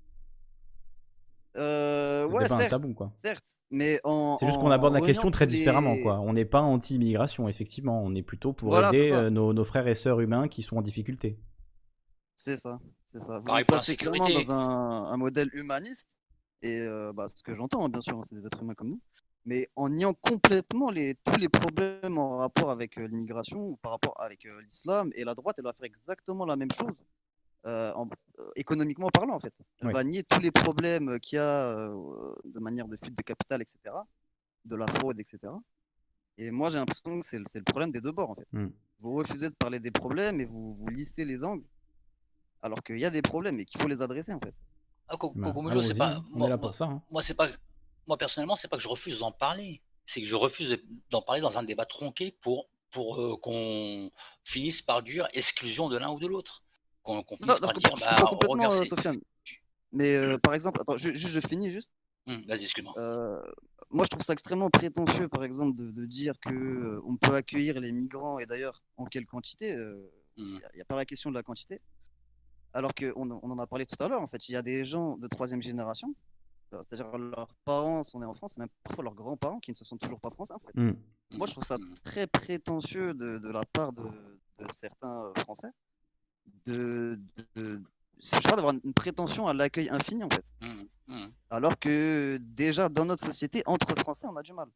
S14: Euh,
S1: C'était
S14: ouais,
S1: pas un
S14: certes,
S1: tabou, quoi.
S14: certes. Mais en,
S1: C'est juste qu'on
S14: en
S1: aborde la
S14: reniant
S1: question très
S14: tous
S1: différemment,
S14: les...
S1: quoi. On n'est pas anti-immigration, effectivement. On est plutôt pour
S14: Voilà, c'est
S1: aider
S14: ça.
S1: euh, nos, nos frères et sœurs humains qui sont en difficulté.
S14: C'est ça, c'est ça. Vous
S8: Pareil
S14: vous
S8: pour la
S14: placez clairement
S8: sécurité.
S14: dans un, un modèle humaniste, et euh, bah, ce que j'entends, hein, bien sûr, hein, c'est des êtres humains comme nous, mais en niant complètement les, tous les problèmes en rapport avec euh, l'immigration ou par rapport avec euh, l'islam, et la droite, elle va faire exactement la même chose, euh, en- euh, économiquement parlant, en fait. Elle
S1: Oui.
S14: va nier tous les problèmes qu'il y a euh, de manière de fuite de capital, et cetera, de la fraude, et cetera. Et moi, j'ai l'impression que c'est le, c'est le problème des deux bords, en fait.
S1: Mm.
S14: Vous refusez de parler des problèmes et vous, vous lissez les angles, alors qu'il y a des problèmes et qu'il faut les adresser, en fait.
S8: Ah, Co-
S1: Bah,
S8: Cogumelo, c'est
S1: allons-y,
S8: pas.
S1: hein. On est
S8: Moi,
S1: là
S8: moi,
S1: pour ça. Hein.
S8: moi, c'est pas. Moi, personnellement, c'est pas que je refuse d'en parler. C'est que je refuse de- d'en parler dans un débat tronqué pour, pour euh, qu'on finisse par dire exclusion de l'un ou de l'autre. Qu'on qu'on
S14: Non,
S8: finisse
S14: non, je
S8: par dire,
S14: comprends, je
S8: bah,
S14: comprends complètement, euh,
S8: reverser.
S14: Sofiane. Mais euh, par exemple, attends, ju- juste, je finis juste.
S8: Hum, Vas-y, excuse-moi.
S14: Euh, moi, je trouve ça extrêmement prétentieux, par exemple, de, de dire que euh, on peut accueillir les migrants, et d'ailleurs, en quelle quantité. Il
S8: Hum.
S14: n'y a, y a pas la question de la quantité. Alors qu'on on en a parlé tout à l'heure, en fait, il y a des gens de troisième génération, euh, c'est-à-dire leurs parents sont nés en France, et même parfois leurs grands-parents qui ne se sont toujours pas français, en fait.
S1: Mm.
S14: Moi, je trouve ça
S8: Hum.
S14: très prétentieux de, de la part de, de certains euh, Français de, de, je sais pas, d'avoir une prétention à l'accueil infini, en fait.
S8: Hum, hum.
S14: Alors que déjà, dans notre société, entre Français, on a du mal.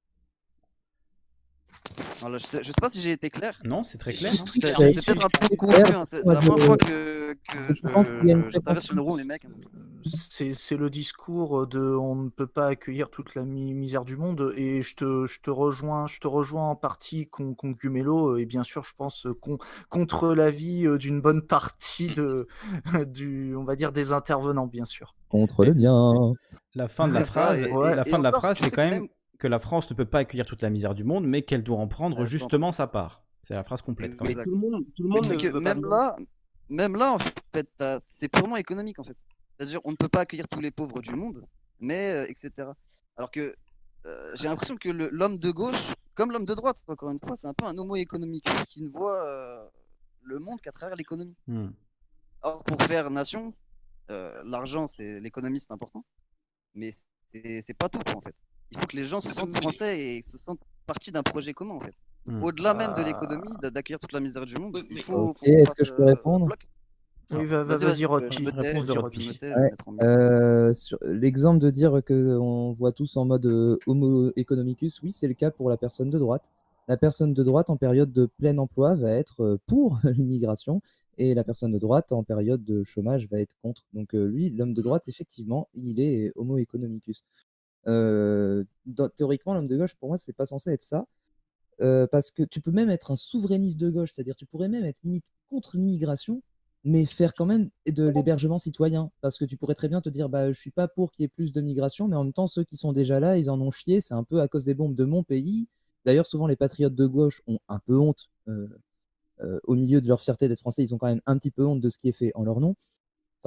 S14: Voilà, je sais, je sais pas si j'ai été clair.
S1: Non, c'est très
S8: C'est
S1: clair.
S8: c'est
S1: Hein.
S8: très
S14: C'est
S8: clair.
S14: c'est peut-être un peu
S6: C'est
S14: confus,
S6: clair.
S14: hein, c'est c'est
S6: Moi,
S14: la
S6: je-
S14: première fois que, que
S6: c'est- je pense qu'il y a une
S14: je, je traverse une
S6: prétention.
S14: roue, les mecs. donc, euh,
S11: C'est c'est le discours de on ne peut pas accueillir toute la mi- misère du monde et je te, je te rejoins je te rejoins en partie con, con Gumelo et bien sûr je pense euh, con- contre l'avis euh, d'une bonne partie de du on va dire des intervenants bien sûr.
S6: Contre le bien.
S1: La fin de la
S14: C'est ça,
S1: phrase,
S14: et,
S11: Ouais.
S14: et-
S1: la
S14: et
S1: fin de la
S14: encore,
S1: phrase,
S14: tu
S1: c'est
S14: sais
S1: quand
S14: que
S1: même
S14: même.
S1: que la France ne peut pas accueillir toute la misère du monde, mais qu'elle doit en prendre
S14: euh, je t'en
S1: justement
S14: prie.
S1: sa part. C'est la phrase complète quand
S10: Mais
S1: même.
S14: Exact.
S10: tout le monde, tout le
S14: Mais
S10: monde
S14: tu
S10: ne
S14: sais que
S10: veut pas
S14: même
S10: bien.
S14: là, même là, en fait, t'as- c'est purement économique, en fait. C'est-à-dire, on ne peut pas accueillir tous les pauvres du monde, mais euh, et cetera. Alors que euh, j'ai l'impression que le- l'homme de gauche, comme l'homme de droite, encore une fois, c'est un peu un homo economicus qui ne voit euh, le monde qu'à travers l'économie.
S1: Mm.
S14: Or, pour faire nation, euh, l'argent, c'est l'économie, c'est important, mais c'est c'est pas tout, quoi, en fait. Il faut que les gens se sentent
S8: Mais-
S14: français et se sentent partie d'un projet commun, en fait. Donc,
S1: Mm.
S14: au-delà même de
S11: Ah,
S14: l'économie, d'a- d'accueillir toute la misère du monde,
S8: Oui,
S14: il
S8: mais-
S14: faut,
S6: Ok,
S14: faut qu'on
S6: est-ce que
S14: fasse
S6: je peux
S14: euh,
S6: répondre?
S14: bloc.
S11: oui,
S1: Alors,
S11: va- va-
S14: Vas-y,
S11: vas-y
S14: vas-y, je
S11: Rotpi.
S14: me tais,
S1: réponse de
S14: je,
S1: Rotpi.
S14: je me tais, je
S6: Ouais,
S14: vais mettre en mute.
S6: euh, sur l'exemple de dire que on voit tous en mode euh, homo economicus, oui, c'est le cas pour la personne de droite. La personne de droite en période de plein emploi va être euh, pour l'immigration et la personne de droite en période de chômage va être contre. Donc euh, lui, l'homme de droite, effectivement, il est homo economicus. Euh, dans- théoriquement, l'homme de gauche, pour moi, c'est pas censé être ça. Euh, parce que tu peux même être un souverainiste de gauche, c'est-à-dire tu pourrais même être limite contre l'immigration, mais faire quand même de l'hébergement citoyen. Parce que tu pourrais très bien te dire, bah, je suis pas pour qu'il y ait plus de migration, mais en même temps, ceux qui sont déjà là, ils en ont chié, c'est un peu à cause des bombes de mon pays. D'ailleurs, souvent, les patriotes de gauche ont un peu honte, euh, euh, au milieu de leur fierté d'être français, ils ont quand même un petit peu honte de ce qui est fait en leur nom.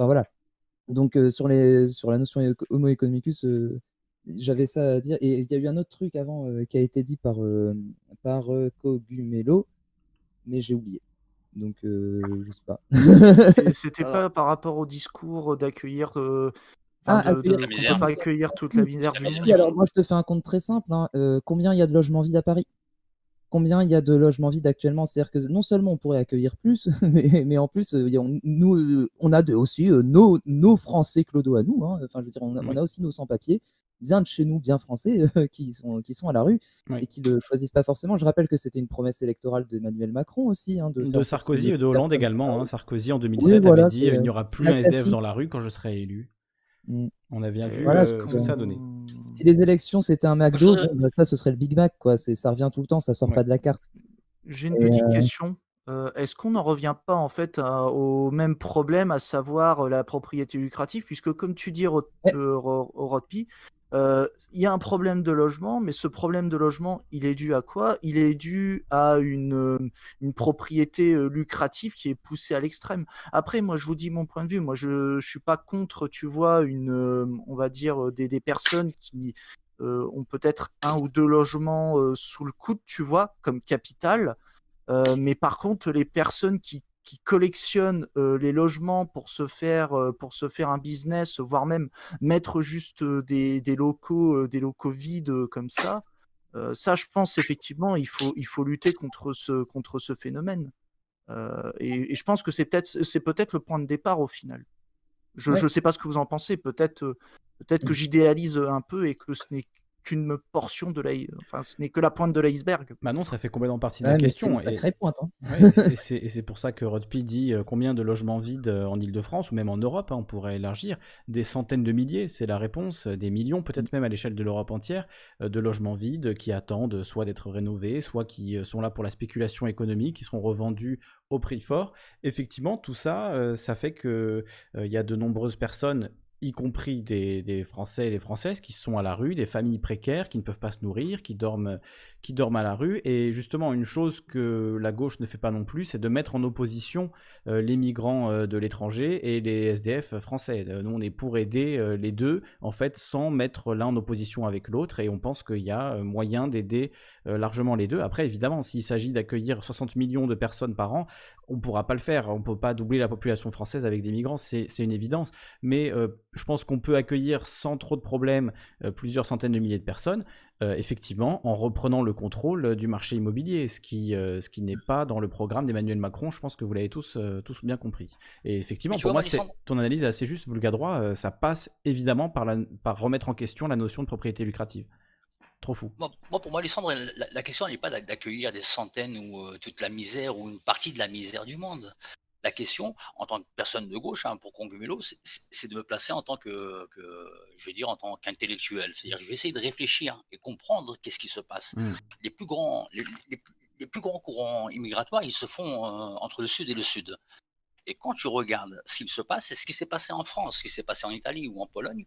S6: Enfin voilà. Donc euh, sur, les, sur la notion éco- Homo economicus, euh, j'avais ça à dire. Et il y a eu un autre truc avant euh, qui a été dit par, euh, par euh, Cogumelo, mais j'ai oublié. Donc euh, je sais pas.
S11: C'est- C'était
S14: Alors,
S11: pas par rapport au discours d'accueillir, euh,
S6: Ah,
S11: enfin de,
S6: accueillir.
S11: de-
S8: La
S11: qu'on
S8: misère.
S11: peut pas accueillir toute la misère
S8: La
S11: du
S8: misère
S11: monde.
S6: Si,
S8: du
S6: alors
S8: monde.
S6: moi je te fais un compte très simple. Hein. Euh, combien il y a de logements vides à Paris? Combien il y a de logements vides actuellement? C'est-à-dire que non seulement on pourrait accueillir plus, mais, mais en plus, euh, il y a- on, nous, euh, on a de- aussi euh, nos, nos Français clodo à nous. Hein. Enfin, je veux dire, on a, on
S1: Oui.
S6: a aussi nos sans-papiers, bien de chez nous, bien français, euh, qui sont, qui sont à la rue
S1: Oui.
S6: et qui ne le choisissent pas forcément. Je rappelle que c'était une promesse électorale d'Emmanuel Macron aussi, hein, de faire
S1: De
S6: en sorte qu'il y
S1: Sarkozy
S6: ait
S1: et de
S6: plus
S1: Hollande
S6: personne à la
S1: également. Hein.
S6: rue.
S1: Sarkozy en
S6: Oui,
S1: deux mille sept avait
S6: voilà,
S1: dit
S6: c'est
S1: euh, il n'y
S6: euh,
S1: aura
S6: c'est
S1: plus un
S6: la
S1: S D F
S6: classique.
S1: dans la rue quand je serai élu.
S6: Mm.
S1: On a bien
S11: Et
S1: vu
S6: Voilà,
S11: est-ce
S1: euh,
S6: c'est
S1: ce que ça a
S11: qu'on...
S1: donné.
S6: si les élections c'était un
S8: Moi, je
S6: McDo,
S8: voudrais-
S6: bon, bah, ça ce serait le Big Mac, quoi. C'est, ça revient tout le temps, ça sort
S1: Ouais.
S6: pas de la carte.
S11: J'ai une
S6: Et,
S11: petite
S6: euh,
S11: question. Euh, est-ce qu'on n'en revient pas en fait à- au même problème, à savoir euh, la propriété lucrative, puisque comme tu dis, Ro-
S6: ouais,
S11: euh, Ro- Rodpi, euh, il y a un problème de logement, mais ce problème de logement, il est dû à quoi? Il est dû à une, euh, une propriété euh, lucrative qui est poussée à l'extrême. Après, moi, je vous dis mon point de vue. Moi, je, je suis pas contre, tu vois, une, euh, on va dire, euh, des, des personnes qui euh, ont peut-être un ou deux logements euh, sous le coude, tu vois, comme capital. Euh, mais par contre, les personnes qui, qui collectionnent euh, les logements pour se faire, euh, pour se faire un business, voire même mettre juste euh, des, des locaux, euh, des locaux vides euh, comme ça, euh, ça, je pense effectivement, il faut, il faut lutter contre ce, contre ce phénomène. Euh, et, et je pense que c'est peut-être, c'est peut-être le point de départ au final. Je
S6: ouais.
S11: ne sais pas ce que vous en pensez. Peut-être, euh, peut-être que j'idéalise un peu et que ce n'est qu'une portion de l'i- enfin, ce n'est que la pointe de l'iceberg.
S1: Bah non, ça fait complètement partie de la
S6: Ouais, mais c'est une
S1: question. Et,
S6: sacrée pointe. Hein.
S1: ouais, et c'est- et c'est et c'est pour ça que Rodpi dit euh, combien de logements vides euh, en Île-de-France ou même en Europe, hein, on pourrait élargir. Des centaines de milliers, c'est la réponse. euh, Des millions, peut-être même à l'échelle de l'Europe entière, euh, de logements vides qui attendent soit d'être rénovés, soit qui euh, sont là pour la spéculation économique, qui seront revendus au prix fort. Effectivement, tout ça, euh, ça fait que euh, il y a de nombreuses personnes, y compris des, des Français et des Françaises, qui sont à la rue, des familles précaires qui ne peuvent pas se nourrir, qui dorment, qui dorment à la rue. Et justement, une chose que la gauche ne fait pas non plus, c'est de mettre en opposition euh, les migrants euh, de l'étranger et les S D F français. Euh, Nous, on est pour aider euh, les deux, en fait, sans mettre l'un en opposition avec l'autre. Et on pense qu'il y a euh, moyen d'aider euh, largement les deux. Après, évidemment, s'il s'agit d'accueillir soixante millions de personnes par an, on ne pourra pas le faire. On ne peut pas doubler la population française avec des migrants, c'est c'est une évidence. Mais euh, je pense qu'on peut accueillir sans trop de problèmes euh, plusieurs centaines de milliers de personnes, euh, effectivement, en reprenant le contrôle euh, du marché immobilier, ce qui, euh, ce qui n'est pas dans le programme d'Emmanuel Macron. Je pense que vous l'avez tous, euh, tous bien compris. Et effectivement,
S8: Mais tu
S1: pour
S8: vois,
S1: moi,
S8: moi,
S1: c'est-
S8: Lissandre,
S1: ton analyse est assez juste, Vulga Droit. euh, ça passe évidemment par, la, par remettre en question la notion de propriété lucrative. Trop fou.
S8: moi, moi, pour moi, Lissandre, la, la question n'est pas d'a- d'accueillir des centaines ou euh, toute la misère ou une partie de la misère du monde. La question, en tant que personne de gauche, hein, pour Congumelo, c'est c'est de me placer en tant que, que, je vais dire, en tant qu'intellectuel. C'est-à-dire, je vais essayer de réfléchir et comprendre qu'est-ce qui se passe.
S1: Mm.
S8: Les plus grands, les, les plus- les plus grands courants immigratoires, ils se font euh, entre le sud et le sud. Et quand tu regardes ce qui se passe, c'est ce qui s'est passé en France, ce qui s'est passé en Italie ou en Pologne.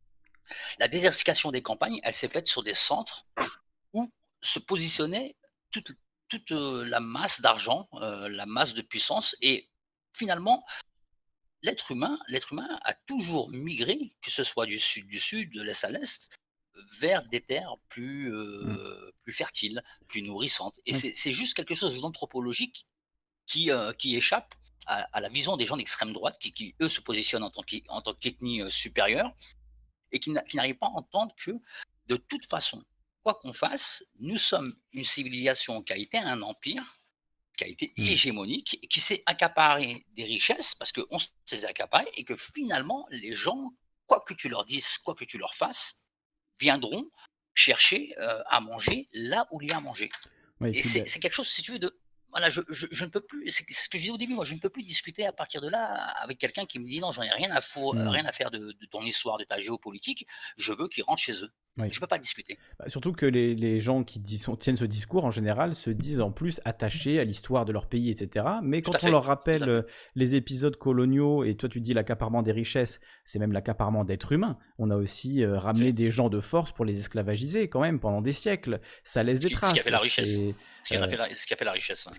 S8: La désertification des campagnes, elle s'est faite sur des centres où se positionnait toute, toute euh, la masse d'argent, euh, la masse de puissance, et finalement, l'être humain, l'être humain a toujours migré, que ce soit du sud du sud, de l'est à l'est, vers des terres plus, euh, plus fertiles, plus nourrissantes. Et
S1: Mm.
S8: c'est c'est juste quelque chose d'anthropologique qui, euh, qui échappe à, à la vision des gens d'extrême droite, qui, qui, eux se positionnent en tant qu'é- en tant qu'ethnie euh, supérieure, et qui n'a- qui n'arrivent pas à entendre que, de toute façon, quoi qu'on fasse, nous sommes une civilisation qui a été un empire, qui a été
S1: Mm.
S8: hégémonique, et qui s'est accaparé des richesses, parce qu'on s'est accaparé, et que finalement, les gens, quoi que tu leur dises, quoi que tu leur fasses, viendront chercher euh, à manger là où il y a à manger.
S1: Ouais, et
S8: Et
S1: puis,
S8: c'est
S1: bah,
S8: c'est quelque chose, si tu veux, de. Voilà, je, je, je ne peux plus. C'est ce que je disais au début, moi, je ne peux plus discuter à partir de là avec quelqu'un qui me dit non, j'en ai rien à, fou-
S1: mm.
S8: rien à faire de, de ton histoire, de ta géopolitique. Je veux qu'ils rentrent chez eux.
S1: Oui.
S8: Je ne peux pas discuter.
S1: Bah, surtout que les, les gens qui dis- tiennent ce discours, en général, se disent en plus attachés à l'histoire de leur pays, et cetera. Mais
S8: Tout
S1: quand
S8: à
S1: on
S8: fait.
S1: leur
S8: Tout à
S1: rappelle
S8: fait.
S1: euh, les épisodes coloniaux, et toi tu dis l'accaparement des richesses, c'est même l'accaparement d'êtres humains. On a aussi euh, ramené des gens de force pour les esclavagiser quand même pendant des siècles. Ça laisse
S8: Ce
S1: des
S8: qui, ce qui a
S1: traces.
S8: fait la richesse.
S1: C'est
S8: Ce qui a
S1: euh,
S8: fait la, ce qui a fait la richesse. ouais.
S1: ce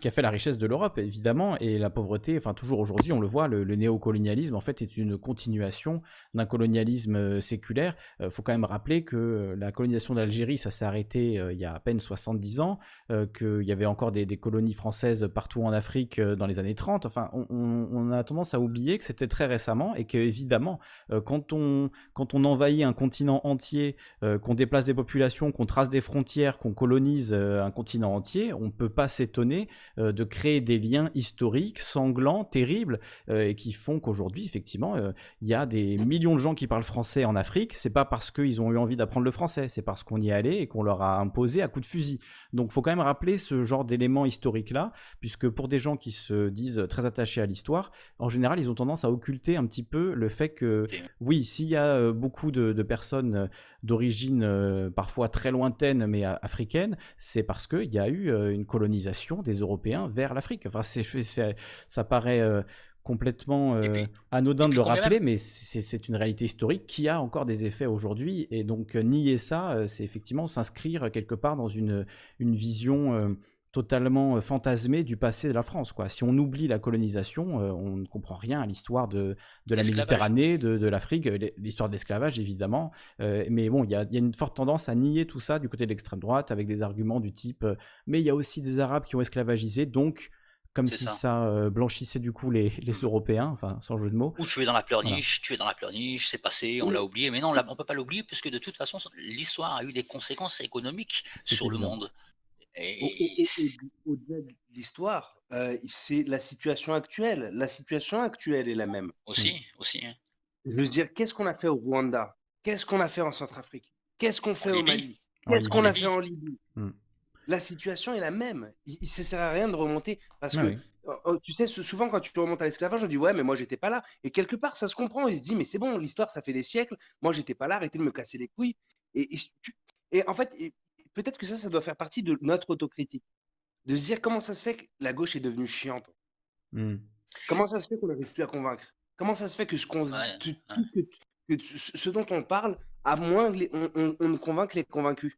S1: qui a fait la richesse de l'Europe, évidemment, et la pauvreté, enfin toujours aujourd'hui, on le voit, le, le néocolonialisme, en fait, est une continuation d'un colonialisme euh, séculaire. Il faut quand même rappeler que euh, la colonisation d'Algérie, ça s'est arrêté euh, il y a à peine soixante-dix ans, euh, qu'il y avait encore des, des colonies françaises partout en Afrique euh, dans les années trente. Enfin, on, on- on a tendance à oublier que c'était très récemment et que, évidemment, euh, quand on, quand on envahit un continent entier, euh, qu'on déplace des populations, qu'on trace des frontières, qu'on colonise euh, un continent entier, on ne peut pas s'étonner euh, de créer des liens historiques sanglants, terribles, euh, et qui font qu'aujourd'hui, effectivement, euh, il y a des millions de gens qui parlent français en Afrique. C'est pas parce qu'ils ont eu envie d'apprendre le français, c'est parce qu'on y est allé et qu'on leur a imposé à coups de fusil. Donc, il faut quand même rappeler ce genre d'éléments historiques-là, puisque pour des gens qui se disent très attachés à l'histoire, en général, ils ont tendance à occulter un petit peu le fait que, oui, s'il y a euh, beaucoup de, de personnes euh, d'origine euh, parfois très lointaine, mais a- africaine, c'est parce qu'il y a eu euh, une colonisation des Européens vers l'Afrique. Enfin, c'est, c'est- ça paraît euh, complètement euh, anodin de le
S8: quand bien
S1: rappeler,
S8: même-
S1: mais c'est, c'est une réalité historique qui a encore des effets aujourd'hui. Et donc, euh, nier ça, euh, c'est effectivement s'inscrire quelque part dans une, une vision euh, totalement euh, fantasmée du passé de la France, quoi. Si on oublie la colonisation, euh, on ne comprend rien à l'histoire de, de la
S8: L'esclavage.
S1: Méditerranée, de, de l'Afrique, euh, l'histoire de l'esclavage, évidemment. Euh, mais bon, il y a, il y a une forte tendance à nier tout ça du côté de l'extrême droite avec des arguments du type euh, mais il y a aussi des Arabes qui ont esclavagisé, donc comme
S8: C'est
S1: si
S8: ça.
S1: ça euh, blanchissait du coup les, les Européens, enfin sans jeu de mots.
S8: Ou tu es dans la
S1: Voilà.
S8: pleurniche, tu es dans la pleurniche, c'est passé, on
S1: Oui.
S8: l'a oublié. Mais non, on ne peut pas l'oublier puisque de toute façon, l'histoire a eu des conséquences économiques
S1: C'est
S8: sur le
S1: évident.
S8: monde.
S10: Au-
S8: Et
S10: au- au- Au-delà de l'histoire, euh, c'est la situation actuelle. La situation actuelle est la même.
S8: aussi, aussi. hein.
S10: Je veux dire, qu'est-ce qu'on a fait au Rwanda? Qu'est-ce qu'on a fait en Centrafrique? Qu'est-ce qu'on
S8: En
S10: fait au
S8: Libye,
S10: Mali?
S1: En
S10: Qu'est-ce
S1: Libye.
S10: qu'on
S8: en
S10: a fait
S8: Libye.
S10: en Libye?
S1: Hmm.
S10: La situation est la même. Il ne sert à rien de remonter. Parce
S1: Ah
S10: que,
S1: oui.
S10: euh, euh, tu sais, sou- souvent quand tu remontes à l'esclavage, on dit ouais, mais moi j'étais pas là. Et quelque part, ça se comprend. Il se dit, mais c'est bon, l'histoire, ça fait des siècles. Moi, j'étais pas là, arrêtez de me casser les couilles. Et, et, tu- et en fait, et peut-être que ça, ça doit faire partie de notre autocritique. De se dire comment ça se fait que la gauche est devenue chiante.
S1: Hmm.
S10: Comment ça se fait qu'on n'arrive plus à convaincre? Comment ça se fait que ce, qu'on, se-
S8: Ouais,
S10: tout-
S8: ouais.
S10: tout que- que ce ce dont on parle, à moins que les- on, on, on ne convainque les convaincus?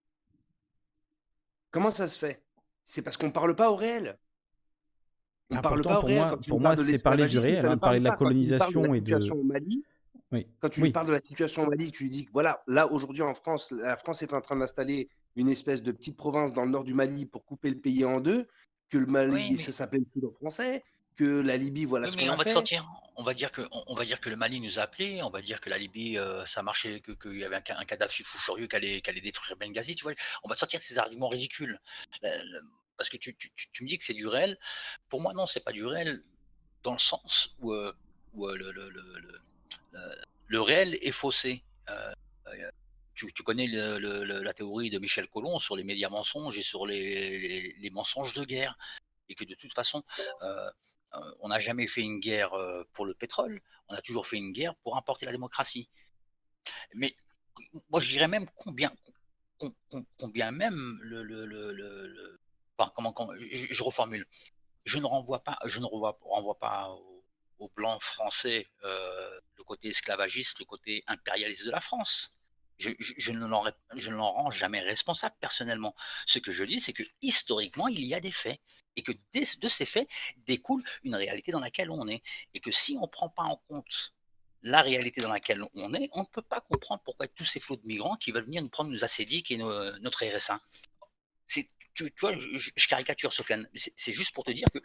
S10: Comment ça se fait? C'est parce qu'on ne parle pas au réel. On ne
S1: Ah,
S10: parle
S1: pourtant,
S10: pas au
S1: pour
S10: réel.
S1: moi,
S10: Quand tu
S1: pour
S10: me
S1: moi,
S10: parles de
S1: c'est parler du
S10: l'esclavagisme,
S1: réel,
S10: ça
S1: hein,
S10: ne
S1: parler
S10: parle
S1: de la
S10: pas. Quand tu lui parles de
S1: colonisation
S10: la
S1: et de.
S10: situation au Mali,
S1: Oui.
S10: quand tu lui
S1: Oui.
S10: parles de la situation au Mali, tu lui dis que voilà, là aujourd'hui en France, la France est en train d'installer une espèce de petite province dans le nord du Mali pour couper le pays en deux, que le
S8: Oui,
S10: Mali,
S8: mais
S10: ça s'appelle le Soudan français, que la Libye, voilà
S8: Oui,
S10: ce
S8: mais
S10: qu'on
S8: on
S10: a
S8: va te
S10: fait.
S8: sortir. On va dire que, on, on va dire que le Mali nous a appelés. On va dire que la Libye, euh, ça marchait, que qu'il y avait un, ca- un Kadhafi fou furieux qui allait, qui allait détruire Benghazi. Tu vois, on va te sortir de ces arguments ridicules. Euh, le- Parce que tu, tu, tu- tu me dis que c'est du réel. Pour moi, non, c'est pas du réel dans le sens où, euh, où, euh, le, le, le, le- le- le réel est faussé. Euh, euh, tu, tu connais le- le- le- la théorie de Michel Collomb sur les médias mensonges et sur les, les- les mensonges de guerre. Et que de toute façon, euh, euh, on n'a jamais fait une guerre euh, pour le pétrole, on a toujours fait une guerre pour importer la démocratie. Mais moi, je dirais même combien, com- com- combien même le, le, le, le- le- enfin, comment, comment- je, je reformule. Je ne renvoie pas, je ne renvoie, renvoie pas aux, aux blancs français euh, le côté esclavagiste, le côté impérialiste de la France. Je, je- je ne l'en, je ne l'en rends jamais responsable personnellement. Ce que je dis, c'est que historiquement, il y a des faits et que des- de ces faits découle une réalité dans laquelle on est. Et que si on ne prend pas en compte la réalité dans laquelle on est, on ne peut pas comprendre pourquoi tous ces flots de migrants qui veulent venir nous prendre nos acédiques et nos- notre R S A. C'est, tu, tu vois, je, je- je caricature, Sofiane, mais c'est c'est juste pour te dire que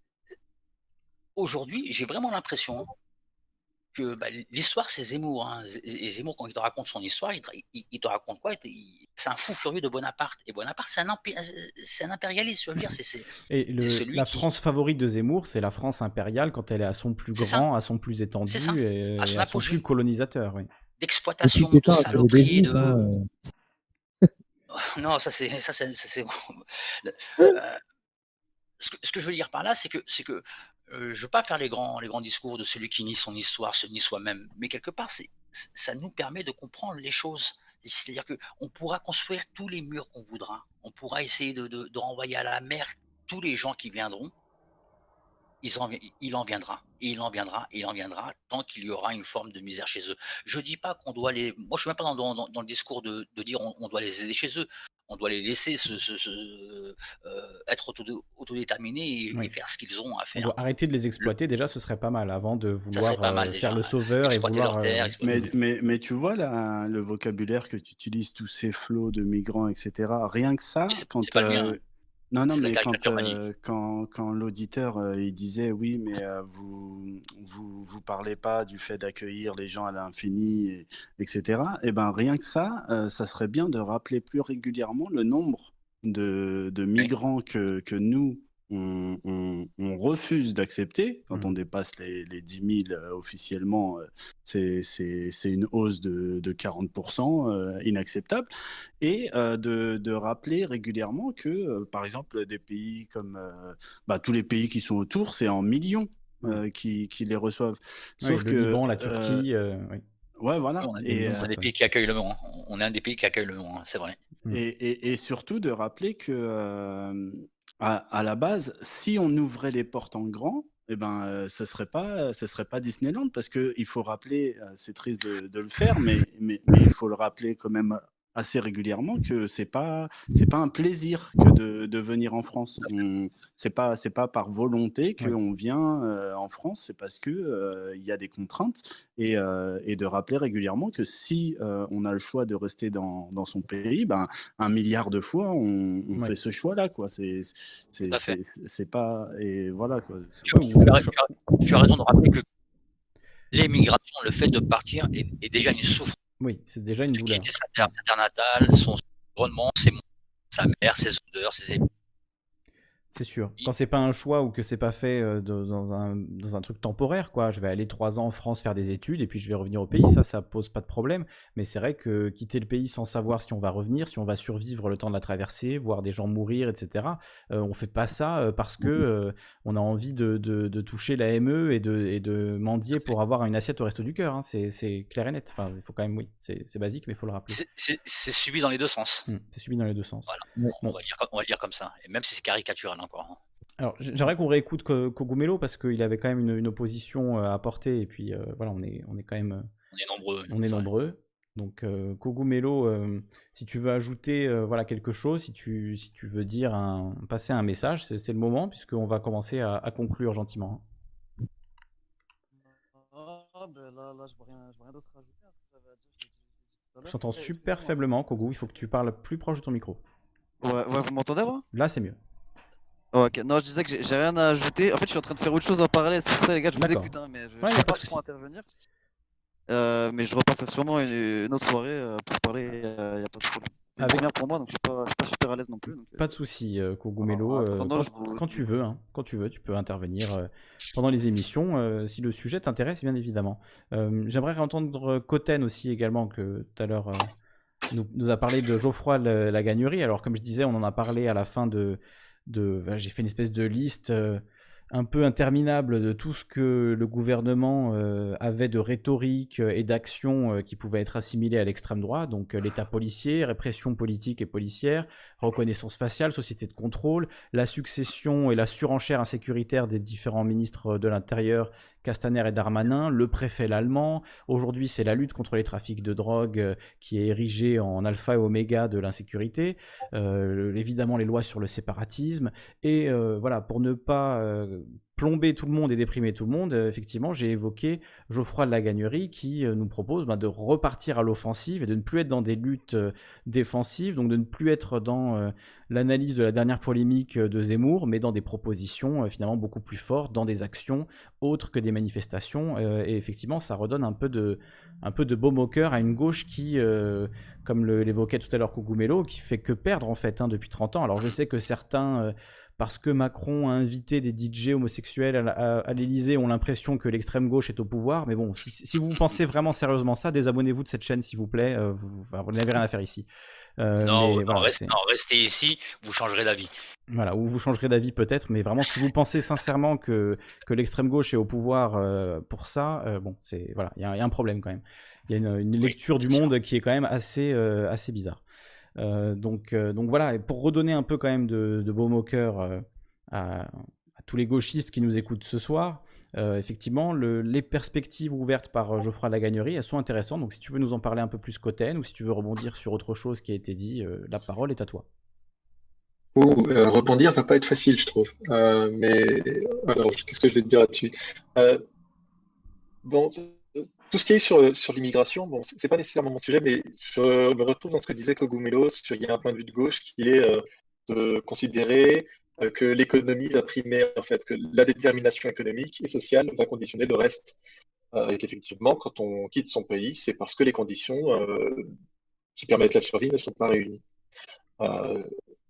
S8: aujourd'hui, j'ai vraiment l'impression que bah, l'histoire, c'est Zemmour. Hein. Z- Et Zemmour, quand il te raconte son histoire, il te, il- il te raconte quoi? Il te- il- C'est un fou furieux de Bonaparte. Et Bonaparte, c'est un, empé- c'est un impérialiste, je veux dire. C'est c'est-
S1: Et
S8: c'est
S1: le,
S8: celui
S1: la
S8: qui.
S1: France favorite de Zemmour, c'est la France impériale quand elle est à son plus
S8: C'est ça,
S1: grand, à son plus
S8: c'est
S1: étendu
S8: ça,
S1: et,
S8: à son
S1: et à son plus
S8: apogée
S1: colonisateur. Oui.
S6: Et puis
S8: d'exploitation, de
S6: Pétain a tiré des
S8: saloperie,
S6: livres. Hein.
S8: de.
S6: euh.
S8: Non, ça c'est ça c'est ça, c'est- Euh, ce que, ce que je veux dire par là, c'est que, c'est que euh, je veux pas faire les grands, les grands discours de celui qui nie son histoire, se nie soi-même, mais quelque part, c'est, c'est- ça nous permet de comprendre les choses. C'est-à-dire que on pourra construire tous les murs qu'on voudra, on pourra essayer de, de- de renvoyer à la mer tous les gens qui viendront, ils en vi- il en viendra, et il en viendra, et il en viendra, tant qu'il y aura une forme de misère chez eux. Je dis pas qu'on doit les. Moi, je suis même pas dans, dans- dans- dans le discours de, de dire on, on doit les aider chez eux. on doit les laisser se, se- se, euh, être auto- autodéterminés et,
S1: Oui.
S8: et faire ce qu'ils ont à
S1: On
S8: faire.
S1: doit arrêter de les
S8: Le-
S1: exploiter, déjà, ce serait pas mal, avant de
S8: ça serait
S1: vouloir
S8: pas mal
S1: euh,
S8: déjà.
S1: faire le
S8: hein.
S1: sauveur et
S8: Exploiter
S1: vouloir...
S8: leurs terres,
S1: euh,
S8: exploiter.
S13: Mais, mais, mais tu vois là, le vocabulaire que tu utilises, tous ces flots de migrants, et cetera. Rien que ça,
S8: Mais c'est
S13: quand
S8: c'est pas le mien,
S13: euh,
S8: hein.
S13: non, non,
S8: C'est la
S13: mais quand,
S8: caricature manie.
S13: euh, quand, quand l'auditeur euh, il disait oui, mais euh, vous, vous vous parlez pas du fait d'accueillir les gens à l'infini, et- etc. Eh ben rien que ça, euh, ça serait bien de rappeler plus régulièrement le nombre de, de
S8: Oui.
S13: migrants que, que nous on, on- on refuse d'accepter quand on
S1: Mhm.
S13: dépasse les, les dix mille euh, officiellement. euh, c'est c'est- c'est une hausse de, de quarante pour cent euh, inacceptable et euh, de, de rappeler régulièrement que, euh, par exemple, des pays comme euh, bah, tous les pays qui sont autour, c'est en millions
S1: Oui.
S13: euh, qui, qui les reçoivent.
S1: Oui,
S13: Sauf
S1: le
S13: que,
S1: Liban, la
S13: euh,
S1: Turquie, euh, oui.
S13: ouais,
S8: Oui,
S13: voilà.
S8: on, a,
S1: Et
S13: Et,
S1: le
S8: on a
S1: nombre,
S8: des
S1: ouais.
S8: pays qui accueillent le moins. On est un des pays qui accueille le moins, c'est vrai.
S1: Mm.
S13: et, et, et surtout de rappeler que, euh, à, à la base, si on ouvrait les portes en grand, eh ben, euh, ce serait pas, ce serait pas Disneyland parce que il faut rappeler, euh, c'est triste de, de le faire, mais, mais, mais il faut le rappeler quand même assez régulièrement que c'est pas, c'est pas un plaisir que de, de venir en France. On, c'est pas, c'est pas par volonté
S1: Oui.
S13: qu'on vient euh, en France, c'est parce que euh, il y a des contraintes et, euh, et de rappeler régulièrement que si euh, on a le choix de rester dans, dans son pays, ben un milliard de fois on, on
S1: Oui.
S13: fait ce choix-là, quoi. C'est,
S8: Tout
S13: c'est,
S8: à fait.
S13: c'est, c'est pas et voilà quoi. C'est-
S8: Tu,
S1: Oui,
S8: tu
S1: je-
S8: as,
S1: je-
S8: tu as- tu as raison de rappeler que l'émigration, le fait de partir, est, est déjà une souffrance.
S1: oui, c'est déjà une
S8: De
S1: douleur.
S8: quitter sa terre, sa terre natale, son environnement, ses mondes, sa mère, ses odeurs, ses émotions.
S1: C'est sûr. Quand c'est pas un choix ou que c'est pas fait euh, de- dans un, dans un truc temporaire, quoi. Je vais aller trois ans en France faire des études et puis je vais revenir au pays, ça, ça pose pas de problème. Mais c'est vrai que quitter le pays sans savoir si on va revenir, si on va survivre le temps de la traversée, voir des gens mourir, et cetera. euh, on fait pas ça euh, parce que euh, on a envie de, de- de toucher la M E et de, et de mendier pour avoir une assiette au resto du cœur. hein. C'est c'est clair et net. Enfin, il faut quand même, oui, c'est c'est basique, mais il faut le rappeler.
S8: C'est- C'est c'est subi dans les deux sens.
S1: Hmm, c'est subi dans les deux sens.
S8: Voilà,
S6: Ouais.
S8: on
S1: Bon.
S8: va, dire, on va le dire comme ça. Et même si c'est caricatural encore. hein.
S1: Alors, j- j'aimerais qu'on réécoute Co- Cogumelo parce qu'il avait quand même une, une opposition euh, à apporter et puis euh, voilà, on est, on est quand même, euh,
S8: On est nombreux.
S1: on est
S8: c'est vrai.
S1: nombreux. Donc, euh, Cogumelo, euh, si tu veux ajouter euh, voilà quelque chose, si tu, si tu veux dire un, passer un message, c'est c'est le moment puisqu'on va commencer à, à conclure gentiment. hein.
S14: Ah, ben là, là, je vois rien, je vois rien d'autre à rajouter à ce que j'avais à dire. Je l'ai dit, je l'ai dit tout à
S1: Je
S14: l'heure.
S1: t'entends
S14: Eh,
S1: super
S14: excusez-moi.
S1: faiblement, Kogu. Il faut que tu parles plus proche de ton micro.
S14: Ouais, ouais, vous m'entendez là?
S1: Là, c'est mieux.
S14: Oh, ok, non, je disais que j'ai j'ai rien à ajouter. En fait, je suis en train de faire autre chose en parallèle. C'est pour ça, les gars, je vous
S1: D'accord.
S14: écoute, hein, mais je ne
S1: Ouais, y a
S14: peux
S1: pas
S14: pas
S1: de
S14: trop
S1: souci.
S14: intervenir. Euh, mais je repasserai sûrement une, une autre soirée euh, pour parler. Il n'y a pas de problème. C'est une
S1: Avec
S14: première pour moi, donc je suis pas, je suis pas super à l'aise non plus. Donc, euh,
S1: pas de souci, euh,
S14: voilà.
S1: Cogumelo.
S14: En
S1: euh,
S14: attendant,
S1: quand,
S14: je vous.
S1: quand
S14: je
S1: tu
S14: vous-
S1: veux, hein, quand tu veux, tu peux intervenir euh, pendant les émissions euh, si le sujet t'intéresse, bien évidemment. Euh, J'aimerais entendre Koten aussi également, que tout à l'heure euh, nous, nous a parlé de Geoffroy le- la Gagnerie. Alors, comme je disais, on en a parlé à la fin de. de voilà, j'ai fait une espèce de liste euh, un peu interminable de tout ce que le gouvernement euh, avait de rhétorique euh, et d'action euh, qui pouvait être assimilé à l'extrême droite. Donc, euh, l'État policier, répression politique et policière, reconnaissance faciale, société de contrôle, la succession et la surenchère insécuritaire des différents ministres de l'Intérieur, Castaner et Darmanin, le préfet l'allemand. Aujourd'hui, c'est la lutte contre les trafics de drogue euh, qui est érigée en alpha et oméga de l'insécurité. Euh, évidemment, les lois sur le séparatisme. Et euh, voilà, pour ne pas euh, plomber tout le monde et déprimer tout le monde, euh, effectivement, j'ai évoqué Geoffroy de la Gagnerie qui euh, nous propose ben, de repartir à l'offensive et de ne plus être dans des luttes euh, défensives, donc de ne plus être dans euh, l'analyse de la dernière polémique euh, de Zemmour, mais dans des propositions euh, finalement beaucoup plus fortes, dans des actions autres que des manifestations. Euh, et effectivement, ça redonne un peu de, un peu de baume au cœur à une gauche qui, euh, comme le- l'évoquait tout à l'heure Cogumelo, qui fait que perdre en fait hein, depuis trente ans. Alors je sais que certains, euh, parce que Macron a invité des D J homosexuels à, la- à- à l'Élysée, ont l'impression que l'extrême gauche est au pouvoir. Mais bon, si, si vous pensez vraiment sérieusement ça, désabonnez-vous de cette chaîne s'il vous plaît. Euh, vous, enfin, vous n'avez rien à faire ici. Euh,
S8: Non,
S1: mais
S8: non,
S1: voilà,
S8: reste-
S1: c'est-
S8: non, restez ici, vous changerez d'avis.
S1: voilà, ou vous changerez d'avis peut-être, mais vraiment, si vous pensez sincèrement que, que l'extrême gauche est au pouvoir euh, pour ça, euh, bon, c'est voilà, il y, a- il y a un problème quand même. Il y a une, une lecture du monde qui est quand même assez, euh, assez bizarre. Euh, donc, euh, donc voilà, et pour redonner un peu quand même de, de baume au cœur euh, à, à tous les gauchistes qui nous écoutent ce soir, Euh, effectivement, le- les perspectives ouvertes par euh, Geoffroy Lagagnerie, elles sont intéressantes. Donc, si tu veux nous en parler un peu plus, Coten, ou si tu veux rebondir sur autre chose qui a été dit, euh, la parole est à toi.
S12: Ouh, euh, rebondir va pas être facile, je trouve. Euh, mais alors, qu'est-ce que je vais te dire là-dessus? Euh, bon, euh, tout ce qui est sur, sur l'immigration, bon, c'est c'est pas nécessairement mon sujet, mais je me retrouve dans ce que disait Cogumelo sur il y a un point de vue de gauche qui est euh, de considérer euh, que l'économie va primer, en fait, que la détermination économique et sociale va conditionner le reste. Euh, et qu'effectivement, quand on quitte son pays, c'est parce que les conditions euh, qui permettent la survie ne sont pas réunies. Euh,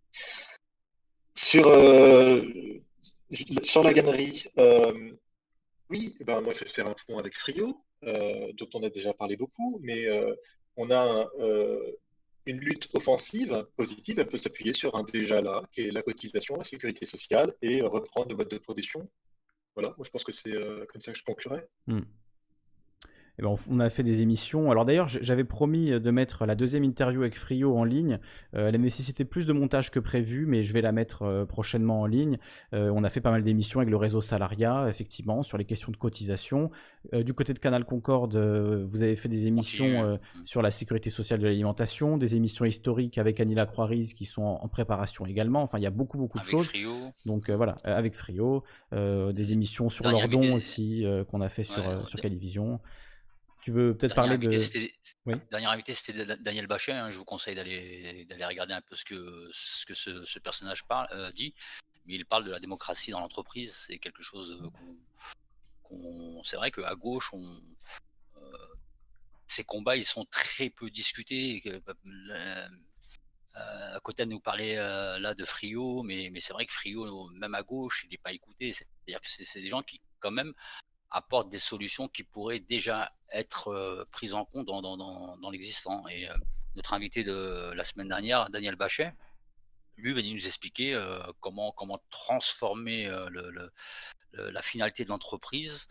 S12: sur, euh, sur la gannerie, euh, oui, ben moi je vais faire un pont avec Frio, euh, dont on a déjà parlé beaucoup, mais euh, on a un, euh, une lutte offensive positive, elle peut s'appuyer sur un déjà là, qui est la cotisation, la sécurité sociale, et euh, reprendre le mode de production. Voilà, moi je pense que c'est euh, comme ça que je conclurai.
S1: Hmm. Eh ben, on, on a fait des émissions. Alors d'ailleurs, j- j'avais promis de mettre la deuxième interview avec Frio en ligne. Euh, elle a nécessité plus de montage que prévu, mais je vais la mettre euh, prochainement en ligne. Euh, on a fait pas mal d'émissions avec le réseau Salaria, effectivement, sur les questions de cotisation. Euh, du côté de Canal Concorde, euh, vous avez fait des émissions euh, sur la sécurité sociale de l'alimentation, des émissions historiques avec Annie Lacroix-Riz qui sont en, en préparation également. Enfin, il y a beaucoup, beaucoup de
S8: Avec
S1: choses.
S8: Frio.
S1: Donc euh, voilà, euh, avec Frio, euh, des émissions sur
S8: Dernier
S1: Lordon
S8: invité,
S1: aussi euh, qu'on a fait sur,
S8: ouais,
S1: euh, sur
S8: de-
S1: Calivision. Tu veux peut-être
S8: dernier
S1: parler
S8: invité,
S1: de...
S8: c'était
S1: Oui.
S8: dernier invité, c'était Da- Daniel Bachet, hein. Je vous conseille d'aller d'aller regarder un peu ce que ce que ce, ce personnage parle, euh, dit. Mais il parle de la démocratie dans l'entreprise. C'est quelque chose euh, qu'on, qu'on- c'est vrai qu'à gauche, on, euh, ces combats, ils sont très peu discutés. et que, euh, euh, Cotten nous parlait euh, là de Frio, mais, mais c'est vrai que Frio, même à gauche, il n'est pas écouté. C'est-à-dire que c'est c'est des gens qui, quand même, apportent des solutions qui pourraient déjà être euh, prises en compte dans, dans, dans, dans l'existant. Et euh, notre invité de la semaine dernière, Daniel Bachet, lui venait nous expliquer euh, comment, comment transformer euh, le, le- le- la finalité de l'entreprise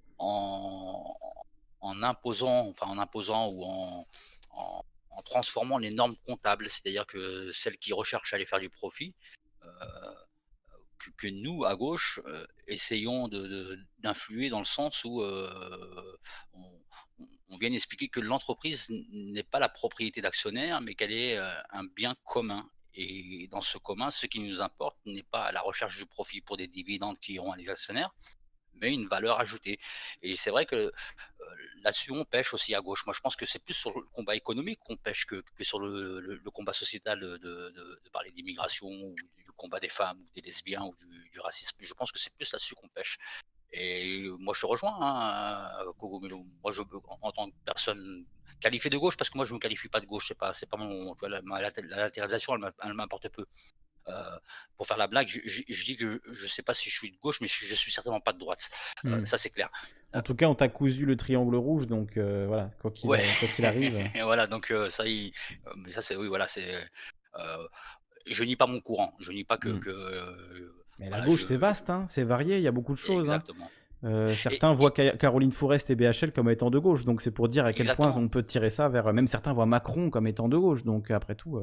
S8: en, en imposant, enfin en imposant ou en, en, en transformant les normes comptables, c'est-à-dire que celles qui recherchent à aller faire du profit, euh, que, que nous, à gauche, euh, essayons de- de- d'influer dans le sens où euh, on, on- on vient expliquer que l'entreprise n- n'est pas la propriété d'actionnaires, mais qu'elle est euh, un bien commun. Et dans ce commun, ce qui nous importe n'est pas la recherche du profit pour des dividendes qui iront à des actionnaires, mais une valeur ajoutée. Et c'est vrai que euh, là-dessus, on pêche aussi à gauche. Moi, je pense que c'est plus sur le combat économique qu'on pêche que, que sur le, le- le combat sociétal de, de- de- de parler d'immigration ou du combat des femmes ou des lesbiens ou du, du racisme. Je pense que c'est plus là-dessus qu'on pêche. Et moi, je te rejoins, hein, Cogomelo. Moi, je, en, en tant que personne qualifiée de gauche, parce que moi, je ne me qualifie pas de gauche, c'est pas, c'est pas mon, tu vois, la, ma- la latéralisation, elle m'a- elle m'importe peu. Euh, pour faire la blague, je, je- je dis que je ne sais pas si je suis de gauche, mais je, je suis certainement pas de droite. Euh,
S1: Hmm.
S8: ça, c'est clair.
S1: En tout cas, on t'a cousu le triangle rouge, donc euh, voilà, quoi qu'il
S8: Ouais.
S1: quoi qu'il arrive.
S8: Et voilà, donc euh, ça, il, euh, mais ça, c'est oui, voilà, c'est. Euh, je nie pas mon courant. Je nie pas que.
S1: Hmm.
S8: que euh,
S1: Mais la
S8: voilà,
S1: gauche,
S8: je-
S1: c'est vaste, hein, c'est varié, il y a beaucoup de choses. hein.
S8: Exactement.
S1: Euh,
S8: Et-
S1: certains voient Ca- Caroline Fourest et B H L comme étant de gauche, donc c'est pour dire à quel point
S8: Exactement.
S1: on peut tirer ça vers. Même certains voient Macron comme étant de gauche, donc après tout, euh,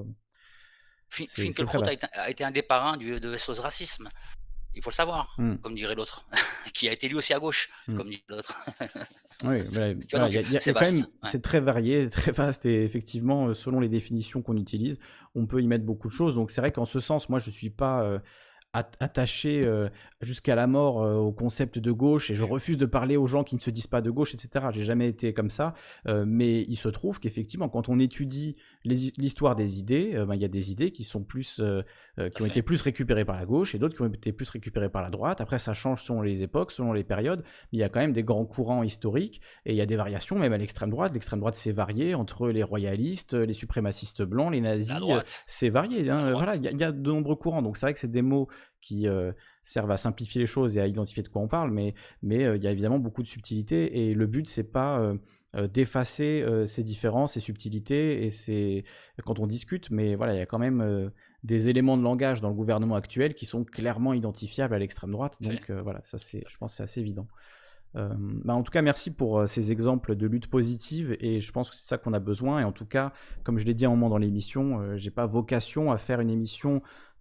S8: Fin-
S1: c'est c'est très
S8: Finkielkraut a
S1: vaste.
S8: été, a été un des parrains du, de S O S Racisme. Il faut le savoir,
S1: Hmm.
S8: comme dirait l'autre, qui a été lui aussi à gauche,
S1: Hmm.
S8: comme dit l'autre.
S1: Oui, voilà,
S8: Tu vois,
S1: voilà,
S8: donc,
S1: il y a- il y a
S8: c'est
S1: quand même,
S8: vaste. ouais.
S1: c'est très varié, très vaste, et effectivement, euh, selon les définitions qu'on utilise, on peut y mettre beaucoup de choses. Donc c'est vrai qu'en ce sens, moi, je suis pas euh, at- attaché euh, jusqu'à la mort euh, au concept de gauche, et je refuse de parler aux gens qui ne se disent pas de gauche, et cetera. J'ai jamais été comme ça, euh, mais il se trouve qu'effectivement, quand on étudie les hi- l'histoire des idées, euh, ben, il y a des idées qui sont plus, euh, euh, qui ont été plus récupérées par la gauche, et d'autres qui ont été plus récupérées par la droite. Après, ça change selon les époques, selon les périodes, mais il y a quand même des grands courants historiques, et il y a des variations, même à l'extrême droite. L'extrême droite, c'est varié entre les royalistes, les suprémacistes blancs, les nazis,
S8: La
S1: euh,
S8: droite.
S1: c'est varié. hein.
S8: La droite.
S1: Voilà, il y, a- il y a de nombreux courants. Donc c'est vrai que c'est des mots qui euh, servent à simplifier les choses et à identifier de quoi on parle, mais mais euh, il y a évidemment beaucoup de subtilités, et le but, c'est pas euh, euh, d'effacer euh, ces différences, ces subtilités, et c'est quand on discute, mais voilà, il y a quand même euh, des éléments de langage dans le gouvernement actuel qui sont clairement identifiables à l'extrême droite. Donc euh, voilà, ça c'est, je pense, que c'est assez évident. Euh, bah, en tout cas, merci pour euh, ces exemples de lutte positive, et je pense que c'est ça qu'on a besoin. Et en tout cas, comme je l'ai dit à un moment dans l'émission, euh, j'ai pas vocation à faire une émission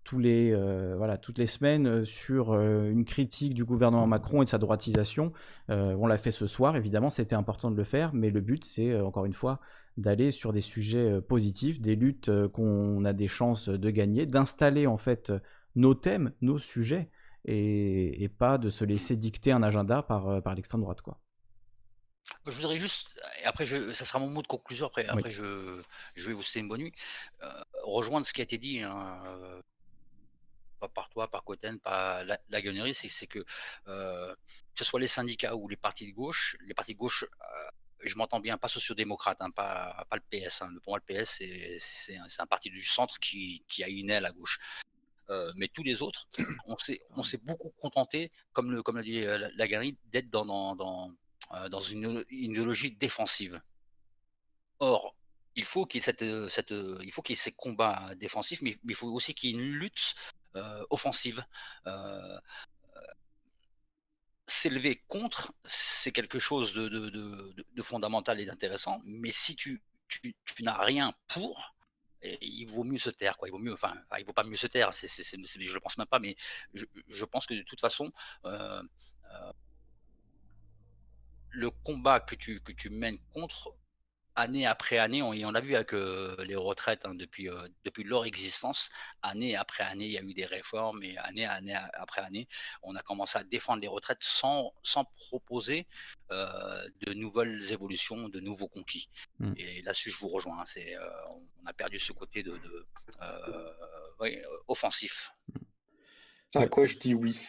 S1: tous les, euh, voilà, toutes les semaines euh, sur euh, une critique du gouvernement Macron et de sa droitisation. Euh, on l'a fait ce soir, évidemment, c'était important de le faire, mais le but, c'est, euh, encore une fois, d'aller sur des sujets euh, positifs, des luttes euh, qu'on a des chances de gagner, d'installer en fait nos thèmes, nos sujets, et, et pas de se laisser dicter un agenda par, euh, par l'extrême droite, quoi.
S8: Je voudrais juste, et après je, ça sera mon mot de conclusion, après,
S1: Oui.
S8: après je, je vais vous souhaiter une bonne nuit, euh, rejoindre ce qui a été dit, hein, euh, pas par toi, par Cotten, par la, la gueulerie, c'est c'est que euh, que ce soit les syndicats ou les partis de gauche, les partis de gauche, euh, je m'entends bien, pas sociodémocrate, hein, pas, pas le P S. Hein. Pour moi, le P S, c'est- c'est un, c'est un parti du centre qui, qui a une aile à gauche. Euh, mais tous les autres, on s'est on s'est beaucoup contenté, comme le comme l'a dit euh, la, la galerie, d'être dans, dans, dans, euh, dans une, une idéologie défensive. Or, il faut qu'il y ait, cette, euh, cette, euh, il faut qu'il y ait ces combats défensifs, mais, mais il faut aussi qu'il y ait une lutte euh, offensive. Euh, S'élever contre, c'est quelque chose de, de, de, de fondamental et d'intéressant, mais si tu, tu, tu n'as rien pour, et il vaut mieux se taire, quoi. Il vaut mieux, enfin, enfin, il vaut pas mieux se taire, c'est, c'est, c'est, c'est- je le pense même pas, mais je, je pense que de toute façon, euh, euh, le combat que tu, que tu mènes contre, année après année, on, et on l'a vu avec euh, les retraites, hein, depuis, euh, depuis leur existence, année après année, il y a eu des réformes, et année, année après année, on a commencé à défendre les retraites sans, sans proposer euh, de nouvelles évolutions, de nouveaux conquis.
S1: Mm.
S8: Et là-dessus, je vous rejoins, hein, c'est, euh, on a perdu ce côté de, de euh, oui, euh, offensif.
S12: À quoi je dis oui.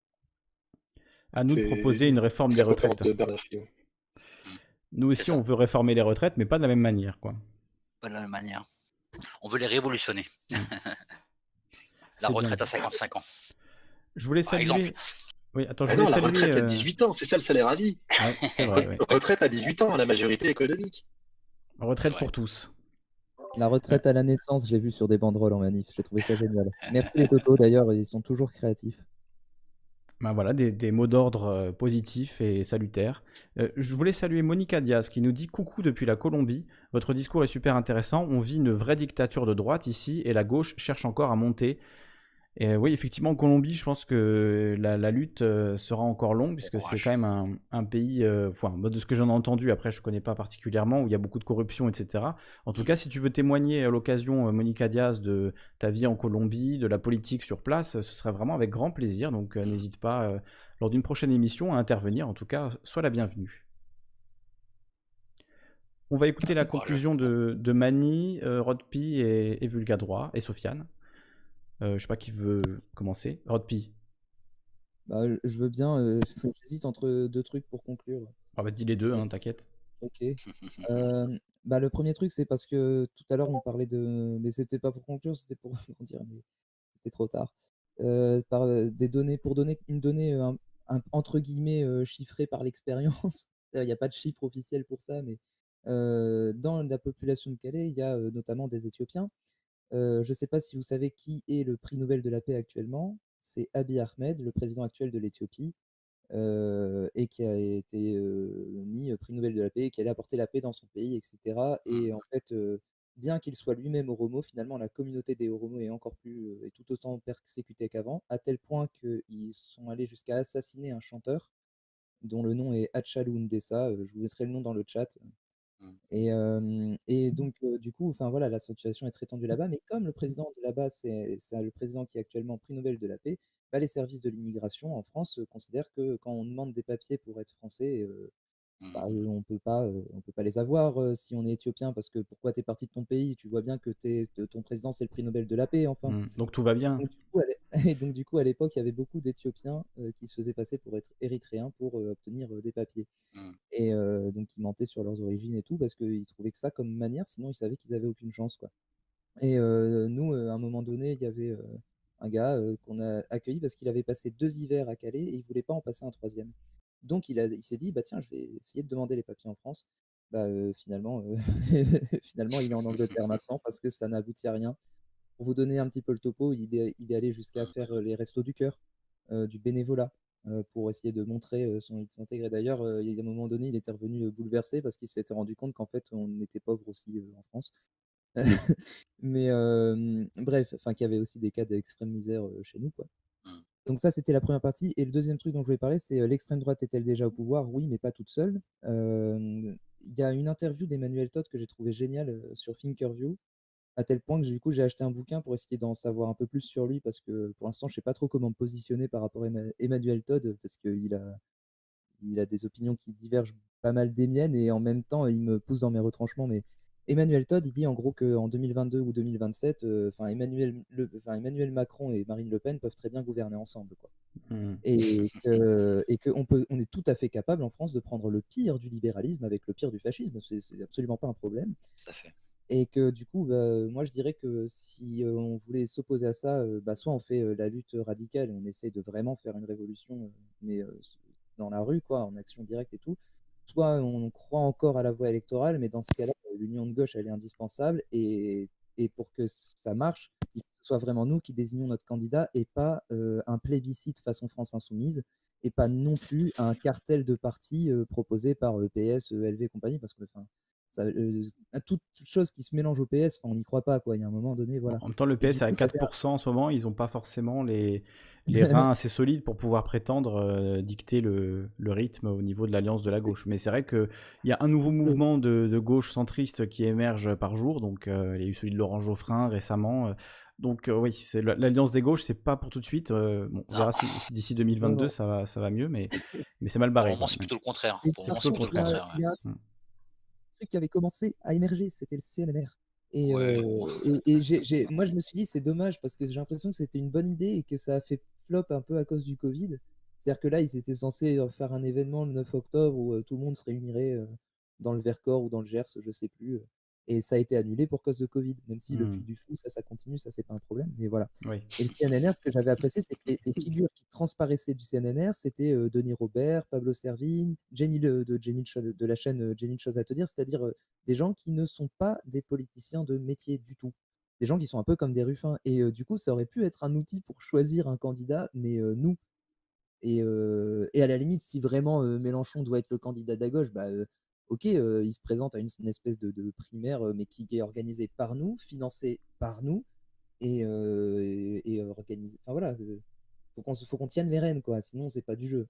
S1: À nous de
S12: C'est
S1: proposer une réforme des
S12: très important
S1: retraites.
S12: de Bernard Fillon.
S1: Nous aussi, on veut réformer les retraites, mais pas de la même manière, quoi.
S8: Pas de la même manière. On veut les révolutionner.
S1: Mm.
S8: La
S1: C'est bien
S8: retraite
S1: dit.
S8: à cinquante-cinq ans.
S1: Je voulais
S8: Par
S1: saluer.
S8: exemple.
S1: Oui, attends, je
S12: Ah
S1: voulais
S12: non, la
S1: saluer.
S12: retraite à
S1: euh,
S12: dix-huit ans, c'est ça le salaire à vie.
S1: Ouais, c'est vrai, ouais.
S12: Retraite à dix-huit ans, la majorité économique.
S1: Retraite pour tous.
S9: La retraite à la naissance, j'ai vu sur des banderoles en manif. J'ai trouvé ça génial. Merci les Toto d'ailleurs, ils sont toujours créatifs.
S1: Ben voilà, des, des mots d'ordre euh, positifs et salutaires. Euh, je voulais saluer Monica Diaz qui nous dit coucou depuis la Colombie. Votre discours est super intéressant. On vit une vraie dictature de droite ici et la gauche cherche encore à monter. Et euh, oui, effectivement, en Colombie, je pense que la, la lutte euh, sera encore longue puisque c'est quand même un, un pays, euh, enfin, de ce que j'en ai entendu, après je ne connais pas particulièrement, où il y a beaucoup de corruption, et cetera. En tout cas, si tu veux témoigner à l'occasion, euh, Monica Diaz, de ta vie en Colombie, de la politique sur place, euh, ce serait vraiment avec grand plaisir. Donc euh, n'hésite pas, euh, lors d'une prochaine émission, à intervenir. En tout cas, sois la bienvenue. On va écouter la conclusion de, de Mani, euh, Rodpi et, et Vulgadroit et Sofiane. Euh, je sais pas qui veut commencer. Rodpi.
S9: Bah, je- je veux bien, euh, j'hésite entre deux trucs pour conclure.
S1: Ah bah dis les deux, hein, t'inquiète.
S9: Ok. Euh, bah, le premier truc, c'est parce que tout à l'heure, on parlait de. Mais c'était pas pour conclure, c'était pour comment dire, mais c'était trop tard. Euh, par euh, des données, pour donner une donnée euh, un- un- entre guillemets euh, chiffrée par l'expérience. Il n'y a pas de chiffre officiel pour ça, mais euh, dans la population de Calais, il y a euh, notamment des Éthiopiens. Euh, je ne sais pas si vous savez qui est le prix Nobel de la paix actuellement. C'est Abiy Ahmed, le président actuel de l'Éthiopie, euh, et qui a été euh, mis euh, prix Nobel de la paix, qui allait apporter la paix dans son pays, et cetera. Et en fait, euh, bien qu'il soit lui-même Oromo, finalement, la communauté des Oromo est encore plus, euh, est tout autant persécutée qu'avant, à tel point qu'ils sont allés jusqu'à assassiner un chanteur dont le nom est Hachalu Hundessa. Euh, je vous mettrai le nom dans le chat. Et, euh, et donc, euh, du coup, enfin voilà, la situation est très tendue là-bas. Mais comme le président de là-bas, c'est c'est le président qui est actuellement prix Nobel de la paix, bah, les services de l'immigration en France euh, considèrent que quand on demande des papiers pour être français, euh, bah, euh, on peut pas, euh, on peut pas les avoir euh, si on est éthiopien, parce que pourquoi tu es parti de ton pays? Tu vois bien que t'es- t- ton président, c'est le prix Nobel de la paix, enfin.
S1: Mm. Donc tout va bien.
S9: Donc, du coup, à l'é- et donc, du coup, à l'époque, il y avait beaucoup d'Éthiopiens euh, qui se faisaient passer pour être érythréens pour euh, obtenir euh, des papiers. Et euh, donc, ils mentaient sur leurs origines et tout, parce qu'ils trouvaient que ça comme manière, sinon ils savaient qu'ils avaient aucune chance, quoi. Et euh, nous, euh, à un moment donné, il y avait euh, un gars euh, qu'on a accueilli parce qu'il avait passé deux hivers à Calais et il voulait pas en passer un troisième. Donc, il a, il s'est dit, bah tiens, je vais essayer de demander les papiers en France. Bah, euh, finalement, euh, finalement, il est en Angleterre maintenant parce que ça n'aboutit à rien. Pour vous donner un petit peu le topo, il est, il est allé jusqu'à faire euh, les restos du cœur, euh, du bénévolat, euh, pour essayer de montrer euh, son envie de s'intégrer. D'ailleurs, euh, il y a un moment donné, il était revenu euh, bouleversé parce qu'il s'était rendu compte qu'en fait, on était pauvre aussi euh, en France. Mais hem, bref, enfin, qu'il y avait aussi des cas d'extrême misère, heu, chez nous, quoi.
S8: Mmh.
S9: Donc ça, c'était la première partie et le deuxième truc dont je voulais parler, c'est, heu, l'extrême droite est-elle déjà au pouvoir? Oui, mais pas toute seule. Hem, il y a une interview d'Emmanuel Todd que j'ai trouvé géniale, heu, sur Thinkerview, à tel point que du coup, j'ai acheté un bouquin pour essayer d'en savoir un peu plus sur lui parce que, pour l'instant, je sais pas trop comment me positionner par rapport à Emma Emmanuel Todd, parce qu'il a il a des opinions qui divergent pas mal des miennes et en même temps, il me pousse dans mes retranchements. Mais Emmanuel Todd, il dit en gros qu'en deux mille vingt-deux ou deux mille vingt-sept, heu, enfin Emmanuel le enfin Emmanuel Macron et Marine Le Pen peuvent très bien gouverner ensemble, quoi.
S1: Mmh.
S9: Et que et qu'on peut on est tout à fait capable en France de prendre le pire du libéralisme avec le pire du fascisme, c'est c'est absolument pas un problème.
S8: Tout à fait.
S9: Et que du coup, bah, moi je dirais que si, heu, on voulait s'opposer à ça, heu, bah, soit on fait, heu, la lutte radicale et on essaye de vraiment faire une révolution, heu, mais, heu, s dans la rue quoi, en action directe et tout. Soit on croit encore à la voie électorale, mais dans ce cas-là, heu, l'union de gauche, elle est indispensable et et pour que ça marche, il faut que ce soit vraiment nous qui désignons notre candidat et pas, heu, un plébiscite façon France insoumise et pas non plus un cartel de partis, heu, proposé par, heu, P S, E L V et compagnie parce que enfin, ça, heu, toute chose qui se mélange au P S, enfin on n'y croit pas quoi. Il y a un moment donné,
S1: Bon,
S9: voilà.
S1: en même temps, le
S9: Et
S1: P S
S9: du
S1: est à
S9: coup, j'avais
S1: quatre
S9: un
S1: pour cent en ce moment, ils ont pas forcément les les reins assez solides pour pouvoir prétendre, heu, dicter le le rythme au niveau de l'alliance de la gauche. Mais c'est vrai qu'il y a un nouveau mouvement de de gauche centriste qui émerge par jour, donc heu, il y a eu celui de Laurent Geoffrin récemment, heu, donc heu, oui, c'est l'a l'alliance des gauches, c'est pas pour tout de suite, heu, bon, on
S8: Non.
S1: verra si si d'ici
S9: Non,
S1: deux mille vingt-deux
S9: non.
S1: ça va ça va mieux, mais mais c'est mal
S8: Pour le
S1: barré,
S8: moment,
S1: quoi.
S8: c'est
S1: Mmh.
S8: plutôt le contraire.
S9: Et
S8: Pour le
S1: C'est
S8: moment,
S1: plutôt
S8: c'est
S1: le
S8: plutôt le
S1: contraire,
S8: contraire,
S9: il y a un
S8: ouais.
S1: mmh.
S9: truc qui avait commencé à émerger, c'était le C N N R et
S8: Ouais,
S9: heu
S8: bon.
S9: et et j'ai j'ai moi je me suis dit: «C'est dommage» parce que j'ai l'impression que c'était une bonne idée et que ça a fait flop un peu à cause du covid. C'est-à-dire que là, ils étaient censés, heu, faire un événement le neuf octobre où, heu, tout le monde se réunirait, heu, dans le Vercors ou dans le Gers, je sais plus, heu et ça a été annulé pour cause de covid. Même si le
S1: Mmh.
S9: Puy du Fou, ça, ça continue, ça c'est pas un problème, mais voilà.
S1: Oui.
S9: Et le C N N R, ce que j'avais apprécié, c'est que les les figures qui transparaissaient du C N N R, c'était, heu, Denis Robert, Pablo Servigne, Jamie le de Jamie Cho de la chaîne, heu, Jamie Chose à te dire, c'est-à-dire, heu, des gens qui ne sont pas des politiciens de métier du tout. Des gens qui sont un peu comme des Ruffins et heu, du coup, ça aurait pu être un outil pour choisir un candidat, mais heu, nous et heu et à la limite, si vraiment, heu, Mélenchon doit être le candidat de la gauche, bah, heu, OK, heu, il se présente à une une espèce de de primaire, heu, mais qui qui est organisée par nous, financée par nous et heu et et organisée enfin voilà, heu, faut qu'on se faut qu'on tienne les rênes quoi, sinon c'est pas du jeu.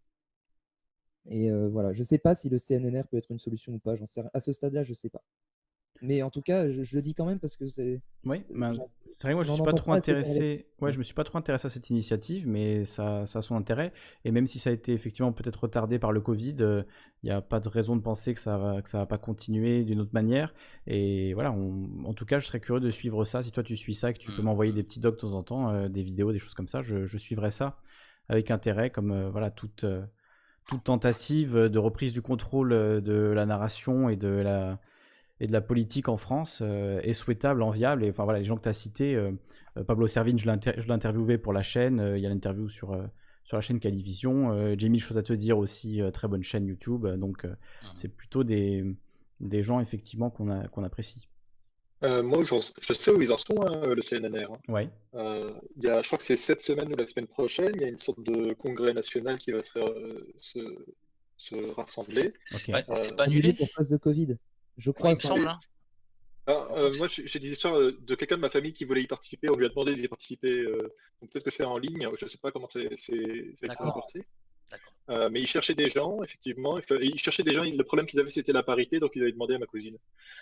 S9: Et heu, voilà, je sais pas si le C N N R peut être une solution ou pas, j'en sais rien. À ce stade-là, je sais pas. Mais en tout cas, je je le dis quand même parce que c'est,
S1: Oui,
S9: heu,
S1: ben,
S9: j'en
S1: c'est vrai que moi je
S9: on en
S1: suis pas
S9: entend
S1: trop
S9: pas assez parler.
S1: intéressé ouais, je me suis pas trop intéressé à cette initiative, mais ça ça a son intérêt et même si ça a été effectivement peut-être retardé par le covid, heu, il y a pas de raison de penser que ça va que ça va pas continuer d'une autre manière et voilà, on en tout cas, je serais curieux de suivre ça. Si toi tu suis ça et que tu peux
S8: Mmh,
S1: m'envoyer
S8: mmh.
S1: des petits docs de temps en temps, heu, des vidéos, des choses comme ça, je je suivrai ça avec intérêt comme, heu, voilà toute, heu, toute tentative, de reprise du contrôle, heu, de la narration et de la et de la politique en France, heu, est souhaitable, enviable et enfin voilà, les gens que tu as cités, heu heu, Pablo Servigne, je l'ai inter je l'ai interviewé pour la chaîne, heu, il y a l'interview sur, heu, sur la chaîne Calivision, heu, Jamie Chose à te dire aussi, heu, très bonne chaîne YouTube, heu, donc heu,
S8: Mmh mh.
S1: c'est plutôt des des gens effectivement qu'on a qu'on apprécie.
S12: Heu, moi, j'en je sais où ils en sont, hein, le C N N R, hein.
S1: Ouais.
S12: Heu, il y a je crois que c'est cette semaine ou la semaine prochaine, il y a une sorte de congrès national qui va se heu, se se
S8: C'est
S12: rassembler.
S8: c'est
S9: Ouais,
S8: ouais, c'est pas
S9: annulé
S8: annulé?
S9: pour cause de covid, je
S8: Ouais,
S9: crois,
S8: il me
S9: enfin
S8: semble, hein.
S12: Alors,
S8: Je crois
S12: heu,
S8: que
S12: moi,
S8: c'est
S12: j'ai j'ai des histoires, heu, de quelqu'un de ma famille qui voulait y participer. On lui a demandé d'y participer, heu, donc peut-être que c'est en ligne. Je sais pas comment c'est c'est ça a été
S8: D'accord.
S12: reporté.
S8: D'accord.
S12: Heu, mais ils cherchaient des gens, effectivement. Il fa ils cherchaient des gens. Le problème qu'ils avaient, c'était la parité, donc ils avaient demandé à ma cousine.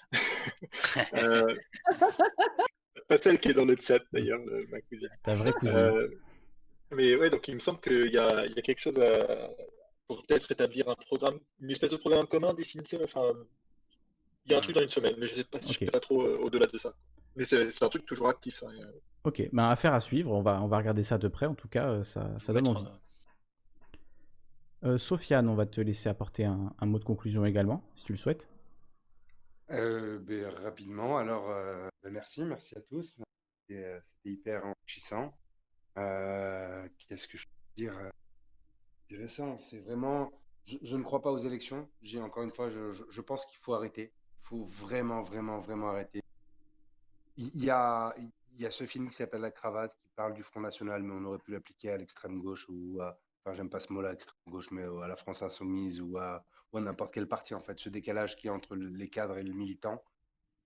S12: Heu, pas celle qui est dans le chat
S1: Mmh.
S12: d'ailleurs, heu, ma cousine.
S1: Ta vraie cousine.
S12: Heu, mais ouais, donc il me semble qu'il y a il y a quelque chose à pour peut-être établir un programme, une espèce de programme commun d'ici une semaine, enfin, il y a un
S8: Mmh.
S12: truc dans une semaine, mais je sais pas si je sais
S1: OK.
S12: pas trop, heu, au-delà de ça. Mais c'est c'est un truc toujours actif, hein, heu
S1: OK, ben, affaire à suivre, on va on va regarder ça de près en tout cas, heu, ça
S8: Je
S1: ça
S8: vais
S1: donne
S8: mettre,
S1: envie.
S8: heu
S1: Heu, Sofiane, on va te laisser apporter un un mot de conclusion également, si tu le souhaites.
S10: Heu, beh, rapidement alors, heu, bah, merci, merci à tous. C'était, heu, c'était hyper enrichissant. Heu, qu'est-ce que je peux dire, heu? Intéressant, c'est vraiment je je ne crois pas aux élections. J'ai encore une fois, je je je pense qu'il faut arrêter. Il faut vraiment, vraiment, vraiment arrêter. Il il y a il y a ce film qui s'appelle La Cravate qui parle du Front national, mais on aurait pu l'appliquer à l'extrême gauche ou à enfin, j'aime pas ce mot-là, extrême gauche, mais à la France insoumise ou à ou à n'importe quel parti, en fait. Ce décalage qu'il y a entre le les cadres et le militant,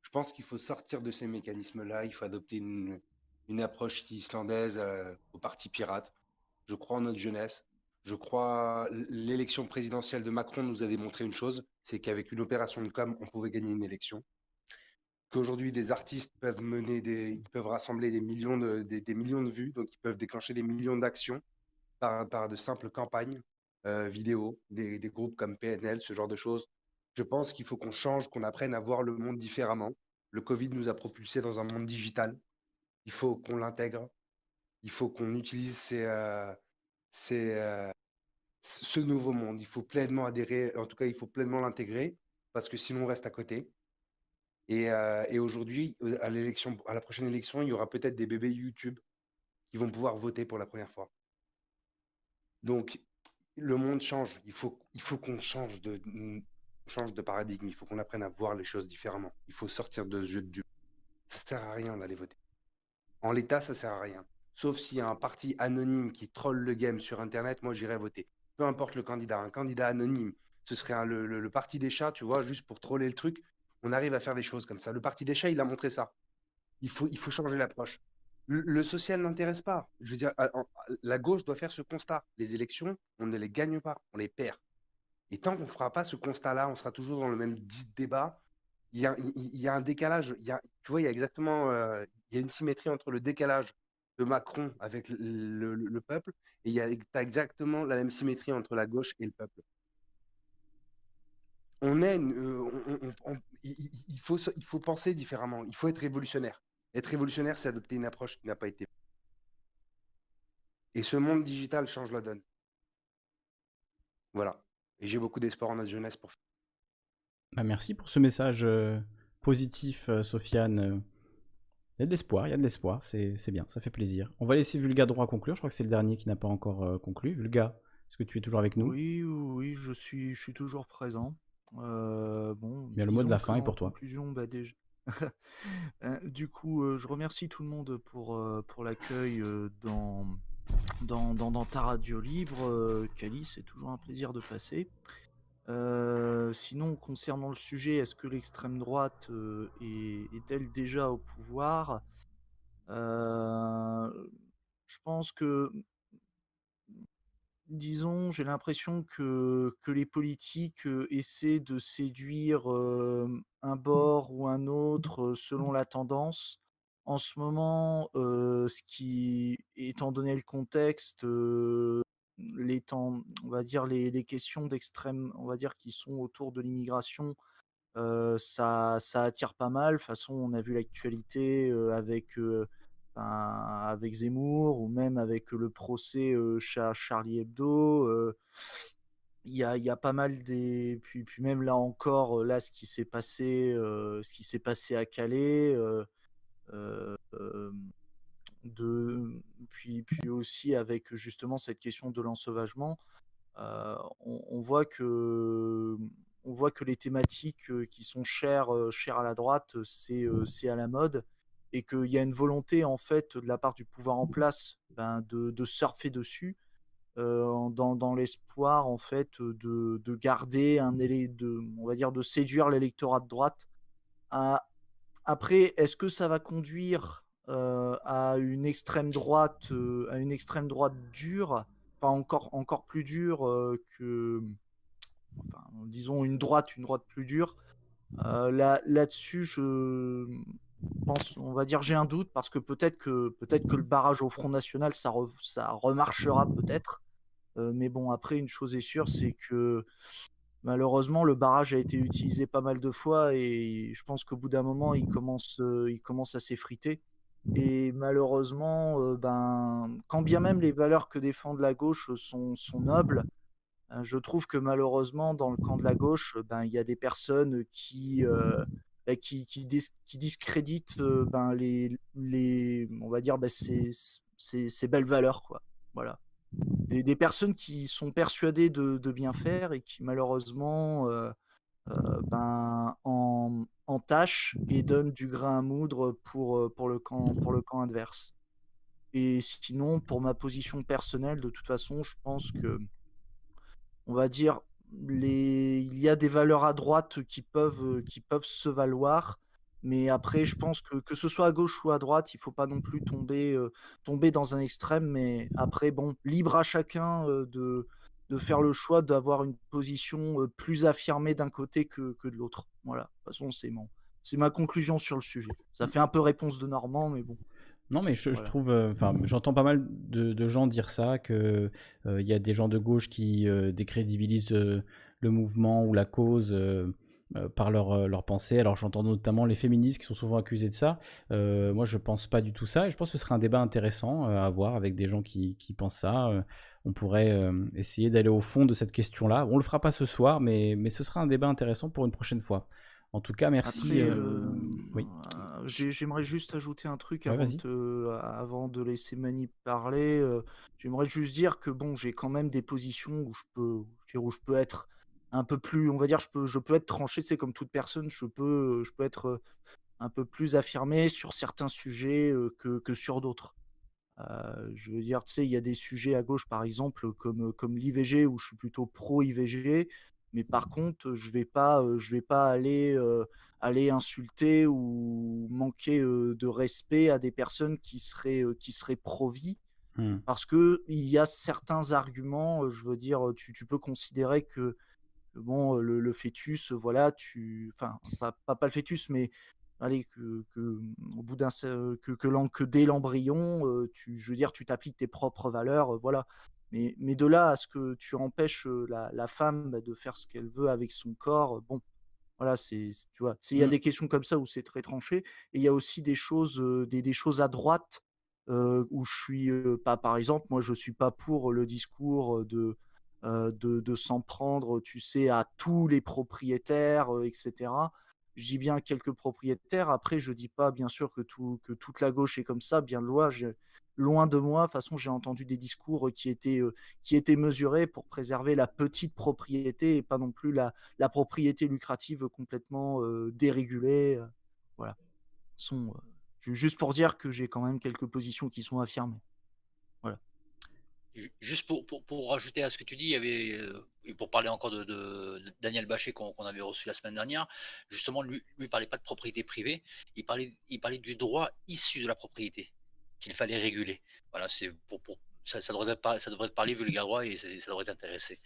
S10: Je pense qu'il faut sortir de ces mécanismes-là. Il faut adopter une, une approche islandaise euh, au parti pirate. Je crois en notre jeunesse. Je crois l'élection présidentielle de Macron nous a démontré une chose, c'est qu'avec une opération de com, on pouvait gagner une élection. Qu'aujourd'hui, des artistes peuvent mener des, ils peuvent rassembler des millions de, des, des millions de vues, donc ils peuvent déclencher des millions d'actions par, par de simples campagnes euh, vidéo, des, des groupes comme P N L, ce genre de choses. Je pense qu'il faut qu'on change, qu'on apprenne à voir le monde différemment. Le Covid nous a propulsés dans un monde digital. Il faut qu'on l'intègre. Il faut qu'on utilise ces, euh, ces, euh, ce nouveau monde. Il faut pleinement adhérer, en tout cas, il faut pleinement l'intégrer parce que sinon on reste à côté. Et, euh, et aujourd'hui, à l'élection, à la prochaine élection, il y aura peut-être des bébés YouTube qui vont pouvoir voter pour la première fois. Donc, le monde change. Il faut, il faut qu'on change de, change de paradigme. Il faut qu'on apprenne à voir les choses différemment. Il faut sortir de ce jeu de Dieu. Ça sert à rien d'aller voter. En l'état, ça sert à rien. Sauf s'il y a un parti anonyme qui troll le game sur Internet, moi j'irai voter. Peu importe le candidat. Un candidat anonyme, ce serait un- le, le- le parti des chats, tu vois, juste pour troller le truc. On arrive à faire des choses comme ça. Le parti des chats, il a montré ça. Il faut, il faut changer l'approche. Le, le social n'intéresse pas. Je veux dire, à- à- la gauche doit faire ce constat. Les élections, on ne les gagne pas, on les perd. Et tant qu'on ne fera pas ce constat-là, on sera toujours dans le même dis- débat. Il y a, il, il y a un décalage. Il y a, tu vois, il y a exactement euh, il y a une symétrie entre le décalage de Macron avec le, le- le peuple et il y a t'as exactement la même symétrie entre la gauche et le peuple. On est, une- euh, on- on- on- il, il- il faut, se- il faut penser différemment. Il faut être révolutionnaire. Être révolutionnaire, c'est adopter une approche qui n'a pas été. Et ce monde digital change la donne. Voilà. Et j'ai beaucoup d'espoir en notre jeunesse pour.
S1: Bah, merci pour ce message euh, positif, euh, Sofiane. Euh, Il y a de l'espoir, il y a de l'espoir, c'est c'est bien, ça fait plaisir. On va laisser Vulga droit conclure, je crois que c'est le dernier qui n'a pas encore euh, conclu. Vulga, est-ce que tu es toujours avec nous?
S11: Oui, oui, oui, je suis, je suis toujours présent. Euh, bon,
S1: Bien, le mot de la
S11: disons
S1: fin est
S11: qu'en
S1: pour toi.
S11: conclusion, bah déjà. Euh, du coup, euh, je remercie tout le monde pour, euh, pour l'accueil euh, dans, dans, dans, dans ta radio libre. Euh, Cali, c'est toujours un plaisir de passer. Euh, sinon, concernant le sujet, est-ce que l'extrême droite euh, est, est-elle déjà au pouvoir? Euh, Je pense que, disons, j'ai l'impression que, que les politiques euh, essaient de séduire euh, un bord ou un autre euh, selon la tendance. En ce moment, euh, ce qui, étant donné le contexte, euh, les temps, on va dire les, les questions d'extrême, on va dire qui sont autour de l'immigration, euh, ça, ça attire pas mal. De toute façon, on a vu l'actualité euh, avec euh, ben, avec Zemmour ou même avec le procès euh, Cha- Charlie Hebdo. euh, Il y a, il y a pas mal des. Puis, puis même là encore, euh, là, ce qui s'est passé, euh, ce qui s'est passé à Calais. euh, euh, euh, de, puis, puis aussi avec justement cette question de l'ensauvagement, euh, on, on voit que on voit que les thématiques euh, qui sont chères, euh, chères à la droite, euh, c'est euh, c'est à la mode et qu'il y a une volonté en fait de la part du pouvoir en place, ben, de, de surfer dessus euh, en- dans, dans l'espoir en fait de, de garder un élé de on va dire de séduire l'électorat de droite. À- Après, est-ce que ça va conduire euh, à une extrême droite euh, à une extrême droite dure, enfin encore encore plus dure euh, que enfin, disons une droite, une droite plus dure. Euh, là, là-dessus, je pense, on va dire, j'ai un doute parce que peut-être que peut-être que le barrage au Front National, ça, re- ça remarchera peut-être. Euh, mais bon, après, une chose est sûre, c'est que malheureusement, le barrage a été utilisé pas mal de fois et je pense qu'au bout d'un moment, il commence, euh, il commence à s'effriter. Et malheureusement, euh, ben, quand bien même les valeurs que défend la gauche sont, sont nobles, euh, je trouve que malheureusement, dans le camp de la gauche, euh, ben, il y a des personnes qui, euh, bah, qui, qui, dis- qui discréditent euh, ben, les, les, on va dire, ben, ces, ces, ces belles valeurs, quoi. Voilà. Des, des personnes qui sont persuadées de, de bien faire et qui malheureusement euh, euh, ben, en, en tâchent et donnent du grain à moudre pour, euh, pour, le camp, pour le camp adverse. Et sinon, pour ma position personnelle, de toute façon, je pense que on va dire, les... il y a des valeurs à droite qui peuvent, qui peuvent se valoir, Mais après, je pense que que ce soit à gauche ou à droite, il faut pas non plus tomber, heu, tomber dans un extrême. Mais après, bon, libre à chacun, heu, de de faire le choix d'avoir une position, heu, plus affirmée d'un côté que que de l'autre. Voilà, de toute façon, c'est mon c'est ma conclusion sur le sujet. Ça fait un peu réponse de Normand, mais bon,
S1: Non, mais je, je
S11: voilà.
S1: trouve, euh, enfin, j'entends pas mal de, de gens dire ça, que euh, il y a des gens de gauche qui euh, décrédibilisent euh, le mouvement ou la cause euh, euh, par leur, euh, leur pensée. Alors j'entends notamment les féministes qui sont souvent accusés de ça. Euh, moi, je pense pas du tout ça, et je pense que ce serait un débat intéressant euh, à avoir avec des gens qui, qui pensent ça. Euh, on pourrait euh, essayer d'aller au fond de cette question-là. On le fera pas ce soir, mais, mais ce sera un débat intéressant pour une prochaine fois. En tout cas, merci.
S11: Après,
S1: euh,
S11: euh,
S1: Oui.
S11: euh, j'ai- j'aimerais juste ajouter un truc
S1: Ouais,
S11: avant de,
S1: vas-y.
S11: te- avant de laisser Mani parler. euh, J'aimerais juste dire que bon, j'ai quand même des positions où je peux, je veux dire, où je peux être un peu plus, on va dire, je peux, je peux être tranché, c'est comme toute personne, je peux, je peux être euh, un peu plus affirmé sur certains sujets euh, que, que sur d'autres. Euh, je veux dire, tu sais, il y a des sujets à gauche, par exemple, comme, comme l'I V G, où je suis plutôt pro-I V G, mais par contre, je vais pas, euh, je vais pas aller, euh, aller insulter ou manquer euh, de respect à des personnes qui seraient, euh, qui seraient pro-vie,
S1: Hmm.
S11: parce que il y a certains arguments, euh, je veux dire, tu, tu peux considérer que que bon, le, le fœtus, voilà, tu, enfin, pas, pas, pas le fœtus, mais allez, que, que au bout d'un, se- que, que, l'em- que dès l'embryon, euh, tu, je veux dire, tu t'appliques tes propres valeurs, euh, voilà. Mais, mais de là à ce que tu empêches euh, la, la femme bah, de faire ce qu'elle veut avec son corps, euh, bon, voilà, c'est, c'est- tu vois, c'est- il y a
S1: Hmm.
S11: des questions comme ça où c'est très tranché, et il y a aussi des choses, euh, des, des choses à droite euh, où je suis euh, pas, par exemple, moi je suis pas pour le discours de euh, de, de s'en prendre, tu sais, à tous les propriétaires, euh, et cetera. Je dis bien quelques propriétaires. Après, je dis pas, bien sûr, que tout, que toute la gauche est comme ça. Bien loin, je- loin de moi. De toute façon, j'ai entendu des discours qui étaient, euh, qui étaient mesurés pour préserver la petite propriété et pas non plus la, la propriété lucrative complètement euh, dérégulée. euh, voilà. Sont, euh, ju- juste pour dire que j'ai quand même quelques positions qui sont affirmées. Voilà.
S8: Ju- Juste pour, pour, pour rajouter à ce que tu dis, il y avait, euh, et pour parler encore de, de- de Daniel Bachet qu'on qu'on avait reçu la semaine dernière, justement, lui ne parlait pas de propriété privée, il parlait, il parlait du droit issu de la propriété qu'il fallait réguler. Voilà, c'est pour, pour, ça, ça, devrait, pas- ça devrait te parler vu le droit et c'est- ça devrait t'intéresser.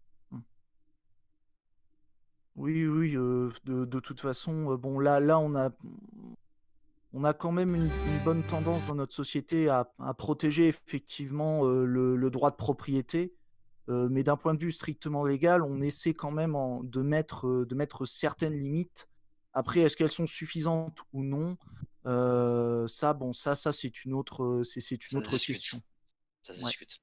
S11: Oui, oui, euh, de, de toute façon, euh, bon, là, là, on a, on a quand même une, une bonne tendance dans notre société à, à protéger effectivement euh, le, le droit de propriété, euh, mais d'un point de vue strictement légal, on essaie quand même en- de mettre, euh, de mettre certaines limites. Après, est-ce qu'elles sont suffisantes ou non? Euh, ça, bon, ça, ça, c'est une autre, euh, c'est, c'est une
S8: Ça se
S11: autre
S8: discute.
S11: question.
S8: Ça se
S11: Ouais.
S8: discute.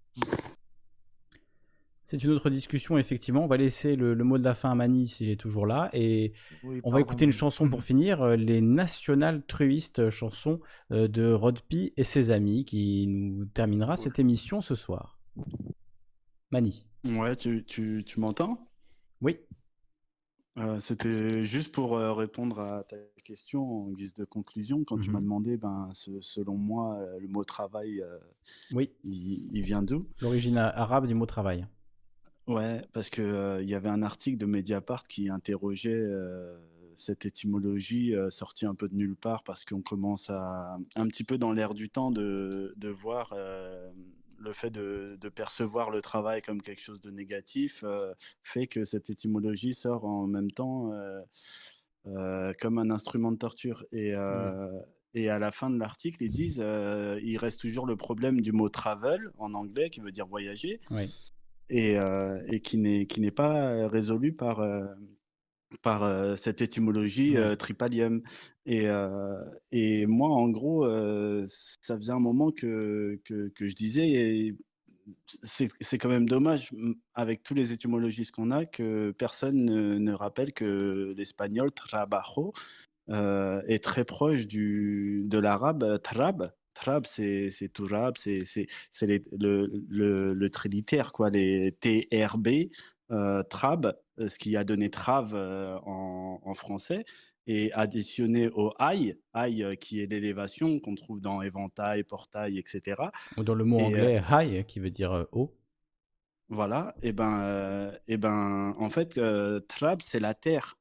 S1: C'est une autre discussion, effectivement. On va laisser le, le mot de la fin à Mani s'il est toujours là. Et
S11: Oui,
S1: on va
S11: pardon,
S1: écouter une
S11: Mani.
S1: chanson pour finir, euh, les National Truistes, euh, chanson euh, de Rod P et ses amis, qui nous terminera
S13: Cool.
S1: cette émission ce soir. Mani.
S13: Ouais, tu, tu, tu m'entends?
S1: Oui.
S13: Euh, c'était juste pour euh, répondre à ta question en guise de conclusion. Quand tu m'as
S1: Mhm.
S13: demandé, ben, ce- selon moi, euh, le mot travail, euh,
S1: Oui.
S13: il, il vient d'où?
S1: L'origine a- arabe du mot travail.
S13: Ouais, parce que euh, il y avait un article de Mediapart qui interrogeait euh, cette étymologie euh, sortie un peu de nulle part parce qu'on commence à un petit peu dans l'air du temps de, de voir euh, le fait de, de percevoir le travail comme quelque chose de négatif euh, fait que cette étymologie sort en même temps euh, euh, comme un instrument de torture. Et, euh, et à la fin de l'article, ils disent euh, il reste toujours le problème du mot travel en anglais qui veut dire voyager
S1: Oui.
S13: et, euh, et qui n'est qui n'est pas euh, résolu par euh, par euh, cette étymologie
S1: Ouais.
S13: euh, tripalium. Et, euh, et moi, en gros, euh, ça faisait un moment que, que, que je disais, et c'est c'est quand même dommage, m- avec tous les étymologistes qu'on a, que personne ne, ne rappelle que l'espagnol trabajo euh, est très proche du, de l'arabe euh, trab. Trab, c'est c'est turab, c'est c'est- c'est les- le, le, le trilitère, quoi, les T R B, euh, trab, euh, ce qui a donné trave euh, en, en français, et additionné au aïe, aïe euh, qui est l'élévation qu'on trouve dans éventail, portail, et cetera.
S1: Ou dans le mot
S13: Et, euh,
S1: anglais high, qui veut dire euh, haut.
S13: voilà, et ben, euh, et ben, en fait, euh, trab, c'est la terre.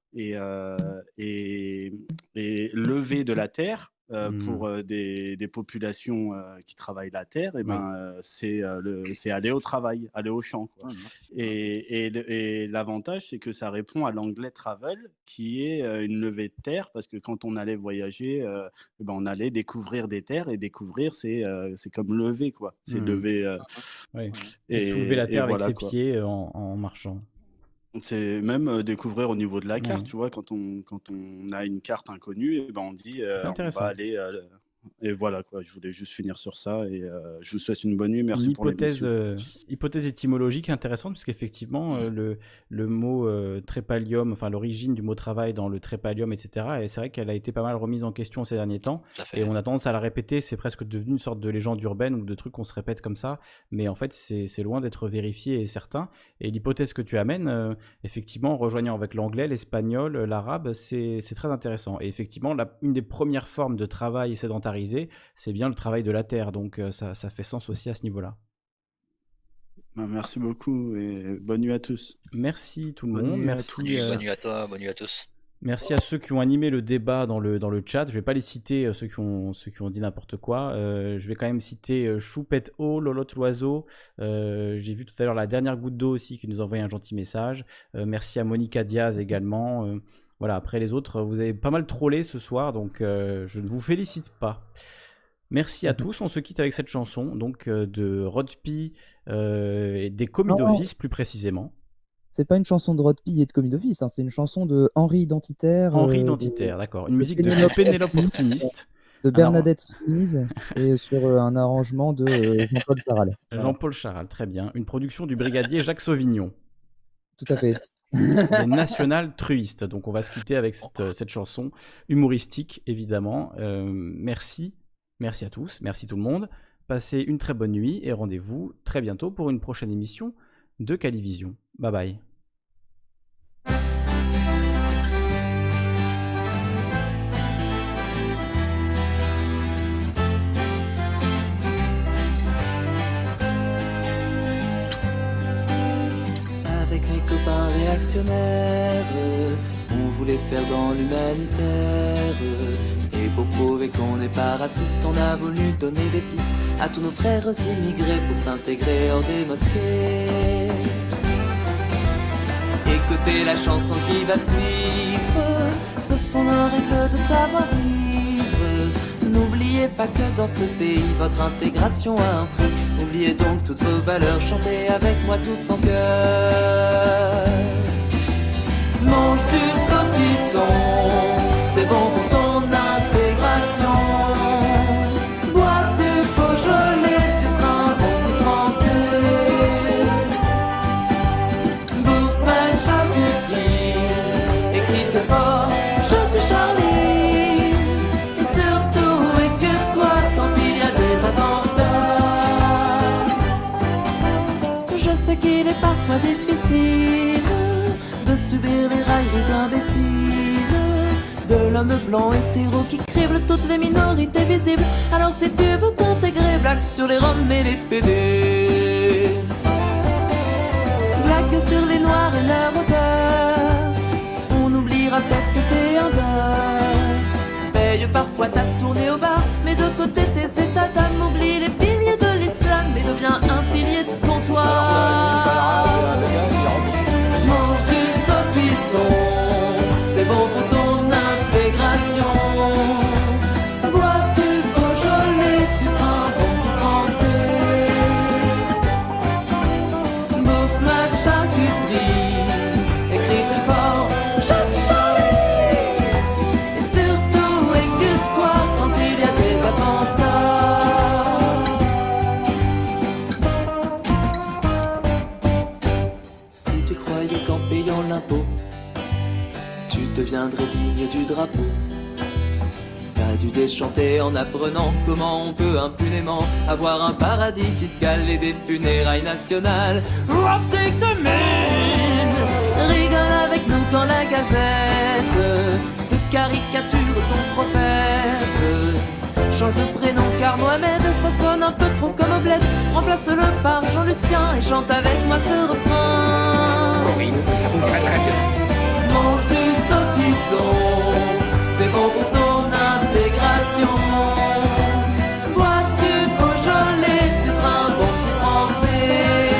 S13: et, euh, et, et lever de la terre euh,
S1: Mmh.
S13: pour euh, des, des populations euh, qui travaillent la terre, et ben, euh, c'est euh, le- c'est aller au travail, aller au champ, quoi. Et, et, le- et l'avantage, c'est que ça répond à l'anglais travel, qui est euh, une levée de terre, parce que quand on allait voyager, euh, eh ben, on allait découvrir des terres, et découvrir, c'est euh, c'est comme lever, quoi. C'est
S1: Mmh.
S13: lever. euh,
S1: Ouais. Et soulever la
S13: et, et
S1: terre avec
S13: voilà,
S1: ses
S13: quoi.
S1: pieds euh, en, en marchant.
S13: C'est même euh, découvrir au niveau de la carte,
S1: Ouais.
S13: tu vois, quand on, quand on a une carte inconnue, eh ben on dit euh,
S1: C'est
S13: on
S1: intéressant.
S13: va aller. euh, et voilà, quoi. Je voulais juste finir sur ça, et euh, je vous souhaite une bonne nuit.
S1: Une
S13: Merci pour
S1: hypothèse,
S13: l'émission.
S1: euh, hypothèse étymologique intéressante, parce qu'effectivement, euh, le, le mot euh, trépalium, enfin l'origine du mot travail dans le trépalium, et cetera, et c'est vrai qu'elle a été pas mal remise en question ces derniers temps,
S8: Tout à fait.
S1: et on a tendance à la répéter, c'est presque devenu une sorte de légende urbaine ou de truc qu'on se répète comme ça, mais en fait, c'est c'est loin d'être vérifié et certain. Et l'hypothèse que tu amènes, euh, effectivement, en rejoignant avec l'anglais, l'espagnol, euh, l'arabe, c'est c'est très intéressant. Et effectivement, la, une des premières formes de travail sédentarisé, c'est bien le travail de la terre, donc euh, ça, ça fait sens aussi à ce niveau-là.
S13: Ben, merci beaucoup, et bonne nuit à tous.
S1: Merci tout le
S4: Bonne
S1: monde,
S4: nuit à
S1: merci,
S8: Bonne nuit,
S1: euh,
S8: bonne nuit à toi, bonne nuit à tous.
S1: merci à ceux qui ont animé le débat dans le, dans le chat. Je vais pas les citer, euh, ceux qui ont, ceux qui ont dit n'importe quoi. Euh, je vais quand même citer euh, Choupette O, Lolotte l'oiseau. Euh, j'ai vu tout à l'heure la dernière goutte d'eau aussi qui nous a envoyé un gentil message. Euh, merci à Monica Diaz également. Euh, voilà, après les autres, vous avez pas mal trollé ce soir, donc euh, je ne vous félicite pas. Merci à tous, on se quitte avec cette chanson donc euh, de Rodpi euh, et des commis
S6: Non.
S1: d'office plus précisément.
S6: C'est pas une chanson de Rodpi et de Commis d'Office, hein, c'est une chanson de Henri Identitaire.
S1: Henri
S6: euh,
S1: Identitaire,
S6: de-
S1: d'accord. Une
S6: de
S1: musique de
S6: Pénélope
S1: Pénélope
S6: Optimiste,
S1: Optimiste.
S6: de
S1: Alors,
S6: Bernadette Soumise et sur euh, un arrangement de euh, Jean-Paul Charal. Voilà.
S1: Jean-Paul Charal, très bien. Une production du brigadier Jacques Sauvignon.
S6: Tout à fait.
S1: Des national truistes. Donc on va se quitter avec cette, euh, cette chanson humoristique, évidemment. Euh, merci, merci à tous, merci tout le monde. Passez une très bonne nuit et rendez-vous très bientôt pour une prochaine émission de Calivision. Bye bye.
S15: Avec mes copains réactionnaires, on voulait faire dans l'humanitaire. Et pour prouver qu'on n'est pas raciste, on a voulu donner des pistes à tous nos frères immigrés pour s'intégrer hors des mosquées. Écoutez la chanson qui va suivre, ce sont nos règles de savoir-vivre. N'oubliez pas que dans ce pays, votre intégration a un prix. Oubliez donc toutes vos valeurs, chantez avec moi tous en chœur. Mange du saucisson, c'est bon pour ton intégration. Bois du Beaujolais, tu seras un bon petit français. Bouffe ma charcuterie, écris très fort, je suis Charlie. Et surtout, excuse-toi quand il y a des attentats. Je sais qu'il est parfois difficile de subir les railleries imbéciles de l'homme blanc hétéro qui crible toutes les minorités visibles. Alors si tu veux t'intégrer, blague sur les roms et les pédés, blague sur les noirs et leur odeur. On oubliera peut-être que t'es un beurre. Paye parfois ta tournée au bar, mais de côté tes états d'âme. Oublie les piliers de l'islam et deviens un pilier de comptoir. Mange du saucisson, c'est bon pour ton intégration. Bois du Beaujolais, tu seras un bon petit français. Bouffe ma charcuterie, écris très fort, je suis Charlie. Et surtout, excuse-toi quand il y a des attentats. Si tu croyais qu'en payant l'impôt, tu deviendrais digne du drapeau, t'as dû déchanter en apprenant comment on peut impunément avoir un paradis fiscal et des funérailles nationales. Rob take the man, rigole avec nous quand la gazette te caricature ton prophète. Change de prénom car Mohamed, ça sonne un peu trop comme au bled. Remplace-le par Jean-Lucien et chante avec moi ce refrain.
S16: Oui, ça vous irait très bien.
S15: Mange du saucisson, c'est bon pour ton intégration. Bois du Beaujolais, tu seras un bon petit Français.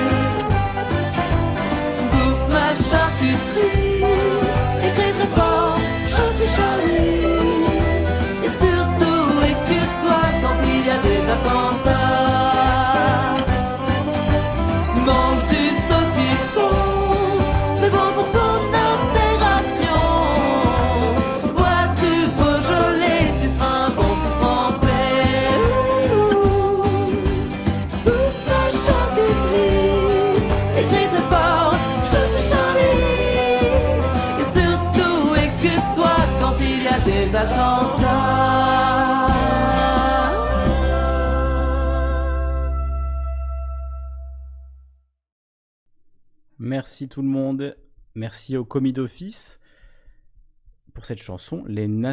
S15: Bouffe ma charcuterie, écris très fort, je suis Charlie. Et surtout, excuse-toi quand il y a des attentats. Mange du saucisson, c'est bon pour ton intégration. Bois du Beaujolais, tu seras un bon petit Français. Ouh. Bouffe ma charcuterie, écris très fort, je suis Charlie. Et surtout, excuse-toi quand il y a des attentats.
S1: Merci tout le monde. Merci au commis d'office pour cette chanson. Les